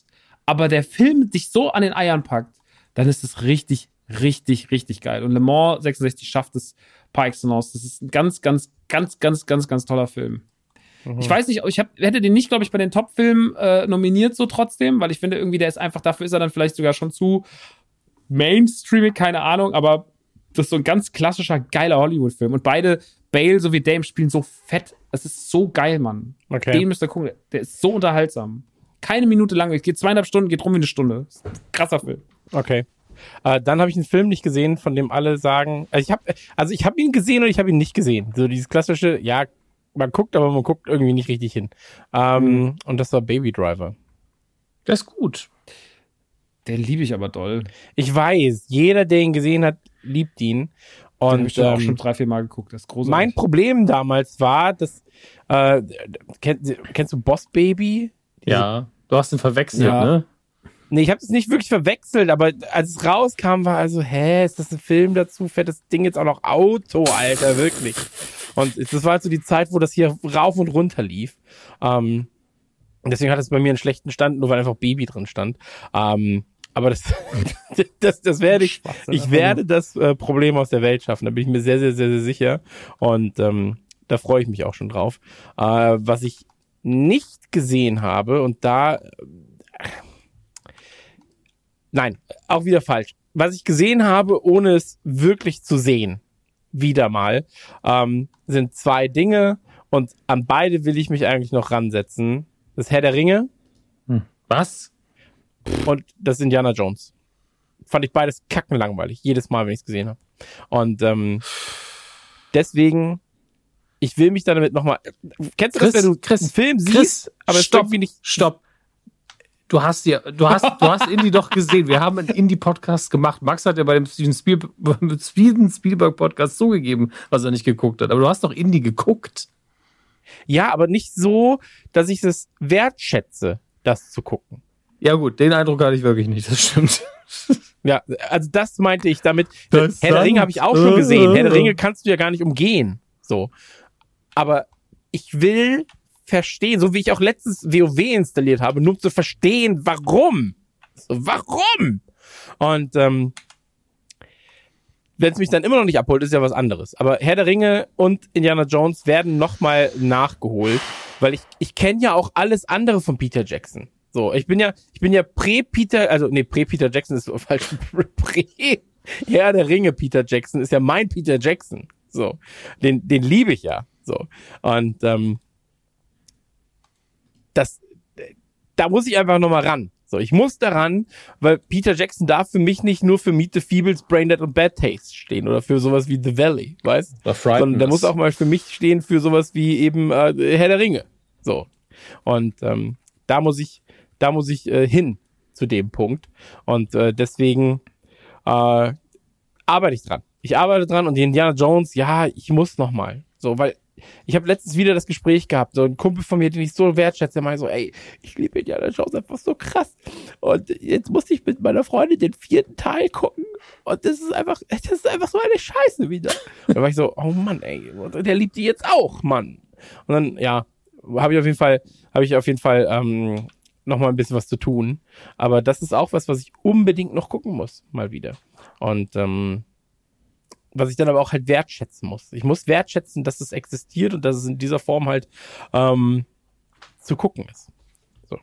Speaker 4: aber der Film dich so an den Eiern packt, dann ist es richtig, richtig, richtig geil. Und Le Mans sechsundsechzig schafft es par excellence. Das ist ein ganz, ganz, ganz, ganz, ganz, ganz toller Film. Mhm. Ich weiß nicht, ich hab, hätte den nicht, glaube ich, bei den Top-Filmen äh, nominiert so trotzdem, weil ich finde irgendwie, der ist einfach, dafür ist er dann vielleicht sogar schon zu mainstreamig, keine Ahnung, aber das ist so ein ganz klassischer, geiler Hollywood-Film. Und beide, Bale sowie Dame, spielen so fett. Das ist so geil, Mann.
Speaker 1: Okay.
Speaker 4: Den müsst ihr gucken. Der ist so unterhaltsam. Keine Minute lang. Es geht zweieinhalb Stunden, geht rum wie eine Stunde. Das ist ein krasser Film.
Speaker 1: Okay. Äh, dann habe ich einen Film nicht gesehen, von dem alle sagen, also ich habe also ich habe ihn gesehen und ich habe ihn nicht gesehen. So dieses klassische, ja, man guckt, aber man guckt irgendwie nicht richtig hin. Ähm, mhm. Und das war Baby Driver.
Speaker 3: Der ist gut.
Speaker 4: Den liebe ich aber doll.
Speaker 1: Ich weiß, jeder, der ihn gesehen hat, liebt ihn. Und
Speaker 4: den habe ich ähm, auch schon drei, vier Mal geguckt. Das ist großartig.
Speaker 1: Mein Problem damals war, dass äh, kenn, kennst du Boss Baby? Diese,
Speaker 3: ja, du hast ihn verwechselt,
Speaker 4: ja.
Speaker 3: ne?
Speaker 1: Nee, ich habe es nicht wirklich verwechselt, aber als es rauskam, war also, hä, ist das ein Film dazu? Fährt das Ding jetzt auch noch Auto, Alter, wirklich? Und das war halt so die Zeit, wo das hier rauf und runter lief. Ähm, deswegen hat es bei mir einen schlechten Stand, nur weil einfach Baby drin stand. Ähm, aber das, das, das werde ich, ich werde das äh, Problem aus der Welt schaffen. Da bin ich mir sehr, sehr, sehr, sehr sicher. Und ähm, da freue ich mich auch schon drauf. Äh, was ich nicht gesehen habe, und da, äh, nein, auch wieder falsch. Was ich gesehen habe, ohne es wirklich zu sehen, wieder mal, ähm, sind zwei Dinge, und an beide will ich mich eigentlich noch ransetzen. Das Herr der Ringe.
Speaker 3: Hm. Was?
Speaker 1: Und das Indiana Jones. Fand ich beides kackenlangweilig, jedes Mal, wenn ich es gesehen habe. Und ähm, deswegen, ich will mich damit nochmal. Kennst du
Speaker 3: Chris,
Speaker 1: das, wenn du
Speaker 3: Chris,
Speaker 1: einen Film
Speaker 3: Chris,
Speaker 1: siehst, aber es
Speaker 3: stopp,
Speaker 1: irgendwie nicht.
Speaker 3: Stopp. Du hast ja, du hast, du hast Indie doch gesehen. Wir haben einen Indie-Podcast gemacht. Max hat ja bei dem Steven Spielberg, Steven Spielberg-Podcast zugegeben, was er nicht geguckt hat. Aber du hast doch Indie geguckt.
Speaker 1: Ja, aber nicht so, dass ich es wertschätze, das zu gucken.
Speaker 3: Ja gut, den Eindruck hatte ich wirklich nicht, das stimmt.
Speaker 1: Ja, also das meinte ich damit.
Speaker 3: Das
Speaker 1: Herr der Ringe habe ich auch schon gesehen. Herr der Ringe kannst du ja gar nicht umgehen. So. Aber ich will verstehen, so wie ich auch letztens WoW installiert habe, nur um zu verstehen, warum. So, warum? Und ähm, wenn es mich dann immer noch nicht abholt, ist ja was anderes. Aber Herr der Ringe und Indiana Jones werden nochmal nachgeholt, weil ich ich kenne ja auch alles andere von Peter Jackson. So, ich bin ja, ich bin ja Prä-Peter, also nee, Prä-Peter Jackson ist so falsch. Prä, Herr der Ringe Peter Jackson ist ja mein Peter Jackson. So, den, den liebe ich ja. So, und ähm, das, da muss ich einfach nochmal ran. So, ich muss daran, weil Peter Jackson darf für mich nicht nur für Meet the Feebles, Braindead und Bad Taste stehen oder für sowas wie The Valley, weißt? Sondern der muss auch mal für mich stehen für sowas wie eben äh, Herr der Ringe. So, und ähm, da muss ich Da muss ich äh, hin zu dem Punkt. Und äh, deswegen äh, arbeite ich dran. Ich arbeite dran und die Indiana Jones, ja, ich muss noch mal. So, weil ich habe letztens wieder das Gespräch gehabt. So ein Kumpel von mir, den ich so wertschätze, der meinte so, ey, ich liebe Indiana Jones einfach so krass. Und jetzt musste ich mit meiner Freundin den vierten Teil gucken. Und das ist einfach, das ist einfach so eine Scheiße wieder. Und da war ich so, oh Mann, ey, der liebt die jetzt auch, Mann. Und dann, ja, habe ich auf jeden Fall, habe ich auf jeden Fall, ähm, noch mal ein bisschen was zu tun. Aber das ist auch was, was ich unbedingt noch gucken muss, mal wieder. Und ähm, was ich dann aber auch halt wertschätzen muss. Ich muss wertschätzen, dass es existiert und dass es in dieser Form halt ähm, zu gucken ist. So.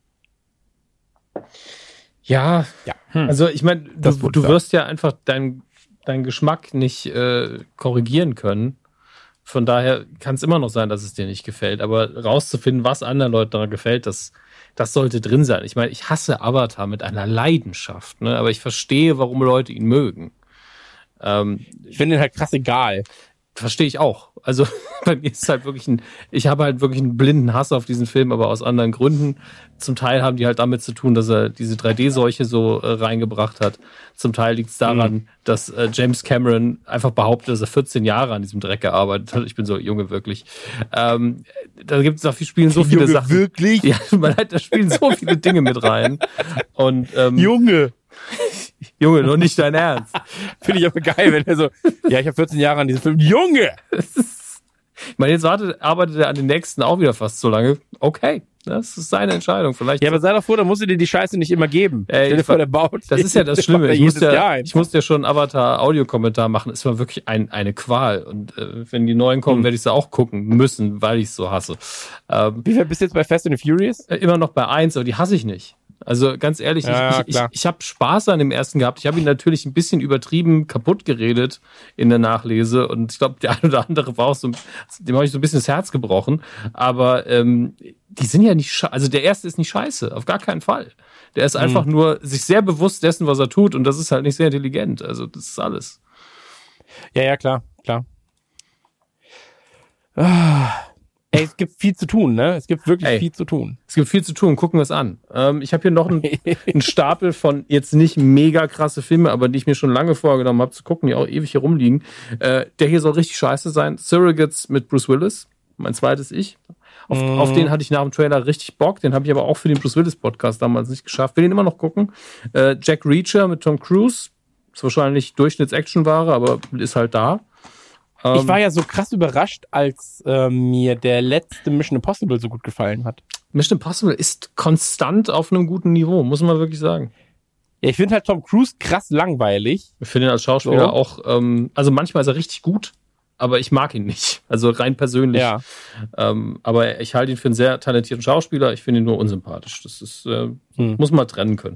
Speaker 3: Ja,
Speaker 1: ja.
Speaker 3: Hm. Also ich meine, du, du wirst ja einfach deinen dein Geschmack nicht äh, korrigieren können. Von daher kann es immer noch sein, dass es dir nicht gefällt. Aber rauszufinden, was anderen Leuten daran gefällt, das Das sollte drin sein. Ich meine, ich hasse Avatar mit einer Leidenschaft, ne? Aber ich verstehe, warum Leute ihn mögen. Ähm,
Speaker 1: ich finde ihn halt krass egal.
Speaker 3: Verstehe ich auch. Also bei mir ist halt wirklich ein, ich habe halt wirklich einen blinden Hass auf diesen Film, aber aus anderen Gründen. Zum Teil haben die halt damit zu tun, dass er diese drei D-Seuche so äh, reingebracht hat. Zum Teil liegt es daran, mhm. dass äh, James Cameron einfach behauptet, dass er vierzehn Jahre an diesem Dreck gearbeitet hat. Ich bin so, Junge, wirklich. Ähm, da gibt es auch, spielen so viele
Speaker 1: Junge,
Speaker 3: Sachen.
Speaker 1: Wirklich?
Speaker 3: Ja, man hat, da spielen so viele Dinge mit rein. Und ähm,
Speaker 1: Junge!
Speaker 3: Junge, noch nicht dein Ernst.
Speaker 1: Finde ich aber geil, wenn er so, ja, ich habe vierzehn Jahre an diesem Film. Junge!
Speaker 3: Ich meine, jetzt wartet, arbeitet er an den nächsten auch wieder fast so lange. Okay, das ist seine Entscheidung. Vielleicht.
Speaker 1: Ja, aber sei doch froh, dann musst du dir die Scheiße nicht immer geben.
Speaker 3: Ey,
Speaker 1: Stell dir vor, der baut.
Speaker 3: Das ist ja das
Speaker 1: der
Speaker 3: Schlimme.
Speaker 1: baut
Speaker 3: Ich
Speaker 1: da
Speaker 3: musste
Speaker 1: jedes Jahr
Speaker 3: ja,
Speaker 1: ein.
Speaker 3: ich musste ja schon Avatar-Audiokommentar machen. Es war wirklich ein, eine Qual. Und äh, wenn die neuen kommen,
Speaker 1: Hm.
Speaker 3: werde ich sie auch gucken müssen, weil ich es so hasse. Ähm,
Speaker 1: Wie viel bist du jetzt bei Fast and the Furious?
Speaker 3: äh, immer noch bei eins, aber die hasse ich nicht. Also ganz ehrlich,
Speaker 1: Ja,
Speaker 3: ich, ich, ich,
Speaker 1: klar.
Speaker 3: ich habe Spaß an dem ersten gehabt. Ich habe ihn natürlich ein bisschen übertrieben kaputt geredet in der Nachlese. Und ich glaube, der eine oder andere war auch so, dem habe ich so ein bisschen das Herz gebrochen. Aber ähm, die sind ja nicht scheiße. Also der erste ist nicht scheiße, auf gar keinen Fall. Der ist einfach
Speaker 1: Mhm.
Speaker 3: nur sich sehr bewusst dessen, was er tut. Und das ist halt nicht sehr intelligent. Also das ist alles.
Speaker 1: Ja, ja, klar, klar. Ah. Ey, es gibt viel zu tun, ne? Es gibt wirklich
Speaker 3: Ey.
Speaker 1: viel zu tun.
Speaker 3: Es gibt viel zu tun. Gucken wir es an. Ähm, ich habe hier noch einen, einen Stapel von jetzt nicht mega krasse Filme, aber die ich mir schon lange vorgenommen habe zu gucken, die auch ewig hier rumliegen. Äh, der hier soll richtig scheiße sein. Surrogates mit Bruce Willis. Mein zweites Ich. Auf,
Speaker 1: Mm.
Speaker 3: auf den hatte ich nach dem Trailer richtig Bock. Den habe ich aber auch für den Bruce Willis Podcast damals nicht geschafft. Will den immer noch gucken. Äh, Jack Reacher mit Tom Cruise. Ist wahrscheinlich Durchschnitts-Action-Ware, aber ist halt da.
Speaker 1: Ich war ja so krass überrascht, als äh, mir der letzte Mission Impossible so gut gefallen hat.
Speaker 3: Mission Impossible ist konstant auf einem guten Niveau, muss man wirklich sagen.
Speaker 1: Ja, ich finde halt Tom Cruise krass langweilig.
Speaker 3: Ich finde ihn als Schauspieler
Speaker 1: So.
Speaker 3: auch, ähm, also manchmal ist er richtig gut, aber ich mag ihn nicht. Also rein persönlich.
Speaker 1: Ja.
Speaker 3: Ähm, aber ich halte ihn für einen sehr talentierten Schauspieler. Ich finde ihn nur unsympathisch. Das ist, äh,
Speaker 1: Hm.
Speaker 3: muss man trennen können.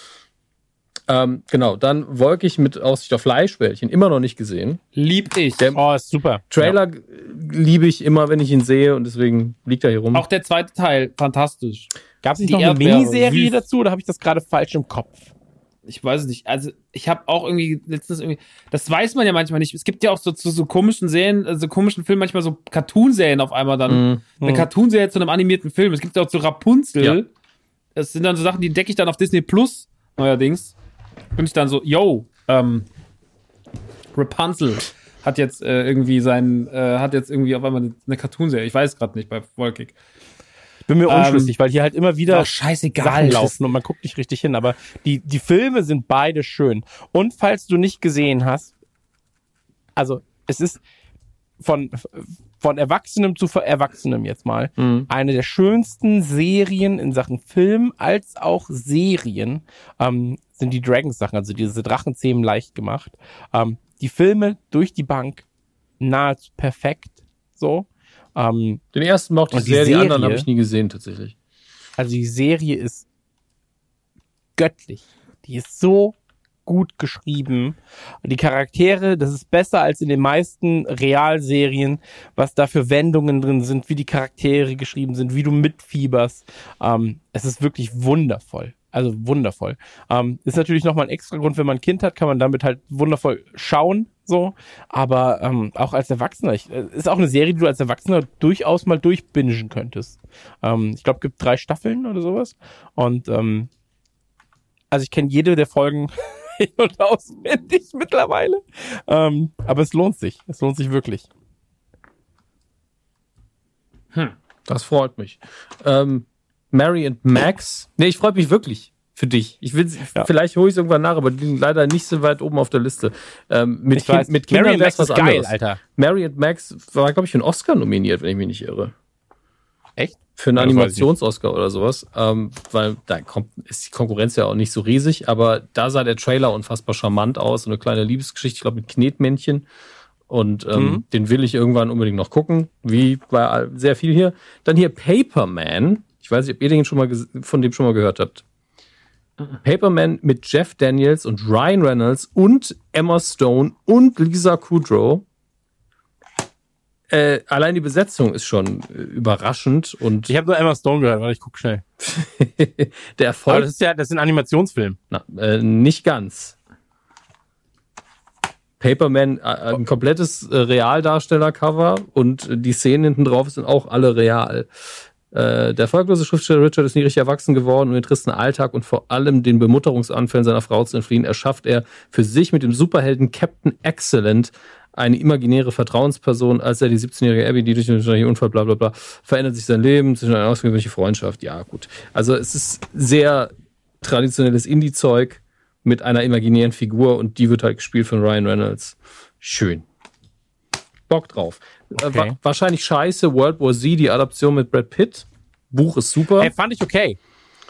Speaker 3: Ähm, genau, dann Wolkig mit Aussicht auf Fleischbällchen. Immer noch nicht gesehen.
Speaker 4: Lieb ich.
Speaker 3: Der
Speaker 1: Oh, ist super.
Speaker 3: Trailer ja. liebe ich immer, wenn ich ihn sehe und deswegen liegt er hier rum.
Speaker 4: Auch der zweite Teil, fantastisch.
Speaker 1: Gab es nicht
Speaker 4: Die
Speaker 1: noch eine
Speaker 4: Erdbeere,
Speaker 1: Miniserie
Speaker 4: süß.
Speaker 1: dazu oder habe ich das gerade falsch im Kopf?
Speaker 4: Ich weiß es nicht. Also, ich habe auch irgendwie letztens irgendwie, das weiß man ja manchmal nicht. Es gibt ja auch so zu so komischen Serien, äh, so komischen Filmen manchmal so Cartoon-Serien auf einmal dann.
Speaker 3: Mhm.
Speaker 4: Eine
Speaker 1: Mhm.
Speaker 4: Cartoon-Serie zu einem animierten Film. Es gibt ja auch so Rapunzel.
Speaker 3: Ja.
Speaker 4: Das sind dann so Sachen, die entdecke ich dann auf Disney Plus neuerdings. Und ich dann so, yo, ähm, Rapunzel hat jetzt äh, irgendwie sein, äh, hat jetzt irgendwie auf einmal eine, eine Cartoon-Serie. Ich weiß gerade nicht bei Wolkig.
Speaker 1: Ich bin mir
Speaker 4: Ähm,
Speaker 1: unschlüssig, weil hier halt immer wieder
Speaker 4: Doch, scheißegal.
Speaker 1: Sachen laufen und man guckt nicht richtig hin. Aber die, die Filme sind beide schön. Und falls du nicht gesehen hast, also es ist von, von Erwachsenem zu Erwachsenem jetzt mal
Speaker 3: Mhm.
Speaker 1: eine der schönsten Serien in Sachen Film als auch Serien ähm, sind die Dragons-Sachen, also diese Drachenzähmen leicht gemacht. Ähm, die Filme durch die Bank nahezu perfekt, so. Ähm,
Speaker 3: Den ersten mochte ich
Speaker 1: Und die
Speaker 3: sehr, die anderen
Speaker 1: Serie-
Speaker 3: habe ich nie gesehen tatsächlich.
Speaker 1: also die Serie ist göttlich. Die ist so gut geschrieben. Und die Charaktere, das ist besser als in den meisten Realserien, was da für Wendungen drin sind, wie die Charaktere geschrieben sind, wie du mitfieberst. Ähm, es ist wirklich wundervoll. Also wundervoll. Ähm, ist natürlich nochmal ein extra Grund, wenn man ein Kind hat, kann man damit halt wundervoll schauen, so. Aber ähm, auch als Erwachsener, ich, äh, ist auch eine Serie, die du als Erwachsener durchaus mal durchbingen könntest. Ähm, ich glaube, es gibt drei Staffeln oder sowas. Und ähm, also ich kenne jede der Folgen in- und auswendig mittlerweile. Ähm, aber es lohnt sich. Es lohnt sich wirklich.
Speaker 3: Das freut mich. Ähm, Mary and Max. Nee, ich freue mich wirklich für dich. Ich will,
Speaker 1: Ja.
Speaker 3: vielleicht hole ich es irgendwann nach, aber die liegen leider nicht so weit oben auf der Liste. Ähm, mit,
Speaker 1: Ich
Speaker 3: kind,
Speaker 1: weiß,
Speaker 3: mit
Speaker 1: Mary
Speaker 3: Kindern
Speaker 1: and
Speaker 3: wär's
Speaker 1: Max
Speaker 3: was
Speaker 1: ist geil,
Speaker 3: anderes.
Speaker 1: Alter.
Speaker 3: Mary and Max war, glaube ich, für einen Oscar nominiert, wenn ich mich nicht irre.
Speaker 1: Echt?
Speaker 3: Für einen
Speaker 1: Ja, das weiß ich
Speaker 3: Animations-Oscar oder sowas. Ähm, weil da kommt, ist die Konkurrenz ja auch nicht so riesig, aber da sah der Trailer unfassbar charmant aus. So eine kleine Liebesgeschichte, ich glaube, mit Knetmännchen. Und ähm,
Speaker 1: Mhm.
Speaker 3: den will ich irgendwann unbedingt noch gucken. Wie bei all- sehr viel hier. Dann hier Paperman. Ich weiß nicht, ob ihr den schon mal ges- von dem schon mal gehört habt. Paperman mit Jeff Daniels und Ryan Reynolds und Emma Stone und Lisa Kudrow. Äh, allein die Besetzung ist schon äh, überraschend und
Speaker 1: Ich habe nur Emma Stone gehört, warte, ich guck schnell.
Speaker 3: der
Speaker 1: Aber
Speaker 3: Erfolg
Speaker 1: das ist ja, das ist ein Animationsfilm.
Speaker 3: na, äh, nicht ganz. Paperman, äh, ein komplettes äh, Realdarsteller-Cover und äh, die Szenen hinten drauf sind auch alle real. Äh, der erfolglose Schriftsteller Richard ist nie richtig erwachsen geworden und den tristen Alltag und vor allem den Bemutterungsanfällen seiner Frau zu entfliehen, erschafft er für sich mit dem Superhelden Captain Excellent eine imaginäre Vertrauensperson, als er die siebzehnjährige Abby, die durch einen Unfall, bla bla bla, verändert sich sein Leben, zwischen einer ausgewöhnliche Freundschaft. Ja, gut. Also es ist sehr traditionelles Indie-Zeug mit einer imaginären Figur und die wird halt gespielt von Ryan Reynolds. Schön. Bock drauf. Äh, wa- wahrscheinlich scheiße. World War Z, die Adaption mit Brad Pitt. Buch ist super.
Speaker 1: Hey, fand ich okay.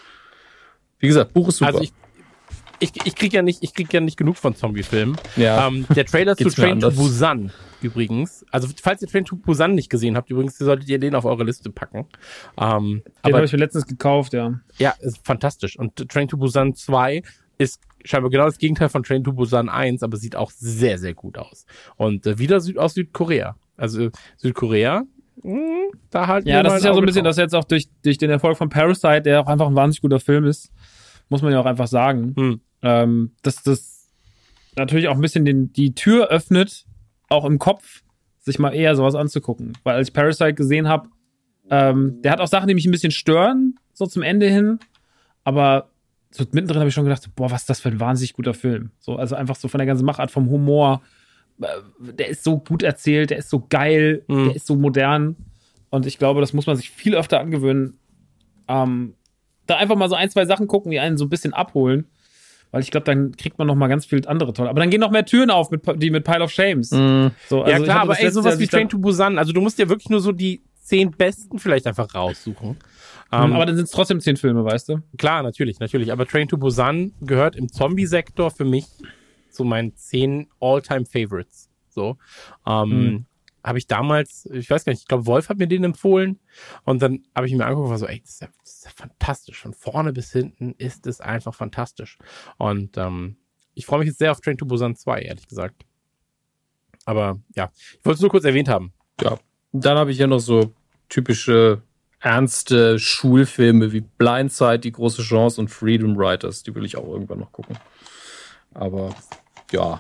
Speaker 3: Wie gesagt, Buch ist super.
Speaker 1: Also ich, ich, ich krieg ja nicht, ich krieg ja nicht genug von Zombie-Filmen.
Speaker 3: Ja.
Speaker 1: Ähm, der Trailer zu
Speaker 3: Geht's mir
Speaker 1: Train to
Speaker 3: anders.
Speaker 1: Busan übrigens. Also falls ihr Train to Busan nicht gesehen habt, übrigens solltet ihr den auf eure Liste packen. Ähm,
Speaker 4: Den
Speaker 1: aber
Speaker 4: habe ich mir letztens gekauft, ja.
Speaker 1: ja, ist fantastisch. Und Train to Busan zwei ist scheinbar genau das Gegenteil von Train to Busan eins, aber sieht auch sehr, sehr gut aus. Und äh, wieder Süd aus Südkorea. Also äh, Südkorea, mh, da halt.
Speaker 4: Ja, das ist ja so ein bisschen, dass jetzt auch durch, durch den Erfolg von Parasite, der auch einfach ein wahnsinnig guter Film ist, muss man ja auch einfach sagen,
Speaker 1: Hm.
Speaker 4: ähm, dass das natürlich auch ein bisschen den, die Tür öffnet, auch im Kopf, sich mal eher sowas anzugucken. Weil als ich Parasite gesehen habe, ähm, der hat auch Sachen, die mich ein bisschen stören, so zum Ende hin, aber so mittendrin habe ich schon gedacht, boah, was ist das für ein wahnsinnig guter Film. So, also einfach so von der ganzen Machart, vom Humor, äh, der ist so gut erzählt, der ist so geil,
Speaker 1: Mhm.
Speaker 4: der ist so modern und ich glaube, das muss man sich viel öfter angewöhnen, ähm, da einfach mal so ein, zwei Sachen gucken, die einen so ein bisschen abholen, weil ich glaube, dann kriegt man noch mal ganz viel andere tolle. Aber dann gehen noch mehr Türen auf, mit, die mit Pile of Shames.
Speaker 3: Mm.
Speaker 4: So, also
Speaker 1: Ja
Speaker 4: ich
Speaker 1: klar,
Speaker 4: hatte
Speaker 1: aber
Speaker 4: das
Speaker 1: ey,
Speaker 4: letzte
Speaker 1: sowas
Speaker 4: Jahr,
Speaker 1: wie
Speaker 4: ich dann-
Speaker 1: Train to Busan, also du musst ja wirklich nur so die zehn besten vielleicht einfach raussuchen.
Speaker 4: Mhm,
Speaker 1: Ähm,
Speaker 4: aber dann sind es trotzdem zehn Filme, weißt du?
Speaker 1: Klar, natürlich, natürlich. Aber Train to Busan gehört im Zombie-Sektor für mich zu meinen zehn All-Time-Favorites. So. Ähm,
Speaker 4: Mhm.
Speaker 1: Habe ich damals, ich weiß gar nicht, ich glaube, Wolf hat mir den empfohlen. Und dann habe ich mir angeguckt und war so, ey, das ist, ja, das ist ja fantastisch. Von vorne bis hinten ist es einfach fantastisch. Und ähm, ich freue mich jetzt sehr auf Train to Busan zwei, ehrlich gesagt. Aber ja, ich wollte es nur kurz erwähnt haben.
Speaker 3: Ja. Dann habe ich ja noch so typische ernste Schulfilme wie Blindside, Die große Chance und Freedom Writers. Die will ich auch irgendwann noch gucken. Aber ja,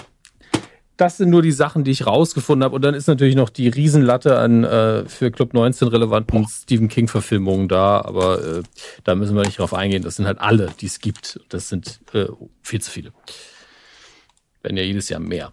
Speaker 3: das sind nur die Sachen, die ich rausgefunden habe. Und dann ist natürlich noch die Riesenlatte an äh, für Club neunzehn relevanten Stephen King-Verfilmungen da. Aber äh, da müssen wir nicht drauf eingehen. Das sind halt alle, die es gibt. Das sind äh, viel zu viele. Werden ja jedes Jahr mehr.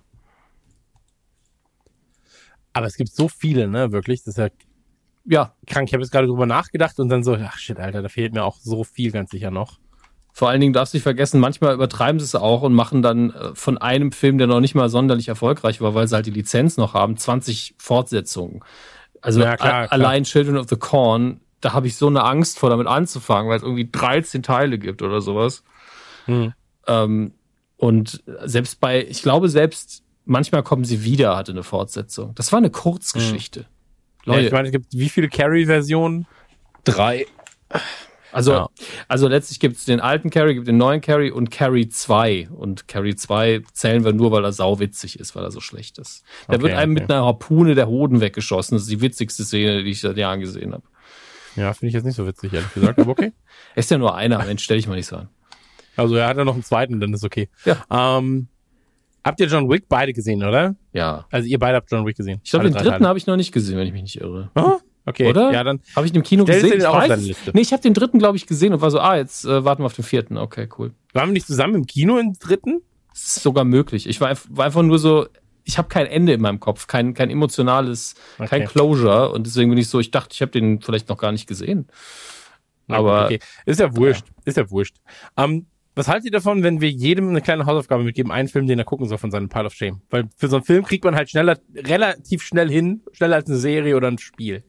Speaker 1: Aber es gibt so viele, ne, wirklich. Das ist ja
Speaker 3: Ja,
Speaker 1: krank. Ich habe jetzt gerade drüber nachgedacht und dann so, ach shit, Alter, da fehlt mir auch so viel ganz sicher noch.
Speaker 3: vor allen Dingen darfst du nicht vergessen, manchmal übertreiben sie es auch und machen dann äh, von einem Film, der noch nicht mal sonderlich erfolgreich war, weil sie halt die Lizenz noch haben, zwanzig Fortsetzungen. Also
Speaker 1: Ja, klar,
Speaker 3: a-
Speaker 1: klar.
Speaker 3: allein Children of the Corn, da habe ich so eine Angst vor, damit anzufangen, weil es irgendwie dreizehn Teile gibt oder sowas.
Speaker 1: Hm.
Speaker 3: Ähm, und selbst bei, ich glaube selbst, manchmal kommen sie wieder, hatte eine Fortsetzung. Das war eine Kurzgeschichte.
Speaker 1: Ja,
Speaker 3: Leute,
Speaker 1: ich meine, es gibt wie viele Carrie-Versionen?
Speaker 3: drei. Also,
Speaker 1: Ja.
Speaker 3: also letztlich gibt es den alten Carrie, gibt den neuen Carrie und Carrie zwei. Und Carrie zwei zählen wir nur, weil er sauwitzig ist, weil er so schlecht ist. Da
Speaker 1: Okay,
Speaker 3: wird einem
Speaker 1: okay.
Speaker 3: mit einer Harpune der Hoden weggeschossen. Das ist die witzigste Szene, die ich seit Jahren gesehen habe.
Speaker 1: Ja, finde ich jetzt nicht so witzig, ehrlich gesagt, aber okay.
Speaker 3: Er ist ja nur einer, Mensch, stell dich mal nicht so an.
Speaker 1: Also er hat ja noch einen zweiten, dann ist okay.
Speaker 3: Ja.
Speaker 1: Ähm, habt ihr John Wick beide gesehen, oder?
Speaker 3: Ja.
Speaker 1: Also ihr beide habt John Wick gesehen.
Speaker 3: Ich glaube,
Speaker 1: Alle
Speaker 3: den
Speaker 1: drei
Speaker 3: dritten
Speaker 1: Teile.
Speaker 3: habe ich noch nicht gesehen, wenn ich mich nicht irre.
Speaker 1: Ah, okay,
Speaker 3: Oder?
Speaker 1: ja, dann
Speaker 3: Habe ich den im Kino
Speaker 1: Stellst du
Speaker 3: gesehen?
Speaker 1: den
Speaker 3: Ich
Speaker 1: auch auf
Speaker 3: weiß
Speaker 1: deine
Speaker 3: es.
Speaker 1: Liste?
Speaker 3: Nee, ich habe den dritten, glaube ich, gesehen und war so, ah, jetzt äh, warten wir auf den vierten. Okay, cool.
Speaker 1: waren wir nicht zusammen im Kino im dritten?
Speaker 3: Es ist sogar möglich. Ich war, einf- war einfach nur so, ich habe kein Ende in meinem Kopf, kein, kein emotionales, kein
Speaker 1: Okay.
Speaker 3: Closure. Und deswegen bin ich so, ich dachte, ich habe den vielleicht noch gar nicht gesehen. Aber
Speaker 1: okay. Ist ja wurscht, ist ja wurscht. Ähm, was haltet ihr davon, wenn wir jedem eine kleine Hausaufgabe mitgeben, einen Film, den er gucken soll von seinem Pile of Shame? Weil für so einen Film kriegt man halt schneller, relativ schnell hin, schneller als eine Serie oder ein Spiel.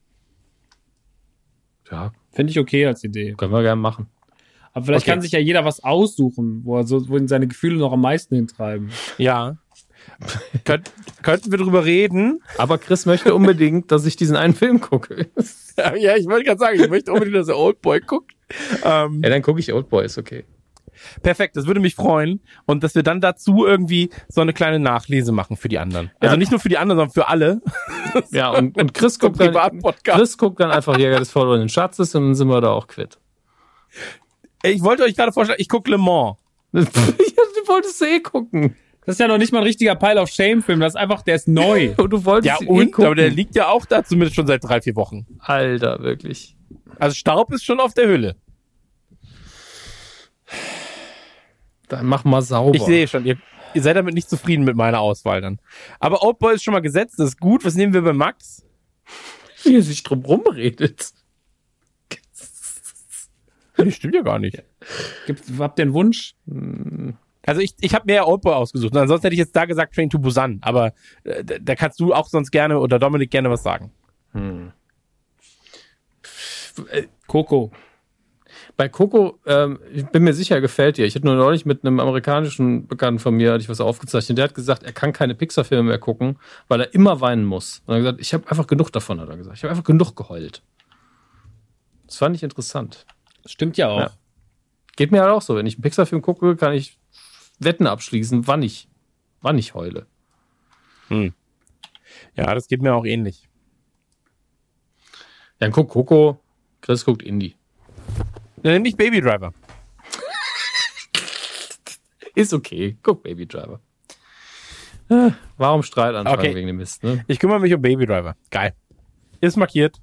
Speaker 3: ja,
Speaker 4: Finde ich okay als Idee.
Speaker 3: können wir gerne machen.
Speaker 4: Aber vielleicht
Speaker 1: Okay.
Speaker 4: kann sich ja jeder was aussuchen, wo er so, wo ihn seine Gefühle noch am meisten hintreiben.
Speaker 1: Ja. Könnt, könnten wir drüber reden?
Speaker 3: Aber Chris möchte unbedingt, dass ich diesen einen Film gucke.
Speaker 1: Ja, ich wollte gerade sagen, ich möchte unbedingt, dass er Oldboy guckt. Ähm,
Speaker 3: Ja, dann gucke ich Oldboy, ist okay.
Speaker 1: perfekt, das würde mich freuen. Und dass wir dann dazu irgendwie so eine kleine Nachlese machen für die anderen. Also
Speaker 3: Ja.
Speaker 1: nicht nur für die anderen, sondern für alle.
Speaker 3: Ja, und, und Chris,
Speaker 1: So ein
Speaker 3: guckt dann,
Speaker 1: Privatpodcast.
Speaker 3: Chris guckt dann einfach Jäger des verlorenen Schatzes und dann sind wir da auch quitt.
Speaker 1: Ey, ich wollte euch gerade vorstellen, ich gucke Le Mans.
Speaker 3: Ja, du wolltest eh gucken.
Speaker 4: Das ist ja noch nicht mal ein richtiger Pile of Shame-Film, das ist einfach, der ist neu.
Speaker 3: Und du wolltest
Speaker 1: Ja
Speaker 3: ihn eh
Speaker 1: und?
Speaker 3: gucken.
Speaker 1: Aber der liegt ja auch da zumindest schon seit drei, vier Wochen.
Speaker 3: Alter, wirklich.
Speaker 1: Also Staub ist schon auf der Hülle.
Speaker 3: Dann mach mal sauber.
Speaker 1: Ich sehe schon, ihr, ihr seid damit nicht zufrieden mit meiner Auswahl dann. Aber Oldboy ist schon mal gesetzt, das ist gut. Was nehmen wir bei Max?
Speaker 3: wie er sich drum rumredet.
Speaker 1: Das stimmt ja gar nicht.
Speaker 4: Gibt, habt ihr einen Wunsch?
Speaker 1: Also ich, ich habe mir ja Oldboy ausgesucht. Und ansonsten hätte ich jetzt da gesagt Train to Busan. Aber äh, da, da kannst du auch sonst gerne oder Dominik gerne was sagen.
Speaker 3: Hm.
Speaker 4: Coco.
Speaker 3: Bei Coco, ähm, ich bin mir sicher, gefällt dir. Ich hatte nur neulich mit einem amerikanischen Bekannten von mir, hatte ich was aufgezeichnet, der hat gesagt, er kann keine Pixar-Filme mehr gucken, weil er immer weinen muss. Und er hat gesagt, ich habe einfach genug davon, hat er gesagt. Ich habe einfach genug geheult. Das fand ich interessant.
Speaker 4: Stimmt ja auch.
Speaker 3: Ja. Geht mir halt auch so. Wenn ich einen Pixar-Film gucke, kann ich Wetten abschließen, wann ich, wann ich heule.
Speaker 1: Hm. Ja, das geht mir auch ähnlich.
Speaker 3: Dann guck Coco, Chris guckt Indie.
Speaker 1: Dann nimm dich Baby Driver.
Speaker 3: Ist okay, guck Baby Driver. Ah, warum Streit anfangen
Speaker 1: Okay.
Speaker 3: wegen dem Mist, ne?
Speaker 1: Ich kümmere mich um Baby Driver. Geil. Ist markiert.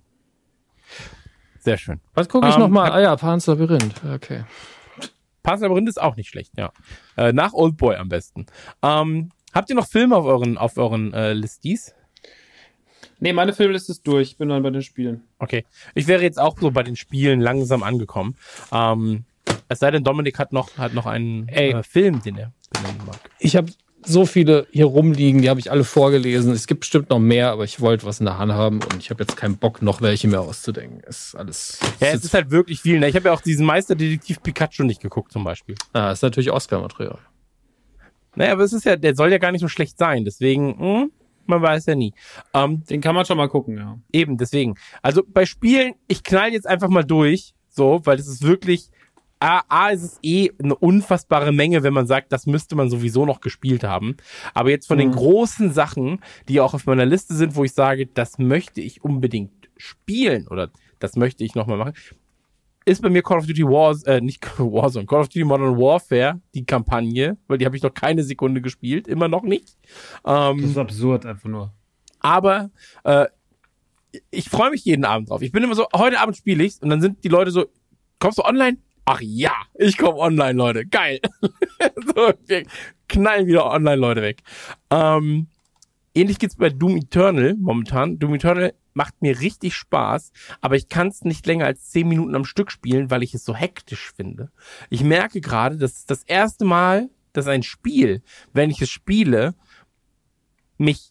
Speaker 1: Sehr schön.
Speaker 3: Was gucke ich
Speaker 1: Ähm,
Speaker 3: nochmal?
Speaker 1: hab-
Speaker 3: Ah ja, Pan's Labyrinth. Okay.
Speaker 1: Pan's Labyrinth ist auch nicht schlecht, ja. Äh, nach Oldboy am besten. Ähm, habt ihr noch Filme auf euren, auf euren äh, Listies?
Speaker 4: Nee, meine Filmliste ist durch. Ich bin dann bei den Spielen.
Speaker 1: Okay. Ich wäre jetzt auch so bei den Spielen langsam angekommen. Ähm, es sei denn, Dominik hat noch, hat noch einen
Speaker 3: Ey.
Speaker 1: äh, Film, den er benennen mag.
Speaker 3: Ich habe so viele hier rumliegen, die habe ich alle vorgelesen. Es gibt bestimmt noch mehr, aber ich wollte was in der Hand haben und ich habe jetzt keinen Bock, noch welche mehr auszudenken. Es ist alles.
Speaker 1: Ja, es ist halt wirklich viel. Ne? Ich habe ja auch diesen Meisterdetektiv Pikachu nicht geguckt zum Beispiel.
Speaker 3: ah, ist natürlich Oscar-Material.
Speaker 1: Naja, aber es ist ja, der soll ja gar nicht so schlecht sein. Deswegen, hm, man weiß ja nie. Ähm,
Speaker 4: Den kann man schon mal gucken, ja.
Speaker 1: Eben, deswegen. Also bei Spielen, ich knall jetzt einfach mal durch, so, weil es ist wirklich, A, A ist es eh eine unfassbare Menge, wenn man sagt, das müsste man sowieso noch gespielt haben. Aber jetzt von den großen Sachen, die auch auf meiner Liste sind, wo ich sage, das möchte ich unbedingt spielen oder das möchte ich nochmal machen, ist bei mir Call of Duty Wars, äh, nicht Warzone, Call of Duty Modern Warfare, die Kampagne, weil die habe ich noch keine Sekunde gespielt, immer noch nicht. Ähm,
Speaker 4: Das ist absurd, einfach nur.
Speaker 1: aber äh, ich freue mich jeden Abend drauf. Ich bin immer so, heute Abend spiele ich's und dann sind die Leute so, kommst du online? Ach ja, ich komme online, Leute. Geil. So, wir knallen wieder online, Leute, weg. Ähm, ähnlich geht's bei Doom Eternal momentan. Doom Eternal macht mir richtig Spaß, aber ich kann es nicht länger als zehn Minuten am Stück spielen, weil ich es so hektisch finde. Ich merke gerade, das ist das erste Mal, dass ein Spiel, wenn ich es spiele, mich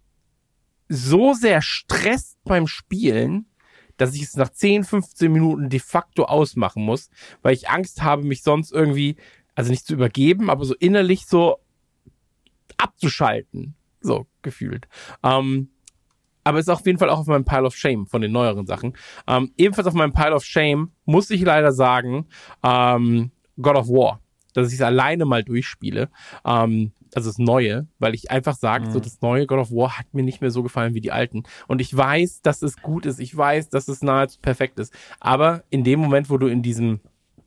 Speaker 1: so sehr stresst beim Spielen, dass ich es nach zehn, fünfzehn Minuten de facto ausmachen muss, weil ich Angst habe, mich sonst irgendwie, also nicht zu übergeben, aber so innerlich so abzuschalten, so gefühlt. Ähm, aber ist auf jeden Fall auch auf meinem Pile of Shame von den neueren Sachen. Ähm, ebenfalls auf meinem Pile of Shame muss ich leider sagen, ähm, God of War, dass ich es alleine mal durchspiele. Ähm, also das Neue, weil ich einfach sage,
Speaker 4: Mhm.
Speaker 1: so das neue God of War hat mir nicht mehr so gefallen wie die alten. Und ich weiß, dass es gut ist. Ich weiß, dass es nahezu perfekt ist. Aber in dem Moment, wo du in diesem,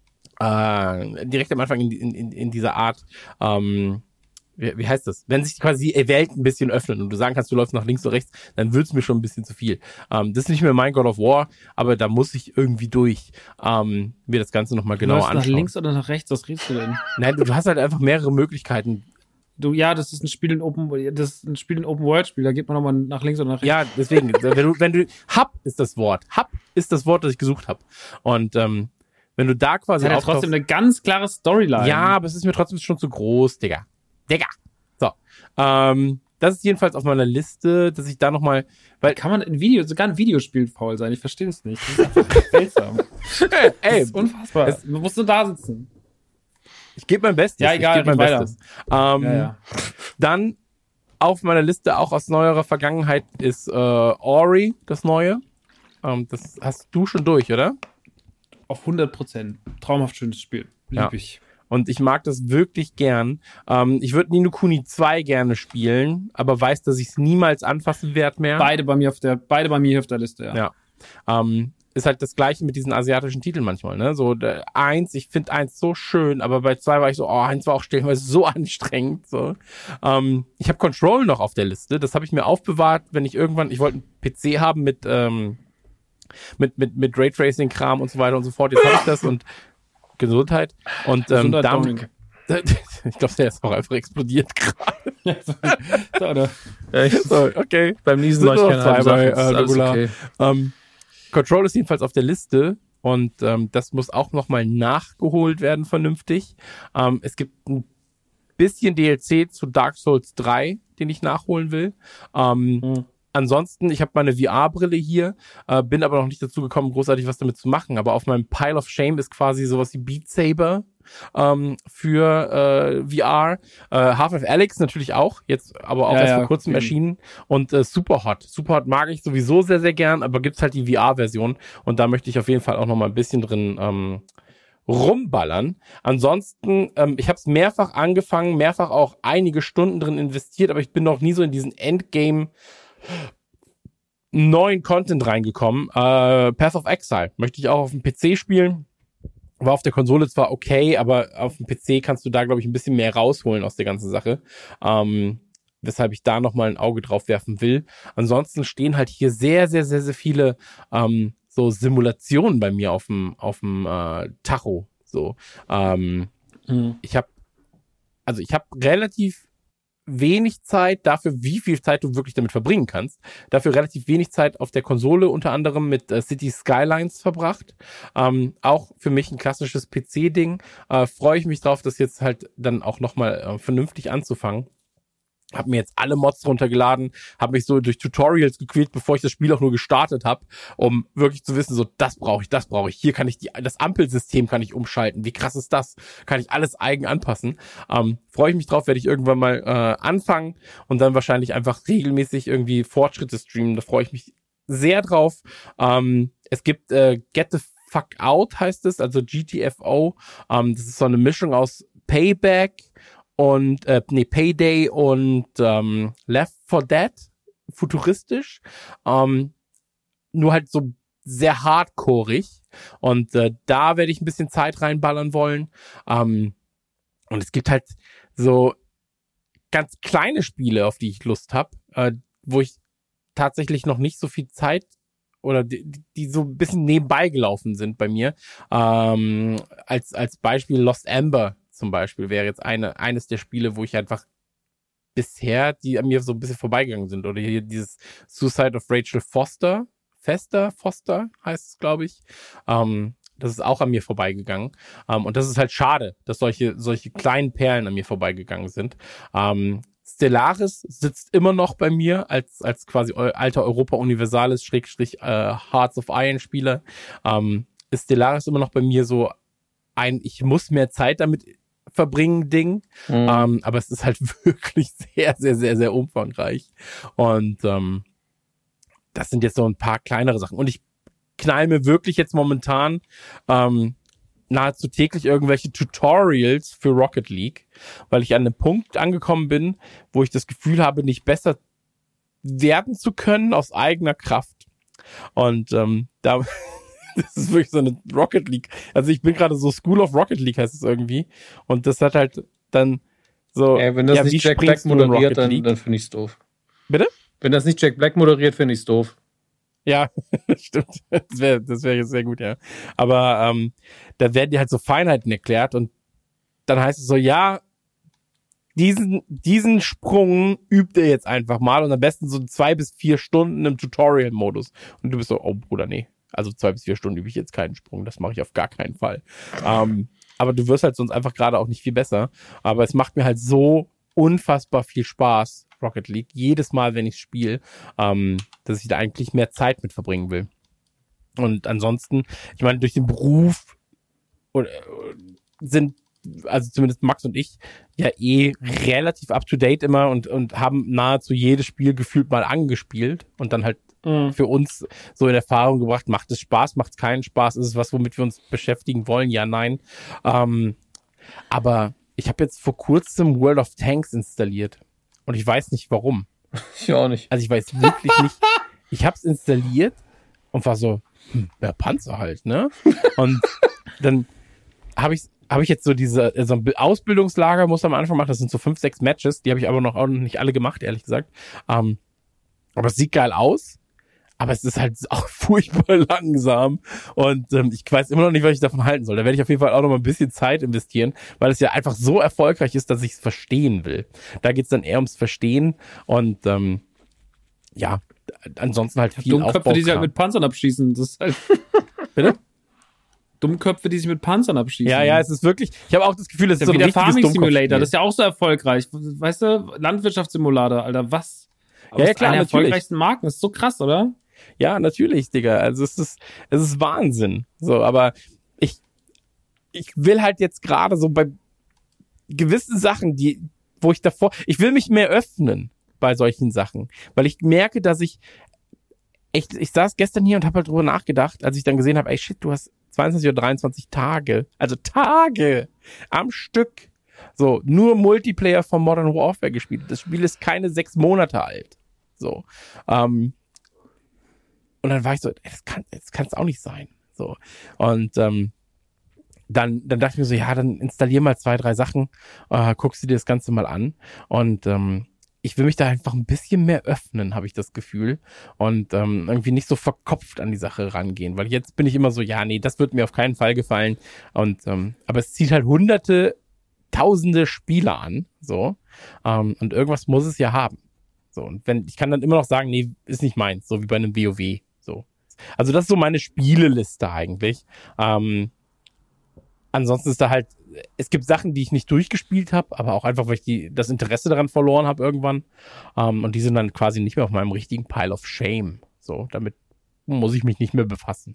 Speaker 1: äh, direkt am Anfang in, in, in dieser Art, ähm, wie, wie heißt das? Wenn sich quasi die Welt ein bisschen öffnet und du sagen kannst, du läufst nach links oder rechts, dann wird's mir schon ein bisschen zu viel. Ähm, das ist nicht mehr mein God of War, aber da muss ich irgendwie durch, ähm, mir das Ganze nochmal
Speaker 4: Du
Speaker 1: genauer
Speaker 4: läufst nach
Speaker 1: anschauen.
Speaker 4: links oder nach rechts? Was redest du denn?
Speaker 1: Nein, du, du hast halt einfach mehrere Möglichkeiten.
Speaker 4: Du, ja, das ist ein Spiel in Open, das ist ein Spiel in Open World Spiel. Da geht man nochmal nach links oder nach rechts.
Speaker 1: Ja, deswegen, wenn du, wenn du, Hub ist das Wort. Hub ist das Wort, das ich gesucht habe. Und ähm, wenn du da quasi
Speaker 4: Das hat ja
Speaker 1: auftauchst-
Speaker 4: trotzdem eine ganz klare Storyline.
Speaker 1: ja, aber es ist mir trotzdem schon zu groß, Digga. Digga. So. Ähm, das ist jedenfalls auf meiner Liste, dass ich da nochmal, weil,
Speaker 4: Kann man in Video, sogar ein Videospiel faul sein? Ich verstehe das nicht. Das ist einfach seltsam. Das
Speaker 1: ey,
Speaker 4: ist unfassbar.
Speaker 1: es-
Speaker 4: Man muss nur da sitzen.
Speaker 1: ich gebe mein Bestes.
Speaker 4: Ja, egal,
Speaker 1: ich gebe mein
Speaker 4: weiter.
Speaker 1: Bestes. Ähm,
Speaker 4: Ja, ja.
Speaker 1: Dann auf meiner Liste auch aus neuerer Vergangenheit ist äh, Ori, das neue. Ähm, das hast du schon durch, oder?
Speaker 4: Auf hundert Prozent. Traumhaft schönes Spiel. Lieb
Speaker 1: Ja.
Speaker 4: ich.
Speaker 1: Und ich mag das wirklich gern. Ähm, ich würde Ni no Kuni zwei gerne spielen, aber weiß, dass ich es niemals anfassen werde mehr.
Speaker 4: Beide bei mir auf der, beide bei mir auf der Liste, ja.
Speaker 1: Ja. Ähm, ist halt das Gleiche mit diesen asiatischen Titeln manchmal, ne? So, der, eins, ich finde eins so schön, aber bei zwei war ich so, oh, eins war auch stellenweise so anstrengend, so. Ähm, ich habe Control noch auf der Liste, das habe ich mir aufbewahrt, wenn ich irgendwann, ich wollte einen P C haben mit, ähm, mit, mit, mit Raytracing-Kram und so weiter und so fort, jetzt habe ich das und Gesundheit und, ähm,
Speaker 4: Gesundheit,
Speaker 1: damit,
Speaker 4: Dominik.
Speaker 1: ich glaube, der ist auch einfach explodiert gerade.
Speaker 4: So, oder?
Speaker 1: So, okay.
Speaker 3: Beim Niesen
Speaker 1: Sind
Speaker 3: war ich
Speaker 1: nur
Speaker 3: keine
Speaker 1: noch zwei
Speaker 3: halbe
Speaker 1: bei,
Speaker 3: Sache. Das ist
Speaker 1: äh,
Speaker 3: alles
Speaker 1: Nukular.
Speaker 3: okay.
Speaker 1: Ähm, Control ist jedenfalls auf der Liste und ähm, das muss auch nochmal nachgeholt werden vernünftig. Ähm, es gibt ein bisschen D L C zu Dark Souls drei, den ich nachholen will. Ähm, mhm. Ansonsten, ich habe meine V R-Brille hier, äh, bin aber noch nicht dazu gekommen, großartig was damit zu machen. Aber auf meinem Pile of Shame ist quasi sowas wie Beat Saber ähm, für äh, V R. Äh, Half-Life Alyx natürlich auch, jetzt aber auch
Speaker 4: ja,
Speaker 1: erst
Speaker 4: ja,
Speaker 1: vor kurzem
Speaker 4: okay.
Speaker 1: erschienen. Und äh, Superhot. Superhot mag ich sowieso sehr, sehr gern, aber gibt's halt die V R-Version. Und da möchte ich auf jeden Fall auch noch mal ein bisschen drin ähm, rumballern. Ansonsten, ähm, ich habe es mehrfach angefangen, mehrfach auch einige Stunden drin investiert, aber ich bin noch nie so in diesen Endgame neuen Content reingekommen. Äh, Path of Exile möchte ich auch auf dem P C spielen. War auf der Konsole zwar okay, aber auf dem P C kannst du da, glaube ich, ein bisschen mehr rausholen aus der ganzen Sache. Ähm, weshalb ich da nochmal ein Auge drauf werfen will. Ansonsten stehen halt hier sehr, sehr, sehr, sehr viele ähm, so Simulationen bei mir auf dem auf dem äh, Tacho. So, ähm, mhm. ich habe also ich habe relativ wenig Zeit dafür, wie viel Zeit du wirklich damit verbringen kannst. Dafür relativ wenig Zeit auf der Konsole, unter anderem mit äh, City Skylines verbracht. Ähm, auch für mich ein klassisches P C-Ding. Äh, freue ich mich drauf, das jetzt halt dann auch nochmal äh, vernünftig anzufangen. Hab mir jetzt alle Mods runtergeladen, habe mich so durch Tutorials gequält, bevor ich das Spiel auch nur gestartet habe, um wirklich zu wissen, so das brauche ich, das brauche ich. Hier kann ich die, das Ampelsystem kann ich umschalten. Wie krass ist das? Kann ich alles eigen anpassen. Ähm, freue ich mich drauf, werde ich irgendwann mal äh, anfangen und dann wahrscheinlich einfach regelmäßig irgendwie Fortschritte streamen. Da freue ich mich sehr drauf. Ähm, es gibt äh, Get the Fuck Out heißt es, also G T F O. Ähm, das ist so eine Mischung aus Payback und äh, nee, Payday und ähm, Left four Dead, futuristisch, ähm, nur halt so sehr hardcoreig und äh, da werde ich ein bisschen Zeit reinballern wollen. Ähm, und es gibt halt so ganz kleine Spiele, auf die ich Lust habe, äh, wo ich tatsächlich noch nicht so viel Zeit oder die, die so ein bisschen nebenbei gelaufen sind bei mir. Ähm, als als Beispiel Lost Ember zum Beispiel wäre jetzt eine eines der Spiele, wo ich einfach bisher, die an mir so ein bisschen vorbeigegangen sind. Oder hier dieses Suicide of Rachel Foster, Fester, Foster heißt es, glaube ich. Ähm, das ist auch an mir vorbeigegangen. Ähm, und das ist halt schade, dass solche solche kleinen Perlen an mir vorbeigegangen sind. Ähm, Stellaris sitzt immer noch bei mir als als quasi alter Europa Universalis Schrägstrich äh, Hearts of Iron Spieler. Ähm, ist Stellaris immer noch bei mir so ein, ich muss mehr Zeit damit verbringen Ding, mhm. ähm, aber es ist halt wirklich sehr, sehr, sehr, sehr umfangreich und ähm, das sind jetzt so ein paar kleinere Sachen und ich knall mir wirklich jetzt momentan ähm, nahezu täglich irgendwelche Tutorials für Rocket League, weil ich an einem Punkt angekommen bin, wo ich das Gefühl habe, nicht besser werden zu können aus eigener Kraft und ähm, da das ist wirklich so eine Rocket League. Also ich bin gerade so School of Rocket League heißt es irgendwie. Und das hat halt dann so.
Speaker 3: Ey, wenn das
Speaker 1: ja,
Speaker 3: nicht Jack Black moderiert, dann, dann finde ich es doof.
Speaker 1: Bitte?
Speaker 3: Wenn das nicht Jack Black moderiert, finde ich es doof.
Speaker 1: Ja, stimmt. Das wäre das wäre jetzt sehr gut, ja. Aber ähm, da werden dir halt so Feinheiten erklärt und dann heißt es so, ja, diesen diesen Sprung übt ihr jetzt einfach mal und am besten so zwei bis vier Stunden im Tutorial-Modus. Und du bist so, oh Bruder, nee. Also zwei bis vier Stunden übe ich jetzt keinen Sprung. Das mache ich auf gar keinen Fall. Ähm, aber du wirst halt sonst einfach gerade auch nicht viel besser. Aber es macht mir halt so unfassbar viel Spaß, Rocket League, jedes Mal, wenn ich spiele, ähm, dass ich da eigentlich mehr Zeit mit verbringen will. Und ansonsten, ich meine, durch den Beruf oder, sind, also zumindest Max und ich, ja eh relativ up-to-date immer und, und haben nahezu jedes Spiel gefühlt mal angespielt und dann halt Mhm. für uns so in Erfahrung gebracht, macht es Spaß, macht es keinen Spaß, ist es was, womit wir uns beschäftigen wollen, ja, nein. Ähm, aber ich habe jetzt vor kurzem World of Tanks installiert und ich weiß nicht warum.
Speaker 3: Ich auch nicht.
Speaker 1: Also ich weiß wirklich nicht. Ich habe es installiert und war so, hm, ja, Panzer halt, ne? Und dann habe ich habe ich jetzt so diese so ein Ausbildungslager, muss am Anfang machen, das sind so fünf, sechs Matches, die habe ich aber noch auch nicht alle gemacht, ehrlich gesagt. Ähm, aber es sieht geil aus. Aber es ist halt auch furchtbar langsam und ähm, ich weiß immer noch nicht, was ich davon halten soll. Da werde ich auf jeden Fall auch noch mal ein bisschen Zeit investieren, weil es ja einfach so erfolgreich ist, dass ich es verstehen will. Da geht's dann eher ums Verstehen und ähm, ja, ansonsten halt viel Aufbau.
Speaker 4: Dummköpfe, die sich halt mit Panzern abschießen. Das ist halt
Speaker 1: Bitte?
Speaker 4: Dummköpfe, die sich mit Panzern abschießen.
Speaker 1: Ja, ja, es ist wirklich, ich habe auch das Gefühl, es ist
Speaker 4: ja,
Speaker 1: so
Speaker 4: wie
Speaker 1: ein
Speaker 4: der
Speaker 1: richtiges
Speaker 4: Farming Simulator,
Speaker 1: Dummkopfspiel.
Speaker 4: das ist ja auch so erfolgreich. Weißt du, Landwirtschaftssimulator, Alter, was?
Speaker 1: Ja, ja, klar,
Speaker 4: einer der
Speaker 1: natürlich.
Speaker 4: erfolgreichsten Marken, das ist so krass, oder?
Speaker 1: Ja, natürlich, Digga. Also es ist, es ist Wahnsinn. So, aber ich, ich will halt jetzt gerade so bei gewissen Sachen, die, wo ich davor, ich will mich mehr öffnen bei solchen Sachen, weil ich merke, dass ich echt, ich saß gestern hier und habe halt drüber nachgedacht, als ich dann gesehen habe, ey shit, du hast zweiundzwanzig oder dreiundzwanzig Tage, also Tage am Stück, so nur Multiplayer von Modern Warfare gespielt. Das Spiel ist keine sechs Monate alt. So, ähm, und dann war ich so, ey, das kann, das kann's auch nicht sein. So, und ähm, dann, dann dachte ich mir so, ja, dann installier mal zwei, drei Sachen, äh, guckst du dir das Ganze mal an. Und ähm, ich will mich da einfach ein bisschen mehr öffnen, habe ich das Gefühl. Und ähm, irgendwie nicht so verkopft an die Sache rangehen. Weil jetzt bin ich immer so, ja, nee, das wird mir auf keinen Fall gefallen. Und ähm, aber es zieht halt hunderte, tausende Spieler an. So. Ähm, und irgendwas muss es ja haben. So, und wenn, ich kann dann immer noch sagen, nee, ist nicht meins, so wie bei einem WoW. So. Also das ist so meine Spieleliste eigentlich. Ähm, Ansonsten ist da halt, es gibt Sachen, die ich nicht durchgespielt habe, aber auch einfach, weil ich die, das Interesse daran verloren habe irgendwann. Um, und die sind dann quasi nicht mehr auf meinem richtigen Pile of Shame. So, damit muss ich mich nicht mehr befassen.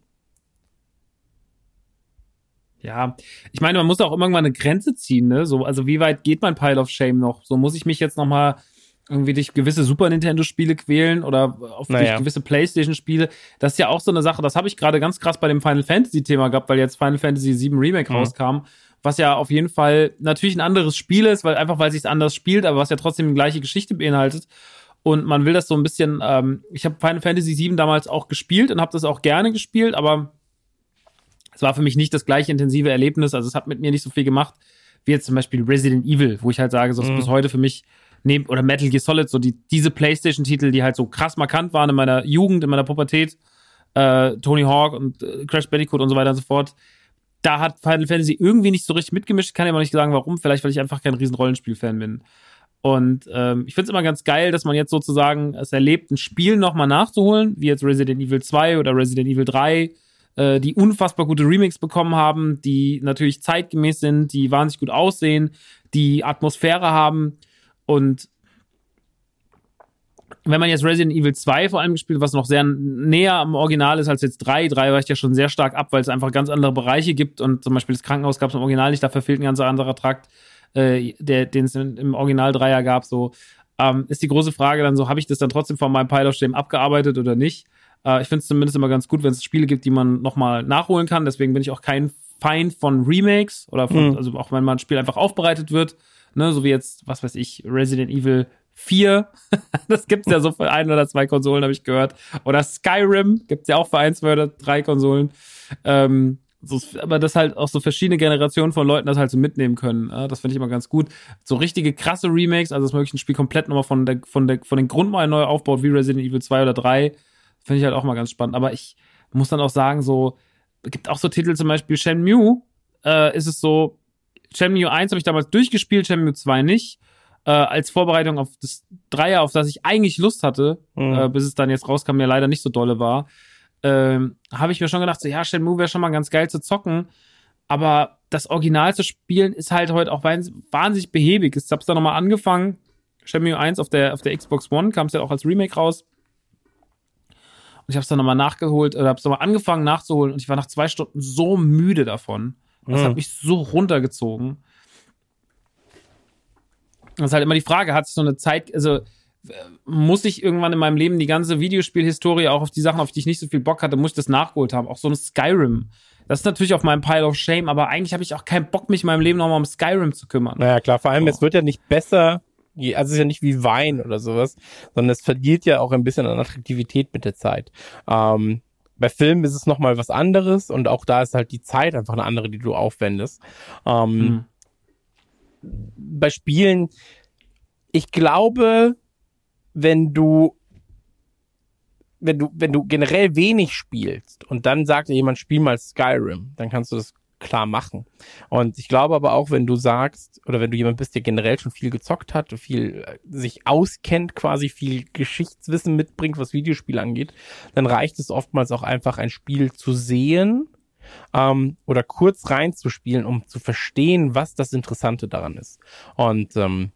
Speaker 4: Ja, ich meine, man muss auch irgendwann eine Grenze ziehen, ne? So, also wie weit geht mein Pile of Shame noch? So, muss ich mich jetzt nochmal irgendwie durch gewisse Super Nintendo-Spiele quälen oder auf
Speaker 1: naja.
Speaker 4: durch gewisse PlayStation-Spiele. Das ist ja auch so eine Sache, das habe ich gerade ganz krass bei dem Final Fantasy-Thema gehabt, weil jetzt Final Fantasy sieben Remake mhm. rauskam, was ja auf jeden Fall natürlich ein anderes Spiel ist, weil einfach weil sich es anders spielt, aber was ja trotzdem die gleiche Geschichte beinhaltet. Und man will das so ein bisschen, ähm, ich habe Final Fantasy sieben damals auch gespielt und habe das auch gerne gespielt, aber es war für mich nicht das gleiche intensive Erlebnis, also es hat mit mir nicht so viel gemacht, wie jetzt zum Beispiel Resident Evil, wo ich halt sage, so ist
Speaker 1: mhm.
Speaker 4: bis heute für mich neben, oder Metal Gear Solid, so die, diese PlayStation-Titel, die halt so krass markant waren in meiner Jugend, in meiner Pubertät, äh, Tony Hawk und äh, Crash Bandicoot und so weiter und so fort, da hat Final Fantasy irgendwie nicht so richtig mitgemischt, kann ich aber nicht sagen, warum, vielleicht, weil ich einfach kein riesen Rollenspiel-Fan bin. Und ähm, ich find's immer ganz geil, dass man jetzt sozusagen es erlebt, ein Spiel nochmal nachzuholen, wie jetzt Resident Evil zwei oder Resident Evil drei, äh, die unfassbar gute Remakes bekommen haben, die natürlich zeitgemäß sind, die wahnsinnig gut aussehen, die Atmosphäre haben. Und wenn man jetzt Resident Evil zwei vor allem gespielt, was noch sehr näher am Original ist als jetzt drei, drei weicht ja schon sehr stark ab, weil es einfach ganz andere Bereiche gibt und zum Beispiel das Krankenhaus gab es im Original nicht, dafür fehlt ein ganz anderer Trakt, äh, der, den es im Original Dreier gab, so, ähm, ist die große Frage dann so, habe ich das dann trotzdem von meinem Pile of Shame abgearbeitet oder nicht? Äh, ich finde es zumindest immer ganz gut, wenn es Spiele gibt, die man nochmal nachholen kann, deswegen bin ich auch kein Feind von Remakes oder von, mhm. also auch wenn man ein Spiel einfach aufbereitet wird, ne, so wie jetzt, was weiß ich, Resident Evil vier, das gibt's ja so für ein oder zwei Konsolen, habe ich gehört. Oder Skyrim gibt's ja auch für ein, zwei oder drei Konsolen. Ähm, so, aber das halt auch so verschiedene Generationen von Leuten das halt so mitnehmen können. Ja, das finde ich immer ganz gut. So richtige krasse Remakes, also dass man wirklich ein Spiel komplett nochmal von der, von der, von den Grundmauern neu aufbaut, wie Resident Evil zwei oder drei, finde ich halt auch mal ganz spannend. Aber ich muss dann auch sagen, so, es gibt auch so Titel, zum Beispiel Shenmue, äh, ist es so, Shenmue eins habe ich damals durchgespielt, Shenmue zwei nicht. Äh, als Vorbereitung auf das Dreier, auf das ich eigentlich Lust hatte, mhm. äh, bis es dann jetzt rauskam, mir leider nicht so dolle war, ähm, habe ich mir schon gedacht, so ja, Shenmue wäre schon mal ganz geil zu zocken, aber das Original zu spielen ist halt heute auch wahnsinnig behäbig. Ich hab's dann nochmal angefangen, Shenmue eins auf der, auf der Xbox One, kam es ja auch als Remake raus. Und ich hab's dann nochmal nachgeholt, oder hab's nochmal angefangen nachzuholen und ich war nach zwei Stunden so müde davon. Das mhm. hat mich so runtergezogen. Das ist halt immer die Frage, hat sich so eine Zeit, also muss ich irgendwann in meinem Leben die ganze Videospielhistorie, auch auf die Sachen, auf die ich nicht so viel Bock hatte, muss ich das nachgeholt haben. Auch so ein Skyrim. Das ist natürlich auf meinem Pile of Shame, aber eigentlich habe ich auch keinen Bock, mich in meinem Leben nochmal um Skyrim zu kümmern.
Speaker 1: Naja, klar, vor allem,
Speaker 4: so.
Speaker 1: Es wird ja nicht besser, also es ist ja nicht wie Wein oder sowas, sondern es verliert ja auch ein bisschen an Attraktivität mit der Zeit. Ähm, bei Filmen ist es nochmal was anderes und auch da ist halt die Zeit einfach eine andere, die du aufwendest. Ähm, hm. Bei Spielen, ich glaube, wenn du, wenn du, wenn du generell wenig spielst und dann sagt dir jemand, spiel mal Skyrim, dann kannst du das klar machen. Und ich glaube aber auch, wenn du sagst, oder wenn du jemand bist, der generell schon viel gezockt hat, viel sich auskennt, quasi viel Geschichtswissen mitbringt, was Videospiele angeht, dann reicht es oftmals auch einfach, ein Spiel zu sehen ähm, oder kurz reinzuspielen, um zu verstehen, was das Interessante daran ist. Und ähm,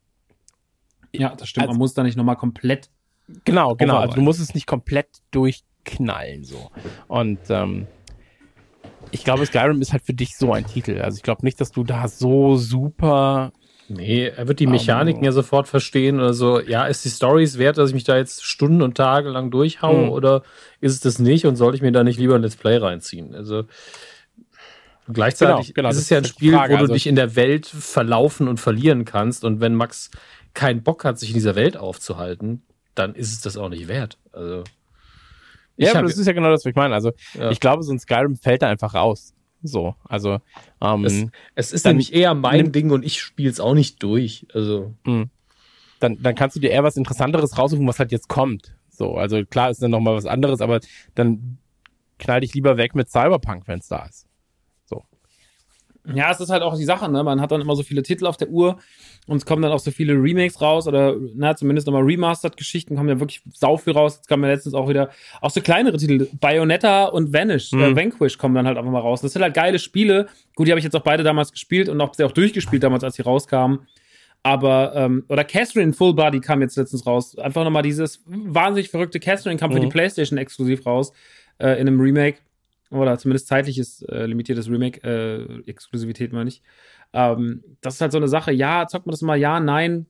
Speaker 4: Ja, das stimmt.
Speaker 1: Also-
Speaker 4: Man muss da nicht nochmal komplett.
Speaker 1: genau, genau. Also du
Speaker 4: Overarbeiten.
Speaker 1: musst es nicht komplett durchknallen so. Und ähm, ich glaube, Skyrim ist halt für dich so ein Titel. Also ich glaube nicht, dass du da so super.
Speaker 3: Nee, er wird die Mechaniken ja sofort verstehen oder so. Ja, ist die Story es wert, dass ich mich da jetzt Stunden und Tage lang durchhaue
Speaker 1: Mhm.
Speaker 3: oder ist es das nicht und sollte ich mir da nicht lieber ein Let's Play reinziehen? Also gleichzeitig
Speaker 1: Genau, genau,
Speaker 3: ist
Speaker 1: das
Speaker 3: es ja ein
Speaker 1: ist die
Speaker 3: Spiel,
Speaker 1: Frage,
Speaker 3: wo du
Speaker 1: also-
Speaker 3: dich in der Welt verlaufen und verlieren kannst und wenn Max keinen Bock hat, sich in dieser Welt aufzuhalten, dann ist es das auch nicht wert. Also ich
Speaker 1: Ja, aber
Speaker 3: hab-
Speaker 1: das ist ja genau das, was ich meine. Also
Speaker 3: Ja.
Speaker 1: ich glaube, so ein Skyrim fällt da einfach raus. So, also ähm,
Speaker 3: es, es ist
Speaker 1: dann
Speaker 3: nämlich eher mein
Speaker 1: nimm-
Speaker 3: Ding und ich spiele es auch nicht durch. Also
Speaker 1: dann, dann kannst du dir eher was Interessanteres raussuchen, was halt jetzt kommt. So, also klar ist dann nochmal was anderes, aber dann knall dich lieber weg mit Cyberpunk, wenn es da ist.
Speaker 4: Ja, es ist halt auch die Sache, ne? Man hat dann immer so viele Titel auf der Uhr und es kommen dann auch so viele Remakes raus oder na, zumindest nochmal Remastered-Geschichten kommen ja wirklich sau viel raus. Jetzt kamen ja letztens auch wieder auch so kleinere Titel. Bayonetta und Vanish,
Speaker 1: Mhm.
Speaker 4: äh, Vanquish kommen dann halt einfach mal raus. Das sind halt geile Spiele. Gut, die habe ich jetzt auch beide damals gespielt und auch sie auch durchgespielt damals, als sie rauskamen. Aber, ähm, oder Catherine Full Body kam jetzt letztens raus. Einfach nochmal dieses wahnsinnig verrückte Catherine kam für
Speaker 1: Mhm.
Speaker 4: die PlayStation exklusiv raus, äh, in einem Remake. Oder zumindest zeitliches, äh, limitiertes Remake, äh, Exklusivität meine ich. Ähm, das ist halt so eine Sache, ja, zockt man das mal, ja, nein.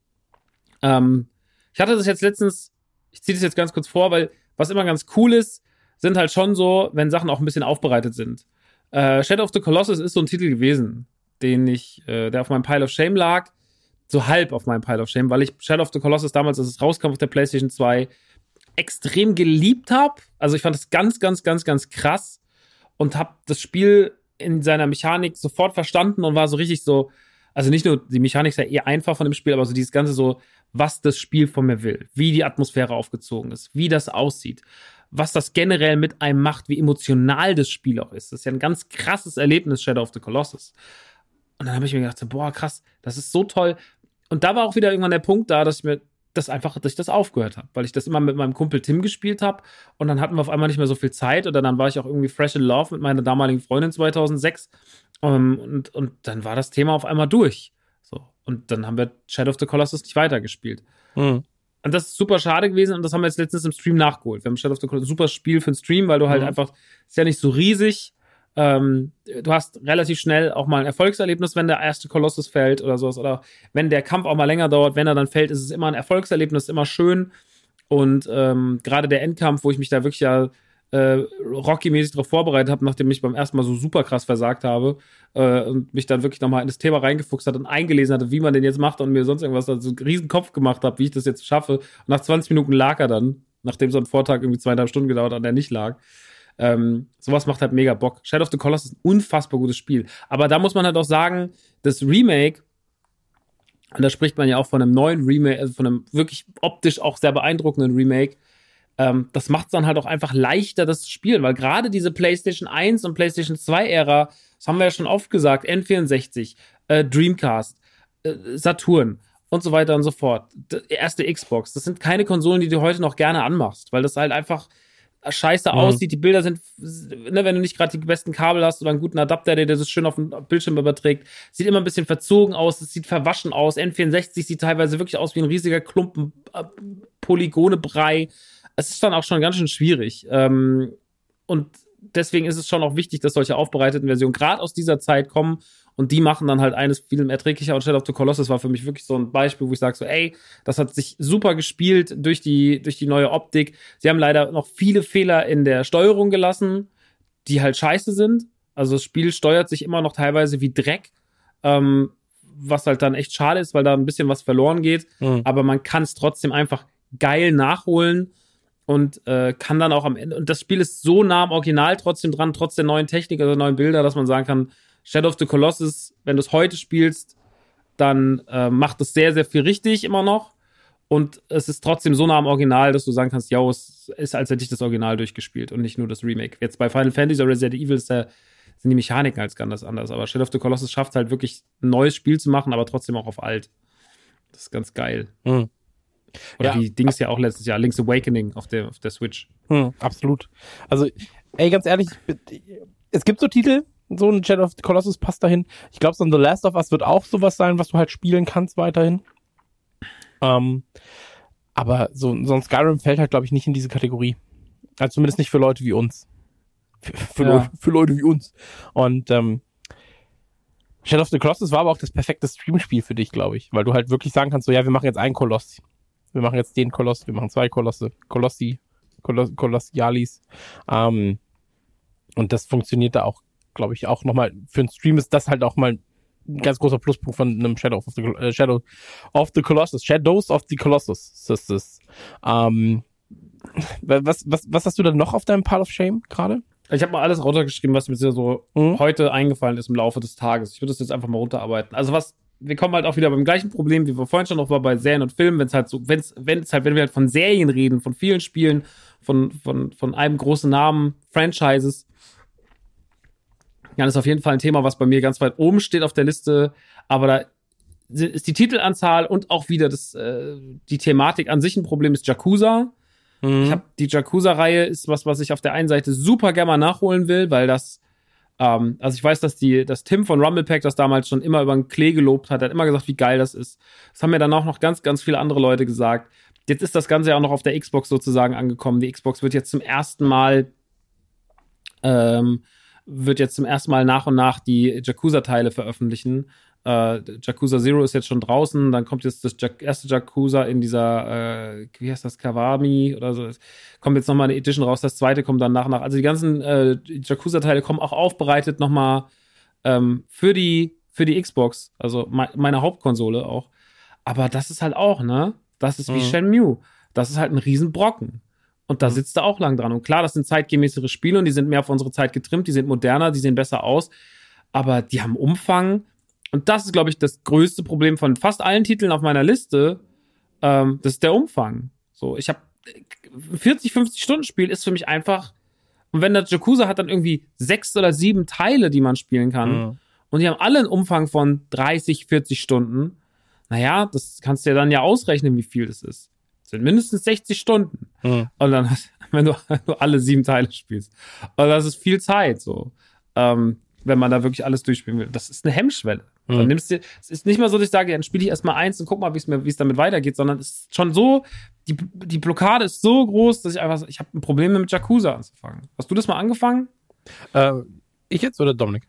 Speaker 4: Ähm, ich hatte das jetzt letztens, ich ziehe das jetzt ganz kurz vor, weil was immer ganz cool ist, sind halt schon so, wenn Sachen auch ein bisschen aufbereitet sind. Äh, Shadow of the Colossus ist so ein Titel gewesen, den ich, äh, der auf meinem Pile of Shame lag, so halb auf meinem Pile of Shame, weil ich Shadow of the Colossus damals, als es rauskam auf der PlayStation zwei, extrem geliebt habe. Also ich fand es ganz, ganz, ganz, ganz krass und habe das Spiel in seiner Mechanik sofort verstanden und war so richtig so, also nicht nur die Mechanik ist ja eher einfach von dem Spiel, aber so dieses Ganze so, was das Spiel von mir will, wie die Atmosphäre aufgezogen ist, wie das aussieht, was das generell mit einem macht, wie emotional das Spiel auch ist. Das ist ja ein ganz krasses Erlebnis, Shadow of the Colossus. Und dann habe ich mir gedacht, so, boah, krass, das ist so toll. Und da war auch wieder irgendwann der Punkt da, dass ich mir das einfach, dass ich das aufgehört habe, weil ich das immer mit meinem Kumpel Tim gespielt habe und dann hatten wir auf einmal nicht mehr so viel Zeit oder dann war ich auch irgendwie fresh in love mit meiner damaligen Freundin zweitausendsechs um, und, und dann war das Thema auf einmal durch. So. Und dann haben wir Shadow of the Colossus nicht weitergespielt.
Speaker 1: Mhm.
Speaker 4: Und das ist super schade gewesen und das haben wir jetzt letztens im Stream nachgeholt. Wir haben Shadow of the Colossus, super Spiel für den Stream, weil du halt
Speaker 1: Mhm.
Speaker 4: einfach, ist ja nicht so riesig. Ähm, du hast relativ schnell auch mal ein Erfolgserlebnis, wenn der erste Kolossus fällt oder sowas. Oder wenn der Kampf auch mal länger dauert, wenn er dann fällt, ist es immer ein Erfolgserlebnis, immer schön. Und ähm, gerade der Endkampf, wo ich mich da wirklich ja äh, Rocky-mäßig darauf vorbereitet habe, nachdem ich beim ersten Mal so super krass versagt habe äh, und mich dann wirklich nochmal in das Thema reingefuchst hat und eingelesen hatte, wie man den jetzt macht und mir sonst irgendwas, also einen riesen Kopf gemacht habe, wie ich das jetzt schaffe. Und nach zwanzig Minuten lag er dann, nachdem so ein Vortag irgendwie zweieinhalb Stunden gedauert hat, an der nicht lag. Ähm, sowas macht halt mega Bock. Shadow of the Colossus ist ein unfassbar gutes Spiel. Aber da muss man halt auch sagen, das Remake, und da spricht man ja auch von einem neuen Remake, also von einem wirklich optisch auch sehr beeindruckenden Remake, ähm, das macht es dann halt auch einfach leichter, das zu spielen, weil gerade diese PlayStation eins und PlayStation zwei Ära, das haben wir ja schon oft gesagt, N vierundsechzig, äh, Dreamcast, äh, Saturn und so weiter und so fort, die erste Xbox, das sind keine Konsolen, die du heute noch gerne anmachst, weil das halt einfach scheiße
Speaker 1: Mhm.
Speaker 4: aussieht, die Bilder sind, ne, wenn du nicht gerade die besten Kabel hast oder einen guten Adapter, der das schön auf den Bildschirm überträgt, sieht immer ein bisschen verzogen aus, es sieht verwaschen aus, N vierundsechzig sieht teilweise wirklich aus wie ein riesiger Klumpen äh, Polygone-Brei. Es ist dann auch schon ganz schön schwierig. Ähm, und deswegen ist es schon auch wichtig, dass solche aufbereiteten Versionen gerade aus dieser Zeit kommen und die machen dann halt eines viel erträglicher. Und Shadow of the Colossus war für mich wirklich so ein Beispiel, wo ich sage so, ey, das hat sich super gespielt durch die, durch die neue Optik. Sie haben leider noch viele Fehler in der Steuerung gelassen, die halt scheiße sind. Also das Spiel steuert sich immer noch teilweise wie Dreck, ähm, was halt dann echt schade ist, weil da ein bisschen was verloren geht.
Speaker 1: Mhm.
Speaker 4: Aber man kann es trotzdem einfach geil nachholen und äh, kann dann auch am Ende, und das Spiel ist so nah am Original trotzdem dran, trotz der neuen Technik oder neuen Bilder, dass man sagen kann, Shadow of the Colossus, wenn du es heute spielst, dann äh, macht es sehr, sehr viel richtig immer noch und es ist trotzdem so nah am Original, dass du sagen kannst, ja, es ist, als hätte ich das Original durchgespielt und nicht nur das Remake. Jetzt bei Final Fantasy oder Resident Evil ist der, sind die Mechaniken halt ganz anders, aber Shadow of the Colossus schafft es halt wirklich, ein neues Spiel zu machen, aber trotzdem auch auf alt. Das ist ganz geil.
Speaker 1: Mhm.
Speaker 4: Oder
Speaker 1: Ja.
Speaker 4: wie Dings ja auch letztes Jahr, Link's Awakening auf der, auf der Switch.
Speaker 1: Hm, absolut. Also, ey, ganz ehrlich, es gibt so Titel, so ein Shadow of the Colossus passt dahin. Ich glaube, so ein The Last of Us wird auch sowas sein, was du halt spielen kannst weiterhin. Ähm, aber so, so ein Skyrim fällt halt, glaube ich, nicht in diese Kategorie. Also zumindest nicht für Leute wie uns. Für, für,
Speaker 4: Ja.
Speaker 1: Leute, für Leute wie uns. Und ähm, Shadow of the Colossus war aber auch das perfekte Streamspiel für dich, glaube ich. Weil du halt wirklich sagen kannst, so ja, wir machen jetzt einen Koloss. Wir machen jetzt den Koloss, wir machen zwei Kolosse. Kolossi, Koloss, Kolossialis. Ähm, und das funktioniert da auch, glaube ich, auch nochmal. Für einen Stream ist das halt auch mal ein ganz großer Pluspunkt von einem Shadow of the, äh, Shadow of the Colossus. Shadows of the Colossus. Das ist, ähm, was, was, was hast du da noch auf deinem Pile of Shame gerade?
Speaker 4: Ich habe mal alles runtergeschrieben, was mir so
Speaker 1: Mhm.
Speaker 4: heute eingefallen ist im Laufe des Tages. Ich würde das jetzt einfach mal runterarbeiten. Also was, wir kommen halt auch wieder beim gleichen Problem, wie wir vorhin schon noch war bei Serien und Filmen, wenn es halt so, wenn es, wenn es halt, wenn wir halt von Serien reden, von vielen Spielen, von, von, von einem großen Namen, Franchises, dann ist auf jeden Fall ein Thema, was bei mir ganz weit oben steht auf der Liste, aber da ist die Titelanzahl und auch wieder das, äh, die Thematik an sich ein Problem, ist Yakuza.
Speaker 1: Mhm.
Speaker 4: Ich habe die Yakuza-Reihe ist was, was ich auf der einen Seite super gerne mal nachholen will, weil das, ähm, also ich weiß, dass die, dass Tim von Rumblepack das damals schon immer über den Klee gelobt hat, er hat immer gesagt, wie geil das ist. Das haben mir dann auch noch ganz, ganz viele andere Leute gesagt. Jetzt ist das Ganze ja auch noch auf der Xbox sozusagen angekommen. Die Xbox wird jetzt zum ersten Mal, ähm, wird jetzt zum ersten Mal nach und nach die Yakuza-Teile veröffentlichen. Äh, Yakuza Zero ist jetzt schon draußen, dann kommt jetzt das Jak- erste Yakuza in dieser, äh, wie heißt das, Kawami oder so. Es kommt jetzt nochmal eine Edition raus, das zweite kommt dann nach und nach. Also die ganzen äh, Yakuza-Teile kommen auch aufbereitet nochmal ähm, für die für die Xbox, also me- meine Hauptkonsole auch. Aber das ist halt auch, ne? Das ist wie
Speaker 1: Mhm.
Speaker 4: Shenmue. Das ist halt ein Riesenbrocken. Und da sitzt er auch lang dran. Und klar, das sind zeitgemäßere Spiele und die sind mehr auf unsere Zeit getrimmt, die sind moderner, die sehen besser aus. Aber die haben Umfang. Und das ist, glaube ich, das größte Problem von fast allen Titeln auf meiner Liste. Ähm, das ist der Umfang. So, ich habe vierzig, fünfzig Stunden Spiel ist für mich einfach. Und wenn das Yakuza hat dann irgendwie sechs oder sieben Teile, die man spielen kann.
Speaker 1: Mhm.
Speaker 4: Und die haben alle einen Umfang von dreißig, vierzig Stunden. Naja, das kannst du ja dann ja ausrechnen, wie viel das ist. Das sind mindestens sechzig Stunden.
Speaker 1: Mhm.
Speaker 4: Und dann, hast, wenn du, wenn du alle sieben Teile spielst. Und das ist viel Zeit, so. Ähm, wenn man da wirklich alles durchspielen will. Das ist eine Hemmschwelle.
Speaker 1: Mhm.
Speaker 4: Dann nimmst du, es ist nicht mal so, dass ich sage, ja, dann spiele ich erstmal eins und guck mal, wie es mir, wie es damit weitergeht, sondern es ist schon so, die, die Blockade ist so groß, dass ich einfach, ich habe ein Problem mit Yakuza anzufangen. Hast du das mal angefangen?
Speaker 1: Äh, ich jetzt oder Dominik?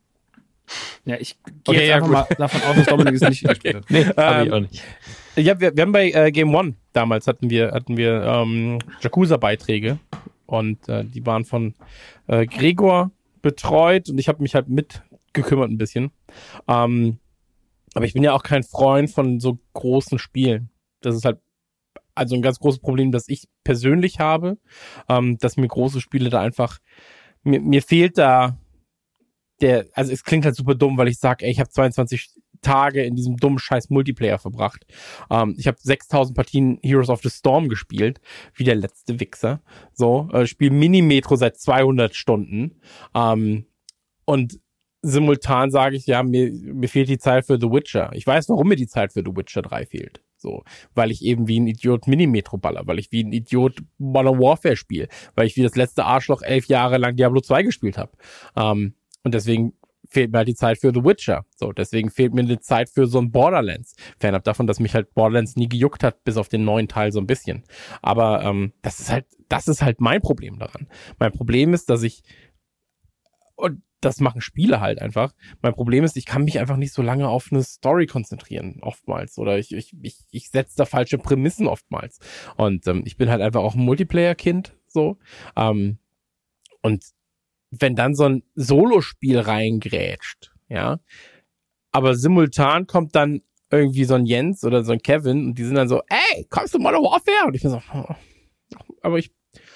Speaker 4: Ja, ich gehe
Speaker 1: Okay,
Speaker 4: jetzt
Speaker 1: ja,
Speaker 4: einfach
Speaker 1: gut.
Speaker 4: mal davon aus, dass Dominik es nicht gespielt hat.
Speaker 1: Nee,
Speaker 3: Hab ich
Speaker 1: ähm,
Speaker 3: auch nicht.
Speaker 1: ja, wir, wir haben bei äh, Game One damals hatten wir hatten wir ähm, Yakuza-Beiträge und äh, die waren von äh, Gregor betreut und ich habe mich halt mitgekümmert ein bisschen. Ähm, aber ich bin ja auch kein Freund von so großen Spielen. Das ist halt also ein ganz großes Problem, das ich persönlich habe, ähm, dass mir große Spiele da einfach mir, mir fehlt da der, also es klingt halt super dumm, weil ich sage, ey, ich habe zweiundzwanzig Tage in diesem dummen scheiß Multiplayer verbracht. Ähm, ich habe sechstausend Partien Heroes of the Storm gespielt, wie der letzte Wichser. So, äh, spiel Mini-Metro seit zweihundert Stunden. Ähm, und simultan sage ich, ja, mir, mir fehlt die Zeit für The Witcher. Ich weiß, warum mir die Zeit für The Witcher drei fehlt. So, weil ich eben wie ein Idiot Mini-Metro baller, weil ich wie ein Idiot Modern Warfare spiele, weil ich wie das letzte Arschloch elf Jahre lang Diablo zwei gespielt habe. Ähm, Und deswegen fehlt mir halt die Zeit für The Witcher. So, deswegen fehlt mir eine Zeit für so ein Borderlands. Fernab davon, dass mich halt Borderlands nie gejuckt hat, bis auf den neuen Teil so ein bisschen. Aber ähm, das ist halt, das ist halt mein Problem daran. Mein Problem ist, dass ich, und das machen Spiele halt einfach. Mein Problem ist, ich kann mich einfach nicht so lange auf eine Story konzentrieren, oftmals. Oder ich, ich, ich, ich setze da falsche Prämissen oftmals. Und ähm, ich bin halt einfach auch ein Multiplayer-Kind, so. Ähm, und wenn dann so ein Solospiel reingrätscht, ja, aber simultan kommt dann irgendwie so ein Jens oder so ein Kevin und die sind dann so, ey, kommst du Modern Warfare? Und ich bin so, oh, aber ich,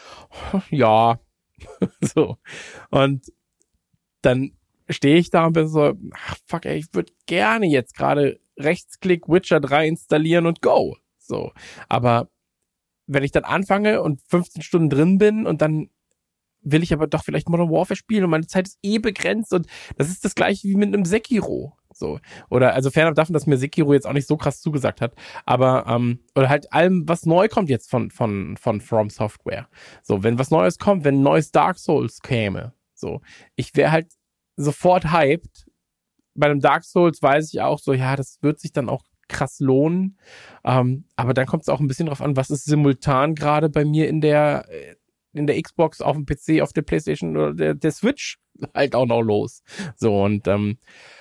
Speaker 1: ja, so. Und dann stehe ich da und bin so, ach, fuck, ey, ich würde gerne jetzt gerade Rechtsklick Witcher drei installieren und go. So. Aber wenn ich dann anfange und fünfzehn Stunden drin bin und dann will ich aber doch vielleicht Modern Warfare spielen und meine Zeit ist eh begrenzt und das ist das gleiche wie mit einem Sekiro. So. Oder, also fernab davon, dass mir Sekiro jetzt auch nicht so krass zugesagt hat, aber, ähm, oder halt allem, was neu kommt jetzt von, von, von From Software. So, wenn was Neues kommt, wenn ein neues Dark Souls käme, So, ich wäre halt sofort hyped. Bei einem Dark Souls weiß ich auch so, ja, das wird sich dann auch krass lohnen. Ähm, aber dann kommt es auch ein bisschen drauf an, was ist simultan gerade bei mir in der in der Xbox, auf dem P C, auf der PlayStation oder der, der Switch halt auch noch los. So, und ähm,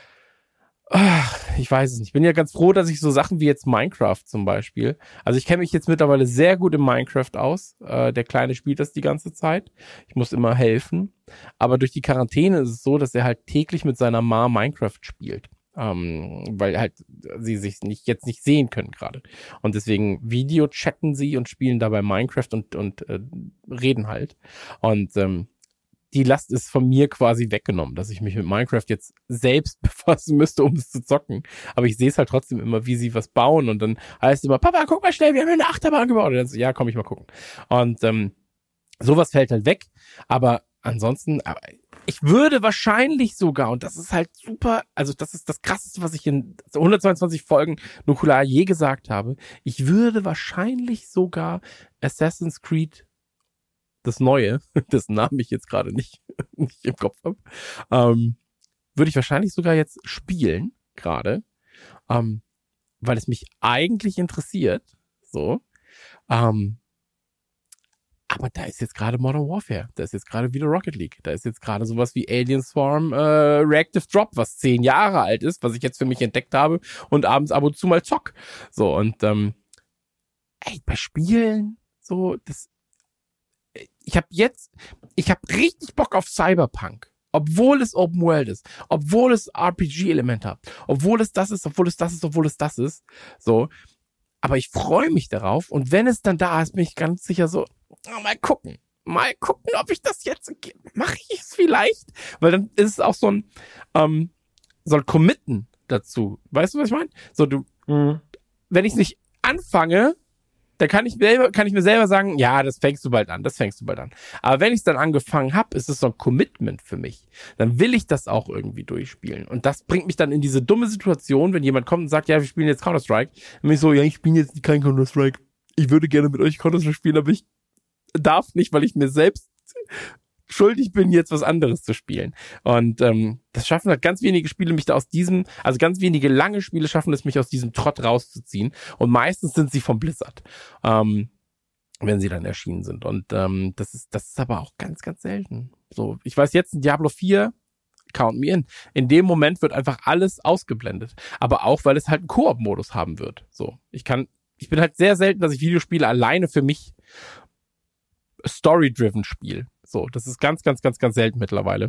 Speaker 1: ach, ich weiß es nicht. Ich bin ja ganz froh, dass ich so Sachen wie jetzt Minecraft zum Beispiel, also ich kenne mich jetzt mittlerweile sehr gut in Minecraft aus. Äh, der Kleine spielt das die ganze Zeit. Ich muss immer helfen. Aber durch die Quarantäne ist es so, dass er halt täglich mit seiner Ma Minecraft spielt. Ähm, weil halt sie sich nicht jetzt nicht sehen können gerade. Und deswegen Video-chatten sie und spielen dabei Minecraft und, und äh, reden halt. Und ähm, die Last ist von mir quasi weggenommen, dass ich mich mit Minecraft jetzt selbst befassen müsste, um es zu zocken. Aber ich sehe es halt trotzdem immer, wie sie was bauen. Und dann heißt es immer, Papa, guck mal schnell, wir haben eine Achterbahn gebaut. Und dann so, ja, komm ich mal gucken. Und ähm, sowas fällt halt weg. Aber ansonsten, aber ich würde wahrscheinlich sogar, und das ist halt super, also das ist das Krasseste, was ich in hundertzweiundzwanzig Folgen Nukular je gesagt habe, ich würde wahrscheinlich sogar Assassin's Creed, das Neue, dessen Namen ich jetzt gerade nicht, nicht im Kopf habe, ähm, würde ich wahrscheinlich sogar jetzt spielen, gerade, ähm, weil es mich eigentlich interessiert, so, ähm, aber da ist jetzt gerade Modern Warfare, da ist jetzt gerade wieder Rocket League, da ist jetzt gerade sowas wie Alien Swarm äh, Reactive Drop, was zehn Jahre alt ist, was ich jetzt für mich entdeckt habe und abends ab und zu mal zock. So, und ähm, ey, bei Spielen, so, das, ich habe jetzt, ich habe richtig Bock auf Cyberpunk, obwohl es Open World ist, obwohl es R P G-Element hat, obwohl es das ist, obwohl es das ist, obwohl es das ist, so. Aber ich freue mich darauf und wenn es dann da ist, bin ich ganz sicher so, oh, mal gucken, mal gucken, ob ich das jetzt, mache ich es vielleicht? Weil dann ist es auch so ein, ähm, so ein Committen dazu. Weißt du, was ich meine? So, du, mhm. wenn ich es nicht anfange, dann kann ich, selber, kann ich mir selber sagen, ja, das fängst du bald an, das fängst du bald an. Aber wenn ich es dann angefangen habe, ist es so ein Commitment für mich. Dann will ich das auch irgendwie durchspielen. Und das bringt mich dann in diese dumme Situation, wenn jemand kommt und sagt, ja, wir spielen jetzt Counter-Strike. Und ich so, ja, ich spiele jetzt kein Counter-Strike. Ich würde gerne mit euch Counter-Strike spielen, aber ich darf nicht, weil ich mir selbst schuldig bin, jetzt was anderes zu spielen. Und ähm, das schaffen halt ganz wenige Spiele, mich da aus diesem, also ganz wenige lange Spiele schaffen es, mich aus diesem Trott rauszuziehen. Und meistens sind sie vom Blizzard, ähm, wenn sie dann erschienen sind. Und ähm, das ist, das ist aber auch ganz, ganz selten. So, ich weiß jetzt, in Diablo vier, count me in. In dem Moment wird einfach alles ausgeblendet. Aber auch, weil es halt einen Koop-Modus haben wird. So, ich kann, ich bin halt sehr selten, dass ich Videospiele alleine für mich story-driven spiele. So, das ist ganz, ganz, ganz, ganz selten mittlerweile.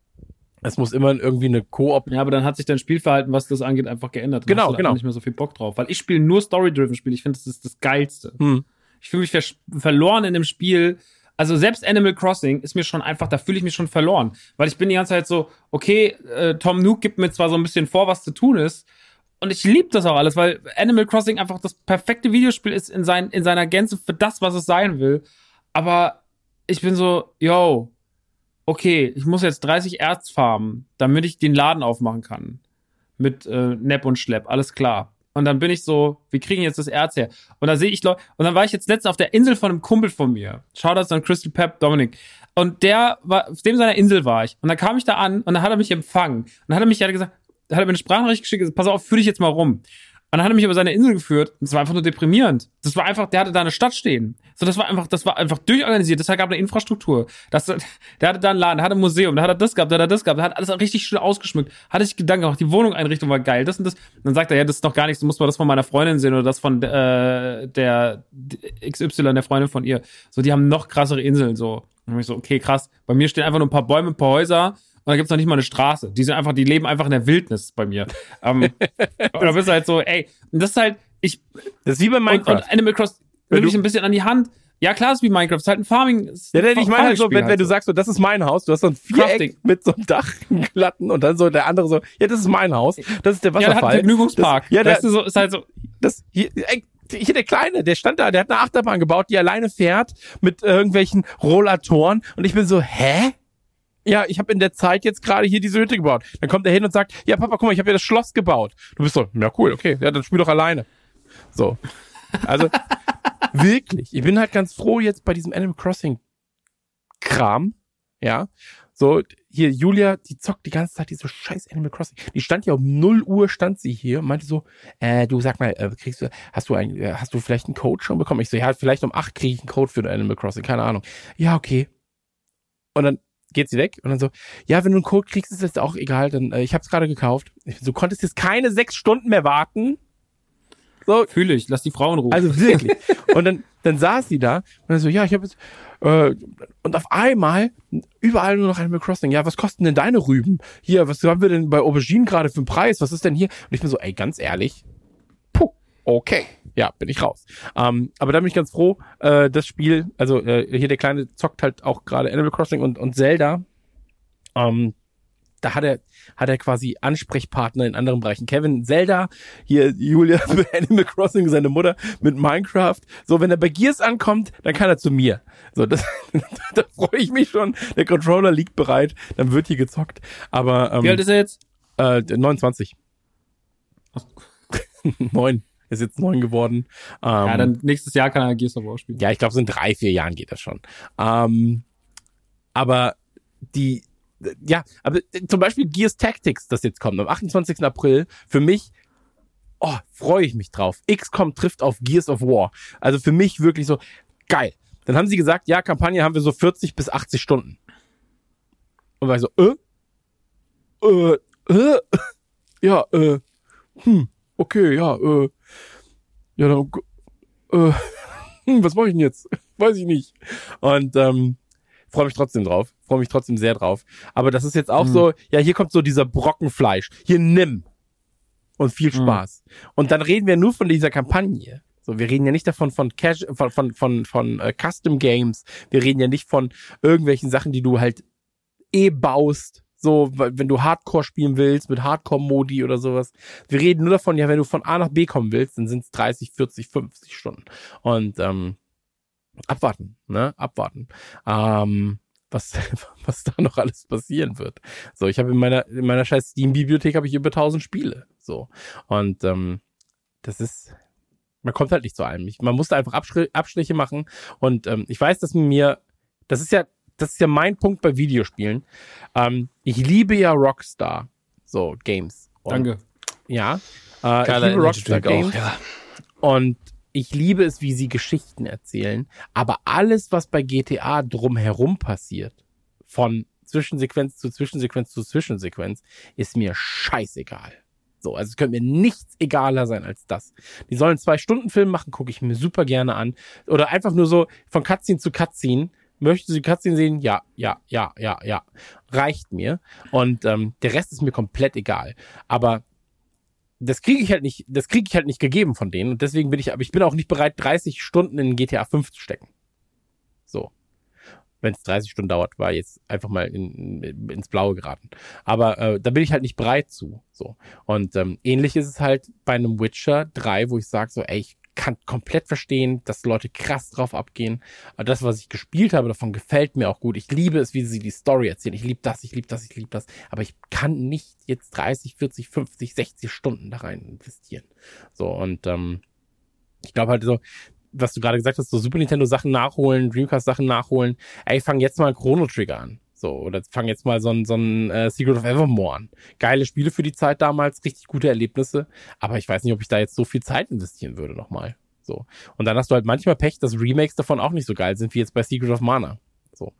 Speaker 1: Es muss immer irgendwie eine Koop.
Speaker 4: Ja, aber dann hat sich dein Spielverhalten, was das angeht, einfach geändert. Dann
Speaker 1: genau,
Speaker 4: hast du
Speaker 1: genau.
Speaker 4: nicht mehr so viel Bock drauf. Weil ich spiele nur Story-Driven-Spiele. Ich finde, das ist das Geilste.
Speaker 1: Hm.
Speaker 4: Ich fühle mich ver- verloren in dem Spiel. Also selbst Animal Crossing ist mir schon einfach, da fühle ich mich schon verloren. Weil ich bin die ganze Zeit so, okay, äh, Tom Nook gibt mir zwar so ein bisschen vor, was zu tun ist. Und ich liebe das auch alles, weil Animal Crossing einfach das perfekte Videospiel ist in, sein, in seiner Gänze für das, was es sein will. Aber ich bin so, yo, okay, ich muss jetzt dreißig Erz farmen, damit ich den Laden aufmachen kann. Mit äh, Nepp und Schlepp, alles klar. Und dann bin ich so, wir kriegen jetzt das Erz her. Und da sehe ich Leute, und dann war ich jetzt letztens auf der Insel von einem Kumpel von mir. Shoutouts an Crystal Pep, Dominik. Und der war, auf dem seiner Insel war ich. Und dann kam ich da an und dann hat er mich empfangen. Und dann hat er mich, hat er gesagt, hat er mir eine Sprachnachricht geschickt, pass auf, führ dich jetzt mal rum. Und dann hat er mich über seine Insel geführt. Und das war einfach nur deprimierend. Das war einfach, der hatte da eine Stadt stehen. So, das war einfach, das war einfach durchorganisiert. Das gab eine Infrastruktur. Das, der hatte da einen Laden, der hatte ein Museum, der hat das gehabt, der hat das gehabt, der hat alles richtig schön ausgeschmückt. Hatte sich Gedanken gemacht, die Wohnungseinrichtung war geil, das und das. Und dann sagt er, ja, das ist doch gar nichts, du musst mal das von meiner Freundin sehen oder das von äh, der X Y, der Freundin von ihr. So, die haben noch krassere Inseln, so. Und dann bin ich so, okay, krass. Bei mir stehen einfach nur ein paar Bäume, ein paar Häuser. Und da gibt's noch nicht mal eine Straße. Die sind einfach, die leben einfach in der Wildnis bei mir. Um, und da bist du halt so, ey, und das ist halt, ich.
Speaker 1: Das ist wie bei Minecraft.
Speaker 4: Und, und Animal Crossing nimmt mich ein bisschen an die Hand. Ja, klar, ist wie Minecraft. Es ist halt ein Farming.
Speaker 1: Ja, ich meine halt so, wenn,
Speaker 4: halt
Speaker 1: wenn du sagst, so, das ist mein Haus, du hast so ein Viereck
Speaker 4: Crafting.
Speaker 1: mit so einem Dach, einen glatten, und dann so der andere so, ja, das ist mein Haus, das ist der Wasserfall.
Speaker 4: Ja, der hat einen Vergnügungspark.
Speaker 1: Das, ja, der,
Speaker 4: weißt du, so, ist halt so.
Speaker 1: Das, hier, ey, hier der Kleine, der stand da, der hat eine Achterbahn gebaut, die alleine fährt, mit äh, irgendwelchen Rollatoren, und ich bin so, hä? Ja, ich habe in der Zeit jetzt gerade hier diese Hütte gebaut. Dann kommt er hin und sagt, ja, Papa, guck mal, ich habe hier das Schloss gebaut. Du bist so, ja, cool, okay, ja, dann spiel doch alleine. So. Also, wirklich. Ich bin halt ganz froh jetzt bei diesem Animal Crossing Kram, ja. So, hier, Julia, die zockt die ganze Zeit diese scheiß Animal Crossing. Die stand ja um null Uhr, stand sie hier und meinte so, äh, du sag mal, äh, kriegst du, hast du ein, äh, hast du vielleicht einen Code schon bekommen? Ich so, ja, vielleicht um acht kriege ich einen Code für Animal Crossing, keine Ahnung. Ja, okay. Und dann geht sie weg und dann so, ja, wenn du einen Code kriegst, ist das auch egal, dann, äh, ich hab's gerade gekauft. Ich so, du konntest jetzt keine sechs Stunden mehr warten. So.
Speaker 4: Fühle ich, lass die Frauen ruhen.
Speaker 1: Also wirklich. Und dann, dann saß sie da und dann so, ja, ich habe jetzt, äh, und auf einmal überall nur noch Animal Crossing. Ja, was kosten denn deine Rüben? Hier, was haben wir denn bei Auberginen gerade für einen Preis? Was ist denn hier? Und ich bin so, ey, ganz ehrlich, puh, okay. Ja, bin ich raus. Ähm, aber da bin ich ganz froh, äh, das Spiel, also äh, hier der Kleine zockt halt auch gerade Animal Crossing und, und Zelda. Ähm, da hat er, hat er quasi Ansprechpartner in anderen Bereichen. Kevin, Zelda, hier Julia für Animal Crossing, seine Mutter mit Minecraft. So, wenn er bei Gears ankommt, dann kann er zu mir. So, das, da freue ich mich schon. Der Controller liegt bereit, dann wird hier gezockt. Aber ähm,
Speaker 4: wie alt ist er jetzt?
Speaker 1: Äh, neunundzwanzig. Neun. Ist jetzt neun geworden. Ähm,
Speaker 4: ja, dann nächstes Jahr kann er Gears of War spielen.
Speaker 1: Ja, ich glaube, so in drei, vier Jahren geht das schon. Ähm, aber die, ja, aber zum Beispiel Gears Tactics, das jetzt kommt, am achtundzwanzigsten April, für mich, oh, freue ich mich drauf. X COM trifft auf Gears of War. Also für mich wirklich so, geil. Dann haben sie gesagt, ja, Kampagne haben wir so vierzig bis achtzig Stunden. Und war ich so, äh? Äh, äh? Ja, äh, hm, okay, ja, äh, ja, dann, äh, hm, was mache ich denn jetzt? Weiß ich nicht. Und, ähm, freue mich trotzdem drauf. Freue mich trotzdem sehr drauf. Aber das ist jetzt auch mhm. so, ja, hier kommt so dieser Brocken Fleisch. Hier nimm. Und viel Spaß. Mhm. Und dann reden wir nur von dieser Kampagne. So, wir reden ja nicht davon von Cash, von, von, von, von uh, Custom Games. Wir reden ja nicht von irgendwelchen Sachen, die du halt eh baust. So, wenn du Hardcore spielen willst, mit Hardcore-Modi oder sowas. Wir reden nur davon, ja, wenn du von A nach B kommen willst, dann sind es dreißig, vierzig, fünfzig Stunden. Und, ähm, abwarten, ne? Abwarten. Ähm, was, was da noch alles passieren wird. So, ich habe in meiner, in meiner scheiß Steam-Bibliothek habe ich über tausend Spiele. So. Und, ähm, das ist, man kommt halt nicht zu allem. Ich, man musste einfach Abschri- Abstriche machen. Und, ähm, ich weiß, dass mir, das ist ja, das ist ja mein Punkt bei Videospielen. Ähm, ich liebe ja Rockstar, so Games. Und,
Speaker 4: danke.
Speaker 1: Ja, äh, ich liebe Rockstar Games.
Speaker 3: Auch, ja.
Speaker 1: Und ich liebe es, wie sie Geschichten erzählen. Aber alles, was bei G T A drumherum passiert, von Zwischensequenz zu Zwischensequenz zu Zwischensequenz, ist mir scheißegal. So, also es könnte mir nichts egaler sein als das. Die sollen zwei Stunden Film machen, gucke ich mir super gerne an. Oder einfach nur so von Cutscene zu Cutscene. Möchtest du die Cutscene sehen? Ja, ja, ja, ja, ja. Reicht mir. Und ähm, der Rest ist mir komplett egal. Aber das kriege ich halt nicht, das kriege ich halt nicht gegeben von denen. Und deswegen bin ich, aber ich bin auch nicht bereit, dreißig Stunden in G T A fünf zu stecken. So. Wenn es dreißig Stunden dauert, war jetzt einfach mal in, in, ins Blaue geraten. Aber äh, da bin ich halt nicht bereit zu. So. Und ähm, ähnlich ist es halt bei einem Witcher drei, wo ich sage so, ey, ich kann komplett verstehen, dass Leute krass drauf abgehen. Aber das, was ich gespielt habe, davon gefällt mir auch gut. Ich liebe es, wie sie die Story erzählen. Ich liebe das, ich liebe das, ich liebe das. Aber ich kann nicht jetzt dreißig, vierzig, fünfzig, sechzig Stunden da rein investieren. So, und ähm, ich glaube halt so, was du gerade gesagt hast, so Super Nintendo Sachen nachholen, Dreamcast Sachen nachholen. Ey, fang jetzt mal Chrono Trigger an. So, oder fang jetzt mal so ein, so ein äh, Secret of Evermore an. Geile Spiele für die Zeit damals, richtig gute Erlebnisse, aber ich weiß nicht, ob ich da jetzt so viel Zeit investieren würde nochmal. So. Und dann hast du halt manchmal Pech, dass Remakes davon auch nicht so geil sind, wie jetzt bei Secret of Mana. So.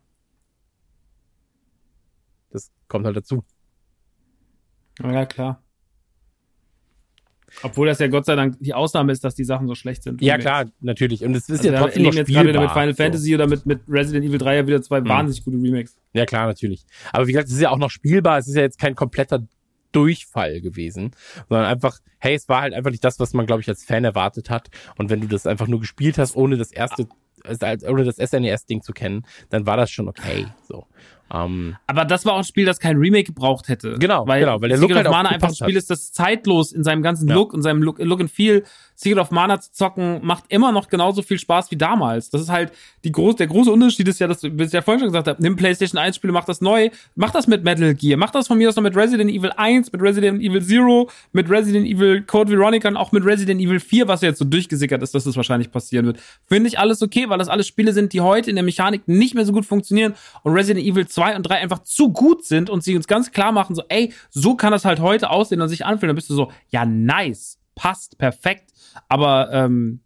Speaker 1: Das kommt halt dazu.
Speaker 4: Ja, klar. Obwohl das ja Gott sei Dank die Ausnahme ist, dass die Sachen so schlecht sind.
Speaker 1: Ja, klar, natürlich. Und es ist
Speaker 4: also
Speaker 1: ja trotzdem noch
Speaker 4: jetzt
Speaker 1: spielbar.
Speaker 4: gerade mit Final
Speaker 1: so.
Speaker 4: Fantasy oder mit, mit Resident Evil drei ja wieder zwei
Speaker 1: mhm.
Speaker 4: wahnsinnig gute Remakes.
Speaker 1: Ja, klar, natürlich. Aber wie gesagt, es ist ja auch noch spielbar. Es ist ja jetzt kein kompletter Durchfall gewesen, sondern einfach, hey, es war halt einfach nicht das, was man, glaube ich, als Fan erwartet hat. Und wenn du das einfach nur gespielt hast, ohne das erste, ohne das S N E S-Ding zu kennen, dann war das schon okay. So. Um,
Speaker 4: aber das war auch ein Spiel, das kein Remake gebraucht hätte.
Speaker 1: Genau,
Speaker 4: weil,
Speaker 1: genau, weil der
Speaker 4: Secret
Speaker 1: Look halt
Speaker 4: of Mana
Speaker 1: auch
Speaker 4: einfach ein
Speaker 1: gepasst
Speaker 4: Spiel
Speaker 1: hat.
Speaker 4: ist, das zeitlos in seinem ganzen
Speaker 1: Ja.
Speaker 4: Look und seinem Look, Look and Feel. Secret of Mana zu zocken macht immer noch genauso viel Spaß wie damals. Das ist halt die groß, der große Unterschied ist ja, dass du, wie ich ja vorhin schon gesagt habe, nimm PlayStation eins Spiele, mach das neu, mach das mit Metal Gear, mach das von mir aus noch mit Resident Evil eins, mit Resident Evil Zero, mit Resident Evil Code Veronica und auch mit Resident Evil vier, was jetzt so durchgesickert ist, dass das wahrscheinlich passieren wird. Finde ich alles okay, weil das alles Spiele sind, die heute in der Mechanik nicht mehr so gut funktionieren und Resident Evil zwei und drei einfach zu gut sind und sie uns ganz klar machen, so, ey, so kann das halt heute aussehen und sich anfühlen. Dann bist du so, ja, nice, passt, perfekt. Aber ähm,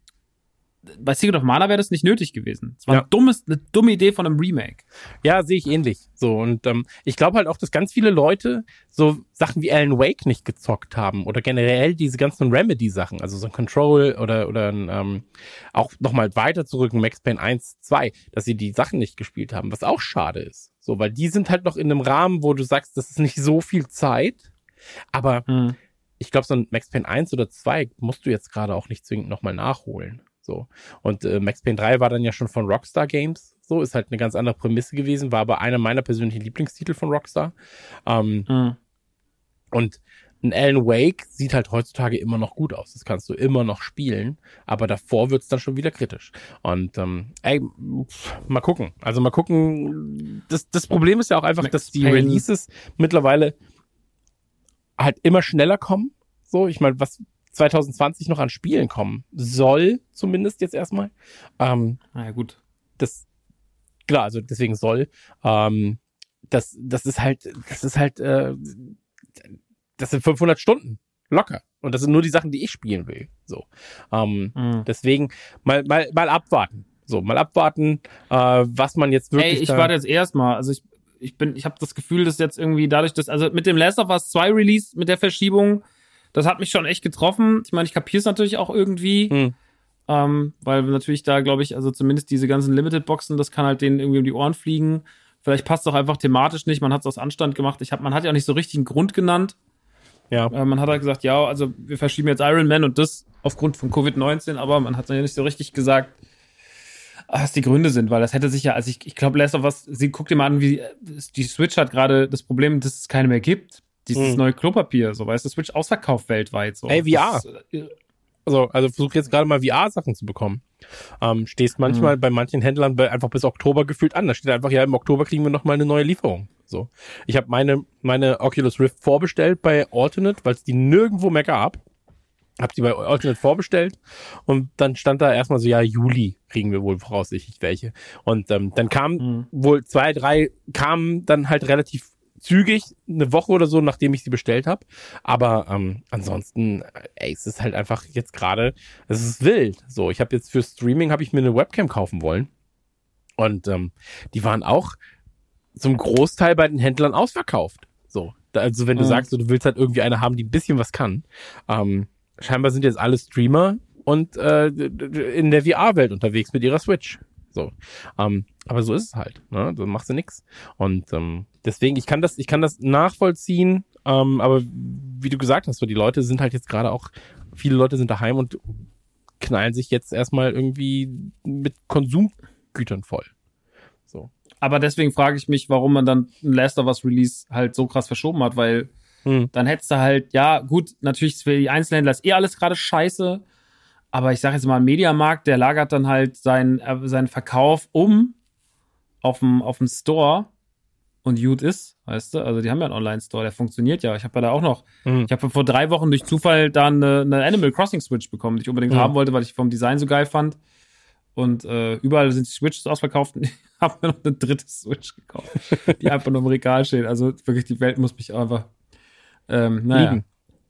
Speaker 4: bei Secret of Mana wäre das nicht nötig gewesen. Es war
Speaker 1: Ja.
Speaker 4: ein dummes, eine dumme Idee von einem Remake.
Speaker 1: Ja, sehe ich ähnlich. So, und ähm, ich glaube halt auch, dass ganz viele Leute so Sachen wie Alan Wake nicht gezockt haben oder generell diese ganzen Remedy-Sachen, also so ein Control oder oder ein, ähm, auch nochmal weiter zurück, ein Max Payne eins, zwei, dass sie die Sachen nicht gespielt haben, was auch schade ist. So, weil die sind halt noch in einem Rahmen, wo du sagst, das ist nicht so viel Zeit, aber
Speaker 4: Hm.
Speaker 1: ich glaube, so ein Max Payne eins oder zwei musst du jetzt gerade auch nicht zwingend nochmal nachholen. So. Und äh, Max Payne drei war dann ja schon von Rockstar Games. So, ist halt eine ganz andere Prämisse gewesen, war aber einer meiner persönlichen Lieblingstitel von Rockstar. Ähm,
Speaker 4: Hm.
Speaker 1: und ein Alan Wake sieht halt heutzutage immer noch gut aus. Das kannst du immer noch spielen, aber davor wird's dann schon wieder kritisch. Und ähm, ey, pff, mal gucken. Also mal gucken. Das, das Problem ist ja auch einfach,
Speaker 4: Max
Speaker 1: dass die
Speaker 4: Payne.
Speaker 1: Releases mittlerweile halt immer schneller kommen. So, ich meine, was zwanzig zwanzig noch an Spielen kommen soll, zumindest jetzt erstmal. Ähm,
Speaker 4: Na ja, gut.
Speaker 1: das, klar, also deswegen soll. Ähm, das, das ist halt, das ist halt, äh, das sind fünfhundert Stunden. Locker. Und das sind nur die Sachen, die ich spielen will. So. Ähm,
Speaker 4: Hm.
Speaker 1: deswegen mal, mal, mal abwarten. So, mal abwarten, äh, was man jetzt wirklich.
Speaker 4: Ey, ich
Speaker 1: da,
Speaker 4: warte jetzt erstmal. Also ich, ich bin, ich habe das Gefühl, dass jetzt irgendwie dadurch, dass, also mit dem Last of Us zwei Release, mit der Verschiebung, das hat mich schon echt getroffen. Ich meine, ich kapiere es natürlich auch irgendwie,
Speaker 1: Hm.
Speaker 4: ähm, weil natürlich da, glaube ich, also zumindest diese ganzen Limited-Boxen, das kann halt denen irgendwie um die Ohren fliegen. Vielleicht passt es auch einfach thematisch nicht. Man hat es aus Anstand gemacht. Ich hab, man hat ja auch nicht so richtig einen Grund genannt.
Speaker 1: Ja.
Speaker 4: Äh, man hat halt gesagt, ja, also wir verschieben jetzt Iron Man und das aufgrund von Covid neunzehn, aber man hat dann ja nicht so richtig gesagt, was die Gründe sind, weil das hätte sich ja, also ich, ich glaube, Last of Us, sie guckt dir mal an, wie die Switch hat gerade das Problem, dass es keine mehr gibt. Dieses
Speaker 1: Hm.
Speaker 4: neue Klopapier, so weißt du, Switch ausverkauft weltweit. So.
Speaker 1: Ey, V R.
Speaker 4: Das ist, äh,
Speaker 1: Also, also versuch jetzt gerade mal V R-Sachen zu bekommen. Ähm, stehst manchmal bei manchen Händlern bei, einfach bis Oktober gefühlt an. Da steht einfach, ja, im Oktober kriegen wir noch mal eine neue Lieferung. So. Ich habe meine, meine Oculus Rift vorbestellt bei Alternate, weil es die nirgendwo mehr gab. Hab die bei Alternate vorbestellt und dann stand da erstmal so, ja, Juli kriegen wir wohl voraussichtlich welche. Und ähm, dann kamen
Speaker 4: Mhm.
Speaker 1: wohl zwei, drei, kamen dann halt relativ zügig, eine Woche oder so, nachdem ich sie bestellt habe. Aber ähm, ansonsten, ey, es ist halt einfach jetzt gerade, es ist wild. So, ich habe jetzt für Streaming, habe ich mir eine Webcam kaufen wollen. Und ähm, die waren auch zum Großteil bei den Händlern ausverkauft. So, da, also wenn du
Speaker 4: Mhm.
Speaker 1: sagst, so, du willst halt irgendwie eine haben, die ein bisschen was kann. Ähm, scheinbar sind jetzt alle Streamer und äh, in der V R-Welt unterwegs mit ihrer Switch. So, ähm, aber so ist es halt. Ne? Da machst du nix. Und ähm, deswegen, ich kann das, ich kann das nachvollziehen. Ähm, aber wie du gesagt hast, so die Leute sind halt jetzt gerade auch, viele Leute sind daheim und knallen sich jetzt erstmal irgendwie mit Konsumgütern voll. So.
Speaker 4: aber deswegen frage ich mich, warum man dann ein Last of Us Release halt so krass verschoben hat, weil
Speaker 1: Hm.
Speaker 4: dann hättest du halt, ja, gut, natürlich für die Einzelhändler ist eh alles gerade scheiße, aber ich sage jetzt mal, ein Mediamarkt, der lagert dann halt seinen, äh, seinen Verkauf um auf dem auf dem Store und gut ist, weißt du, also die haben ja einen Online-Store, der funktioniert ja. Ich habe ja da auch noch,
Speaker 1: Hm.
Speaker 4: ich habe vor drei Wochen durch Zufall da eine, eine Animal Crossing Switch bekommen, die ich unbedingt
Speaker 1: Mhm.
Speaker 4: haben wollte, weil ich vom Design so geil fand. Und äh, überall sind die Switches ausverkauft. Ich habe mir noch eine dritte Switch gekauft, die einfach nur im Regal steht. Also wirklich, die Welt muss mich einfach ähm, naja.
Speaker 1: Lieben.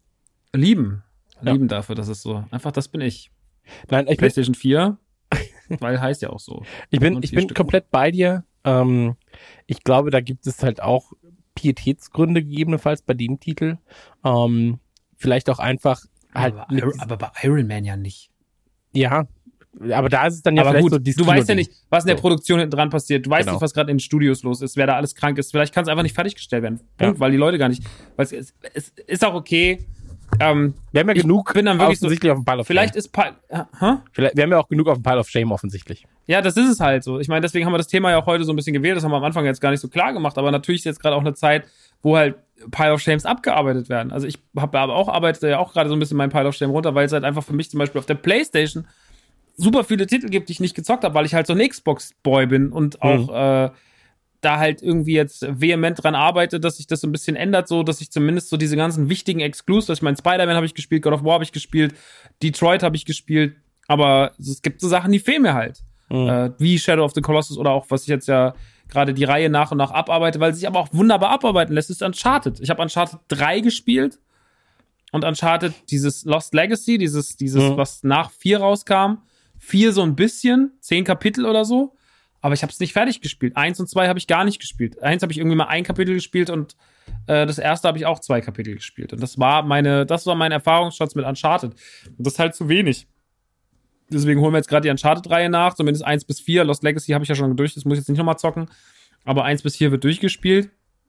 Speaker 4: Lieben.
Speaker 1: Ja.
Speaker 4: Lieben dafür, das ist so. Einfach, das bin ich.
Speaker 1: Nein, ich bin,
Speaker 4: PlayStation vier, weil heißt ja auch so.
Speaker 1: ich bin,
Speaker 4: Und
Speaker 1: ich
Speaker 4: vier
Speaker 1: bin
Speaker 4: Stück.
Speaker 1: komplett bei dir. Ähm, ich glaube, da gibt es halt auch Pietätsgründe gegebenenfalls bei dem Titel. Ähm, vielleicht auch einfach halt
Speaker 4: aber,
Speaker 1: mit,
Speaker 4: Iron- aber bei Iron Man ja nicht.
Speaker 1: ja, aber da ist es dann ja
Speaker 4: aber
Speaker 1: vielleicht
Speaker 4: gut,
Speaker 1: so die
Speaker 4: du weißt ja nicht, was in der
Speaker 1: So.
Speaker 4: Produktion hinten dran passiert. Du weißt
Speaker 1: Genau.
Speaker 4: nicht, was gerade in den Studios los ist, wer da alles krank ist. Vielleicht kann es einfach nicht fertiggestellt werden. Punkt,
Speaker 1: Ja.
Speaker 4: weil die Leute gar nicht. Weil es, es, es ist auch okay. Ähm,
Speaker 1: Wir haben ja
Speaker 4: ich
Speaker 1: genug
Speaker 4: bin dann wirklich so,
Speaker 1: offensichtlich auf dem Pile of
Speaker 4: vielleicht
Speaker 1: Shame.
Speaker 4: ist Pa- äh, hä?
Speaker 1: Vielleicht, wir haben ja auch genug auf dem Pile of Shame offensichtlich.
Speaker 4: Ja, das ist es halt so. Ich meine, deswegen haben wir das Thema ja auch heute so ein bisschen gewählt. Das haben wir am Anfang jetzt gar nicht so klar gemacht. Aber natürlich ist jetzt gerade auch eine Zeit, wo halt Pile of Shames abgearbeitet werden. Also ich habe aber auch arbeite ja auch gerade so ein bisschen mein Pile of Shame runter, weil es halt einfach für mich zum Beispiel auf der PlayStation super viele Titel gibt, die ich nicht gezockt habe, weil ich halt so ein Xbox-Boy bin und auch äh, da halt irgendwie jetzt vehement dran arbeite, dass sich das so ein bisschen ändert, so dass ich zumindest so diese ganzen wichtigen Exclusives, ich meine, Spider-Man habe ich gespielt, God of War habe ich gespielt, Detroit habe ich gespielt, aber es gibt so Sachen, die fehlen mir halt.
Speaker 1: Mhm.
Speaker 4: Äh, wie Shadow of the Colossus oder auch, was ich jetzt ja gerade die Reihe nach und nach abarbeite, weil es sich aber auch wunderbar abarbeiten lässt, ist Uncharted. Ich habe Uncharted drei gespielt und Uncharted, dieses Lost Legacy, dieses, dieses, mhm. was nach vier rauskam, vier so ein bisschen, zehn Kapitel oder so, aber ich habe es nicht fertig gespielt. Eins und zwei habe ich gar nicht gespielt. Eins habe ich irgendwie mal ein Kapitel gespielt und äh, das erste habe ich auch zwei Kapitel gespielt. Und das war meine, das war mein Erfahrungsschatz mit Uncharted. Und das ist halt zu wenig. Deswegen holen wir jetzt gerade die Uncharted-Reihe nach, zumindest eins bis vier. Lost Legacy habe ich ja schon durch, das muss ich jetzt nicht nochmal zocken. Aber eins bis vier wird durchgespielt.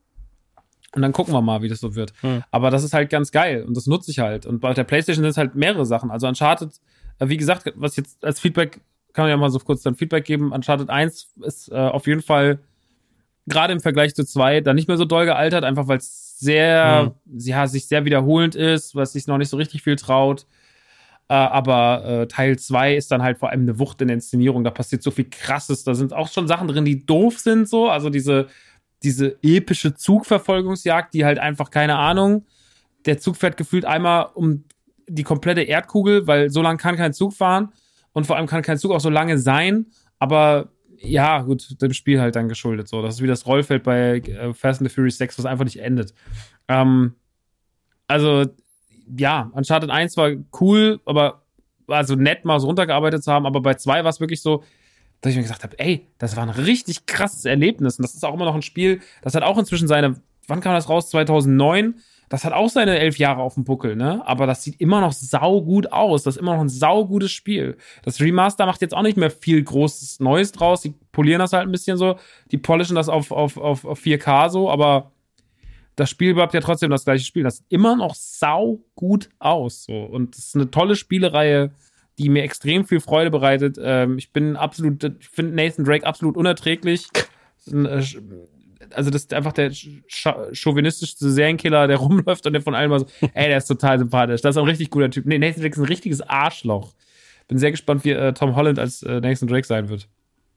Speaker 4: Und dann gucken wir mal, wie das so wird. Hm. Aber das ist halt ganz geil und das nutze ich halt. Und bei der PlayStation sind es halt mehrere Sachen. Also Uncharted, äh, wie gesagt, was jetzt als Feedback, kann man ja mal so kurz dann Feedback geben. Uncharted eins ist äh, auf jeden Fall gerade im Vergleich zu zwei da nicht mehr so doll gealtert, einfach weil es sehr, hm. ja, sich sehr wiederholend ist, was sich noch nicht so richtig viel traut. Uh, aber uh, Teil zwei ist dann halt vor allem eine Wucht in der Inszenierung. Da passiert so viel Krasses. Da sind auch schon Sachen drin, die doof sind, so. Also diese, diese epische Zugverfolgungsjagd, die halt einfach, keine Ahnung, der Zug fährt gefühlt einmal um die komplette Erdkugel, weil so lang kann kein Zug fahren. Und vor allem kann kein Zug auch so lange sein. Aber ja, gut, dem Spiel halt dann geschuldet. So, das ist wie das Rollfeld bei uh, Fast and the Furious sechs, was einfach nicht endet. Ähm, also, ja, Uncharted eins war cool, aber also nett mal so runtergearbeitet zu haben, aber bei zwei war es wirklich so, dass ich mir gesagt habe, ey, das war ein richtig krasses Erlebnis und das ist auch immer noch ein Spiel, das hat auch inzwischen seine, wann kam das raus? zweitausendneun? Das hat auch seine elf Jahre auf dem Buckel, ne? Aber das sieht immer noch saugut aus, das ist immer noch ein saugutes Spiel. Das Remaster macht jetzt auch nicht mehr viel großes Neues draus, die polieren das halt ein bisschen so, die polischen das auf, auf, auf, auf vier K so, aber das Spiel bleibt ja trotzdem das gleiche Spiel. Das sieht immer noch sau gut aus. So. Und es ist eine tolle Spielereihe, die mir extrem viel Freude bereitet. Ähm, ich bin absolut, ich finde Nathan Drake absolut unerträglich. Das ist ein, äh, also das ist einfach der sch- chauvinistischste Serienkiller, der rumläuft und der von allen mal so, ey, der ist total sympathisch. Das ist ein richtig guter Typ. Nee, Nathan Drake ist ein richtiges Arschloch. Bin sehr gespannt, wie äh, Tom Holland als äh, Nathan Drake sein wird.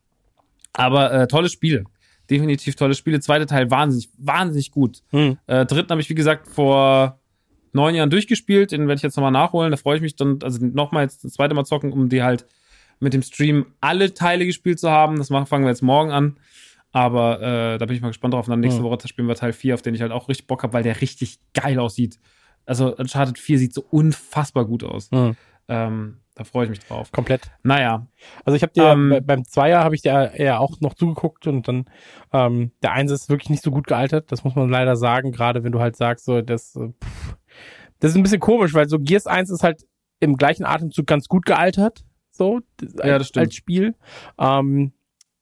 Speaker 4: Aber äh, tolle Spiele. Definitiv tolle Spiele. Zweiter Teil wahnsinnig, wahnsinnig gut. Hm. Äh, dritten habe ich, wie gesagt, vor neun Jahren durchgespielt. Den werde ich jetzt nochmal nachholen. Da freue ich mich dann, also nochmal jetzt das zweite Mal zocken, um die halt mit dem Stream alle Teile gespielt zu haben. Das machen, fangen wir jetzt morgen an. Aber äh, da bin ich mal gespannt drauf. Und dann nächste hm. Woche spielen wir Teil vier, auf den ich halt auch richtig Bock habe, weil der richtig geil aussieht. Also Uncharted vier sieht so unfassbar gut aus. Hm. Ähm, Da freue ich mich drauf.
Speaker 1: Komplett.
Speaker 4: Naja.
Speaker 1: Also ich habe dir ähm, beim Zweier habe ich dir eher auch noch zugeguckt und dann ähm, der Eins ist wirklich nicht so gut gealtert. Das muss man leider sagen, gerade wenn du halt sagst, so das, pff, das ist ein bisschen komisch, weil so Gears eins ist halt im gleichen Atemzug ganz gut gealtert, so
Speaker 4: ja, das stimmt.
Speaker 1: als Spiel. Ähm,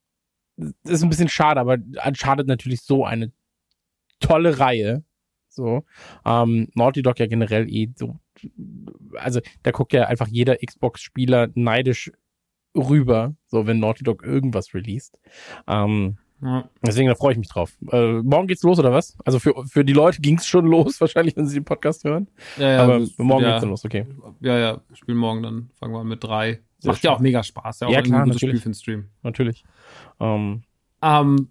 Speaker 1: das ist ein bisschen schade, aber Uncharted natürlich so eine tolle Reihe. So, ähm, Naughty Dog ja generell eh so, also da guckt ja einfach jeder Xbox-Spieler neidisch rüber, so wenn Naughty Dog irgendwas released. Ähm, ja. Deswegen, da freue ich mich drauf. Äh, morgen geht's los, oder was? Also für, für die Leute ging's schon los, wahrscheinlich, wenn sie den Podcast hören.
Speaker 4: Ja, ja,
Speaker 1: aber
Speaker 4: das,
Speaker 1: morgen
Speaker 4: ja,
Speaker 1: geht's dann los, okay.
Speaker 4: Ja, ja, wir spielen morgen, dann fangen wir an mit drei.
Speaker 1: Sehr
Speaker 4: Macht
Speaker 1: schön.
Speaker 4: ja auch mega Spaß. Ja, auch
Speaker 1: ja klar,
Speaker 4: ein gutes
Speaker 1: natürlich.
Speaker 4: Spiel für den Stream.
Speaker 1: Natürlich. Ähm,
Speaker 4: ähm,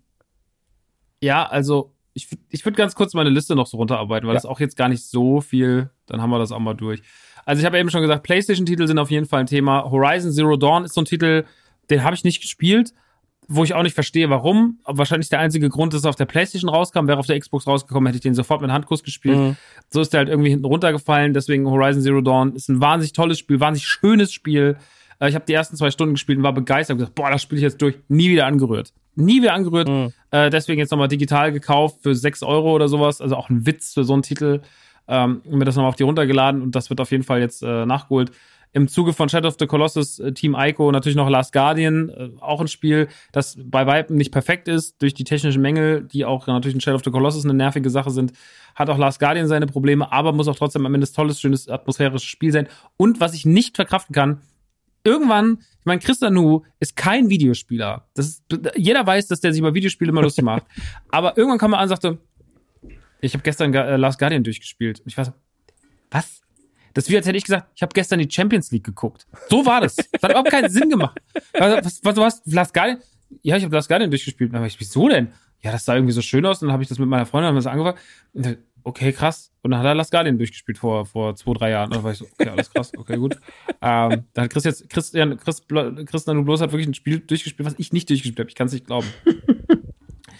Speaker 4: ja, also ich, ich würde ganz kurz meine Liste noch so runterarbeiten, weil
Speaker 1: ja.
Speaker 4: das auch jetzt gar nicht so viel, dann haben wir das auch mal durch. Also ich habe eben schon gesagt, PlayStation-Titel sind auf jeden Fall ein Thema. Horizon Zero Dawn ist so ein Titel, den habe ich nicht gespielt, wo ich auch nicht verstehe, warum. Aber wahrscheinlich der einzige Grund, dass er auf der PlayStation rauskam. Wäre auf der Xbox rausgekommen, hätte ich den sofort mit Handkuss gespielt. Mhm. So ist der halt irgendwie hinten runtergefallen. Deswegen Horizon Zero Dawn ist ein wahnsinnig tolles Spiel, wahnsinnig schönes Spiel. Ich habe die ersten zwei Stunden gespielt und war begeistert und gesagt, boah, das spiele ich jetzt durch. Nie wieder angerührt. Nie wieder angerührt. Mhm. Äh, deswegen jetzt nochmal digital gekauft für sechs Euro oder sowas. Also auch ein Witz für so einen Titel. Ähm, mir das nochmal auf die runtergeladen und das wird auf jeden Fall jetzt äh, nachgeholt. Im Zuge von Shadow of the Colossus, äh, Team Ico, natürlich noch Last Guardian, äh, auch ein Spiel, das bei weitem nicht perfekt ist, durch die technischen Mängel, die auch natürlich in Shadow of the Colossus eine nervige Sache sind, hat auch Last Guardian seine Probleme, aber muss auch trotzdem am Ende ein tolles, schönes, atmosphärisches Spiel sein. Und was ich nicht verkraften kann, irgendwann, ich meine, Chris Nanu ist kein Videospieler. Das ist, jeder weiß, dass der sich über Videospiele immer lustig macht. Aber irgendwann kam er an und sagte, ich habe gestern äh, Last Guardian durchgespielt. Und ich war so, was? Das ist wie, als hätte ich gesagt, ich habe gestern die Champions League geguckt. So war das. Das hat überhaupt keinen Sinn gemacht. Was, was, du hast Last Guardian? Ja, ich habe Last Guardian durchgespielt. Und dann war ich, wieso denn? Ja, das sah irgendwie so schön aus. Und dann habe ich das mit meiner Freundin haben wir das angefangen. Und dann, okay, krass. Und dann hat er Last Guardian durchgespielt vor, vor zwei, drei Jahren. Und dann war ich so, okay, alles krass, okay, gut. ähm, da hat Chris jetzt, Christian, Chris, Chris Nanu bloß hat wirklich ein Spiel durchgespielt, was ich nicht durchgespielt habe. Ich kann es nicht glauben.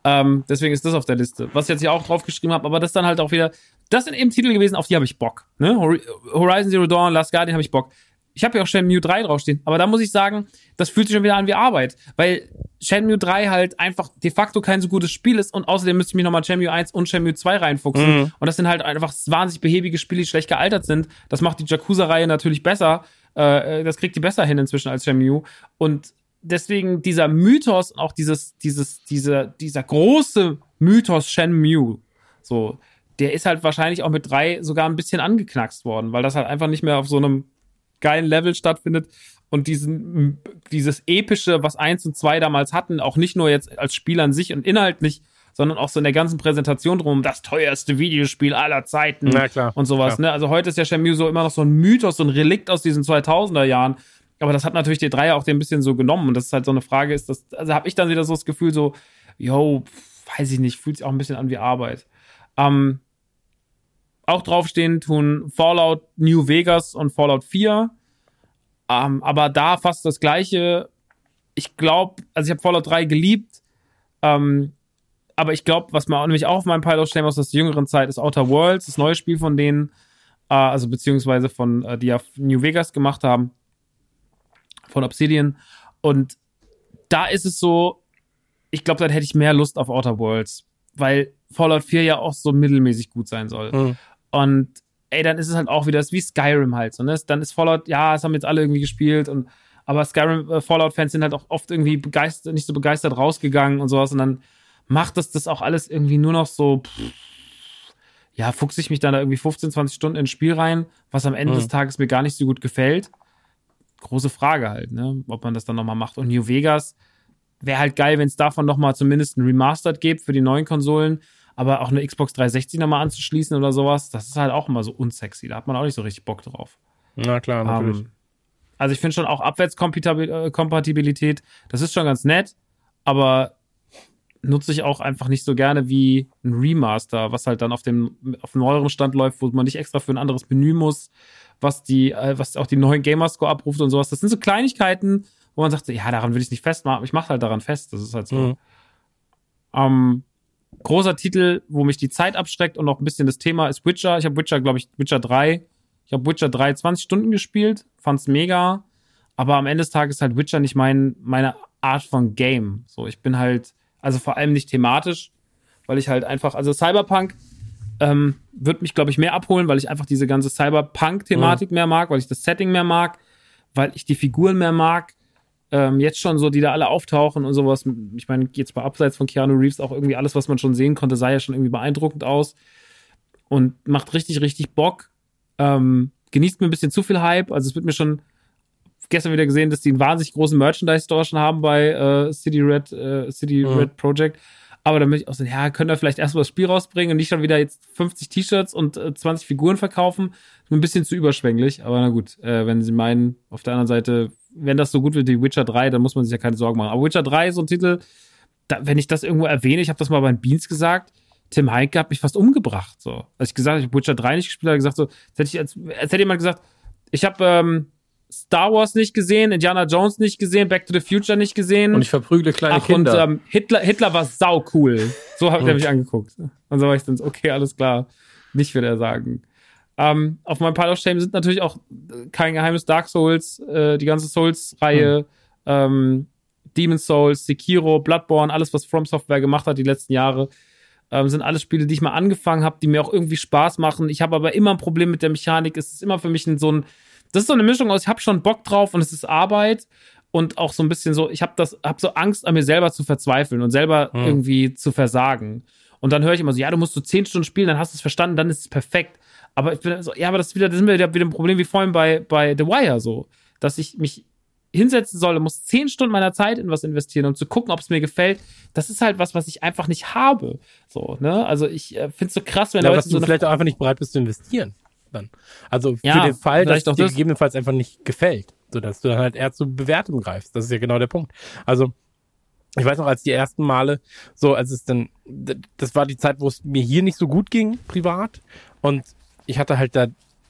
Speaker 4: Ähm, deswegen ist das auf der Liste. Was ich jetzt hier auch draufgeschrieben habe, aber das dann halt auch wieder, das sind eben Titel gewesen, auf die habe ich Bock. Ne? Horizon Zero Dawn, Last Guardian habe ich Bock. Ich habe ja auch Shenmue drei draufstehen, aber da muss ich sagen, das fühlt sich schon wieder an wie Arbeit, weil Shenmue drei halt einfach de facto kein so gutes Spiel ist und außerdem müsste ich mich nochmal Shenmue eins und Shenmue zwei reinfuchsen mhm. und das sind halt einfach wahnsinnig behäbige Spiele, die schlecht gealtert sind. Das macht die Yakuza-Reihe natürlich besser, äh, das kriegt die besser hin inzwischen als Shenmue und deswegen dieser Mythos und auch dieses, dieses, dieser, dieser große Mythos Shenmue, so, der ist halt wahrscheinlich auch mit drei sogar ein bisschen angeknackst worden, weil das halt einfach nicht mehr auf so einem geilen Level stattfindet und diesen, dieses epische, was eins und zwei damals hatten, auch nicht nur jetzt als Spiel an sich und inhaltlich, sondern auch so in der ganzen Präsentation drum, das teuerste Videospiel aller Zeiten
Speaker 1: Na klar,
Speaker 4: und sowas.
Speaker 1: klar.
Speaker 4: Ne? Also heute ist ja Shenmue so immer noch so ein Mythos, so ein Relikt aus diesen zweitausender Jahren, aber das hat natürlich die Dreier auch ein bisschen so genommen und das ist halt so eine Frage, ist das, also habe ich dann wieder so das Gefühl so, yo, weiß ich nicht, fühlt sich auch ein bisschen an wie Arbeit. Ähm, Auch draufstehen tun Fallout New Vegas und Fallout vier. Ähm, aber da fast das Gleiche. Ich glaube, also ich habe Fallout drei geliebt. Ähm, aber ich glaube, was man nämlich auch auf meinem Pile stellen muss aus der jüngeren Zeit, ist Outer Worlds, das neue Spiel von denen. Äh, also beziehungsweise von, äh, die ja New Vegas gemacht haben. Von Obsidian. Und da ist es so, ich glaube, dann hätte ich mehr Lust auf Outer Worlds. Weil Fallout vier ja auch so mittelmäßig gut sein soll. Mhm. Und ey, dann ist es halt auch wieder, das ist wie Skyrim halt. So, ne? Dann ist Fallout, ja, das haben jetzt alle irgendwie gespielt. Und, aber Skyrim, äh, Fallout-Fans sind halt auch oft irgendwie begeistert, nicht so begeistert rausgegangen und sowas. Und dann macht das das auch alles irgendwie nur noch so, pff, ja, fuchse ich mich dann da irgendwie fünfzehn, zwanzig Stunden ins Spiel rein, was am Ende mhm. des Tages mir gar nicht so gut gefällt. Große Frage halt, ne? Ob man das dann nochmal macht. Und New Vegas wäre halt geil, wenn es davon nochmal zumindest ein Remastered gibt für die neuen Konsolen. Aber auch eine Xbox dreihundertsechzig nochmal anzuschließen oder sowas, das ist halt auch immer so unsexy. Da hat man auch nicht so richtig Bock drauf.
Speaker 1: Na klar, natürlich.
Speaker 4: Um, also ich finde schon auch Abwärtskompatibilität, das ist schon ganz nett, aber nutze ich auch einfach nicht so gerne wie ein Remaster, was halt dann auf dem auf dem neueren Stand läuft, wo man nicht extra für ein anderes Menü muss, was die was auch die neuen Gamerscore abruft und sowas. Das sind so Kleinigkeiten, wo man sagt, ja, daran will ich nicht festmachen, aber ich mache halt daran fest. Das ist halt so. Mhm. Um, großer Titel, wo mich die Zeit abschreckt und noch ein bisschen das Thema ist Witcher. Ich habe Witcher, glaube ich, Witcher drei. Ich habe Witcher drei zwanzig Stunden gespielt, fand's mega. Aber am Ende des Tages ist halt Witcher nicht mein, meine Art von Game. So, ich bin halt, also vor allem nicht thematisch, weil ich halt einfach, also Cyberpunk ähm, wird mich, glaube ich, mehr abholen, weil ich einfach diese ganze Cyberpunk-Thematik mhm. mehr mag, weil ich das Setting mehr mag, weil ich die Figuren mehr mag. Ähm, jetzt schon so, die da alle auftauchen und sowas. Ich meine, jetzt mal abseits von Keanu Reeves auch irgendwie alles, was man schon sehen konnte, sah ja schon irgendwie beeindruckend aus und macht richtig, richtig Bock. Ähm, genießt mir ein bisschen zu viel Hype. Also es wird mir schon gestern wieder gesehen, dass die einen wahnsinnig großen Merchandise-Store schon haben bei äh, City Red, äh, City mhm. Red Project. Aber dann möchte ich auch sagen, ja, können wir vielleicht erstmal das Spiel rausbringen und nicht schon wieder jetzt fünfzig T-Shirts und äh, zwanzig Figuren verkaufen. Ist mir ein bisschen zu überschwänglich. Aber na gut, äh, wenn sie meinen, auf der anderen Seite, wenn das so gut wird wie Witcher drei, dann muss man sich ja keine Sorgen machen. Aber Witcher drei ist so ein Titel, da, wenn ich das irgendwo erwähne, ich habe das mal bei den Beans gesagt, Tim Heinke hat mich fast umgebracht. So. Als ich gesagt habe, ich habe Witcher drei nicht gespielt, habe gesagt, so, als hätte, ich, als, als hätte jemand gesagt, ich habe ähm, Star Wars nicht gesehen, Indiana Jones nicht gesehen, Back to the Future nicht gesehen.
Speaker 3: Und ich verprügle kleine
Speaker 4: Ach,
Speaker 3: Kinder.
Speaker 4: Und ähm, Hitler, Hitler war sau cool. So hat er mich angeguckt. Und so war ich dann so, okay, alles klar. Nicht, würde er sagen. Ähm, auf meinem Pile of Shame sind natürlich auch kein Geheimnis Dark Souls, äh, die ganze Souls-Reihe, hm. ähm, Demon's Souls, Sekiro, Bloodborne, alles, was From Software gemacht hat die letzten Jahre, ähm, sind alles Spiele, die ich mal angefangen habe, die mir auch irgendwie Spaß machen. Ich habe aber immer ein Problem mit der Mechanik. Es ist immer für mich ein, so ein, das ist so eine Mischung aus, ich habe schon Bock drauf und es ist Arbeit und auch so ein bisschen so, ich habe das, habe so Angst, an mir selber zu verzweifeln und selber hm. irgendwie zu versagen. Und dann höre ich immer so, ja, du musst so zehn Stunden spielen, dann hast du es verstanden, dann ist es perfekt. Aber ich bin so, ja, aber das ist wieder, das sind wieder, wieder ein Problem wie vorhin bei, bei The Wire so, dass ich mich hinsetzen soll und muss zehn Stunden meiner Zeit in was investieren, um zu gucken, ob es mir gefällt. Das ist halt was, was ich einfach nicht habe. So, ne? Also ich äh, finde es so krass, wenn
Speaker 1: ja,
Speaker 4: Leute
Speaker 1: dass du
Speaker 4: so
Speaker 1: vielleicht auch einfach nicht bereit bist zu investieren. Dann. Also für
Speaker 4: ja,
Speaker 1: den Fall, dass es dir
Speaker 4: das
Speaker 1: gegebenenfalls einfach nicht gefällt, sodass du dann halt eher zur Bewertung greifst. Das ist ja genau der Punkt. Also ich weiß noch, als die ersten Male, so als es dann, das war die Zeit, wo es mir hier nicht so gut ging, privat. Und ich hatte halt da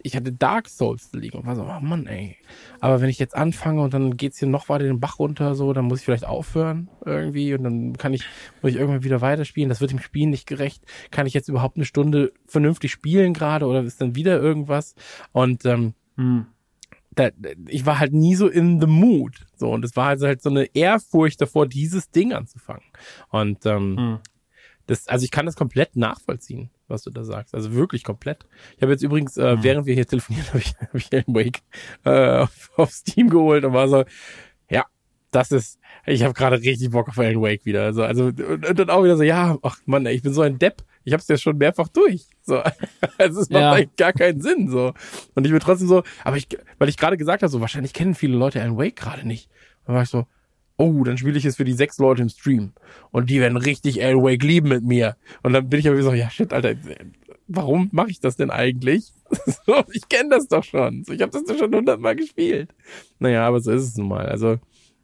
Speaker 1: ich hatte Dark Souls liegen und war so, oh Mann, ey. Aber wenn ich jetzt anfange und dann geht's hier noch weiter den Bach runter, so, dann muss ich vielleicht aufhören irgendwie und dann kann ich, muss ich irgendwann wieder weiterspielen. Das wird dem Spiel nicht gerecht. Kann ich jetzt überhaupt eine Stunde vernünftig spielen gerade oder ist dann wieder irgendwas? Und ähm, hm. da, ich war halt nie so in the mood. So, und es war halt, halt so eine Ehrfurcht davor, dieses Ding anzufangen. Und ähm, hm. das, also ich kann das komplett nachvollziehen, was du da sagst. Also wirklich komplett. Ich habe jetzt übrigens, äh, mhm. während wir hier telefonieren, habe ich, hab ich Alan Wake äh, auf, auf Steam geholt und war so, ja, das ist, ich habe gerade richtig Bock auf Alan Wake wieder. Also, also und, und dann auch wieder so, ja, ach Mann, ey, ich bin so ein Depp. Ich habe es ja schon mehrfach durch. So, also es macht ja. eigentlich gar keinen Sinn. So, und ich bin trotzdem so, aber ich, weil ich gerade gesagt habe, so wahrscheinlich kennen viele Leute Alan Wake gerade nicht. Dann war ich so, oh, dann spiele ich es für die sechs Leute im Stream. Und die werden richtig Alan Wake lieben mit mir. Und dann bin ich aber so, ja shit, Alter, warum mache ich das denn eigentlich? So, ich kenne das doch schon. So, ich habe das doch schon hundertmal gespielt. Naja, aber so ist es nun mal. Also,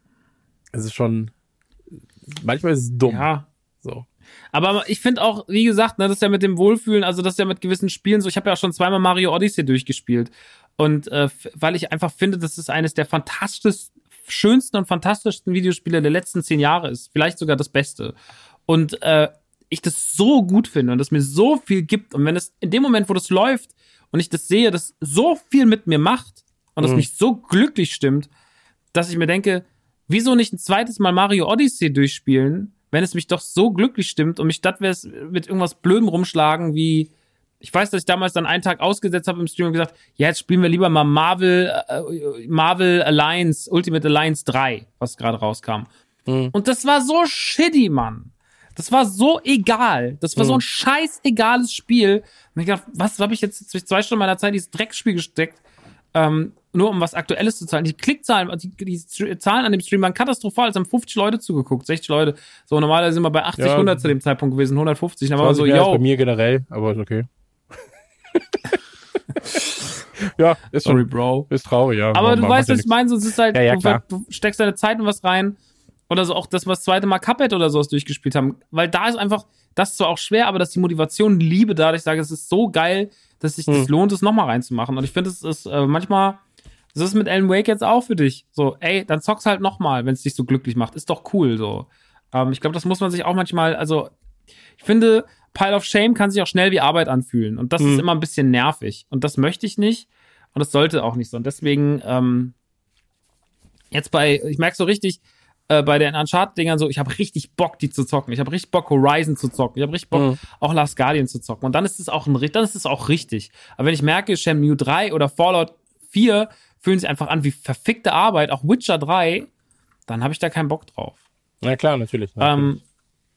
Speaker 1: es ist schon, manchmal ist es dumm.
Speaker 4: Ja.
Speaker 1: So.
Speaker 4: Aber ich finde auch, wie gesagt, ne, das ist ja mit dem Wohlfühlen, also das ist ja mit gewissen Spielen so, ich habe ja auch schon zweimal Mario Odyssey durchgespielt. Und äh, weil ich einfach finde, das ist eines der fantastischsten, schönsten und fantastischsten Videospiele der letzten zehn Jahre ist. Vielleicht sogar das Beste. Und äh, ich das so gut finde und es mir so viel gibt. Und wenn es in dem Moment, wo das läuft und ich das sehe, das so viel mit mir macht und es mhm. mich so glücklich stimmt, dass ich mir denke, wieso nicht ein zweites Mal Mario Odyssey durchspielen, wenn es mich doch so glücklich stimmt und mich statt wäre es mit irgendwas Blödem rumschlagen wie, ich weiß, dass ich damals dann einen Tag ausgesetzt habe im Stream und gesagt, ja, jetzt spielen wir lieber mal Marvel, äh, Marvel Alliance, Ultimate Alliance drei, was gerade rauskam. Mhm. Und das war so shitty, Mann. Das war so egal. Das war mhm. so ein scheiß egales Spiel. Und ich dachte, was habe ich jetzt durch zwei Stunden meiner Zeit in dieses Dreckspiel gesteckt, ähm, nur um was Aktuelles zu zahlen. Die Klickzahlen, die, die Zahlen an dem Stream waren katastrophal. Es haben fünfzig Leute zugeguckt, sechzig Leute. So, normalerweise sind wir bei achtzig, ja, hundert zu dem Zeitpunkt gewesen, hundertfünfzig. Dann war man so, yo.
Speaker 1: Bei mir generell, aber ist okay. Ja, ist
Speaker 4: Sorry,
Speaker 1: schon,
Speaker 4: Bro.
Speaker 1: Ist traurig, ja.
Speaker 4: Aber man, du weißt, was ich meine, so, es ist halt,
Speaker 1: ja, ja,
Speaker 4: du, du steckst deine Zeit in was rein. Oder so auch, dass wir das zweite Mal Cuphead oder sowas durchgespielt haben. Weil da ist einfach, das ist zwar auch schwer, aber dass die Motivation, die Liebe da, dass ich sage, es ist so geil, dass sich das hm. lohnt, es nochmal reinzumachen. Und ich finde, es ist äh, manchmal, das ist mit Alan Wake jetzt auch für dich. So, ey, dann zock's halt nochmal, wenn es dich so glücklich macht. Ist doch cool, so. Ähm, ich glaube, das muss man sich auch manchmal, also, ich finde, Pile of Shame kann sich auch schnell wie Arbeit anfühlen. Und das hm. ist immer ein bisschen nervig. Und das möchte ich nicht. Und das sollte auch nicht so. Und deswegen, ähm, jetzt bei, ich merke so richtig, äh, bei den Uncharted-Dingern so, ich habe richtig Bock, die zu zocken. Ich habe richtig Bock, Horizon zu zocken. Ich habe richtig Bock, mhm. auch Last Guardian zu zocken. Und dann ist es auch ein, dann ist es auch richtig. Aber wenn ich merke, Shenmue drei oder Fallout vier fühlen sich einfach an wie verfickte Arbeit, auch Witcher drei, dann habe ich da keinen Bock drauf.
Speaker 1: Na klar, natürlich. natürlich.
Speaker 4: Ähm,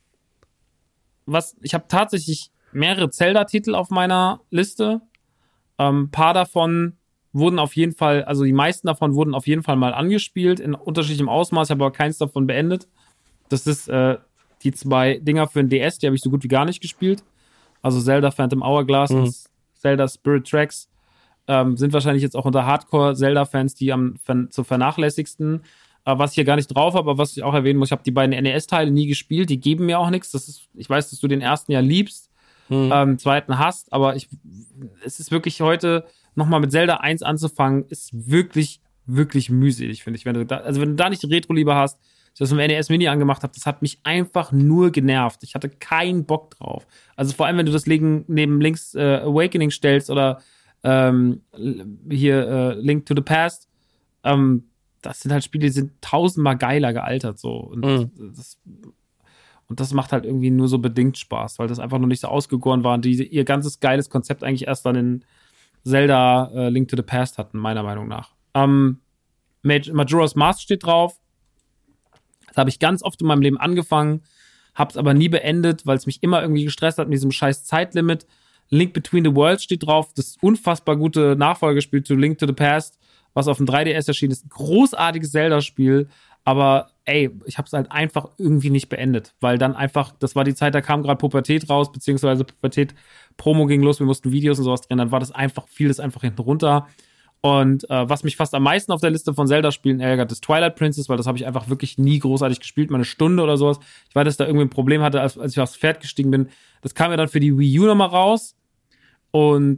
Speaker 4: was, ich habe tatsächlich mehrere Zelda-Titel auf meiner Liste. Ein ähm, paar davon wurden auf jeden Fall, also die meisten davon wurden auf jeden Fall mal angespielt, in unterschiedlichem Ausmaß, habe aber keins davon beendet. Das ist äh, die zwei Dinger für den D S, die habe ich so gut wie gar nicht gespielt. Also Zelda Phantom Hourglass mhm. und Zelda Spirit Tracks ähm, sind wahrscheinlich jetzt auch unter Hardcore-Zelda-Fans die am ver- zu vernachlässigsten. Äh, was ich hier gar nicht drauf habe, aber was ich auch erwähnen muss, ich habe die beiden N E S-Teile nie gespielt, die geben mir auch nichts. Das ist, ich weiß, dass du den ersten ja liebst, mhm. ähm, zweiten hast, aber ich, es ist wirklich heute nochmal mit Zelda eins anzufangen, ist wirklich, wirklich mühselig, finde ich. Wenn du da, also wenn du da nicht die Retro-Liebe hast, ich das mit dem N E S Mini angemacht habe, das hat mich einfach nur genervt. Ich hatte keinen Bock drauf. Also vor allem, wenn du das neben, neben Link's äh, Awakening stellst oder ähm, hier äh, Link to the Past, ähm, das sind halt Spiele, die sind tausendmal geiler gealtert so. Und, mhm. das, und das macht halt irgendwie nur so bedingt Spaß, weil das einfach noch nicht so ausgegoren war und die ihr ganzes geiles Konzept eigentlich erst dann in Zelda äh, Link to the Past hatten, meiner Meinung nach. Ähm, Majora's Mask steht drauf. Das habe ich ganz oft in meinem Leben angefangen, hab's aber nie beendet, weil es mich immer irgendwie gestresst hat mit diesem scheiß Zeitlimit. Link Between the Worlds steht drauf. Das unfassbar gute Nachfolgespiel zu Link to the Past, was auf dem drei D S erschienen ist. Ein großartiges Zelda-Spiel. Aber ey, ich habe es halt einfach irgendwie nicht beendet, weil dann einfach, das war die Zeit, da kam gerade Pubertät raus, beziehungsweise Pubertät-Promo ging los, wir mussten Videos und sowas drehen, dann war das einfach, fiel das einfach hinten runter. Und äh, was mich fast am meisten auf der Liste von Zelda-Spielen ärgert, ist Twilight Princess, weil das habe ich einfach wirklich nie großartig gespielt, mal eine Stunde oder sowas. Ich weiß, dass da irgendwie ein Problem hatte, als, als ich aufs Pferd gestiegen bin. Das kam ja dann für die Wii U nochmal raus und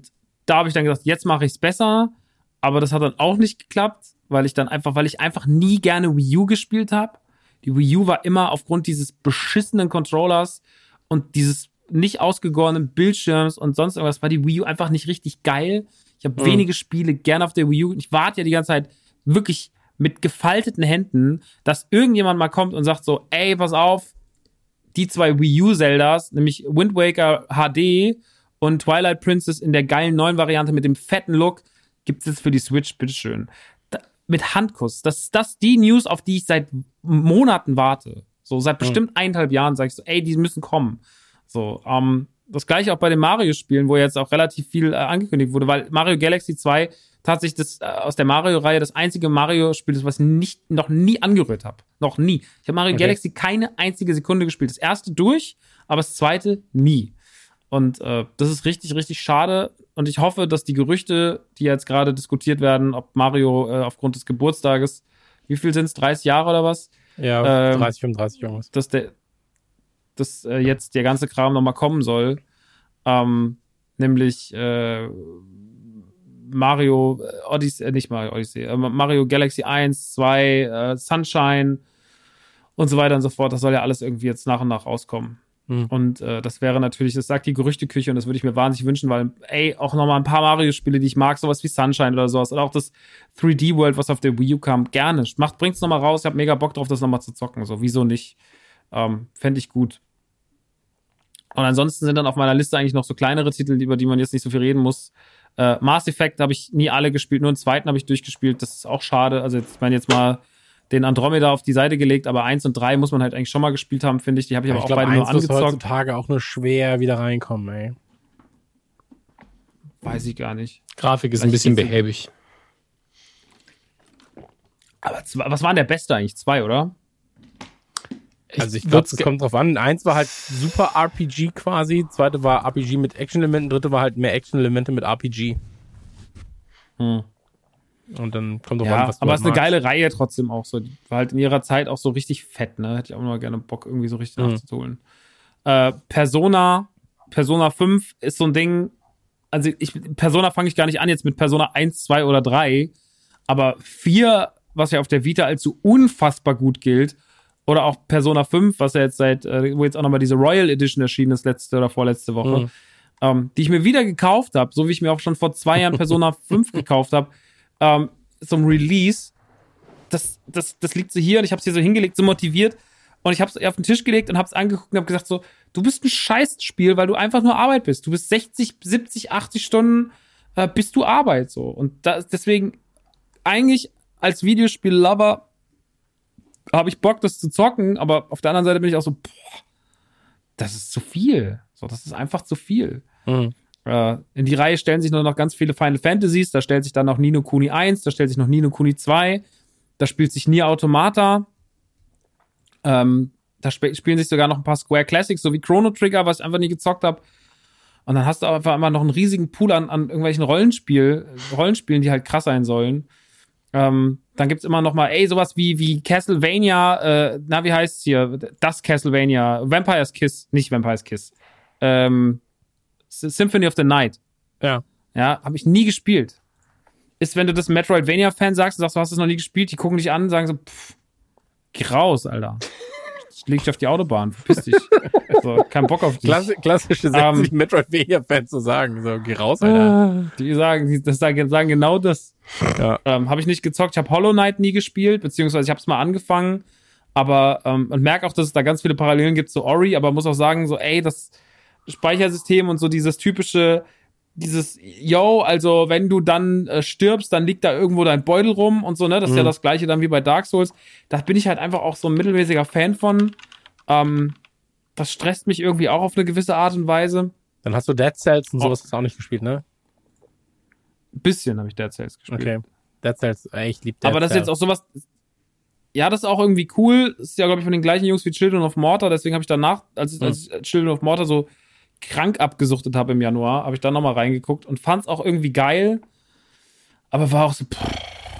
Speaker 4: da habe ich dann gesagt, jetzt mache ich es besser, aber das hat dann auch nicht geklappt, weil ich dann einfach, weil ich einfach nie gerne Wii U gespielt habe. Die Wii U war immer aufgrund dieses beschissenen Controllers und dieses nicht ausgegorenen Bildschirms und sonst irgendwas, war die Wii U einfach nicht richtig geil. Ich habe mhm. wenige Spiele gerne auf der Wii U. Ich warte ja die ganze Zeit wirklich mit gefalteten Händen, dass irgendjemand mal kommt und sagt so, ey, pass auf, die zwei Wii U-Zeldas, nämlich Wind Waker H D und Twilight Princess in der geilen neuen Variante mit dem fetten Look, gibt's jetzt für die Switch, bitteschön. Da, mit Handkuss. Das ist das die News, auf die ich seit Monaten warte. So, seit bestimmt mhm. eineinhalb Jahren sage ich so, ey, die müssen kommen. So, ähm, das gleiche auch bei den Mario-Spielen, wo jetzt auch relativ viel äh, angekündigt wurde, weil Mario Galaxy zwei tatsächlich das, äh, aus der Mario-Reihe das einzige Mario-Spiel ist, was ich nicht, noch nie angerührt habe. Noch nie. Ich habe Mario okay. Galaxy keine einzige Sekunde gespielt. Das erste durch, aber das zweite nie. Und äh, das ist richtig, richtig schade. Und ich hoffe, dass die Gerüchte, die jetzt gerade diskutiert werden, ob Mario äh, aufgrund des Geburtstages, wie viel sind es, dreißig Jahre oder was?
Speaker 1: Ja, ähm, dreißig, fünfunddreißig irgendwas.
Speaker 4: Dass der dass äh, jetzt der ganze Kram nochmal kommen soll. Ähm, nämlich äh, Mario Odyssey, äh, nicht Mario Odyssey, äh, Mario Galaxy eins, zwei, äh, Sunshine und so weiter und so fort. Das soll ja alles irgendwie jetzt nach und nach rauskommen. Hm. Und äh, das wäre natürlich, das sagt die Gerüchteküche und das würde ich mir wahnsinnig wünschen, weil, ey, auch nochmal ein paar Mario-Spiele, die ich mag, sowas wie Sunshine oder sowas oder auch das drei D World, was auf der Wii U kam, gerne. Macht, bringt's nochmal raus. Ich habe mega Bock drauf, das nochmal zu zocken. So, wieso nicht? Ähm, fände ich gut. Und ansonsten sind dann auf meiner Liste eigentlich noch so kleinere Titel, über die man jetzt nicht so viel reden muss. Äh, Mass Effect habe ich nie alle gespielt, nur einen zweiten habe ich durchgespielt. Das ist auch schade. Also jetzt, ich meine jetzt mal den Andromeda auf die Seite gelegt, aber eins und drei muss man halt eigentlich schon mal gespielt haben, finde ich. Die habe ich aber
Speaker 1: ich
Speaker 4: auch
Speaker 1: glaub,
Speaker 4: beide nur angezockt.
Speaker 1: Heutzutage auch nur schwer wieder reinkommen, ey.
Speaker 4: Weiß ich gar nicht.
Speaker 3: Grafik ist ein bisschen behäbig.
Speaker 4: Aber zwei, was war denn der beste eigentlich? Zwei, oder?
Speaker 1: Also ich glaube, es kommt drauf an. Eins war halt super R P G quasi, zweite war R P G mit Action-Elementen, dritte war halt mehr Action-Elemente mit R P G.
Speaker 4: Hm.
Speaker 1: Und dann kommt drauf
Speaker 4: ja,
Speaker 1: an, was du
Speaker 4: aber
Speaker 1: halt
Speaker 4: es ist eine
Speaker 1: magst.
Speaker 4: geile Reihe trotzdem auch so. Die war halt in ihrer Zeit auch so richtig fett, ne? Hätte ich auch mal gerne Bock, irgendwie so richtig
Speaker 1: Mhm.
Speaker 4: nachzuholen. Äh, Persona, Persona fünf ist so ein Ding, also ich, Persona fange ich gar nicht an jetzt mit Persona eins, zwei oder drei, aber vier, was ja auf der Vita als so unfassbar gut gilt, oder auch Persona fünf, was ja jetzt seit, äh, wo jetzt auch nochmal diese Royal Edition erschienen ist, letzte oder vorletzte Woche,
Speaker 1: Mhm.
Speaker 4: ähm, die ich mir wieder gekauft habe, so wie ich mir auch schon vor zwei Jahren Persona fünf gekauft habe, ähm, zum Release. Das, das, das liegt so hier und ich habe es hier so hingelegt, so motiviert und ich habe es auf den Tisch gelegt und habe es angeguckt und habe gesagt so, du bist ein Scheißspiel, weil du einfach nur Arbeit bist. Du bist sechzig, siebzig, achtzig Stunden äh, bist du Arbeit so und da, deswegen eigentlich als Videospiel-Lover habe ich Bock, das zu zocken, aber auf der anderen Seite bin ich auch so, boah, das ist zu viel. So, das ist einfach zu viel.
Speaker 1: Mhm.
Speaker 4: Äh, in die Reihe stellen sich nur noch ganz viele Final Fantasies, da stellt sich dann noch Ni no Kuni eins, da stellt sich noch Ni no Kuni zwei, da spielt sich Nier Automata, ähm, da sp- spielen sich sogar noch ein paar Square Classics, so wie Chrono Trigger, was ich einfach nie gezockt habe. Und dann hast du einfach immer noch einen riesigen Pool an, an irgendwelchen Rollenspiel, Rollenspielen, die halt krass sein sollen. Ähm, dann gibt's immer noch mal, ey, sowas wie, wie Castlevania, äh, na, wie heißt's hier? Das Castlevania, Vampire's Kiss, nicht Vampire's Kiss. Ähm, Symphony of the Night.
Speaker 1: Ja.
Speaker 4: Ja, habe ich nie gespielt. Ist, wenn du das Metroidvania-Fan sagst und sagst, du hast das noch nie gespielt, die gucken dich an und sagen so, pff, geh raus, Alter. Leg dich auf die Autobahn, verpiss dich. So, kein Bock auf dich.
Speaker 1: Klasse, klassische Sätze,
Speaker 4: Ähm,
Speaker 1: die Metroidvania-Fans so sagen. So, geh raus, Alter.
Speaker 4: Die sagen, die das sagen, sagen genau das.
Speaker 1: Ja.
Speaker 4: Ähm, habe ich nicht gezockt. Ich habe Hollow Knight nie gespielt, beziehungsweise ich habe es mal angefangen. Aber ähm, und merke auch, dass es da ganz viele Parallelen gibt zu Ori, aber muss auch sagen, so, ey, das Speichersystem und so dieses typische, dieses, yo, also wenn du dann äh, stirbst, dann liegt da irgendwo dein Beutel rum und so, ne? Das ist
Speaker 1: Mhm.
Speaker 4: ja das Gleiche dann wie bei Dark Souls. Da bin ich halt einfach auch so ein mittelmäßiger Fan von. Ähm, das stresst mich irgendwie auch auf eine gewisse Art und Weise.
Speaker 1: Dann hast du Dead Cells und
Speaker 4: Oh.
Speaker 1: sowas hast du auch nicht gespielt, ne?
Speaker 4: Ein bisschen habe ich Dead Cells gespielt.
Speaker 1: Okay. Dead Cells, ey, ich lieb Dead
Speaker 4: Aber das ist
Speaker 1: Cells.
Speaker 4: jetzt auch sowas. Ja, das ist auch irgendwie cool. Das ist ja, glaube ich, von den gleichen Jungs wie Children of Mortar. Deswegen habe ich danach, als, ich- als ich Children of Mortar so krank abgesuchtet habe im Januar, habe ich dann nochmal reingeguckt und fand es auch irgendwie geil. Aber war auch so, pff,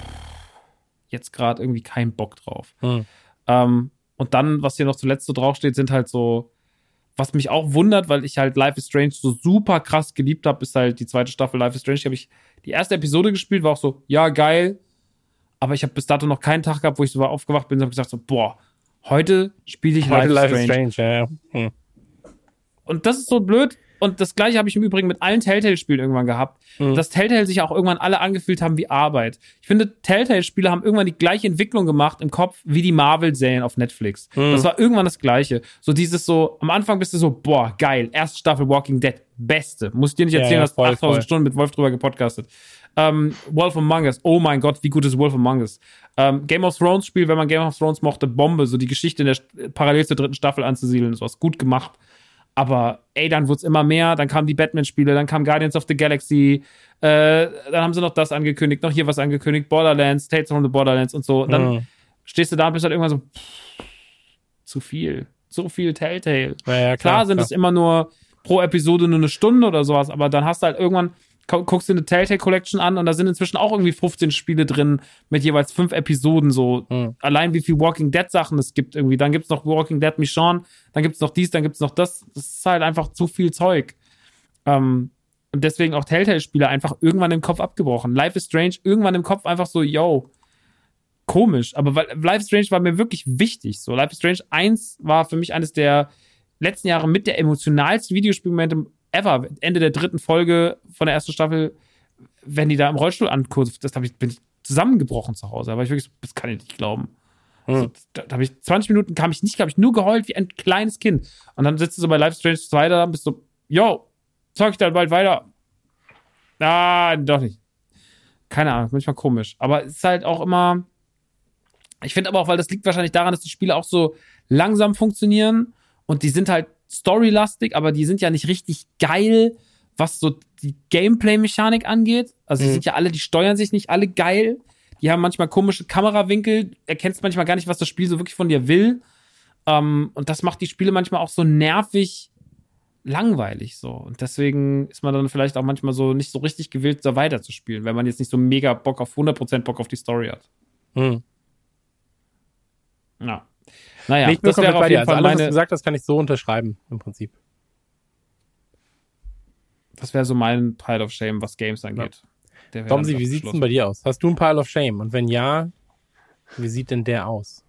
Speaker 4: jetzt gerade irgendwie kein Bock drauf.
Speaker 1: Hm.
Speaker 4: Ähm, und dann, was hier noch zuletzt so draufsteht, sind halt so was mich auch wundert, weil ich halt Life is Strange so super krass geliebt habe, ist halt die zweite Staffel Life is Strange. Die habe ich die erste Episode gespielt, war auch so, ja, geil. Aber ich habe bis dato noch keinen Tag gehabt, wo ich so aufgewacht bin und habe gesagt so, boah, heute spiele ich
Speaker 1: Heute
Speaker 4: Life,
Speaker 1: Life
Speaker 4: is Strange.
Speaker 1: is Strange, ja. Hm.
Speaker 4: Und das ist so blöd. Und das Gleiche habe ich im Übrigen mit allen Telltale-Spielen irgendwann gehabt, mhm. dass Telltale sich auch irgendwann alle angefühlt haben wie Arbeit. Ich finde, Telltale-Spiele haben irgendwann die gleiche Entwicklung gemacht im Kopf wie die Marvel-Serien auf Netflix. Mhm. Das war irgendwann das Gleiche. So dieses so, am Anfang bist du so, boah, geil, erste Staffel Walking Dead, beste. Muss ich dir nicht erzählen, ja, ja, hast achttausend voll. Stunden mit Wolf drüber gepodcastet. Ähm, Wolf Among Us, oh mein Gott, wie gut ist Wolf Among Us. Ähm, Game of Thrones Spiel, wenn man Game of Thrones mochte, Bombe, so die Geschichte in der parallel zur dritten Staffel anzusiedeln, sowas gut gemacht. Aber ey, dann wurde es immer mehr, dann kamen die Batman-Spiele, dann kam Guardians of the Galaxy, äh, dann haben sie noch das angekündigt, noch hier was angekündigt, Borderlands, Tales from the Borderlands und so. Und dann mhm. stehst du da und bist halt irgendwann so, pff, zu viel, zu viel Telltale.
Speaker 1: Ja, ja, klar,
Speaker 4: klar sind
Speaker 1: klar.
Speaker 4: es immer nur pro Episode nur eine Stunde oder sowas, aber dann hast du halt irgendwann, guckst du eine Telltale Collection an und da sind inzwischen auch irgendwie fünfzehn Spiele drin mit jeweils fünf Episoden so. Mhm. Allein wie viel Walking Dead Sachen es gibt irgendwie. Dann gibt's noch Walking Dead Michonne, dann gibt's noch dies, dann gibt's noch das. Das ist halt einfach zu viel Zeug. Ähm, und deswegen auch Telltale Spiele einfach irgendwann im Kopf abgebrochen. Life is Strange irgendwann im Kopf einfach so, yo, komisch. Aber weil Life is Strange war mir wirklich wichtig. So, Life is Strange eins war für mich eines der letzten Jahre mit der emotionalsten Videospielmomente ever. Ende der dritten Folge von der ersten Staffel, wenn die da im Rollstuhl ankurvt, das hab ich, bin ich zusammengebrochen zu Hause. Aber ich wirklich, das kann ich nicht glauben. Hm. Also, da, da habe ich zwanzig Minuten, kam ich nicht, habe ich nur geheult wie ein kleines Kind. Und dann sitzt du so bei Life is Strange zwei da und bist so, yo, zeug ich dann bald weiter. Ah, doch nicht. Keine Ahnung, manchmal komisch. Aber es ist halt auch immer, ich finde aber auch, weil das liegt wahrscheinlich daran, dass die Spiele auch so langsam funktionieren und die sind halt storylastig, aber die sind ja nicht richtig geil, was so die Gameplay-Mechanik angeht. Also die mhm. sind ja alle, die steuern sich nicht alle geil. Die haben manchmal komische Kamerawinkel, erkennst manchmal gar nicht, was das Spiel so wirklich von dir will. Ähm, und das macht die Spiele manchmal auch so nervig langweilig so. Und deswegen ist man dann vielleicht auch manchmal so nicht so richtig gewillt, da weiterzuspielen, wenn man jetzt nicht so mega Bock auf hundert Prozent Bock auf die Story hat.
Speaker 1: Mhm.
Speaker 4: Ja. Naja,
Speaker 1: nee,
Speaker 4: das wäre auf jeden
Speaker 1: also
Speaker 4: Fall
Speaker 1: alles,
Speaker 4: meine...
Speaker 1: was du gesagt hast, kann ich so unterschreiben, im Prinzip.
Speaker 4: Das wäre so mein Pile of Shame, was Games angeht. Ja.
Speaker 1: Domsi, wie sieht's denn bei dir aus? Hast du ein Pile of Shame? Und wenn ja, wie sieht denn der aus?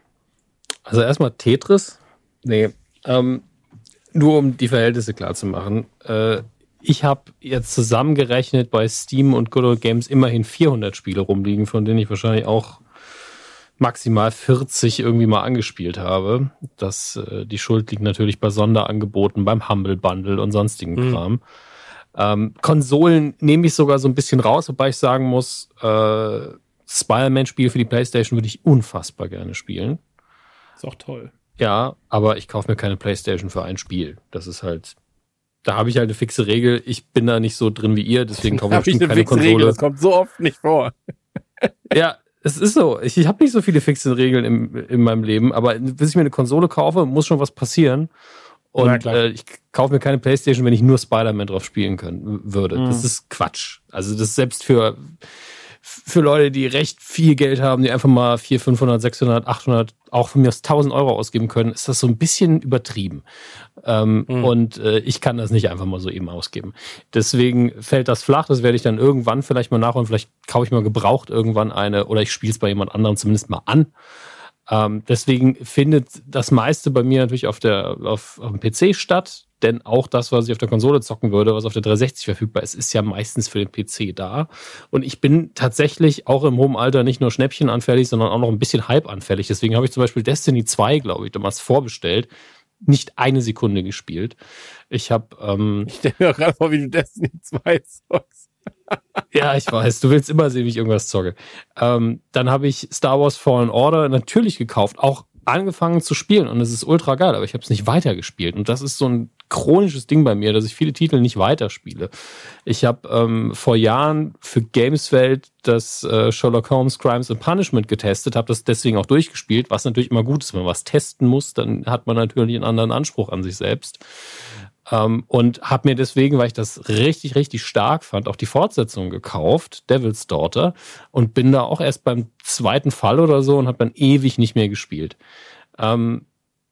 Speaker 3: Also erstmal Tetris. Nee, ähm, nur um die Verhältnisse klar zu machen. Äh, ich habe jetzt zusammengerechnet bei Steam und Good Old Games immerhin vierhundert Spiele rumliegen, von denen ich wahrscheinlich auch maximal vierzig irgendwie mal angespielt habe. Das, äh, die Schuld liegt natürlich bei Sonderangeboten, beim Humble Bundle und sonstigen mhm. Kram. Ähm, Konsolen nehme ich sogar so ein bisschen raus, wobei ich sagen muss, äh, Spider-Man-Spiel für die PlayStation würde ich unfassbar gerne spielen.
Speaker 4: Ist auch toll.
Speaker 3: Ja, aber ich kaufe mir keine PlayStation für ein Spiel. Das ist halt, da habe ich halt eine fixe Regel. Ich bin da nicht so drin wie ihr, deswegen kaufe ich bestimmt
Speaker 1: ich
Speaker 3: keine Konsole.
Speaker 1: Regel. Das kommt so oft nicht vor.
Speaker 3: Ja, es ist so. Ich, ich habe nicht so viele fixe Regeln im, in meinem Leben, aber bis ich mir eine Konsole kaufe, muss schon was passieren. Und äh, ich kaufe mir keine PlayStation, wenn ich nur Spider-Man drauf spielen können würde. Mhm. Das ist Quatsch. Also das ist selbst für, für Leute, die recht viel Geld haben, die einfach mal vierhundert, fünfhundert, sechshundert, achthundert, auch von mir aus tausend Euro ausgeben können, ist das so ein bisschen übertrieben. Ähm, mhm. Und äh, ich kann das nicht einfach mal so eben ausgeben. Deswegen fällt das flach. Das werde ich dann irgendwann vielleicht mal nachholen. Vielleicht kaufe ich mal gebraucht irgendwann eine oder ich spiele es bei jemand anderem zumindest mal an. Ähm, deswegen findet das meiste bei mir natürlich auf der auf, auf dem P C statt, denn auch das, was ich auf der Konsole zocken würde, was auf der dreihundertsechzig verfügbar ist, ist ja meistens für den P C da. Und ich bin tatsächlich auch im hohen Alter nicht nur schnäppchenanfällig, sondern auch noch ein bisschen hypeanfällig. Deswegen habe ich zum Beispiel Destiny zwei, glaube ich, damals vorbestellt, nicht eine Sekunde gespielt. Ich habe ähm,
Speaker 1: Ich stelle mir auch gerade vor, wie du Destiny zwei zockst.
Speaker 3: Ja, ich weiß, du willst immer sehen, wie ich irgendwas zocke. Ähm, dann habe ich Star Wars Fallen Order natürlich gekauft, auch angefangen zu spielen und es ist ultra geil, aber ich habe es nicht weitergespielt und das ist so ein chronisches Ding bei mir, dass ich viele Titel nicht weiterspiele. Ich habe ähm, vor Jahren für Gameswelt das äh, Sherlock Holmes Crimes and Punishment getestet, habe das deswegen auch durchgespielt, was natürlich immer gut ist, wenn man was testen muss, dann hat man natürlich einen anderen Anspruch an sich selbst. Um, und habe mir deswegen, weil ich das richtig, richtig stark fand, auch die Fortsetzung gekauft, Devil's Daughter, und bin da auch erst beim zweiten Fall oder so und habe dann ewig nicht mehr gespielt. Um,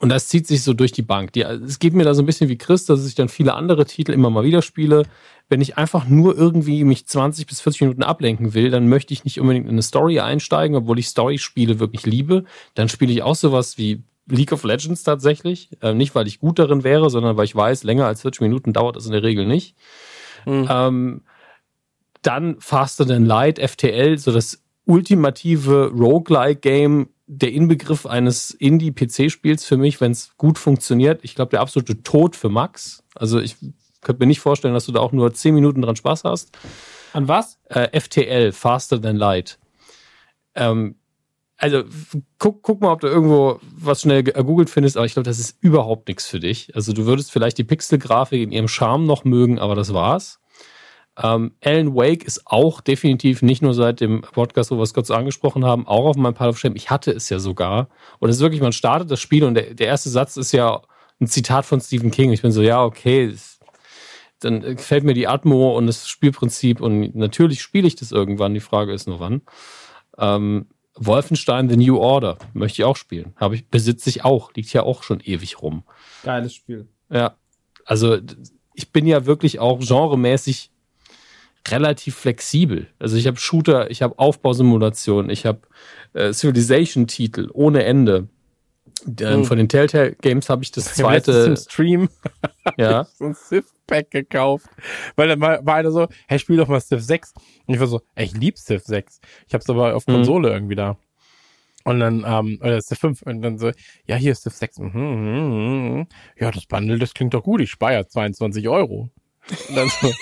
Speaker 3: Und das zieht sich so durch die Bank. Die, es geht mir da so ein bisschen wie Chris, dass ich dann viele andere Titel immer mal wieder spiele. Wenn ich einfach nur irgendwie mich zwanzig bis vierzig Minuten ablenken will, dann möchte ich nicht unbedingt in eine Story einsteigen, obwohl ich Story-Spiele wirklich liebe. Dann spiele ich auch sowas wie League of Legends tatsächlich. Äh, nicht, weil ich gut darin wäre, sondern weil ich weiß, länger als vierzig Minuten dauert das in der Regel nicht. Mhm. Ähm, dann Faster Than Light, F T L, so das ultimative Roguelike-Game, der Inbegriff eines Indie-P C-Spiels für mich, wenn es gut funktioniert. Ich glaube, der absolute Tod für Max. Also ich könnte mir nicht vorstellen, dass du da auch nur zehn Minuten dran Spaß hast.
Speaker 4: An was?
Speaker 3: Äh, F T L, Faster Than Light. Ähm, also guck, guck mal, ob du irgendwo was schnell gegoogelt findest, aber ich glaube, das ist überhaupt nichts für dich. Also du würdest vielleicht die Pixel-Grafik in ihrem Charme noch mögen, aber das war's. Ähm, Alan Wake ist auch definitiv nicht nur seit dem Podcast, wo wir es kurz angesprochen haben, auch auf meinem Pile of Shame. Ich hatte es ja sogar. Und es ist wirklich, man startet das Spiel und der, der erste Satz ist ja ein Zitat von Stephen King. Ich bin so, ja, okay, dann gefällt mir die Atmo und das Spielprinzip und natürlich spiele ich das irgendwann. Die Frage ist nur wann. Ähm, Wolfenstein The New Order möchte ich auch spielen. Habe ich, besitze ich auch. Liegt ja auch schon ewig rum.
Speaker 4: Geiles Spiel.
Speaker 3: Ja, also ich bin ja wirklich auch genremäßig relativ flexibel. Also ich habe Shooter, ich habe Aufbausimulation, ich habe äh, Civilization-Titel ohne Ende. Dann hm. Von den Telltale Games habe ich das zweite
Speaker 1: im Stream
Speaker 3: ja.
Speaker 1: so ein Civ-Pack gekauft, weil dann war einer so, hey, spiel doch mal Civ sechs. Und ich war so, ey, ich lieb Civ sechs. Ich hab's aber auf Konsole hm. irgendwie da. Und dann, ähm, oder Civ fünf. Und dann so, ja, hier ist Civ sechs. Mhm, mhm, mhm. Ja, das Bundle, das klingt doch gut. Ich spare zweiundzwanzig Euro. Und dann so,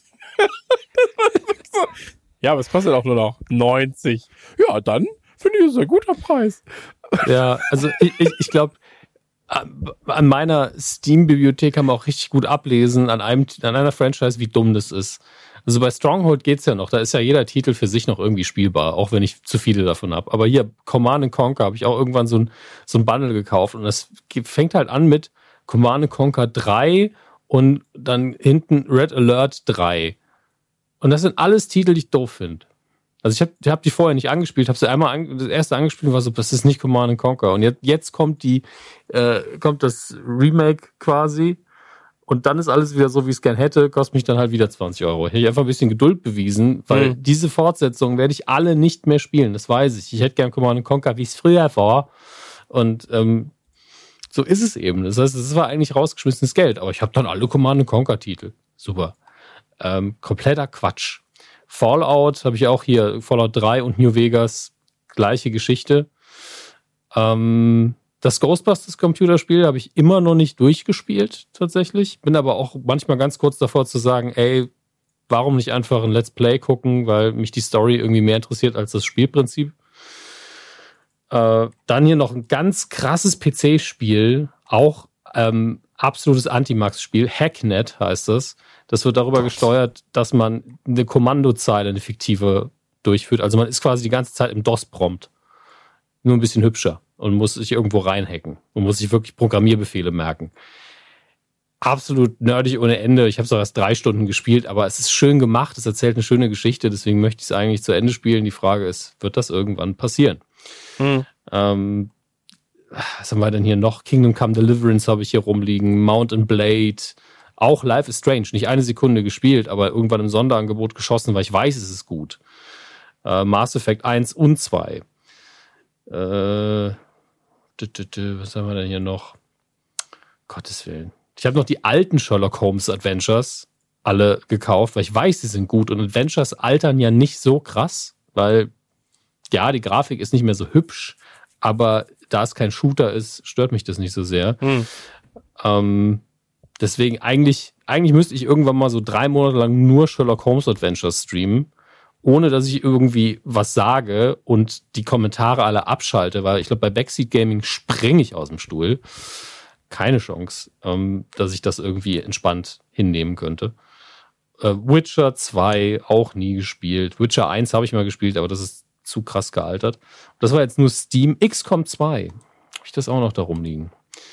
Speaker 1: so, ja, aber es kostet auch nur noch neunzig. Ja, dann finde ich, das ein guter Preis.
Speaker 3: Ja, also ich, ich, ich glaube, an meiner Steam-Bibliothek kann man auch richtig gut ablesen, an einem, an einer Franchise, wie dumm das ist. Also bei Stronghold geht's ja noch, da ist ja jeder Titel für sich noch irgendwie spielbar, auch wenn ich zu viele davon habe. Aber hier, Command and Conquer, habe ich auch irgendwann so ein, so ein Bundle gekauft und das fängt halt an mit Command and Conquer drei und dann hinten Red Alert drei. Und das sind alles Titel, die ich doof finde. Also ich habe ich hab die vorher nicht angespielt, habe sie einmal an, das erste angespielt und war so, das ist nicht Command and Conquer. Und jetzt, jetzt kommt die, äh, kommt das Remake quasi und dann ist alles wieder so, wie ich es gern hätte, kostet mich dann halt wieder zwanzig Euro. Hätte ich einfach ein bisschen Geduld bewiesen, weil mhm. diese Fortsetzungen werde ich alle nicht mehr spielen, das weiß ich. Ich hätte gern Command and Conquer, wie es früher war. Und ähm, so ist es eben. Das heißt, es war eigentlich rausgeschmissenes Geld, aber ich habe dann alle Command and Conquer Titel. Super. Ähm, kompletter Quatsch. Fallout habe ich auch hier, Fallout drei und New Vegas, gleiche Geschichte. Ähm, das Ghostbusters Computerspiel habe ich immer noch nicht durchgespielt, tatsächlich. Bin aber auch manchmal ganz kurz davor zu sagen, ey, warum nicht einfach ein Let's Play gucken, weil mich die Story irgendwie mehr interessiert als das Spielprinzip. Äh, dann hier noch ein ganz krasses P C-Spiel, auch ähm, absolutes Anti-Max-Spiel, Hacknet heißt das. Das wird darüber gesteuert, dass man eine Kommandozeile, eine fiktive, durchführt. Also man ist quasi die ganze Zeit im DOS-Prompt. Nur ein bisschen hübscher und muss sich irgendwo reinhacken und muss sich wirklich Programmierbefehle merken. Absolut nerdig ohne Ende. Ich habe es auch erst drei Stunden gespielt, aber es ist schön gemacht. Es erzählt eine schöne Geschichte, deswegen möchte ich es eigentlich zu Ende spielen. Die Frage ist, wird das irgendwann passieren? Hm. Ähm, was haben wir denn hier noch? Kingdom Come Deliverance habe ich hier rumliegen. Mount and Blade. Auch Life is Strange. Nicht eine Sekunde gespielt, aber irgendwann im Sonderangebot geschossen, weil ich weiß, es ist gut. Äh, Mass Effect eins und zwei. Äh, was haben wir denn hier noch? Gottes Willen. Ich habe noch die alten Sherlock Holmes Adventures alle gekauft, weil ich weiß, sie sind gut. Und Adventures altern ja nicht so krass, weil ja, die Grafik ist nicht mehr so hübsch, aber da es kein Shooter ist, stört mich das nicht so sehr. Hm. Ähm, deswegen eigentlich, eigentlich müsste ich irgendwann mal so drei Monate lang nur Sherlock Holmes Adventures streamen, ohne dass ich irgendwie was sage und die Kommentare alle abschalte, weil ich glaube, bei Backseat Gaming springe ich aus dem Stuhl. Keine Chance, ähm, dass ich das irgendwie entspannt hinnehmen könnte. Äh, Witcher zwei auch nie gespielt. Witcher eins habe ich mal gespielt, aber das ist zu krass gealtert. Das war jetzt nur Steam. X COM zwei. Habe ich das auch noch da rumliegen?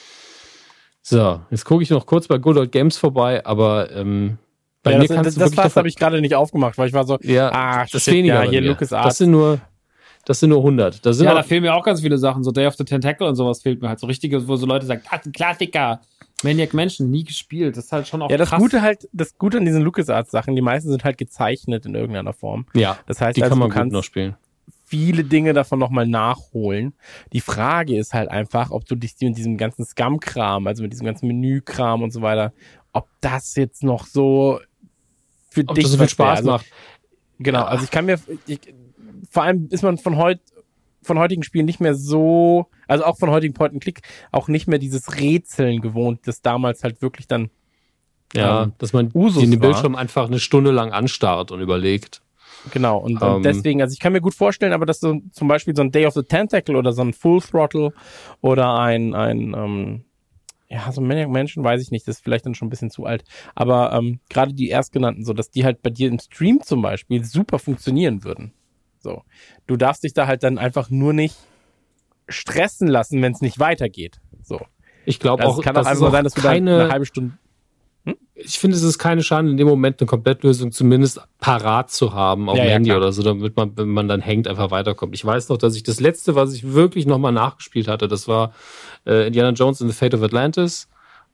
Speaker 3: So, jetzt gucke ich noch kurz bei Good Old Games vorbei, aber ähm, bei
Speaker 1: ja,
Speaker 3: mir
Speaker 1: das,
Speaker 3: kannst
Speaker 1: das,
Speaker 3: du
Speaker 1: das Fass habe ich gerade nicht aufgemacht, weil ich war so,
Speaker 3: ja,
Speaker 1: ah,
Speaker 3: das
Speaker 1: shit,
Speaker 3: weniger
Speaker 1: ja, hier
Speaker 3: mir.
Speaker 1: Lucas Arts.
Speaker 3: Das sind nur Das sind nur hundert. Das sind
Speaker 4: Ja,
Speaker 3: auch,
Speaker 4: da fehlen mir auch ganz viele Sachen. So Day of the Tentacle und sowas fehlt mir halt. So richtige, wo so Leute sagen, das ist ein Klassiker. Maniac Mansion, nie gespielt. Das ist halt schon auch
Speaker 1: Ja, das
Speaker 4: krass.
Speaker 1: Gute halt, das Gute an diesen LucasArts-Sachen, die meisten sind halt gezeichnet in irgendeiner Form.
Speaker 3: ja,
Speaker 1: Das heißt,
Speaker 3: die
Speaker 1: also,
Speaker 3: kann man
Speaker 1: du
Speaker 3: gut
Speaker 1: kannst
Speaker 3: noch spielen.
Speaker 1: viele Dinge davon nochmal nachholen. Die Frage ist halt einfach, ob du dich mit diesem ganzen Scum-Kram, also mit diesem ganzen Menü-Kram und so weiter, ob das jetzt noch so für
Speaker 3: Ob
Speaker 1: dich
Speaker 3: das so viel
Speaker 1: was wär.
Speaker 3: Spaß
Speaker 1: also,
Speaker 3: macht.
Speaker 1: Genau,
Speaker 3: Ja.
Speaker 1: also ich kann mir, ich, vor allem ist man von heute, von heutigen Spielen nicht mehr so, also auch von heutigen Point-and-Click, auch nicht mehr dieses Rätseln gewohnt, das damals halt wirklich dann
Speaker 3: Ja,
Speaker 1: ähm,
Speaker 3: dass man
Speaker 1: Usus
Speaker 3: den
Speaker 1: war.
Speaker 3: Bildschirm einfach eine Stunde lang anstarrt und überlegt.
Speaker 1: Genau, und,
Speaker 3: Ähm.
Speaker 1: und deswegen, also ich kann mir gut vorstellen, aber dass so zum Beispiel so ein Day of the Tentacle oder so ein Full Throttle oder ein, ein ähm, ja, so ein Maniac Mansion, weiß ich nicht, das ist vielleicht dann schon ein bisschen zu alt, aber ähm, gerade die erstgenannten, so, dass die halt bei dir im Stream zum Beispiel super funktionieren würden. So, du darfst dich da halt dann einfach nur nicht stressen lassen, wenn es nicht weitergeht. So,
Speaker 3: Ich glaube
Speaker 1: also
Speaker 3: auch,
Speaker 1: es kann auch
Speaker 3: das
Speaker 1: einfach
Speaker 3: ist
Speaker 1: nur
Speaker 3: auch
Speaker 1: sein, dass du da
Speaker 3: keine,
Speaker 1: eine halbe Stunde.
Speaker 3: ich finde, es ist keine Schande, in dem Moment eine Komplettlösung zumindest parat zu haben auf
Speaker 1: Ja,
Speaker 3: dem
Speaker 1: ja,
Speaker 3: Handy
Speaker 1: klar.
Speaker 3: oder so, damit man, wenn man dann hängt, einfach weiterkommt. Ich weiß noch, dass ich das letzte, was ich wirklich nochmal nachgespielt hatte, das war äh, Indiana Jones and the Fate of Atlantis.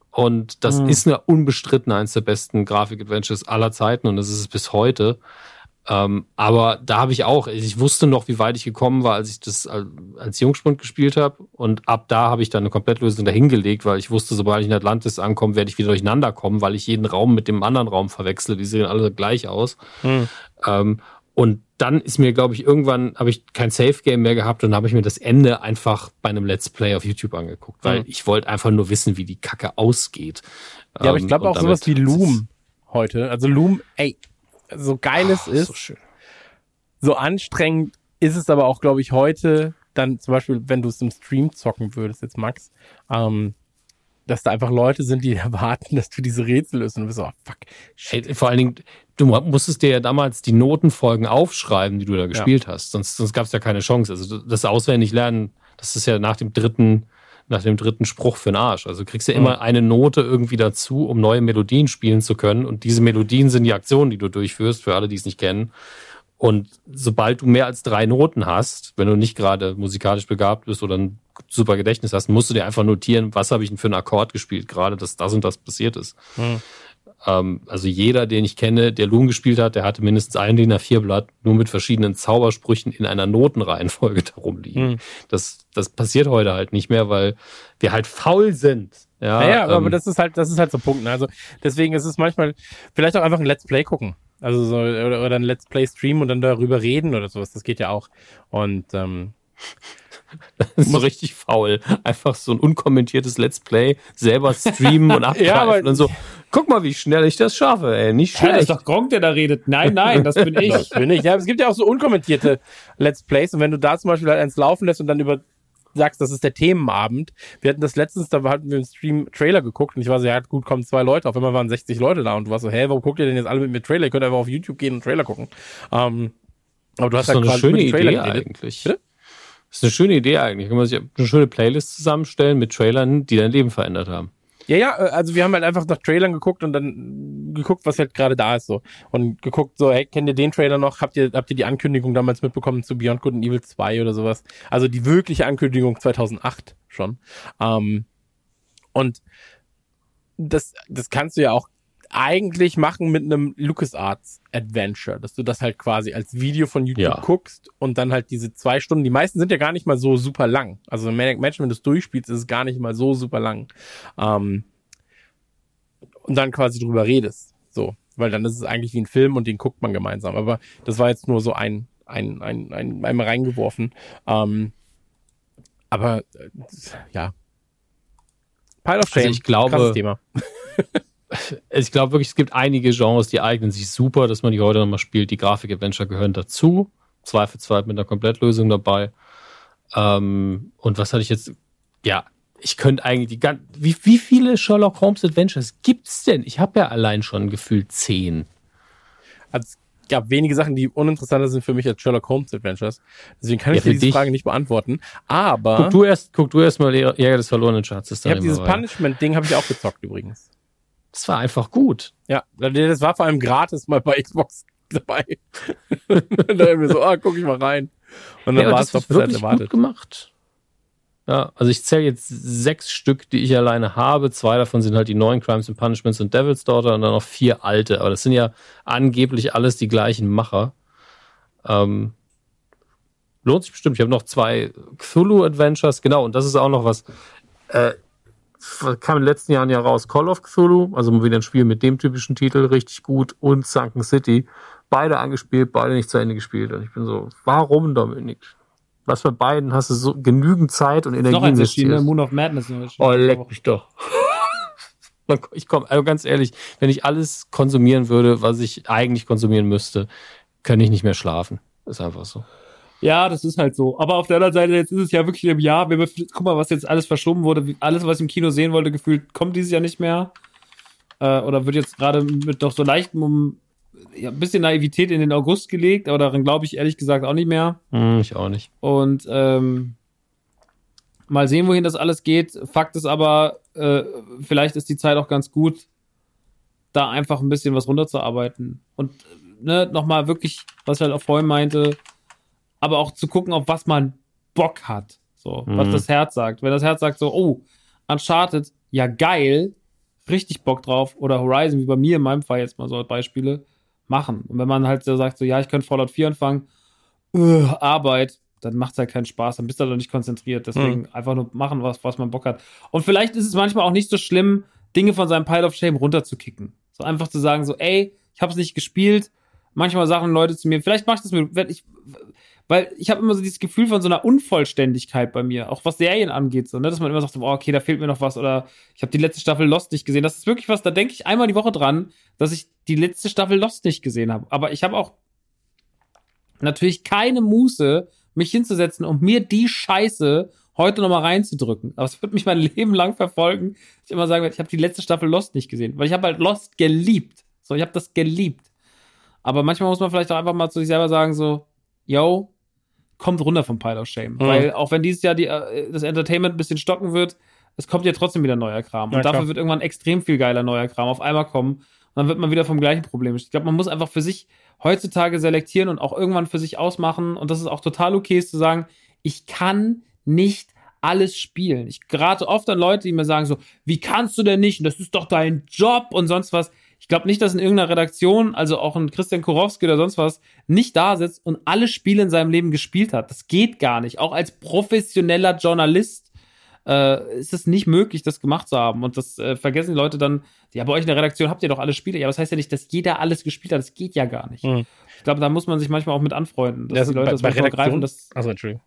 Speaker 3: Und das
Speaker 1: Mhm.
Speaker 3: ist eine unbestritten eins der besten Grafik-Adventures aller Zeiten und das ist es bis heute. Ähm, aber da habe ich auch, ich wusste noch, wie weit ich gekommen war, als ich das als, als Jungspund gespielt habe. Und ab da habe ich dann eine Komplettlösung dahingelegt, weil ich wusste, sobald ich in Atlantis ankomme, werde ich wieder durcheinander kommen, weil ich jeden Raum mit dem anderen Raum verwechsle. Die sehen alle gleich aus.
Speaker 1: Hm.
Speaker 3: Ähm, und dann ist mir, glaube ich, irgendwann habe ich kein Safe-Game mehr gehabt und habe ich mir das Ende einfach bei einem Let's Play auf YouTube angeguckt, weil
Speaker 1: Mhm.
Speaker 3: ich wollte einfach nur wissen, wie die Kacke ausgeht.
Speaker 1: Ja, aber ich
Speaker 3: Ähm,
Speaker 1: glaube
Speaker 3: und
Speaker 1: auch sowas wie
Speaker 3: damit-
Speaker 1: Loom heute. Also Loom, ey, so geil es
Speaker 3: Ach,
Speaker 1: ist,
Speaker 3: so schön.
Speaker 1: so anstrengend ist es aber auch, glaube ich, heute dann zum Beispiel, wenn du es im Stream zocken würdest, jetzt Max, ähm, dass da einfach Leute sind, die erwarten, dass du diese Rätsel löst und du bist so, oh, fuck, shit.
Speaker 3: Ey, vor allen Dingen, du musstest dir ja damals die Notenfolgen aufschreiben, die du da gespielt hast. Sonst, sonst gab es ja keine Chance. Also das auswendig lernen, das ist ja nach dem dritten, nach dem dritten Spruch für den Arsch. Also du kriegst ja immer eine Note irgendwie dazu, um neue Melodien spielen zu können. Und diese Melodien sind die Aktionen, die du durchführst, für alle, die es nicht kennen. Und sobald du mehr als drei Noten hast, wenn du nicht gerade musikalisch begabt bist oder ein super Gedächtnis hast, musst du dir einfach notieren, was habe ich denn für einen Akkord gespielt, gerade dass das und das passiert ist.
Speaker 1: Hm.
Speaker 3: Ähm, also jeder, den ich kenne, der Loom gespielt hat, der hatte mindestens ein D I N A vier Blatt, nur mit verschiedenen Zaubersprüchen in einer Notenreihenfolge darum liegen.
Speaker 1: Hm.
Speaker 3: Das, das passiert heute halt nicht mehr, weil wir halt faul sind. Ja,
Speaker 1: Naja,
Speaker 3: ähm,
Speaker 1: aber das ist halt, das ist halt so ein Punkt. Ne? Also deswegen ist es manchmal vielleicht auch einfach ein Let's Play gucken. Also so, oder, oder ein Let's Play streamen und dann darüber reden oder sowas. Das geht ja auch. Und ähm,
Speaker 3: das ist so richtig faul. Einfach so ein unkommentiertes Let's Play selber streamen und abgreifen
Speaker 1: Ja, aber-
Speaker 3: und so. Guck mal, wie schnell ich das schaffe, ey. Nicht
Speaker 4: Ja, das
Speaker 3: schlecht.
Speaker 4: ist doch Gronk, der da redet. Nein, nein, das bin ich.
Speaker 1: das bin ich. Ja, es gibt ja auch so unkommentierte Let's Plays und wenn du da zum Beispiel halt eins laufen lässt und dann über sagst, das ist der Themenabend. Wir hatten das letztens, da hatten wir im Stream Trailer geguckt und ich war so, ja gut, kommen zwei Leute, auf einmal waren sechzig Leute da und du warst so, hä, warum guckt ihr denn jetzt alle mit mir Trailer? Ihr könnt einfach auf YouTube gehen und Trailer gucken. Ähm, aber du hast
Speaker 3: Das ist
Speaker 1: halt
Speaker 3: doch eine
Speaker 1: quasi
Speaker 3: schöne
Speaker 1: über die Trailer
Speaker 3: Idee
Speaker 1: geredet.
Speaker 3: eigentlich.
Speaker 1: Bitte?
Speaker 3: Das ist eine schöne Idee eigentlich. Kann man sich eine schöne Playlist zusammenstellen mit Trailern, die dein Leben verändert haben.
Speaker 1: Ja, ja, also wir haben halt einfach nach Trailern geguckt und dann geguckt, was halt gerade da ist so. Und geguckt so, hey, kennt ihr den Trailer noch? Habt ihr, habt ihr die Ankündigung damals mitbekommen zu Beyond Good and Evil zwei oder sowas? Also die wirkliche Ankündigung zweitausendacht schon. Ähm, und das, das kannst du ja auch eigentlich machen mit einem LucasArts Adventure, dass du das halt quasi als Video von YouTube
Speaker 3: Ja.
Speaker 1: guckst und dann halt diese zwei Stunden, die meisten sind ja gar nicht mal so super lang. Also in Maniac Mansion, wenn du es durchspielst, ist es gar nicht mal so super lang. Ähm, und dann quasi drüber redest. So, weil dann ist es eigentlich wie ein Film und den guckt man gemeinsam. Aber das war jetzt nur so ein, ein, ein, ein einmal reingeworfen. Ähm, aber äh, ja. Pile of Shame.
Speaker 3: Also ich glaube-
Speaker 1: krasses Thema.
Speaker 3: Ich glaube wirklich, es gibt einige Genres, die eignen sich super, dass man die heute nochmal spielt. Die Grafik-Adventure gehören dazu. Zweifelsfrei mit einer Komplettlösung dabei. Ähm, und was hatte ich jetzt? Ja, ich könnte eigentlich die ganzen. Wie, wie viele Sherlock Holmes Adventures gibt's denn? Ich habe ja allein schon gefühlt zehn.
Speaker 1: Also, es gab wenige Sachen, die uninteressanter sind für mich als Sherlock Holmes Adventures. Deswegen kann
Speaker 3: Ja,
Speaker 1: ich dir
Speaker 3: für
Speaker 1: diese
Speaker 3: dich.
Speaker 1: Frage nicht beantworten. Aber
Speaker 3: Guck du erst, guck du erst mal Jäger des verlorenen Schatzes.
Speaker 1: ich
Speaker 3: dann
Speaker 1: habe
Speaker 3: immer
Speaker 1: dieses
Speaker 3: weiter.
Speaker 1: Punishment-Ding habe ich auch gezockt übrigens.
Speaker 3: Das war einfach gut.
Speaker 1: Ja, das war vor allem gratis mal bei Xbox dabei. Und dann dachte ich mir so, ah, guck ich mal rein. Und dann
Speaker 3: Ja,
Speaker 1: war es
Speaker 3: das
Speaker 1: doch
Speaker 3: ist wirklich
Speaker 1: erwartet.
Speaker 3: gut gemacht. Ja, also ich zähle jetzt sechs Stück, die ich alleine habe. Zwei davon sind halt die neuen Crimes and Punishments und Devil's Daughter und dann noch vier alte. Aber das sind ja angeblich alles die gleichen Macher. Ähm, lohnt sich bestimmt. Ich habe noch zwei Cthulhu-Adventures. Genau, und das ist auch noch was. Äh, kam in den letzten Jahren ja raus. Call of Cthulhu, also mal wieder ein Spiel mit dem typischen Titel, richtig gut. Und Sunken City. Beide angespielt, beide nicht zu Ende gespielt. Und ich bin so, warum, Dominik? Was bei beiden hast du so genügend Zeit und Energie
Speaker 4: Noch eins erschienen,
Speaker 3: investiert.
Speaker 4: Moon of Madness.
Speaker 3: Oh, leck mich doch. Ich komme, also ganz ehrlich, wenn ich alles konsumieren würde, was ich eigentlich konsumieren müsste, könnte ich nicht mehr schlafen. Ist einfach so.
Speaker 4: Ja, das ist halt so. Aber auf der anderen Seite, jetzt ist es ja wirklich im Jahr, wenn wir, guck mal, was jetzt alles verschoben wurde, alles, was ich im Kino sehen wollte, gefühlt, kommt dieses Jahr nicht mehr. Äh, oder wird jetzt gerade mit doch so leichtem, um, ja, ein bisschen Naivität in den August gelegt, aber daran glaube ich ehrlich gesagt auch nicht mehr.
Speaker 3: Hm, ich auch nicht.
Speaker 4: Und ähm, mal sehen, wohin das alles geht. Fakt ist aber, äh, vielleicht ist die Zeit auch ganz gut, da einfach ein bisschen was runterzuarbeiten. Und ne, nochmal wirklich, was ich halt auch vorhin meinte, aber auch zu gucken, auf was man Bock hat. So,
Speaker 3: Mhm.
Speaker 4: was das Herz sagt. Wenn das Herz sagt so, oh, Uncharted, ja geil, richtig Bock drauf. Oder Horizon, wie bei mir in meinem Fall jetzt mal so als Beispiele, machen. Und wenn man halt so sagt, so ja, ich könnte Fallout vier anfangen, uh, Arbeit, dann macht es halt keinen Spaß, dann bist du halt nicht konzentriert. Deswegen einfach nur machen, was, was man Bock hat. Und vielleicht ist es manchmal auch nicht so schlimm, Dinge von seinem Pile of Shame runterzukicken. So einfach zu sagen, so, ey, ich habe es nicht gespielt. Manchmal sagen Leute zu mir, vielleicht mach ich das mit, wenn ich, weil ich habe immer so dieses Gefühl von so einer Unvollständigkeit bei mir, auch was Serien angeht, so, ne, dass man immer sagt, oh, okay, da fehlt mir noch was, oder ich habe die letzte Staffel Lost nicht gesehen. Das ist wirklich was, da denke ich einmal die Woche dran, dass ich die letzte Staffel Lost nicht gesehen habe. Aber ich habe auch natürlich keine Muße, mich hinzusetzen und mir die Scheiße heute nochmal reinzudrücken. Aber es wird mich mein Leben lang verfolgen. Ich immer sagen werde, ich habe die letzte Staffel Lost nicht gesehen, weil ich habe halt Lost geliebt. So, ich habe das geliebt. Aber manchmal muss man vielleicht auch einfach mal zu sich selber sagen, so, yo, kommt runter vom Pile of Shame. Mhm. Weil auch wenn dieses Jahr die, das Entertainment ein bisschen stocken wird, es kommt ja trotzdem wieder neuer Kram. Und ja, dafür wird irgendwann extrem viel geiler neuer Kram auf einmal kommen. Und dann wird man wieder vom gleichen Problem. Ich glaube, man muss einfach für sich heutzutage selektieren und auch irgendwann für sich ausmachen. Und das ist auch total okay, ist zu sagen, ich kann nicht alles spielen. Ich gerate oft an Leute, die mir sagen so, wie kannst du denn nicht? Das ist doch dein Job und sonst was. Ich glaube nicht, dass in irgendeiner Redaktion, also auch ein Christian Kurowski oder sonst was, nicht da sitzt und alle Spiele in seinem Leben gespielt hat. Das geht gar nicht. Auch als professioneller Journalist äh, ist es nicht möglich, das gemacht zu haben. Und das äh, vergessen die Leute dann, ja, bei euch in der Redaktion habt ihr doch alle Spiele. Ja, aber das heißt ja nicht, dass jeder alles gespielt hat. Das geht ja gar nicht. Mhm. Ich glaube, da muss man sich manchmal auch mit anfreunden, dass
Speaker 1: ja,
Speaker 4: die Leute
Speaker 1: bei,
Speaker 4: das
Speaker 1: bei
Speaker 4: manchmal begreifen, dass,
Speaker 1: also, Entschuldigung.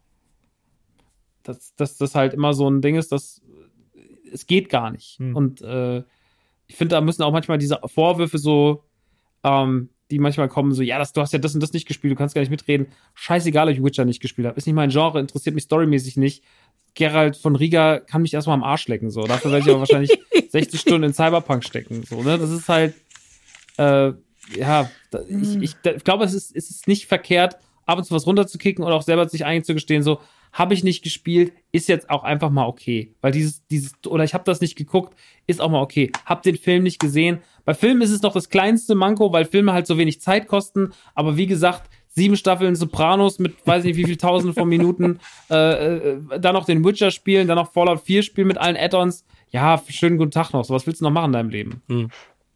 Speaker 4: dass, dass das halt immer so ein Ding ist, dass es geht gar nicht. Mhm. Und äh, ich finde, da müssen auch manchmal diese Vorwürfe so, ähm, die manchmal kommen, so, ja, das, du hast ja das und das nicht gespielt, du kannst gar nicht mitreden. Scheißegal, ob ich Witcher nicht gespielt habe. Ist nicht mein Genre, interessiert mich storymäßig nicht. Geralt von Riga kann mich erstmal am Arsch lecken, so. Dafür werde ich aber wahrscheinlich sechzig Stunden in Cyberpunk stecken, so, ne? Das ist halt, äh, ja, ich, ich, ich glaube, es ist, es ist nicht verkehrt, ab und zu was runterzukicken und auch selber sich einzugestehen, so, habe ich nicht gespielt, ist jetzt auch einfach mal okay. Weil dieses, dieses, oder ich habe das nicht geguckt, ist auch mal okay. Hab den Film nicht gesehen. Bei Filmen ist es noch das kleinste Manko, weil Filme halt so wenig Zeit kosten. Aber wie gesagt, sieben Staffeln Sopranos mit weiß nicht wie viel Tausenden von Minuten, äh, äh, dann noch den Witcher spielen, dann noch Fallout vier spielen mit allen Add-ons. Ja, schönen guten Tag noch. So, was willst du noch machen in deinem Leben? Hm.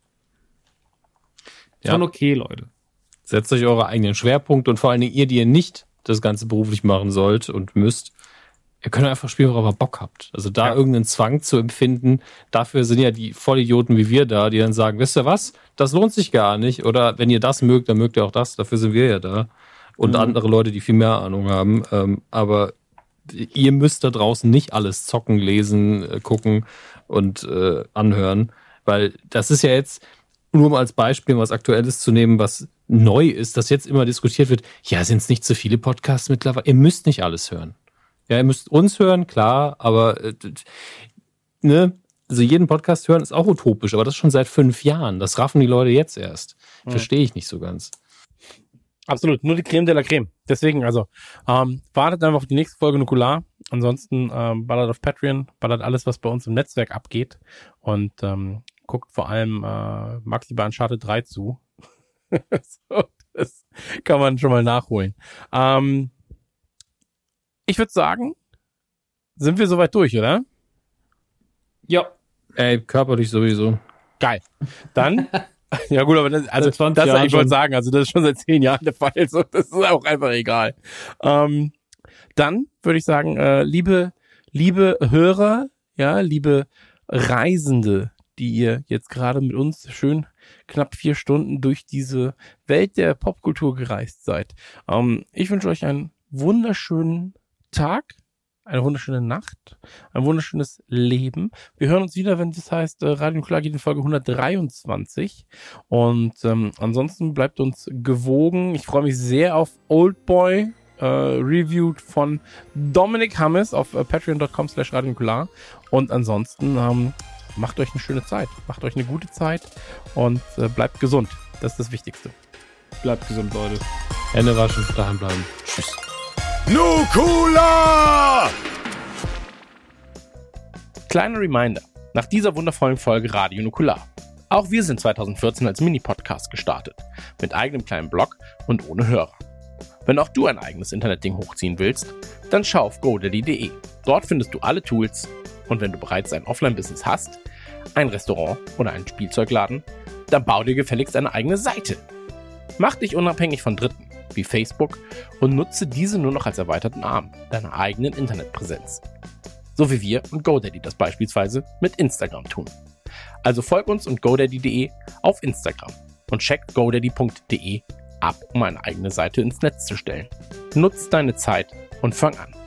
Speaker 3: Ja.
Speaker 4: Schon okay, Leute.
Speaker 3: Setzt euch eure eigenen Schwerpunkte und vor allen Dingen ihr, die ihr nicht das Ganze beruflich machen sollt und müsst, ihr könnt einfach spielen, worauf ihr Bock habt. Also da ja. irgendeinen Zwang zu empfinden, dafür sind ja die Vollidioten wie wir da, die dann sagen, wisst ihr was, das lohnt sich gar nicht. Oder wenn ihr das mögt, dann mögt ihr auch das. Dafür sind wir ja da. Und mhm. andere Leute, die viel mehr Ahnung haben. Ähm, aber ihr müsst da draußen nicht alles zocken, lesen, äh, gucken und äh, anhören. Weil das ist ja jetzt, nur um als Beispiel was Aktuelles zu nehmen, was neu ist, dass jetzt immer diskutiert wird, ja, sind es nicht zu viele Podcasts mittlerweile? Ihr müsst nicht alles hören. Ja, ihr müsst uns hören, klar, aber äh, ne, also jeden Podcast hören ist auch utopisch, aber das schon seit fünf Jahren. Das raffen die Leute jetzt erst. Mhm. Verstehe ich nicht so ganz.
Speaker 1: Absolut, nur die Creme de la Creme. Deswegen, also, ähm, wartet einfach auf die nächste Folge Nukular. Ansonsten ähm, ballert auf Patreon, ballert alles, was bei uns im Netzwerk abgeht. Und ähm, guckt vor allem äh, Maxi bei Uncharted drei zu. so, kann man schon mal nachholen. Ähm, ich würde sagen, sind wir soweit durch, oder?
Speaker 4: Ja.
Speaker 3: Ey, körperlich sowieso.
Speaker 1: Geil. Dann, ja gut, aber das, also
Speaker 4: Seit zwanzig
Speaker 1: das,
Speaker 4: Jahren
Speaker 1: ich wollte
Speaker 4: schon.
Speaker 1: sagen, also das ist schon seit zehn Jahren der Fall, so, das ist auch einfach egal. Ähm, dann würde ich sagen, äh, liebe, liebe Hörer, ja, liebe Reisende, die ihr jetzt gerade mit uns schön knapp vier Stunden durch diese Welt der Popkultur gereist seid. Ähm, ich wünsche euch einen wunderschönen Tag, eine wunderschöne Nacht, ein wunderschönes Leben. Wir hören uns wieder, wenn das heißt, äh, Radio Nukular geht in Folge hundertdreiundzwanzig. Und ähm, ansonsten bleibt uns gewogen. Ich freue mich sehr auf Oldboy, äh, reviewed von Dominik Hammes auf äh, patreon.com slash Radio Nukular. Und ansonsten ähm, macht euch eine schöne Zeit. Macht euch eine gute Zeit und äh, bleibt gesund. Das ist das Wichtigste.
Speaker 4: Bleibt gesund, Leute.
Speaker 3: Hände waschen, daheim bleiben. Tschüss.
Speaker 2: Nukular!
Speaker 1: Kleiner Reminder, nach dieser wundervollen Folge Radio Nukular. Auch wir sind zweitausendvierzehn als Mini-Podcast gestartet, mit eigenem kleinen Blog und ohne Hörer. Wenn auch du ein eigenes Internetding hochziehen willst, dann schau auf godaddy punkt de. Dort findest du alle Tools und wenn du bereits ein Offline-Business hast, ein Restaurant oder einen Spielzeugladen, dann bau dir gefälligst eine eigene Seite. Mach dich unabhängig von Dritten, wie Facebook, und nutze diese nur noch als erweiterten Arm deiner eigenen Internetpräsenz. So wie wir und GoDaddy das beispielsweise mit Instagram tun. Also folg uns und godaddy punkt de auf Instagram und check godaddy punkt de ab, um eine eigene Seite ins Netz zu stellen. Nutz deine Zeit und fang an.